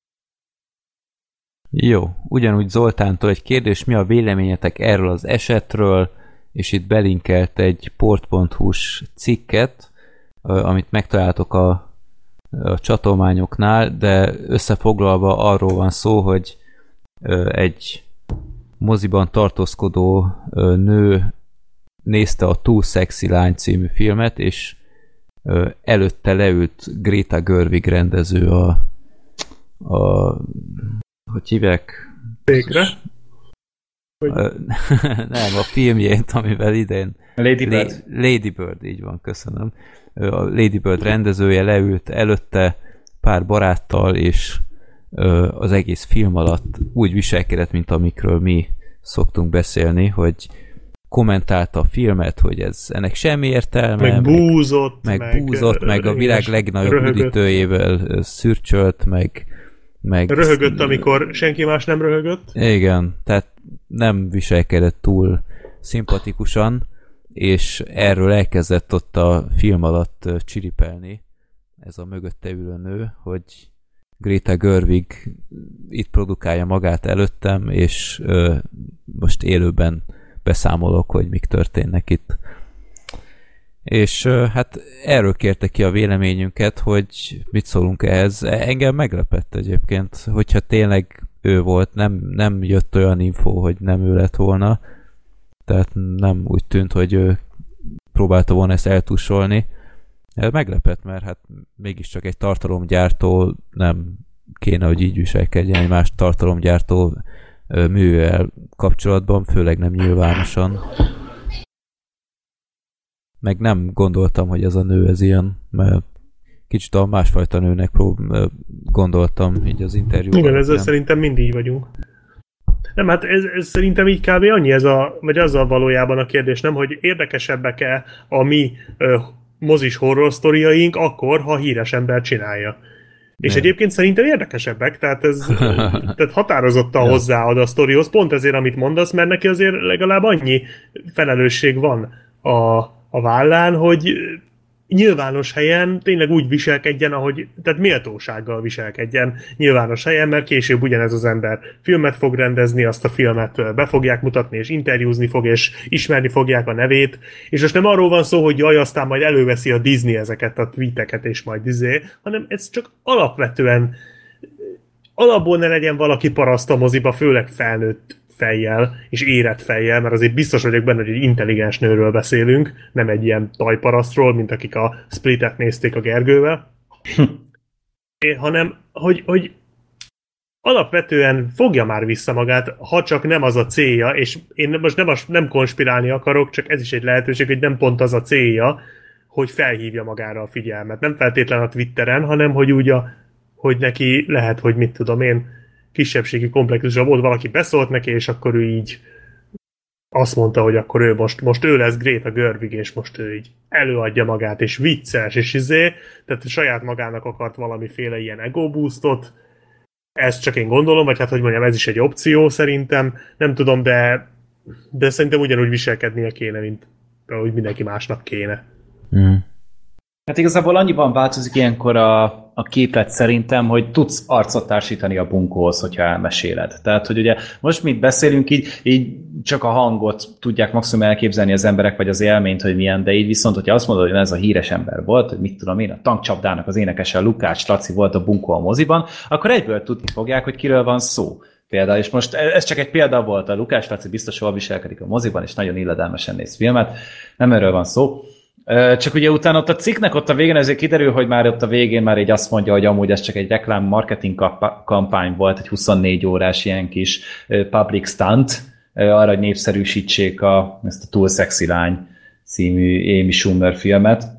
Jó, ugyanúgy Zoltántól egy kérdés, mi a véleményetek erről az esetről, és itt belinkelt egy port pont hu-s cikket, amit megtaláltok a, a csatolmányoknál, de összefoglalva arról van szó, hogy egy moziban tartózkodó nő nézte a Túl Szexi Lány című filmet, és előtte leült Greta Gerwig rendező a, a hogy hívják? Végre? Hogy... Nem, a filmjét, amivel idén Lady Bird. La- Lady Bird, így van, köszönöm. A Lady Bird rendezője leült előtte pár baráttal, és az egész film alatt úgy viselkedett, mint amikről mi szoktunk beszélni, hogy kommentálta a filmet, hogy ez ennek semmi értelme. Meg búzott. Meg, meg búzott, meg, meg a világ legnagyobb üdítőjével szürcsölt, meg Meg röhögött, amikor senki más nem röhögött. Igen, tehát nem viselkedett túl szimpatikusan, és erről elkezdett ott a film alatt csiripelni ez a mögötte ülő nő, hogy Greta Gerwig itt produkálja magát előttem, és ö, most élőben beszámolok, hogy mik történnek itt. És hát erről kérte ki a véleményünket, hogy mit szólunk ehhez. Engem meglepett egyébként, hogyha tényleg ő volt, nem, nem jött olyan info, hogy nem ő lett volna, tehát nem úgy tűnt, hogy ő próbálta volna ezt eltussolni. Meglepett, mert hát mégiscsak egy tartalomgyártó nem kéne, hogy így viselkedjen egy más tartalomgyártó művel kapcsolatban, főleg nem nyilvánosan. Meg nem gondoltam, hogy ez a nő ez ilyen, mert kicsit a másfajta nőnek prób- gondoltam így az interjúban. Igen, ezzel nem. Szerintem mindig vagyunk. Nem, hát ez, ez szerintem így kb. Annyi ez a, vagy azzal valójában a kérdés, nem, hogy érdekesebbek-e a mi ö, mozis horror sztoriaink akkor, ha híres ember csinálja. És nem. Egyébként szerintem érdekesebbek, tehát ez tehát határozottan ja. hozzáad a sztorihoz, pont ezért, amit mondasz, mert neki azért legalább annyi felelősség van a, a vállán, hogy nyilvános helyen tényleg úgy viselkedjen, ahogy, tehát méltósággal viselkedjen nyilvános helyen, mert később ugyanez az ember filmet fog rendezni, azt a filmet be fogják mutatni, és interjúzni fog, és ismerni fogják a nevét, és most nem arról van szó, hogy jaj, aztán majd előveszi a Disney ezeket a tweeteket, és majd izé, hanem ez csak alapvetően alapból ne legyen valaki paraszt a moziba, főleg felnőtt fejjel, és érett fejjel, mert azért biztos vagyok benne, hogy egy intelligens nőről beszélünk, nem egy ilyen tajparasztról, mint akik a Splitet nézték a Gergővel, é, hanem, hogy, hogy alapvetően fogja már vissza magát, ha csak nem az a célja, és én most nem, nem konspirálni akarok, csak ez is egy lehetőség, hogy nem pont az a célja, hogy felhívja magára a figyelmet. Nem feltétlen a Twitteren, hanem hogy úgy a, hogy neki lehet, hogy mit tudom én, kisebbségi komplexusa volt, valaki beszólt neki, és akkor ő így azt mondta, hogy akkor ő most, most ő lesz Greta Gerwig, és most ő így előadja magát, és vicces, és izé, tehát saját magának akart valamiféle ilyen ego boostot. Ezt csak én gondolom, vagy hát, hogy mondjam, ez is egy opció szerintem. Nem tudom, de, de szerintem ugyanúgy viselkednie kéne, mint ahogy mindenki másnak kéne. Mm. Hát igazából annyiban változik ilyenkor a, a képlet szerintem, hogy tudsz arcot társítani a bunkóhoz, hogyha elmeséled. Tehát, hogy ugye most mit beszélünk, így, így csak a hangot tudják maximum elképzelni az emberek, vagy az élményt, hogy milyen, de így viszont, hogyha azt mondod, hogy ez a híres ember volt, hogy mit tudom én, a Tankcsapdának az énekese, a Lukács Laci volt a bunkó a moziban, akkor egyből tudni fogják, hogy kiről van szó. Például, és most ez csak egy példa volt, a Lukács Laci biztos jól viselkedik a moziban, és nagyon illedelmesen néz filmet, nem erről van szó. Csak ugye utána ott a cikknek ott a végén ezért kiderül, hogy már ott a végén már így azt mondja, hogy amúgy ez csak egy reklám marketing kampány volt, egy huszonnégy órás ilyen kis public stunt, arra, hogy népszerűsítsék a, ezt a Túl Szexi Lány című Amy Schumer filmet.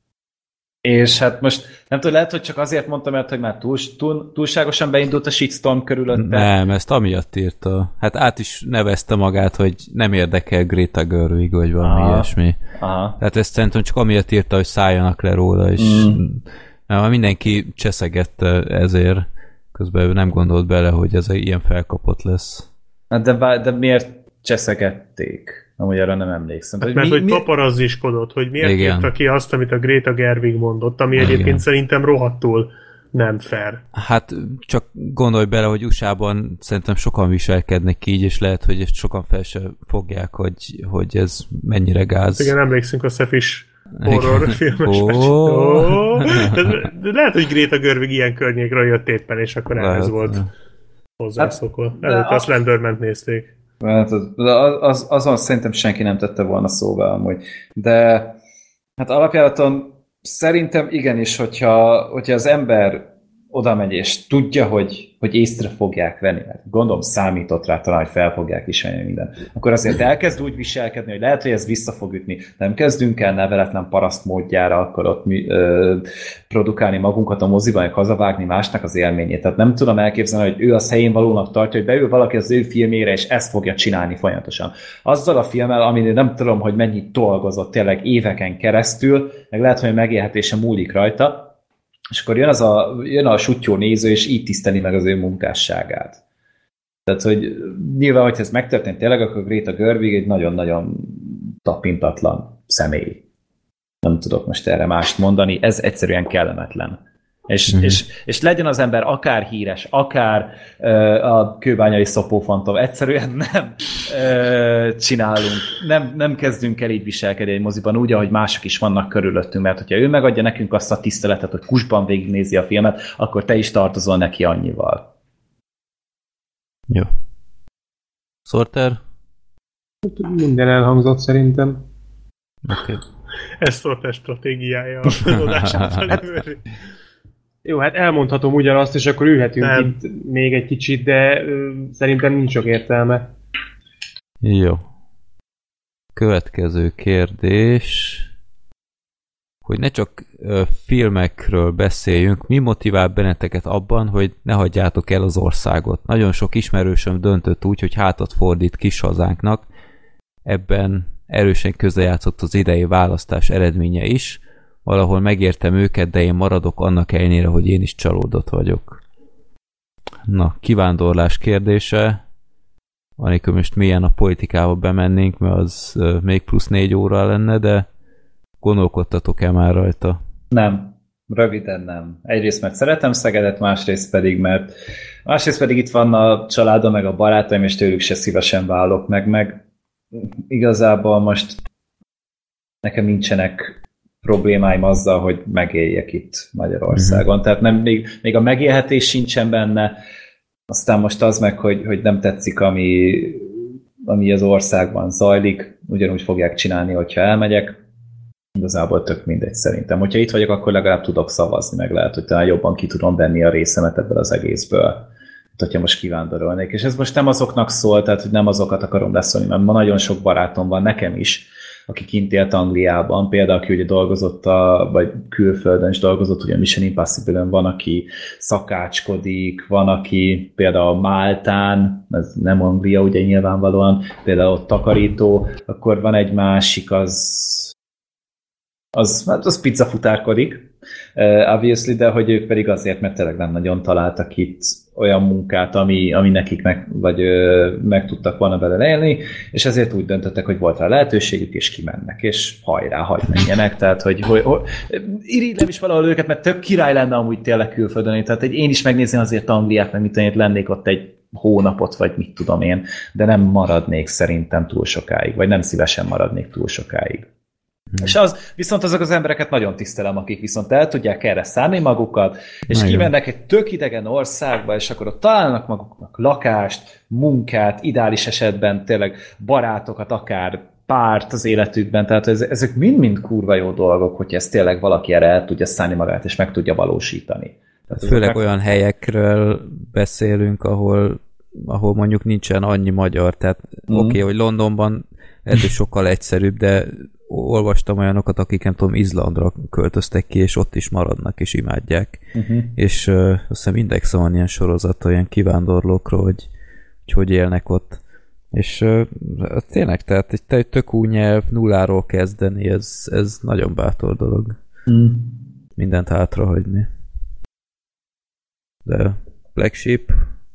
És hát most nem tudom, lehet, hogy csak azért mondtam, mert hogy már túl, túl, túlságosan beindult a shitstorm körülötte. Nem, ezt amiatt írta. Hát át is nevezte magát, hogy nem érdekel Greta Gerwig, vagy valami aha, ilyesmi. Aha. Tehát ezt szerintem csak amiatt írta, hogy szálljanak le róla, és mm. nem, mindenki cseszegette ezért, közben ő nem gondolt bele, hogy ez ilyen felkapott lesz. De, de miért cseszegették? Amúgy arra nem emlékszem. Hát mert mi, hogy mi... paparazziskodott, hogy miért igen. írta ki azt, amit a Greta Gerwig mondott, ami igen. egyébként szerintem rohadtul nem fair. Hát csak gondolj bele, hogy u es á-ban szerintem sokan viselkednek így, és lehet, hogy ezt sokan fel sem fogják, hogy, hogy ez mennyire gáz. Igen, emlékszünk a Szefis horror filmes oh. oh. de, de lehet, hogy Greta Gerwig ilyen környékről jött éppen, és akkor lehet, ehhez volt hozzászokva. Hát, előtte a Slenderman-t nézték. Hát az, az, azon szerintem senki nem tette volna szóval amúgy. De hát alapjáraton szerintem igenis, hogyha, hogyha az ember oda megy és tudja, hogy, hogy észre fogják venni, mert gondolom számított rá talán, hogy fel fogják ismerni mindent, akkor azért elkezd úgy viselkedni, hogy lehet, hogy ez vissza fog ütni. Nem kezdünk el neveletlen paraszt módjára akkor ott mi, ö, produkálni magunkat a moziban, meg hazavágni másnak az élményét. Tehát nem tudom elképzelni, hogy ő az helyén valónak tartja, hogy beül valaki az ő filmére, és ezt fogja csinálni folyamatosan. Azzal a filmmel, amin nem tudom, hogy mennyit dolgozott tényleg éveken keresztül, meg lehet, hogy a megélhetése múlik rajta, és akkor jön, az a, jön a sutyó néző, és így tiszteli meg az ő munkásságát. Tehát, hogy nyilván, hogyha ez megtörtént tényleg, akkor Greta Gerwig egy nagyon-nagyon tapintatlan személy. Nem tudok most erre mást mondani, ez egyszerűen kellemetlen. És, mm-hmm. és, és legyen az ember akár híres, akár uh, a kőbányai szopófantom, egyszerűen nem uh, csinálunk, nem, nem kezdünk el így viselkedni egy moziban úgy, ahogy mások is vannak körülöttünk, mert hogyha ő megadja nekünk azt a tiszteletet, hogy kusban végignézi a filmet, akkor te is tartozol neki annyival. Jó. Sorter? Minden elhangzott szerintem. Oké. Okay. Ez Sorter stratégiája a adását. Jó, hát elmondhatom ugyanazt, és akkor ülhetünk nem. itt még egy kicsit, de ö, szerintem nincs sok értelme. Jó. Következő kérdés, hogy ne csak ö, filmekről beszéljünk, mi motivál benneteket abban, hogy ne hagyjátok el az országot. Nagyon sok ismerősöm döntött úgy, hogy hátat fordít kis hazánknak. Ebben erősen közrejátszott az idei választás eredménye is. Valahol megértem őket, de én maradok annak ellenére, hogy én is csalódott vagyok. Na, kivándorlás kérdése. Anélkül most mélyen a politikába bemennénk, mert az uh, még plusz négy óra lenne, de gondolkodtatok-e már rajta? Nem. Röviden nem. Egyrészt mert szeretem Szegedet, másrészt pedig, mert másrészt pedig itt van a családom, meg a barátaim, és tőlük se szívesen válok meg, meg igazából most nekem nincsenek problémáim azzal, hogy megéljek itt Magyarországon. Mm-hmm. Tehát nem, még, még a megélhetés sincsen benne, aztán most az meg, hogy, hogy nem tetszik, ami, ami az országban zajlik, ugyanúgy fogják csinálni, hogyha elmegyek. Igazából tök mindegy szerintem. Hogyha itt vagyok, akkor legalább tudok szavazni, meg lehet, hogy talán jobban ki tudom venni a részemet ebből az egészből, hogyha most kivándorolnék. És ez most nem azoknak szól, tehát hogy nem azokat akarom leszólni, mert ma nagyon sok barátom van, nekem is, aki kint élt Angliában, például aki ugye dolgozott, a, vagy külföldön is dolgozott, ugye Mission Impossible-ön van, aki szakácskodik, van, aki például Máltán, ez nem Anglia ugye nyilvánvalóan, például ott takarító, akkor van egy másik, az az, hát az pizzafutárkodik, uh, obviously, de hogy ők pedig azért, mert tényleg nem nagyon találtak itt olyan munkát, ami, ami nekik meg, vagy, uh, meg tudtak volna bele élni, és ezért úgy döntöttek, hogy volt rá lehetőségük, és kimennek, és hajrá, hagyd menjenek, tehát hogy, hogy, hogy irigylem is valahol őket, mert tök király lenne amúgy tényleg külföldön, tehát egy én is megnézni azért Angliát, meg mit tenni, lennék ott egy hónapot, vagy mit tudom én, de nem maradnék szerintem túl sokáig, vagy nem szívesen maradnék túl sokáig. Hmm. És az, viszont azok az embereket nagyon tisztelem, akik viszont el tudják erre szállni magukat, és nagyon kimennek egy tök idegen országba, és akkor ott találnak maguknak lakást, munkát, ideális esetben tényleg barátokat, akár párt az életükben, tehát ez, ezek mind-mind kurva jó dolgok, hogy ezt tényleg valaki erre el tudja szállni magát, és meg tudja valósítani. Tehát főleg meg... meg... olyan helyekről beszélünk, ahol, ahol mondjuk nincsen annyi magyar, tehát mm. oké, okay, hogy Londonban ez is sokkal egyszerűbb, de olvastam olyanokat, akik nem tudom, Izlandra költöztek ki, és ott is maradnak, és imádják. Uh-huh. És uh, azt hiszem Indexen van ilyen sorozat, olyan kivándorlókról, hogy, hogy hogy élnek ott. És uh, tényleg, tehát egy, egy tök új nyelv, nulláról kezdeni, ez, ez nagyon bátor dolog. Uh-huh. Mindent hátrahagyni. De Black Sheep?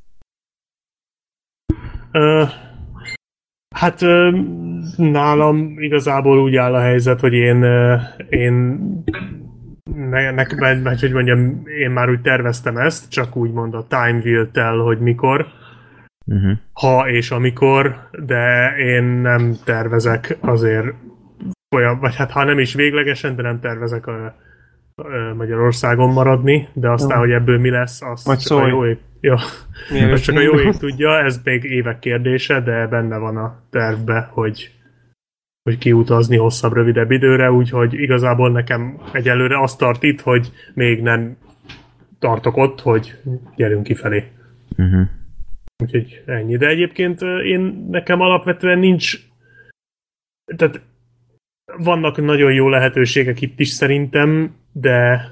Uh. Hát nálam igazából úgy áll a helyzet, hogy én, én ne, ne, hogy mondjam, én már úgy terveztem ezt, csak úgy mond a time will tell, hogy mikor, uh-huh. ha és amikor, de én nem tervezek azért olyan, vagy hát ha nem is véglegesen, de nem tervezek a, a Magyarországon maradni, de aztán, ja. hogy ebből mi lesz, azt majd csak a jó ég, ja, azt csak a jó ég tudja, ez még évek kérdése, de benne van a tervbe, hogy, hogy kiutazni hosszabb, rövidebb időre, úgyhogy igazából nekem egyelőre azt tart itt, hogy még nem tartok ott, hogy gyerünk kifelé. Uh-huh. Úgyhogy ennyi. De egyébként én nekem alapvetően nincs, tehát vannak nagyon jó lehetőségek itt is szerintem, de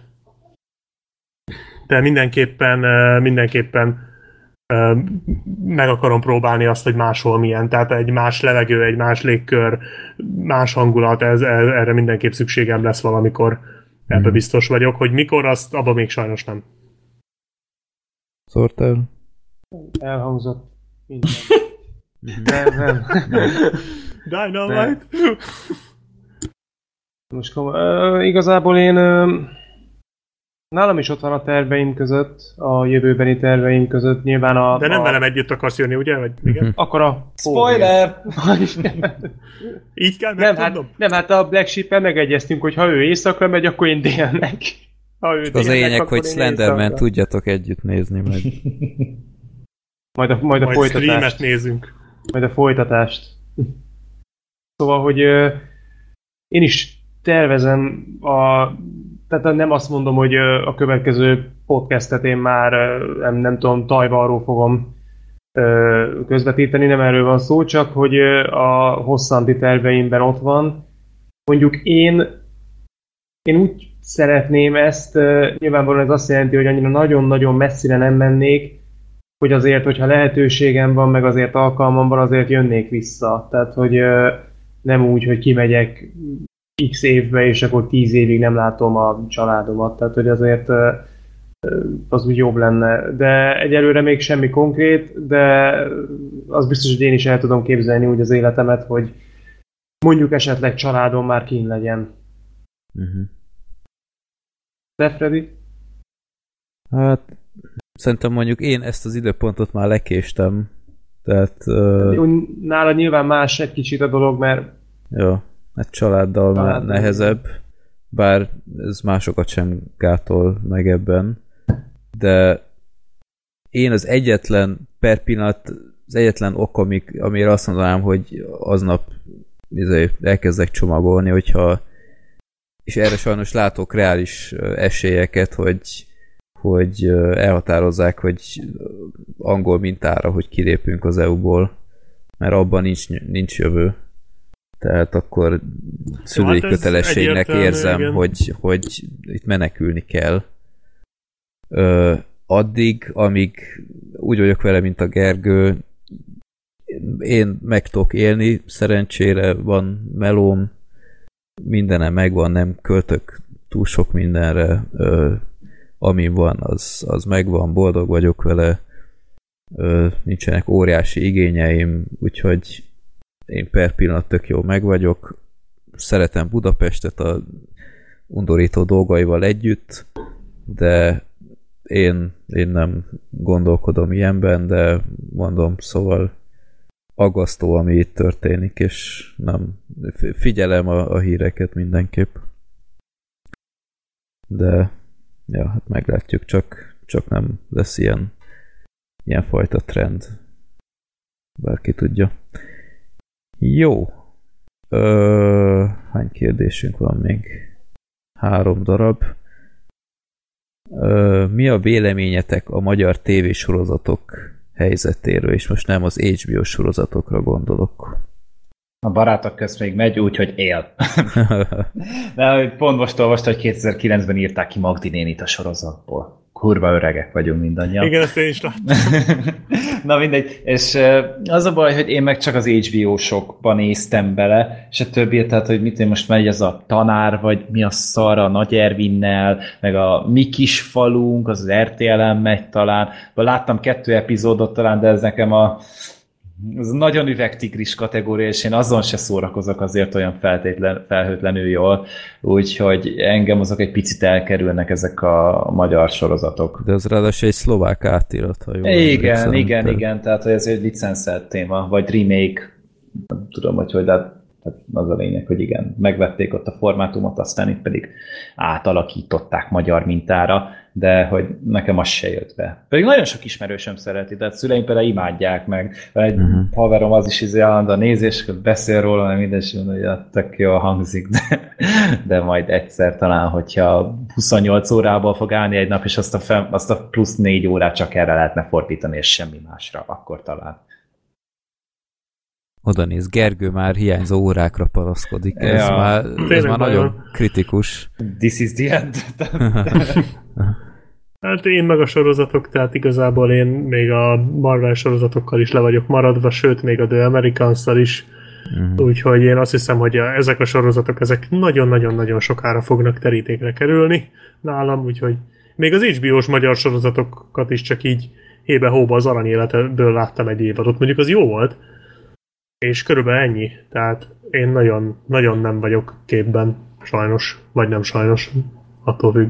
de mindenképpen mindenképpen meg akarom próbálni azt, hogy máshol milyen. Tehát egy más levegő, egy más légkör, más hangulat, ez, erre mindenképp szükségem lesz valamikor. Ebbe biztos vagyok, hogy mikor, azt abban még sajnos nem. Szórtál? Elhangzott minden. Nem, nem. Dynamite! Most uh, igazából én uh, nálam is ott van a terveim között, a jövőbeni terveim között, nyilván a... De nem a... velem együtt akarsz jönni, ugye? Vagy igen? Akkor a... Spoiler! Így kell nem, hát, nem, hát a Black Sheep-el megegyeztünk, hogy ha ő éjszakra megy, akkor én délnek. Ha ő az lényeg, hogy Slenderman tudjatok együtt nézni meg. Majd a, majd a majd folytatást. nézünk. Majd a folytatást. Szóval, hogy uh, én is tervezem a... Tehát nem azt mondom, hogy a következő podcastet én már nem, nem tudom, Tajvanról fogom közvetíteni, nem erről van szó, csak hogy a hosszanti terveimben ott van. Mondjuk én én úgy szeretném ezt, nyilvánvalóan ez azt jelenti, hogy annyira nagyon-nagyon messzire nem mennék, hogy azért, hogyha lehetőségem van, meg azért alkalmam van, azért jönnék vissza. Tehát, hogy nem úgy, hogy kimegyek x évbe, és akkor tíz évig nem látom a családomat. Tehát, hogy azért az úgy jobb lenne. De egyelőre még semmi konkrét, de az biztos, hogy én is el tudom képzelni úgy az életemet, hogy mondjuk esetleg családom már kín legyen. Uh-huh. De Freddy? Hát szerintem mondjuk én ezt az időpontot már lekéstem. Tehát... Uh... Nála nyilván más egy kicsit a dolog, mert... Jó, hát családdal már nehezebb. Bár ez másokat sem gátol meg ebben. De én az egyetlen per pillanat, az egyetlen ok, amik, amire azt mondanám, hogy aznap elkezdek csomagolni, hogyha és erre sajnos látok reális esélyeket, hogy, hogy elhatározzák, hogy angol mintára, hogy kilépünk az é u-ból, mert abban nincs, nincs jövő. Tehát akkor szülői hát kötelességnek érzem, hogy, hogy itt menekülni kell. Ö, addig, amíg úgy vagyok vele, mint a Gergő, én meg tudok élni, szerencsére van melóm, mindenem megvan, nem költök túl sok mindenre, ö, ami van, az, az megvan, boldog vagyok vele, ö, nincsenek óriási igényeim, úgyhogy én per pillanat tök jó meg vagyok, szeretem Budapestet a undorító dolgaival együtt, de én, én nem gondolkodom ilyenben, de mondom, szóval aggasztó, ami itt történik, és nem figyelem a, a híreket mindenképp. De ja, hát meglátjuk, csak, csak nem lesz ilyen, ilyen fajta trend. Bárki tudja. Jó. Ö, hány kérdésünk van még? Három darab. Ö, mi a véleményetek a magyar tévésorozatok helyzetéről, és most nem az há bé o sorozatokra gondolok. A barátok közt még megy, úgyhogy él. De pont most olvastam, hogy kétezer-kilencben írták ki Magdi nénit a sorozatból. Kurva öregek vagyunk mindannyian. Igen, ezt én is láttam. Na mindegy, és az a baj, hogy én meg csak az há bé o-sokban néztem bele, és a többi, tehát, hogy mit én most megy ez a tanár, vagy mi a szar a Nagy Ervinnel, meg a Mi kis falunk, az az er té el-en megy talán. Láttam kettő epizódot talán, de ez nekem a ez nagyon üvegtigris kategória, és én azon se szórakozok azért olyan feltétlen, felhőtlenül jól, úgyhogy engem azok egy picit elkerülnek ezek a magyar sorozatok. De az ráadásul egy szlovák átirat, ha jól Igen, emlékszem, igen, te... igen, tehát hogy ez egy licenszelt téma, vagy remake, nem tudom, hogy hogy, de hát az a lényeg, hogy igen, megvették ott a formátumot, aztán itt pedig átalakították magyar mintára, de hogy nekem az se jött be. Pedig nagyon sok ismerősöm szereti, tehát szüleim például imádják meg. Egy uh-huh. haverom az is izé állandóan nézés, beszél róla, nem mindegy, hogy ja, tök jól hangzik, de, de majd egyszer talán, hogyha huszonnyolc órából fog állni egy nap, és azt a, fel, azt a plusz négy órát csak erre lehetne fordítani, és semmi másra, akkor talán. Oda néz, Gergő már hiányzó órákra paraszkodik. Ez ja. már, ez már nagyon kritikus. This is the end. Hát én meg a sorozatok, tehát igazából én még a Marvel sorozatokkal is le vagyok maradva, sőt még a The Americans-szal is. Uh-huh. Úgyhogy én azt hiszem, hogy a, ezek a sorozatok, ezek nagyon-nagyon-nagyon sokára fognak terítékre kerülni nálam, úgyhogy még az há bé o-s magyar sorozatokat is csak így hébe-hóba az Aranyéletből láttam egy évadot. Mondjuk az jó volt, és körülbelül ennyi. Tehát én nagyon, nagyon nem vagyok képben, sajnos, vagy nem sajnos, attól függ.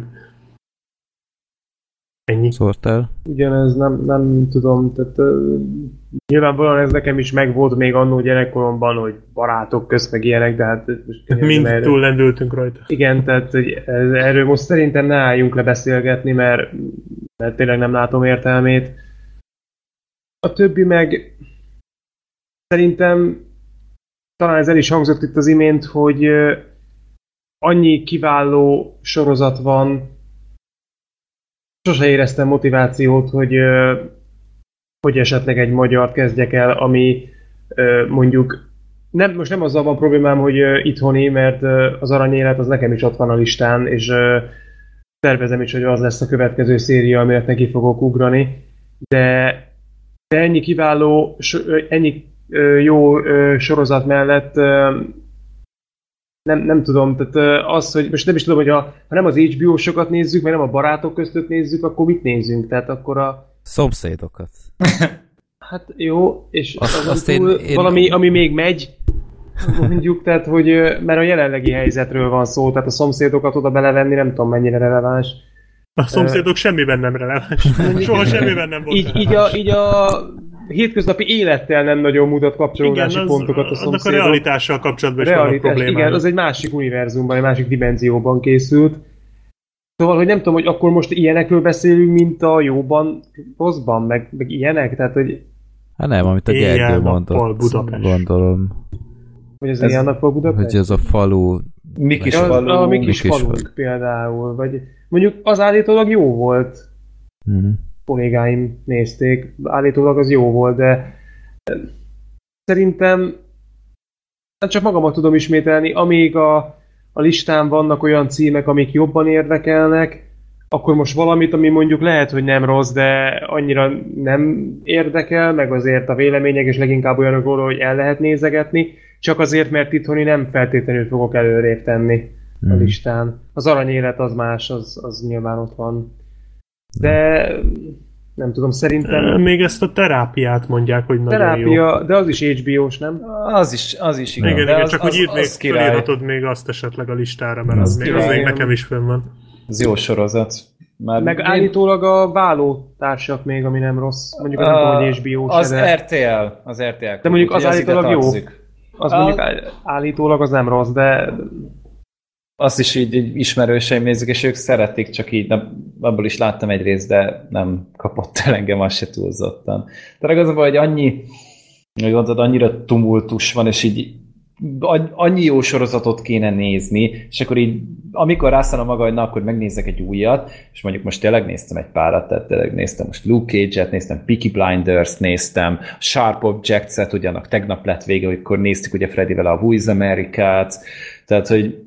Ennyi. Szóltál? Ugyanez nem, nem tudom, tehát uh, nyilvánvalóan ez nekem is megvolt még annó gyerekkoromban, hogy barátok közt meg ilyenek, de hát most mind erről... túl lendültünk rajta. Igen, tehát hogy ez, erről most szerintem ne álljunk le beszélgetni, mert, mert tényleg nem látom értelmét. A többi meg szerintem talán ez el is hangzott itt az imént, hogy uh, annyi kiváló sorozat van, sose éreztem motivációt, hogy, hogy esetleg egy magyart kezdjek el, ami mondjuk nem, most nem azzal van problémám, hogy uh, itthoni, mert uh, az Aranyélet az nekem is ott van a listán, és uh, tervezem is, hogy az lesz a következő széria, amire neki fogok ugrani, de, de ennyi kiváló, so, ennyi uh, jó uh, sorozat mellett uh, nem, nem tudom, tehát uh, az, hogy most nem is tudom, hogy a, ha nem az há bé ó-sokat nézzük, vagy nem a Barátok között nézzük, akkor mit nézzünk? Tehát akkor a... Szomszédokat. Hát jó, és azt, azon azt túl én, én... valami, ami még megy, mondjuk, tehát, hogy mert a jelenlegi helyzetről van szó, tehát a szomszédokat oda belevenni nem tudom mennyire releváns. A szomszédok uh, semmiben nem releváns. Soha semmiben nem volt. Így, így, a, így a hétköznapi élettel nem nagyon mutat kapcsolódási igen, az, pontokat a szomszédok. Annak a realitással kapcsolatban is Realitás, vannak problémák. Igen, az egy másik univerzumban, egy másik dimenzióban készült. Szóval, hogy nem tudom, hogy akkor most ilyenekről beszélünk, mint a jóban, rosszban, meg, meg ilyenek, tehát, hogy... Hát nem, amit a Gergő mondott, gondolom. Hogy ez, ez ilyen nappal Budapest? Hogy ez a falu... Mik is falu. A, a Mik is faluk például, vagy mondjuk az állítólag jó volt. Mm. Kollégáim nézték, állítólag az jó volt, de szerintem nem csak magamat tudom ismételni, amíg a, a listán vannak olyan címek, amik jobban érdekelnek, akkor most valamit, ami mondjuk lehet, hogy nem rossz, de annyira nem érdekel, meg azért a vélemények, és leginkább olyanok róla, hogy el lehet nézegetni, csak azért, mert itthoni nem feltétlenül fogok előrébb tenni mm. a listán. Az Aranyélet az más, az, az nyilván ott van. De nem tudom, szerintem... Még ezt a Terápiát mondják, hogy nagyon terápia, jó. De az is há bé ó-s, nem? Az is, az is igen. Igen, igen, az, csak az, hogy írd az még, felírhatod még azt esetleg a listára, mert az, az, még, az még nekem is fönn van. Ez jó sorozat. Már meg én... állítólag a Váló társak még, ami nem rossz. Mondjuk az, uh, nem tudom, hogy há bé ó-s. Az de... er té el. Az er té el. De mondjuk az állítólag jó. Az a... mondjuk állítólag az nem rossz, de... Azt is így, így ismerőseim nézik, és ők szeretik, csak így nem, abból is láttam egy részt, de nem kapott el engem, az se túlzottan. Tehát az a baj, hogy annyi, hogy mondtad, annyira tumultus van, és így annyi jó sorozatot kéne nézni, és akkor így, amikor rászállom maga, hogy na, akkor megnézek egy újat, és mondjuk most tényleg néztem egy párat, tehát tényleg néztem most Luke Cage-et, néztem Peaky Blinders-t, néztem Sharp Objects-et, ugyanak tegnap lett vége, amikor néztük ugye Freddyvel a Who is America-t, tehát, hogy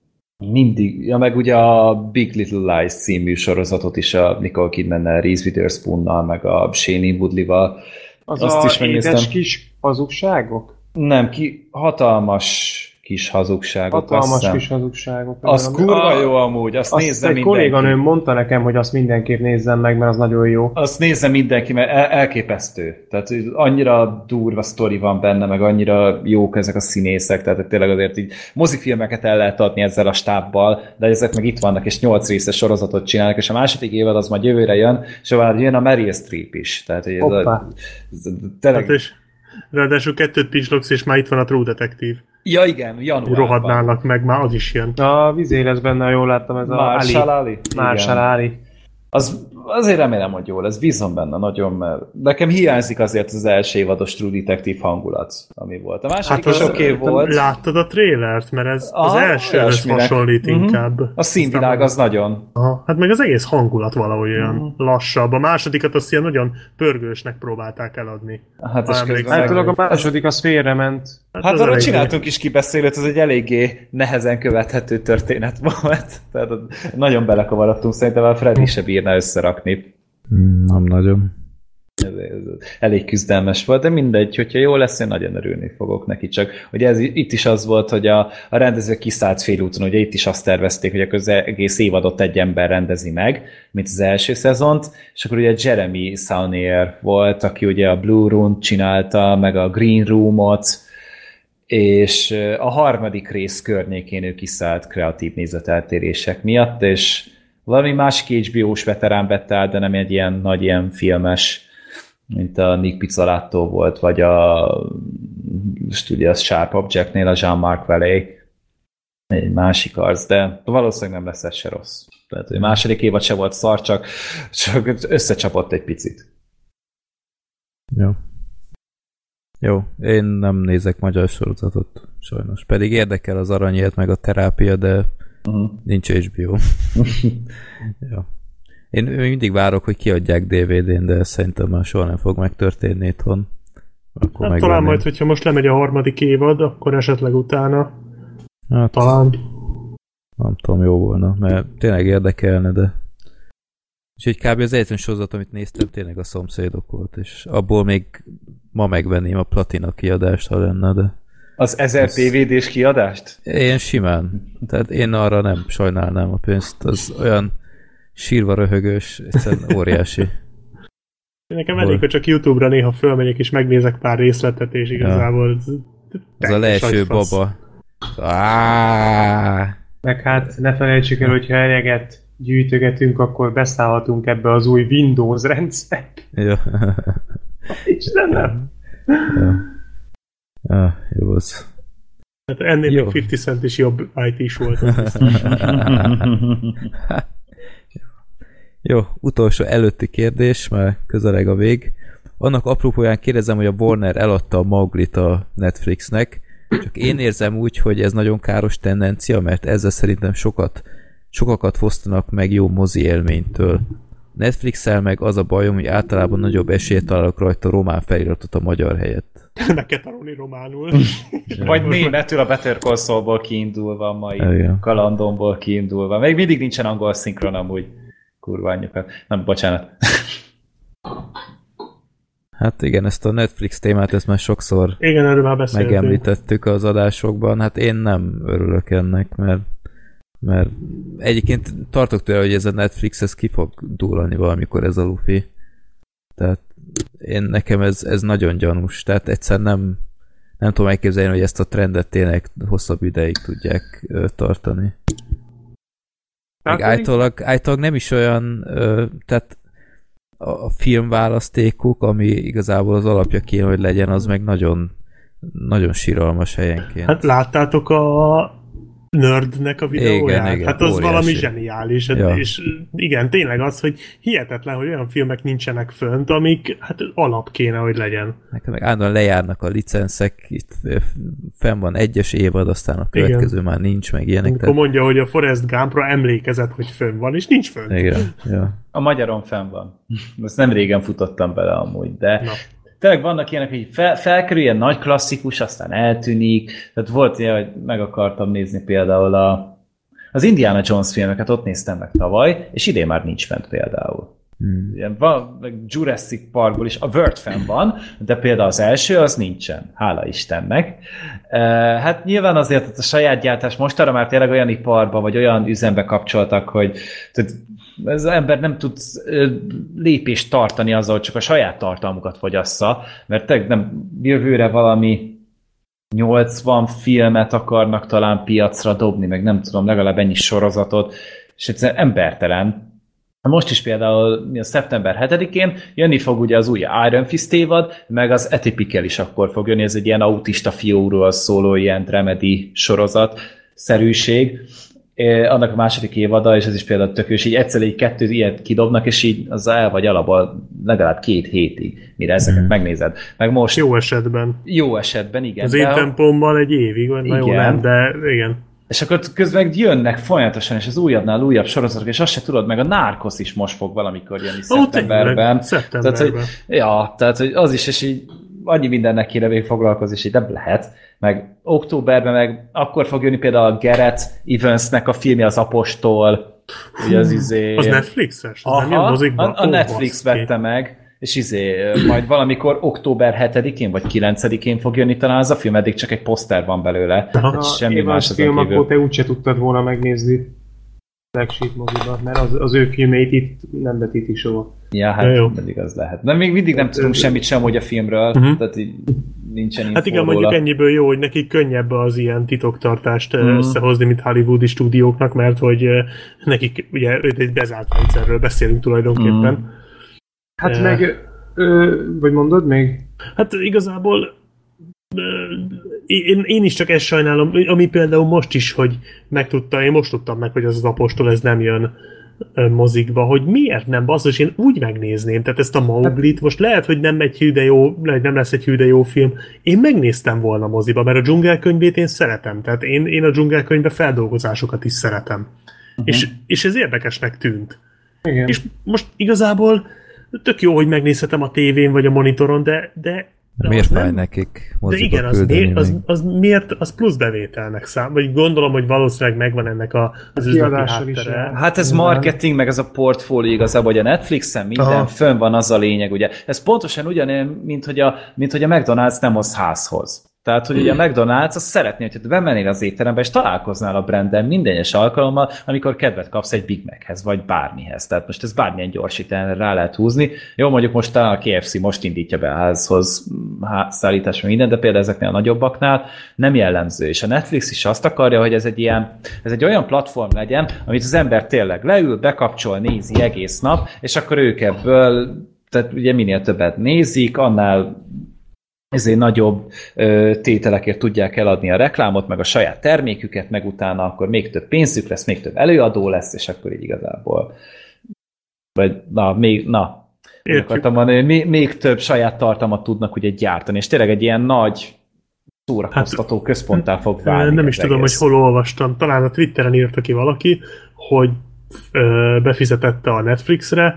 mindig, ja meg ugye a Big Little Lies című sorozatot is a Nicole Kidman-nel, Reese Witherspoon-nal, meg a Shailene Woodley-val. Az azt a is édes kis hazugságok? Nem, ki, hatalmas kis hazugságok. Hatalmas kis hazugságok. Az kurva a, jó amúgy, azt, azt nézze mindenki. Egy kolléganőm mondta nekem, hogy azt mindenképp nézzem meg, mert az nagyon jó. Azt nézze mindenki, mert el, elképesztő. Tehát annyira durva sztori van benne, meg annyira jók ezek a színészek, tehát tényleg azért így mozifilmeket el lehet adni ezzel a stábbal, de ezek meg itt vannak, és nyolc részes sorozatot csinálnak, és a második évad az majd jövőre jön, és már jön a Meryl Streep is. Tehát, hogy ez a, ez a, tényleg... Hát és ráadásul kettőt pislogsz, és már itt van a True Detective. Ja igen, januárban. Rohadnának meg, már az is jön. A vizé lesz benne, jól láttam, ez a Marshall Ali. Marshall Ali. Az, azért remélem, hogy jó lesz, bízom benne nagyon, mert nekem hiányzik azért az első évados True Detective hangulat, ami volt. A második hát is oké okay volt. Láttad a trélert? Mert ez Aha, az elsőhöz hasonlít uh-huh. inkább. A színvilág az nagyon. Aha. Hát meg az egész hangulat valahogy olyan uh-huh. lassabb. A másodikat azt ilyen nagyon pörgősnek próbálták eladni. Hát és közben meg... a második az félrement. Hát, hát arra csináltunk is kibeszélőt, ez egy eléggé nehezen követhető történet volt. Tehát nagyon belekavarodtunk, szerintem a Freddy se bírná összerakni. Nem nagyon. Ez, ez elég küzdelmes volt, de mindegy, hogyha jó lesz, én nagyon örülni fogok neki. Csak ugye ez, itt is az volt, hogy a, a rendező kiszállt félúton, ugye itt is azt tervezték, hogy az egész évadot egy ember rendezi meg, mint az első szezont, és akkor ugye Jeremy Saulnier volt, aki ugye a Blue Room csinálta, meg a Green Room-ot, és a harmadik rész környékén ő kiszállt kreatív nézeteltérések miatt, és valami másik há bé ó-s veterán vette át, de nem egy ilyen nagy ilyen filmes, mint a Nick Pizzolatto volt, vagy a most ugye a Sharp Object-nél a Jean-Marc Vallée, egy másik arc, de valószínűleg nem lesz ez se rossz. Tehát a második évad se volt szar, csak, csak összecsapott egy picit. Jó. Jó, én nem nézek magyar sorozatot, sajnos. Pedig érdekel az Aranyélet meg a Terápia, de uh-huh. nincs há bé ó. Ja. Én mindig várok, hogy kiadják dé vé dén, de szerintem már soha nem fog megtörténni itthon. akkor hát talán majd, hogyha most lemegy a harmadik évad, akkor esetleg utána. Hát, talán. Nem tudom, jó volna, mert tényleg érdekelne, de... Úgyhogy kb. Az egyetlen sorozat, amit néztem, tényleg a Szomszédok volt, és abból még ma megvenném a Platina kiadást, ha lenne, de... Az ezer té vé dés kiadást? Én simán. Tehát én arra nem sajnálnám a pénzt. Az olyan sírva röhögős, egyszerűen óriási. Nekem elég, hogy csak YouTube-ra néha fölmegyek, és megnézek pár részletet, és igazából... Ja. Ez a leeső baba. Áááá. Meg hát ne felejtsük el, hogyha eleget gyűjtögetünk, akkor beszállhatunk ebbe az új Windows rendszerbe. Ja. Istenem! Ja. Ja, jó az. Hát ennél jó. még ötven Cent is jobb i té-s volt. Jó, utolsó előtti kérdés, mert közeleg a vég. Annak apropóján kérdezem, hogy a Warner eladta a Mowglit a Netflixnek, csak én érzem úgy, hogy ez nagyon káros tendencia, mert ezzel szerintem sokat, sokakat fosztanak meg jó mozi élménytől. Netflix-el meg az a bajom, hogy általában nagyobb esélyt találok rajta román feliratot a magyar helyett. Meg kell tanulni románul. Vagy németül a Better Call Saul-ból kiindulva, a mai igen. kalandomból kiindulva. Még mindig nincsen angol szinkron amúgy. Kurva anyjukat. Nem, bocsánat. Hát igen, ezt a Netflix témát, ezt már sokszor igen, erről már beszéltünk. megemlítettük az adásokban. Hát én nem örülök ennek, mert, mert egyébként tartok tőle, hogy ez a Netflix, ez ki fog dúlani valamikor, ez a lufi. Tehát én, nekem ez, ez nagyon gyanús. Tehát egyszer nem, nem tudom elképzelni, hogy ezt a trendet tényleg hosszabb ideig tudják ö, tartani. Meg általában, általában nem is olyan, ö, tehát a filmválasztékuk, ami igazából az alapja kéne, hogy legyen, az meg nagyon, nagyon siralmas helyenként. Hát láttátok a Nerdnek a videóját? Igen, igen, hát az óriási. Valami zseniális. Ja. És igen, tényleg az, hogy hihetetlen, hogy olyan filmek nincsenek fönt, amik hát alap kéne, hogy legyen. Nekem meg állandóan lejárnak a licenszek, itt fenn van egyes évad, aztán a következő igen. már nincs, meg ilyenek. Akkor tehát... mondja, hogy a Forrest Gumpra emlékezett, hogy fönn van, és nincs fönn. Igen, ja. A magyaron fenn van. Ezt nem régen futottam bele amúgy, de na. Tényleg vannak ilyenek, hogy fel, felkerül ilyen nagy klasszikus, aztán eltűnik. Tehát volt ilyen, hogy meg akartam nézni például a, az Indiana Jones filmeket, ott néztem meg tavaly, és idén már nincs fent például. Hmm. Ilyen, van, Jurassic Parkból is, a Word fenn van, de például az első az nincsen. Hála Istennek. E, hát nyilván azért a saját gyártás mostanra már tényleg olyan iparba, vagy olyan üzembe kapcsoltak, hogy tehát ez az ember nem tud lépést tartani azzal, hogy csak a saját tartalmukat fogyassza, mert tényleg nem jövőre valami nyolcvan filmet akarnak talán piacra dobni, meg nem tudom, legalább ennyi sorozatot, és egyszerűen embertelen. Most is például a szeptember hetedikén jönni fog ugye az új Iron Fist évad, meg az Atypical is akkor fog jönni, ez egy ilyen autista fiúról szóló ilyen dramedy sorozat szerűség. Annak a második évada, és ez is például tökös, így egyszer egy kettőt ilyet kidobnak, és így az el vagy alapban legalább két hétig, mire ezeket hmm. megnézed. Meg most... Jó esetben. Jó esetben, igen. Az én tempommal egy évig, vagy na jó nem, de igen. És akkor közben jönnek folyamatosan, és az újabbnál újabb sorozatok, és azt se tudod, meg a Narcos is most fog valamikor jönni oh, szeptemberben. szeptemberben. Tehát, hogy, ja, tehát hogy az is, és így annyi mindennek kéne még foglalkozni, és így nem lehet. Meg októberben meg akkor fog jönni például a Gareth Evansnek a filmje, az Apostol. Ugye az izé... Az Netflixes? Az aha, nem jön mozikba? A, a Netflix oh, vette meg, és izé, majd valamikor október hetedikén vagy kilencedikén fog jönni talán az a film, eddig csak egy poszter van belőle. Ha semmi más az film, akkor te úgyse tudtad volna megnézni Black moziba, mert az, az ő filmeit itt nem vetítik soha. Ja, hát ja, mindig az lehet. De még mindig nem tudunk semmit sem, hogy a filmről, uh-huh. tehát így nincsen infó. Hát igen, mondjuk róla. Ennyiből jó, hogy nekik könnyebb az ilyen titoktartást uh-huh. összehozni, mint hollywoodi stúdióknak, mert hogy nekik ugye egy bezárt rendszerről beszélünk tulajdonképpen. Uh-huh. Hát uh, meg, ö, vagy mondod még? Hát igazából Én, én is csak ezt sajnálom, ami például most is, hogy megtudta, én most tudtam meg, hogy az az Apostol, ez nem jön mozikba, hogy miért nem basszus, én úgy megnézném, tehát ezt a Mowglit, most lehet, hogy nem egy hű, de jó, nem lesz egy hű, de jó film, én megnéztem volna moziba, mert a dzsungelkönyvét én szeretem, tehát én, én a dzsungelkönyvbe feldolgozásokat is szeretem. Uh-huh. És, és ez érdekesnek tűnt. Igen. És most igazából tök jó, hogy megnézhetem a tévén vagy a monitoron, de, de De miért fáj nem... nekik De igen, az, miért, az, az miért, az plusz bevételnek szám, vagy gondolom, hogy valószínűleg megvan ennek a, az üzleti háttere. Hát ez marketing, meg ez a portfólió igazából, hogy a Netflixen minden Aha. fönn van, az a lényeg, ugye. Ez pontosan ugyanilyen, mint hogy a, mint hogy a McDonald's nem hoz házhoz. Tehát, hogy ugye a McDonald's azt szeretné, hogy bemennél az étterembe, és találkoznál a brandden minden egyes alkalommal, amikor kedvet kapsz egy Big Machez, vagy bármihez. Tehát most ez bármilyen gyorsításra rá lehet húzni. Jó, mondjuk most talán a ká ef cé most indítja be a házhoz szállításra minden, de például ezeknél a nagyobbaknál nem jellemző. És a Netflix is azt akarja, hogy ez egy ilyen, ez egy olyan platform legyen, amit az ember tényleg leül, bekapcsol, nézi egész nap, és akkor ők ebből, tehát ugye minél többet nézik, annál ezért nagyobb ö, tételekért tudják eladni a reklámot, meg a saját terméküket, meg utána akkor még több pénzük lesz, még több előadó lesz, és akkor így igazából vagy na, még, na akartam mondani, hogy még, még több saját tartalmat tudnak ugye gyártani, és tényleg egy ilyen nagy szórakoztató hát, központtá fog válni. Nem is tudom, egész. Hogy hol olvastam. Talán a Twitteren írta ki valaki, hogy ö, befizetette a Netflixre,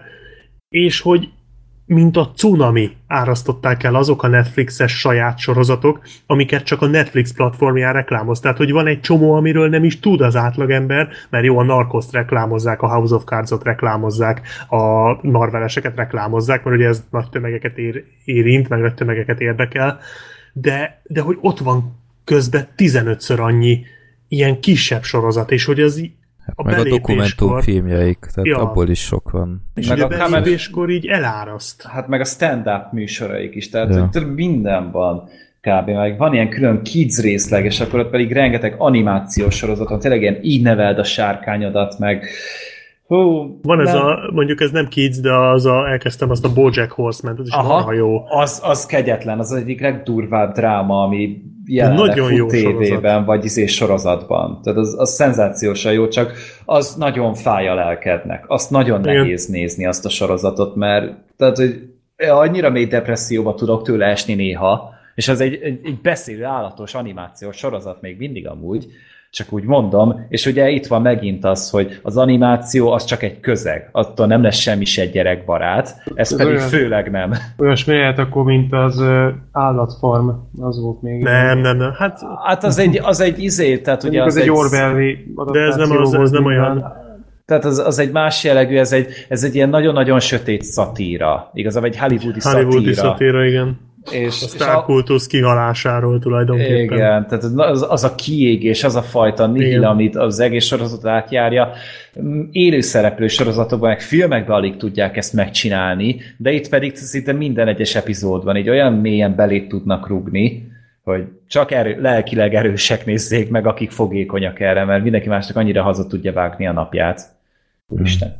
és hogy mint a cunami árasztották el azok a Netflixes saját sorozatok, amiket csak a Netflix platformján reklámoz. Tehát, hogy van egy csomó, amiről nem is tud az átlagember, mert jó, a Narcoszt reklámozzák, a House of Cards-ot reklámozzák, a Marveleseket reklámozzák, mert ugye ez nagy tömegeket ér, érint, meg nagy tömegeket érdekel, de, de hogy ott van közben tizenötször annyi ilyen kisebb sorozat, és hogy az hát a meg a dokumentumfilmjeik, tehát ja. abból is sok van. És meg a belépéskor így eláraszt. Hát meg a stand-up műsoraik is, tehát ja. hogy minden van kb. Meg van ilyen külön kids részleg, és akkor ott pedig rengeteg animációs sorozat van, tényleg ilyen így neveld a sárkányodat, meg hú, van nem. Ez a, mondjuk ez nem kids, de az a, elkezdtem azt a BoJack Horseman, az is marha jó. Az, az kegyetlen, az egyik legdurvább dráma, ami jelenleg fut tévében, vagy izés sorozatban. Tehát az, az szenzációsan jó, csak az nagyon fáj a lelkednek. Azt nagyon igen. nehéz nézni, azt a sorozatot, mert tehát, hogy annyira mély depresszióba tudok tőle esni néha, és az egy, egy, egy beszélő állatos animációs sorozat még mindig amúgy, csak úgy mondom, és ugye itt van megint az, hogy az animáció az csak egy közeg, attól nem lesz semmi se gyerekbarát, ez, ez pedig olyan, főleg nem. Olyasmi lehet akkor, mint az uh, állatfarm, az volt még. Nem, nem, nem. Hát, hát az, egy, az egy izé, tehát ugye az, az egy Orwelli de ez nem, az, ez nem olyan. Tehát az, az egy más jellegű, ez egy, ez egy ilyen nagyon-nagyon sötét szatíra. Igazából egy hollywoodi szatíra. Hollywoodi szatíra, igen. És, a sztárkultusz kihalásáról tulajdonképpen. Igen, tehát az, az a kiégés, az a fajta nihil, amit az egész sorozat átjárja. Élőszereplő sorozatokban, meg filmekben alig tudják ezt megcsinálni, de itt pedig szinte minden egyes epizódban így olyan mélyen belét tudnak rugni, hogy csak erő, lelkileg erősek nézzék meg, akik fogékonyak erre, mert mindenki másnak annyira haza tudja vágni a napját. Úristen.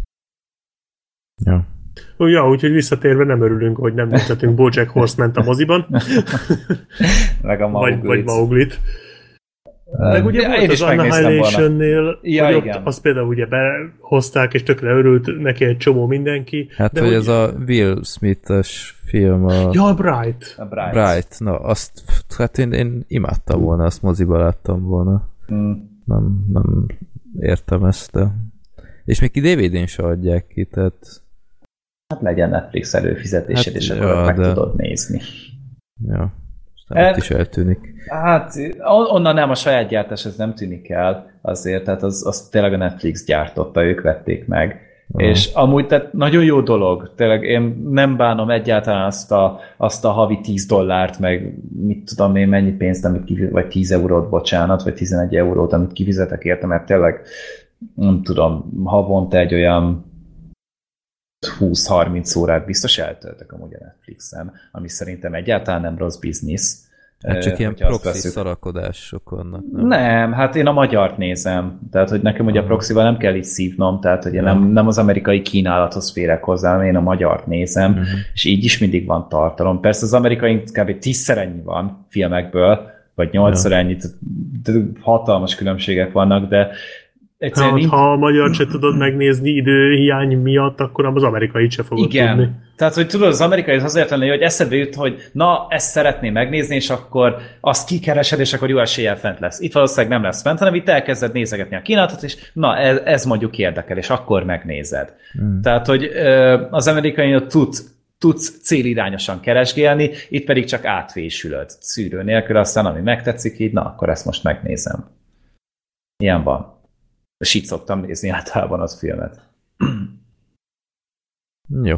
Ja. Ja, úgyhogy visszatérve nem örülünk, hogy nem nézhetünk BoJack Horseman-t a moziban. Meg a Mauglit. Vagy, vagy Mauglit. Meg ugye volt az Annihilation-nél, ja, hogy ott azt például ugye behozták, és tökre örült neki egy csomó mindenki. Hát, hogy, hogy ez a Will Smith-es film. A... Ja, a Bright. A Bright. Bright. Na, azt, hát én, én imádtam volna, azt moziba láttam volna. Mm. Nem, nem értem ezt, de... És még ki dé vé dén se adják ki, tehát... Hát legyen Netflix előfizetésed, hát, és akkor ja, meg de... tudod nézni. Ja, aztán hát, ott is eltűnik. Hát onnan nem, a saját gyártás, ez nem tűnik el azért, tehát az, az tényleg a Netflix gyártotta, ők vették meg. Ah. És amúgy tehát nagyon jó dolog, tényleg én nem bánom egyáltalán azt a, azt a havi tíz dollárt, meg mit tudom én, mennyi pénzt, amit kifizet, vagy tíz eurót, bocsánat, vagy tizenegy eurót, amit kifizetek érte, mert tényleg nem tudom, havonta egy olyan húsz-harminc órát biztos eltöltök amúgy a Netflixen, ami szerintem egyáltalán nem rossz biznisz. Hát csak ilyen proxy szarakodások vannak. Nem? nem, hát én a magyart nézem. Tehát, hogy nekem ugye a proxival nem kell így szívnom, tehát, hogy én nem, nem az amerikai kínálathoz férek hozzá, én a magyart nézem, uh-huh. és így is mindig van tartalom. Persze az amerikai kb. tízszer ennyi van filmekből, vagy nyolcszor ennyi, hatalmas különbségek vannak, de Ha, nincs... ha a magyar se tudod megnézni időhiány miatt, akkor az amerikai se fogod igen. tudni. Tehát, hogy tudod, az amerikai az azért lenne, hogy eszedbe jut, hogy na, ezt szeretném megnézni, és akkor azt kikeresed, és akkor jó eséllyel fent lesz. Itt valószínűleg nem lesz fent, hanem itt elkezded nézegetni a kínálatot, és na, ez, ez mondjuk érdekel, és akkor megnézed. Hmm. Tehát, hogy az amerikai tud tudsz célirányosan keresgélni, itt pedig csak átvésülöd szűrő nélkül, aztán ami megtetszik így, na, akkor ezt most megnézem. Ilyen van. És így szoktam nézni általában az filmet. Jó.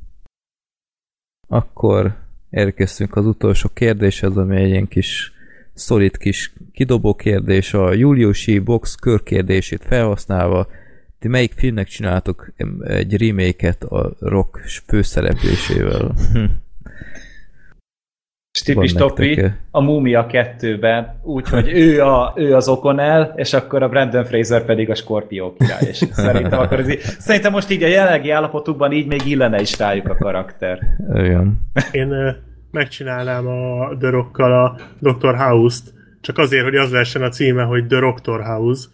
Akkor érkeztünk az utolsó kérdéshez, ami egy ilyen kis szolid kis kidobó kérdés, a júliusi box körkérdését felhasználva. Ti melyik filmnek csináltok egy remake-et a Rock főszereplésével? Stipis Topi a Múmia kettőben, úgyhogy ő, a, ő az O'Connell, és akkor a Brandon Fraser pedig a Skorpió király. És szerintem, akkor ez így, szerintem most így a jelenlegi állapotukban így még illene is rájuk a karakter. Igen. Én uh, megcsinálnám a The Rockkal a doktor House-t, csak azért, hogy az lehessen a címe, hogy The Doctor House.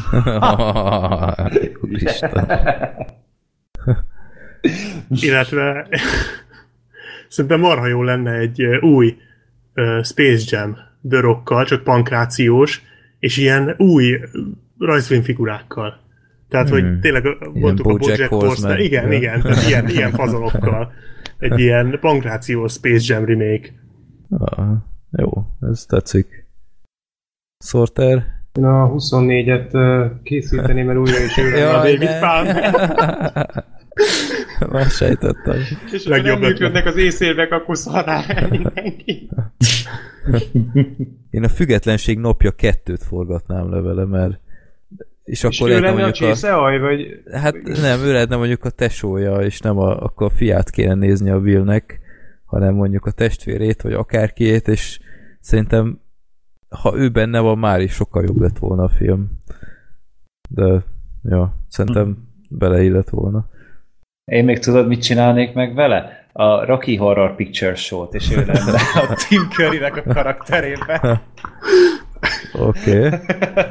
Illetve szerintem marha jó lenne egy uh, új uh, Space Jam The Rockkal, csak pankrációs, és ilyen új rajzfilmfigurákkal. Tehát, hmm. hogy tényleg mondtuk a BoJack Horseman. Igen, ja. igen, tehát ilyen, ilyen fazonokkal. Egy ilyen pankrációs Space Jam remake. Ah, jó, ez tetszik. Sorter? Én a huszonnégyet készíteném el újra és újra a David Pán. Már sejtettem. És ha nem működnek az észérvek, akkor szarrá el mindenki. Én a Függetlenség napja kettőt forgatnám le vele, mert és, és akkor ő lenne a Csészeaj, vagy... Hát nem, ő lenne mondjuk a tesója, és nem a, akkor a fiát kéne nézni a Willnek, hanem mondjuk a testvérét, vagy akárkiét, és szerintem ha ő benne van, már is sokkal jobb lett volna a film. De, ja, szerintem beleillett volna. Én még tudod, mit csinálnék meg vele? A Rocky Horror Picture Show-t, és ő lenne a Tim Curry-nek a karakterében. Oké. Okay.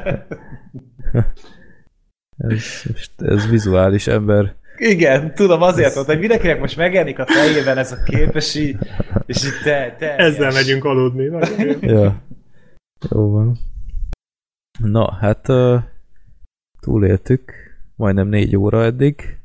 ez, ez vizuális ember. Igen, tudom, azért volt, hogy mindenkinek most megjelenik a fejében ez a kép, és így, és így te, te... Ezzel megyünk aludni. Ja. Jó van. Na, hát uh, túléltük. Majdnem négy óra eddig.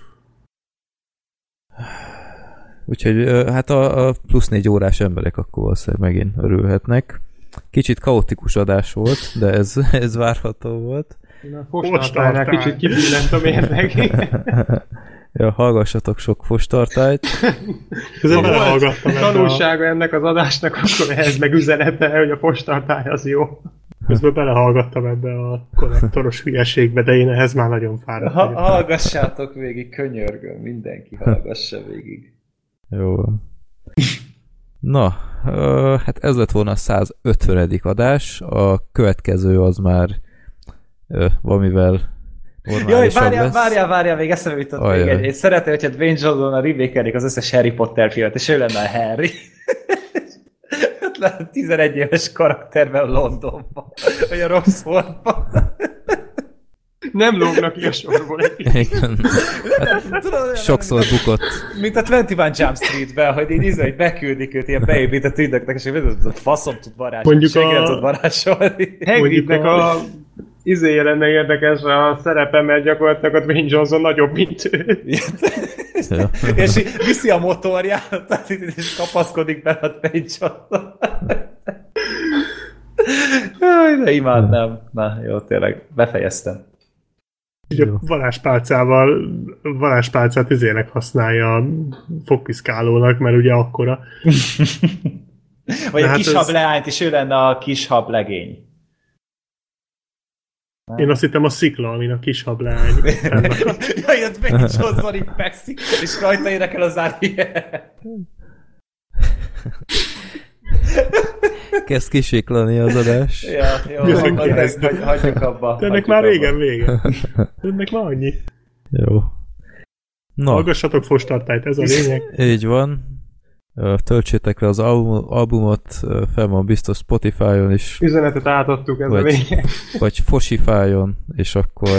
Úgyhogy uh, hát a, a plusz négy órás emberek akkor valószínűleg megint örülhetnek. Kicsit kaotikus adás volt, de ez, ez várható volt. A postartálynál kicsit kibillent a mérleg. Ja, hallgassatok sok fostartályt. Közben belehallgattam. Tanulsága ennek az adásnak, akkor ehhez meg üzenete, hogy a postartály az jó. Közben belehallgattam ebbe a konnektoros hülyeségbe, de én ehhez már nagyon fáradt. Ha, hallgassátok végig, könyörgöm, mindenki hallgassa végig. Jó. Na, uh, hát ez lett volna a százötvenedik adás, a következő az már uh, valamivel Jaj, várjál, várjál, várjál, még eszembe jutott még egy. Én szeretném, hogyha Dwayne Johnson a remake-elik az összes Harry Potter filmet, és ő lenne a Harry. tizenegy éves karakterben Londonban, vagy a Roxfordban. Nem lógnak ki a sorból. Hát, tudod, sokszor bukott. Mint a huszonegy Jump Street-ben, hogy így ízve, hogy beküldik őt ilyen beépített ügynöknek, és hogy faszom tud varázsolni, senki nem tud varázsolni. Hagridnek a izéje lenne érdekes a szerepe, mert gyakorlatilag a Dwayne Johnson nagyobb, mint ő. Ja. És viszi a motorját, és kapaszkodik bele a Dwayne Johnson. De imádnám. Na, jó, tényleg, befejeztem. Ugye a varázspálcával, varázspálcát izének használja a fogpiszkálónak, mert ugye akkora. Vagy de a hát kis ez... hableányt, és ő lenne a kis hablegény. Én azt hittem a szikla, amin a kis hableány. Jaj, jött meg is hozzon, így fekszik, és rajta énekel az Ariel. Kezd kisiklani az adás. Ja, jó, hagyjuk, hagyjuk abba. De ennek már régen vége. Ennek már annyi. Jó. No. Hallgassatok fostartályt, ez a lényeg. Így van. Töltsétek le az album, albumot, fel van biztos Spotify-on is. Üzenetet átadtuk, ez vagy, a lényeg. Vagy Fosify-on, és akkor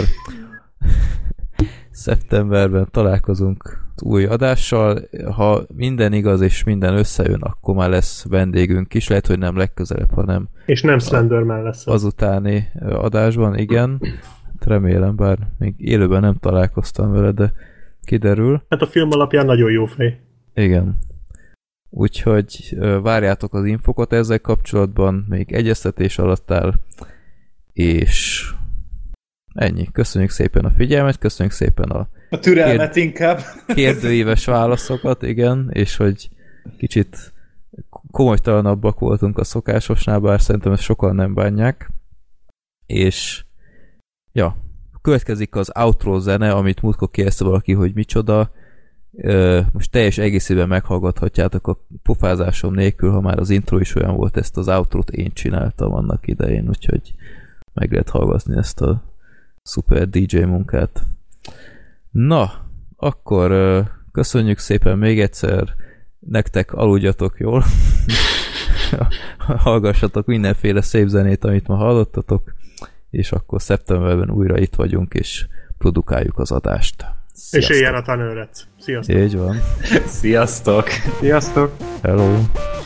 szeptemberben találkozunk új adással. Ha minden igaz és minden összejön, akkor már lesz vendégünk is. Lehet, hogy nem legközelebb, hanem és nem Slenderman lesz. Az utáni adásban, igen. Remélem, bár még élőben nem találkoztam vele, de kiderül. Hát a film alapján nagyon jó fej. Igen. Úgyhogy várjátok az infokat ezzel kapcsolatban, még egyeztetés alatt áll, és ennyi. Köszönjük szépen a figyelmet, köszönjük szépen a, a türelmet kérd... inkább. kérdőíves válaszokat, igen, és hogy kicsit komolytalanabbak voltunk a szokásosnál, bár szerintem ezt sokan nem bánják. És ja, következik az outro zene, amit múltkor kérdezte valaki, hogy micsoda. Most teljes egészében meghallgathatjátok a pofázásom nélkül, ha már az intro is olyan volt, ezt az outrot én csináltam annak idején, úgyhogy meg lehet hallgatni ezt a szuper dé dzsé munkát. Na, akkor köszönjük szépen még egyszer, nektek aludjatok jól, hallgassatok mindenféle szép zenét, amit ma hallottatok, és akkor szeptemberben újra itt vagyunk, és produkáljuk az adást. Sziasztok. És éljen a tanőrec. Sziasztok. Így van. Sziasztok. Sziasztok. Hello.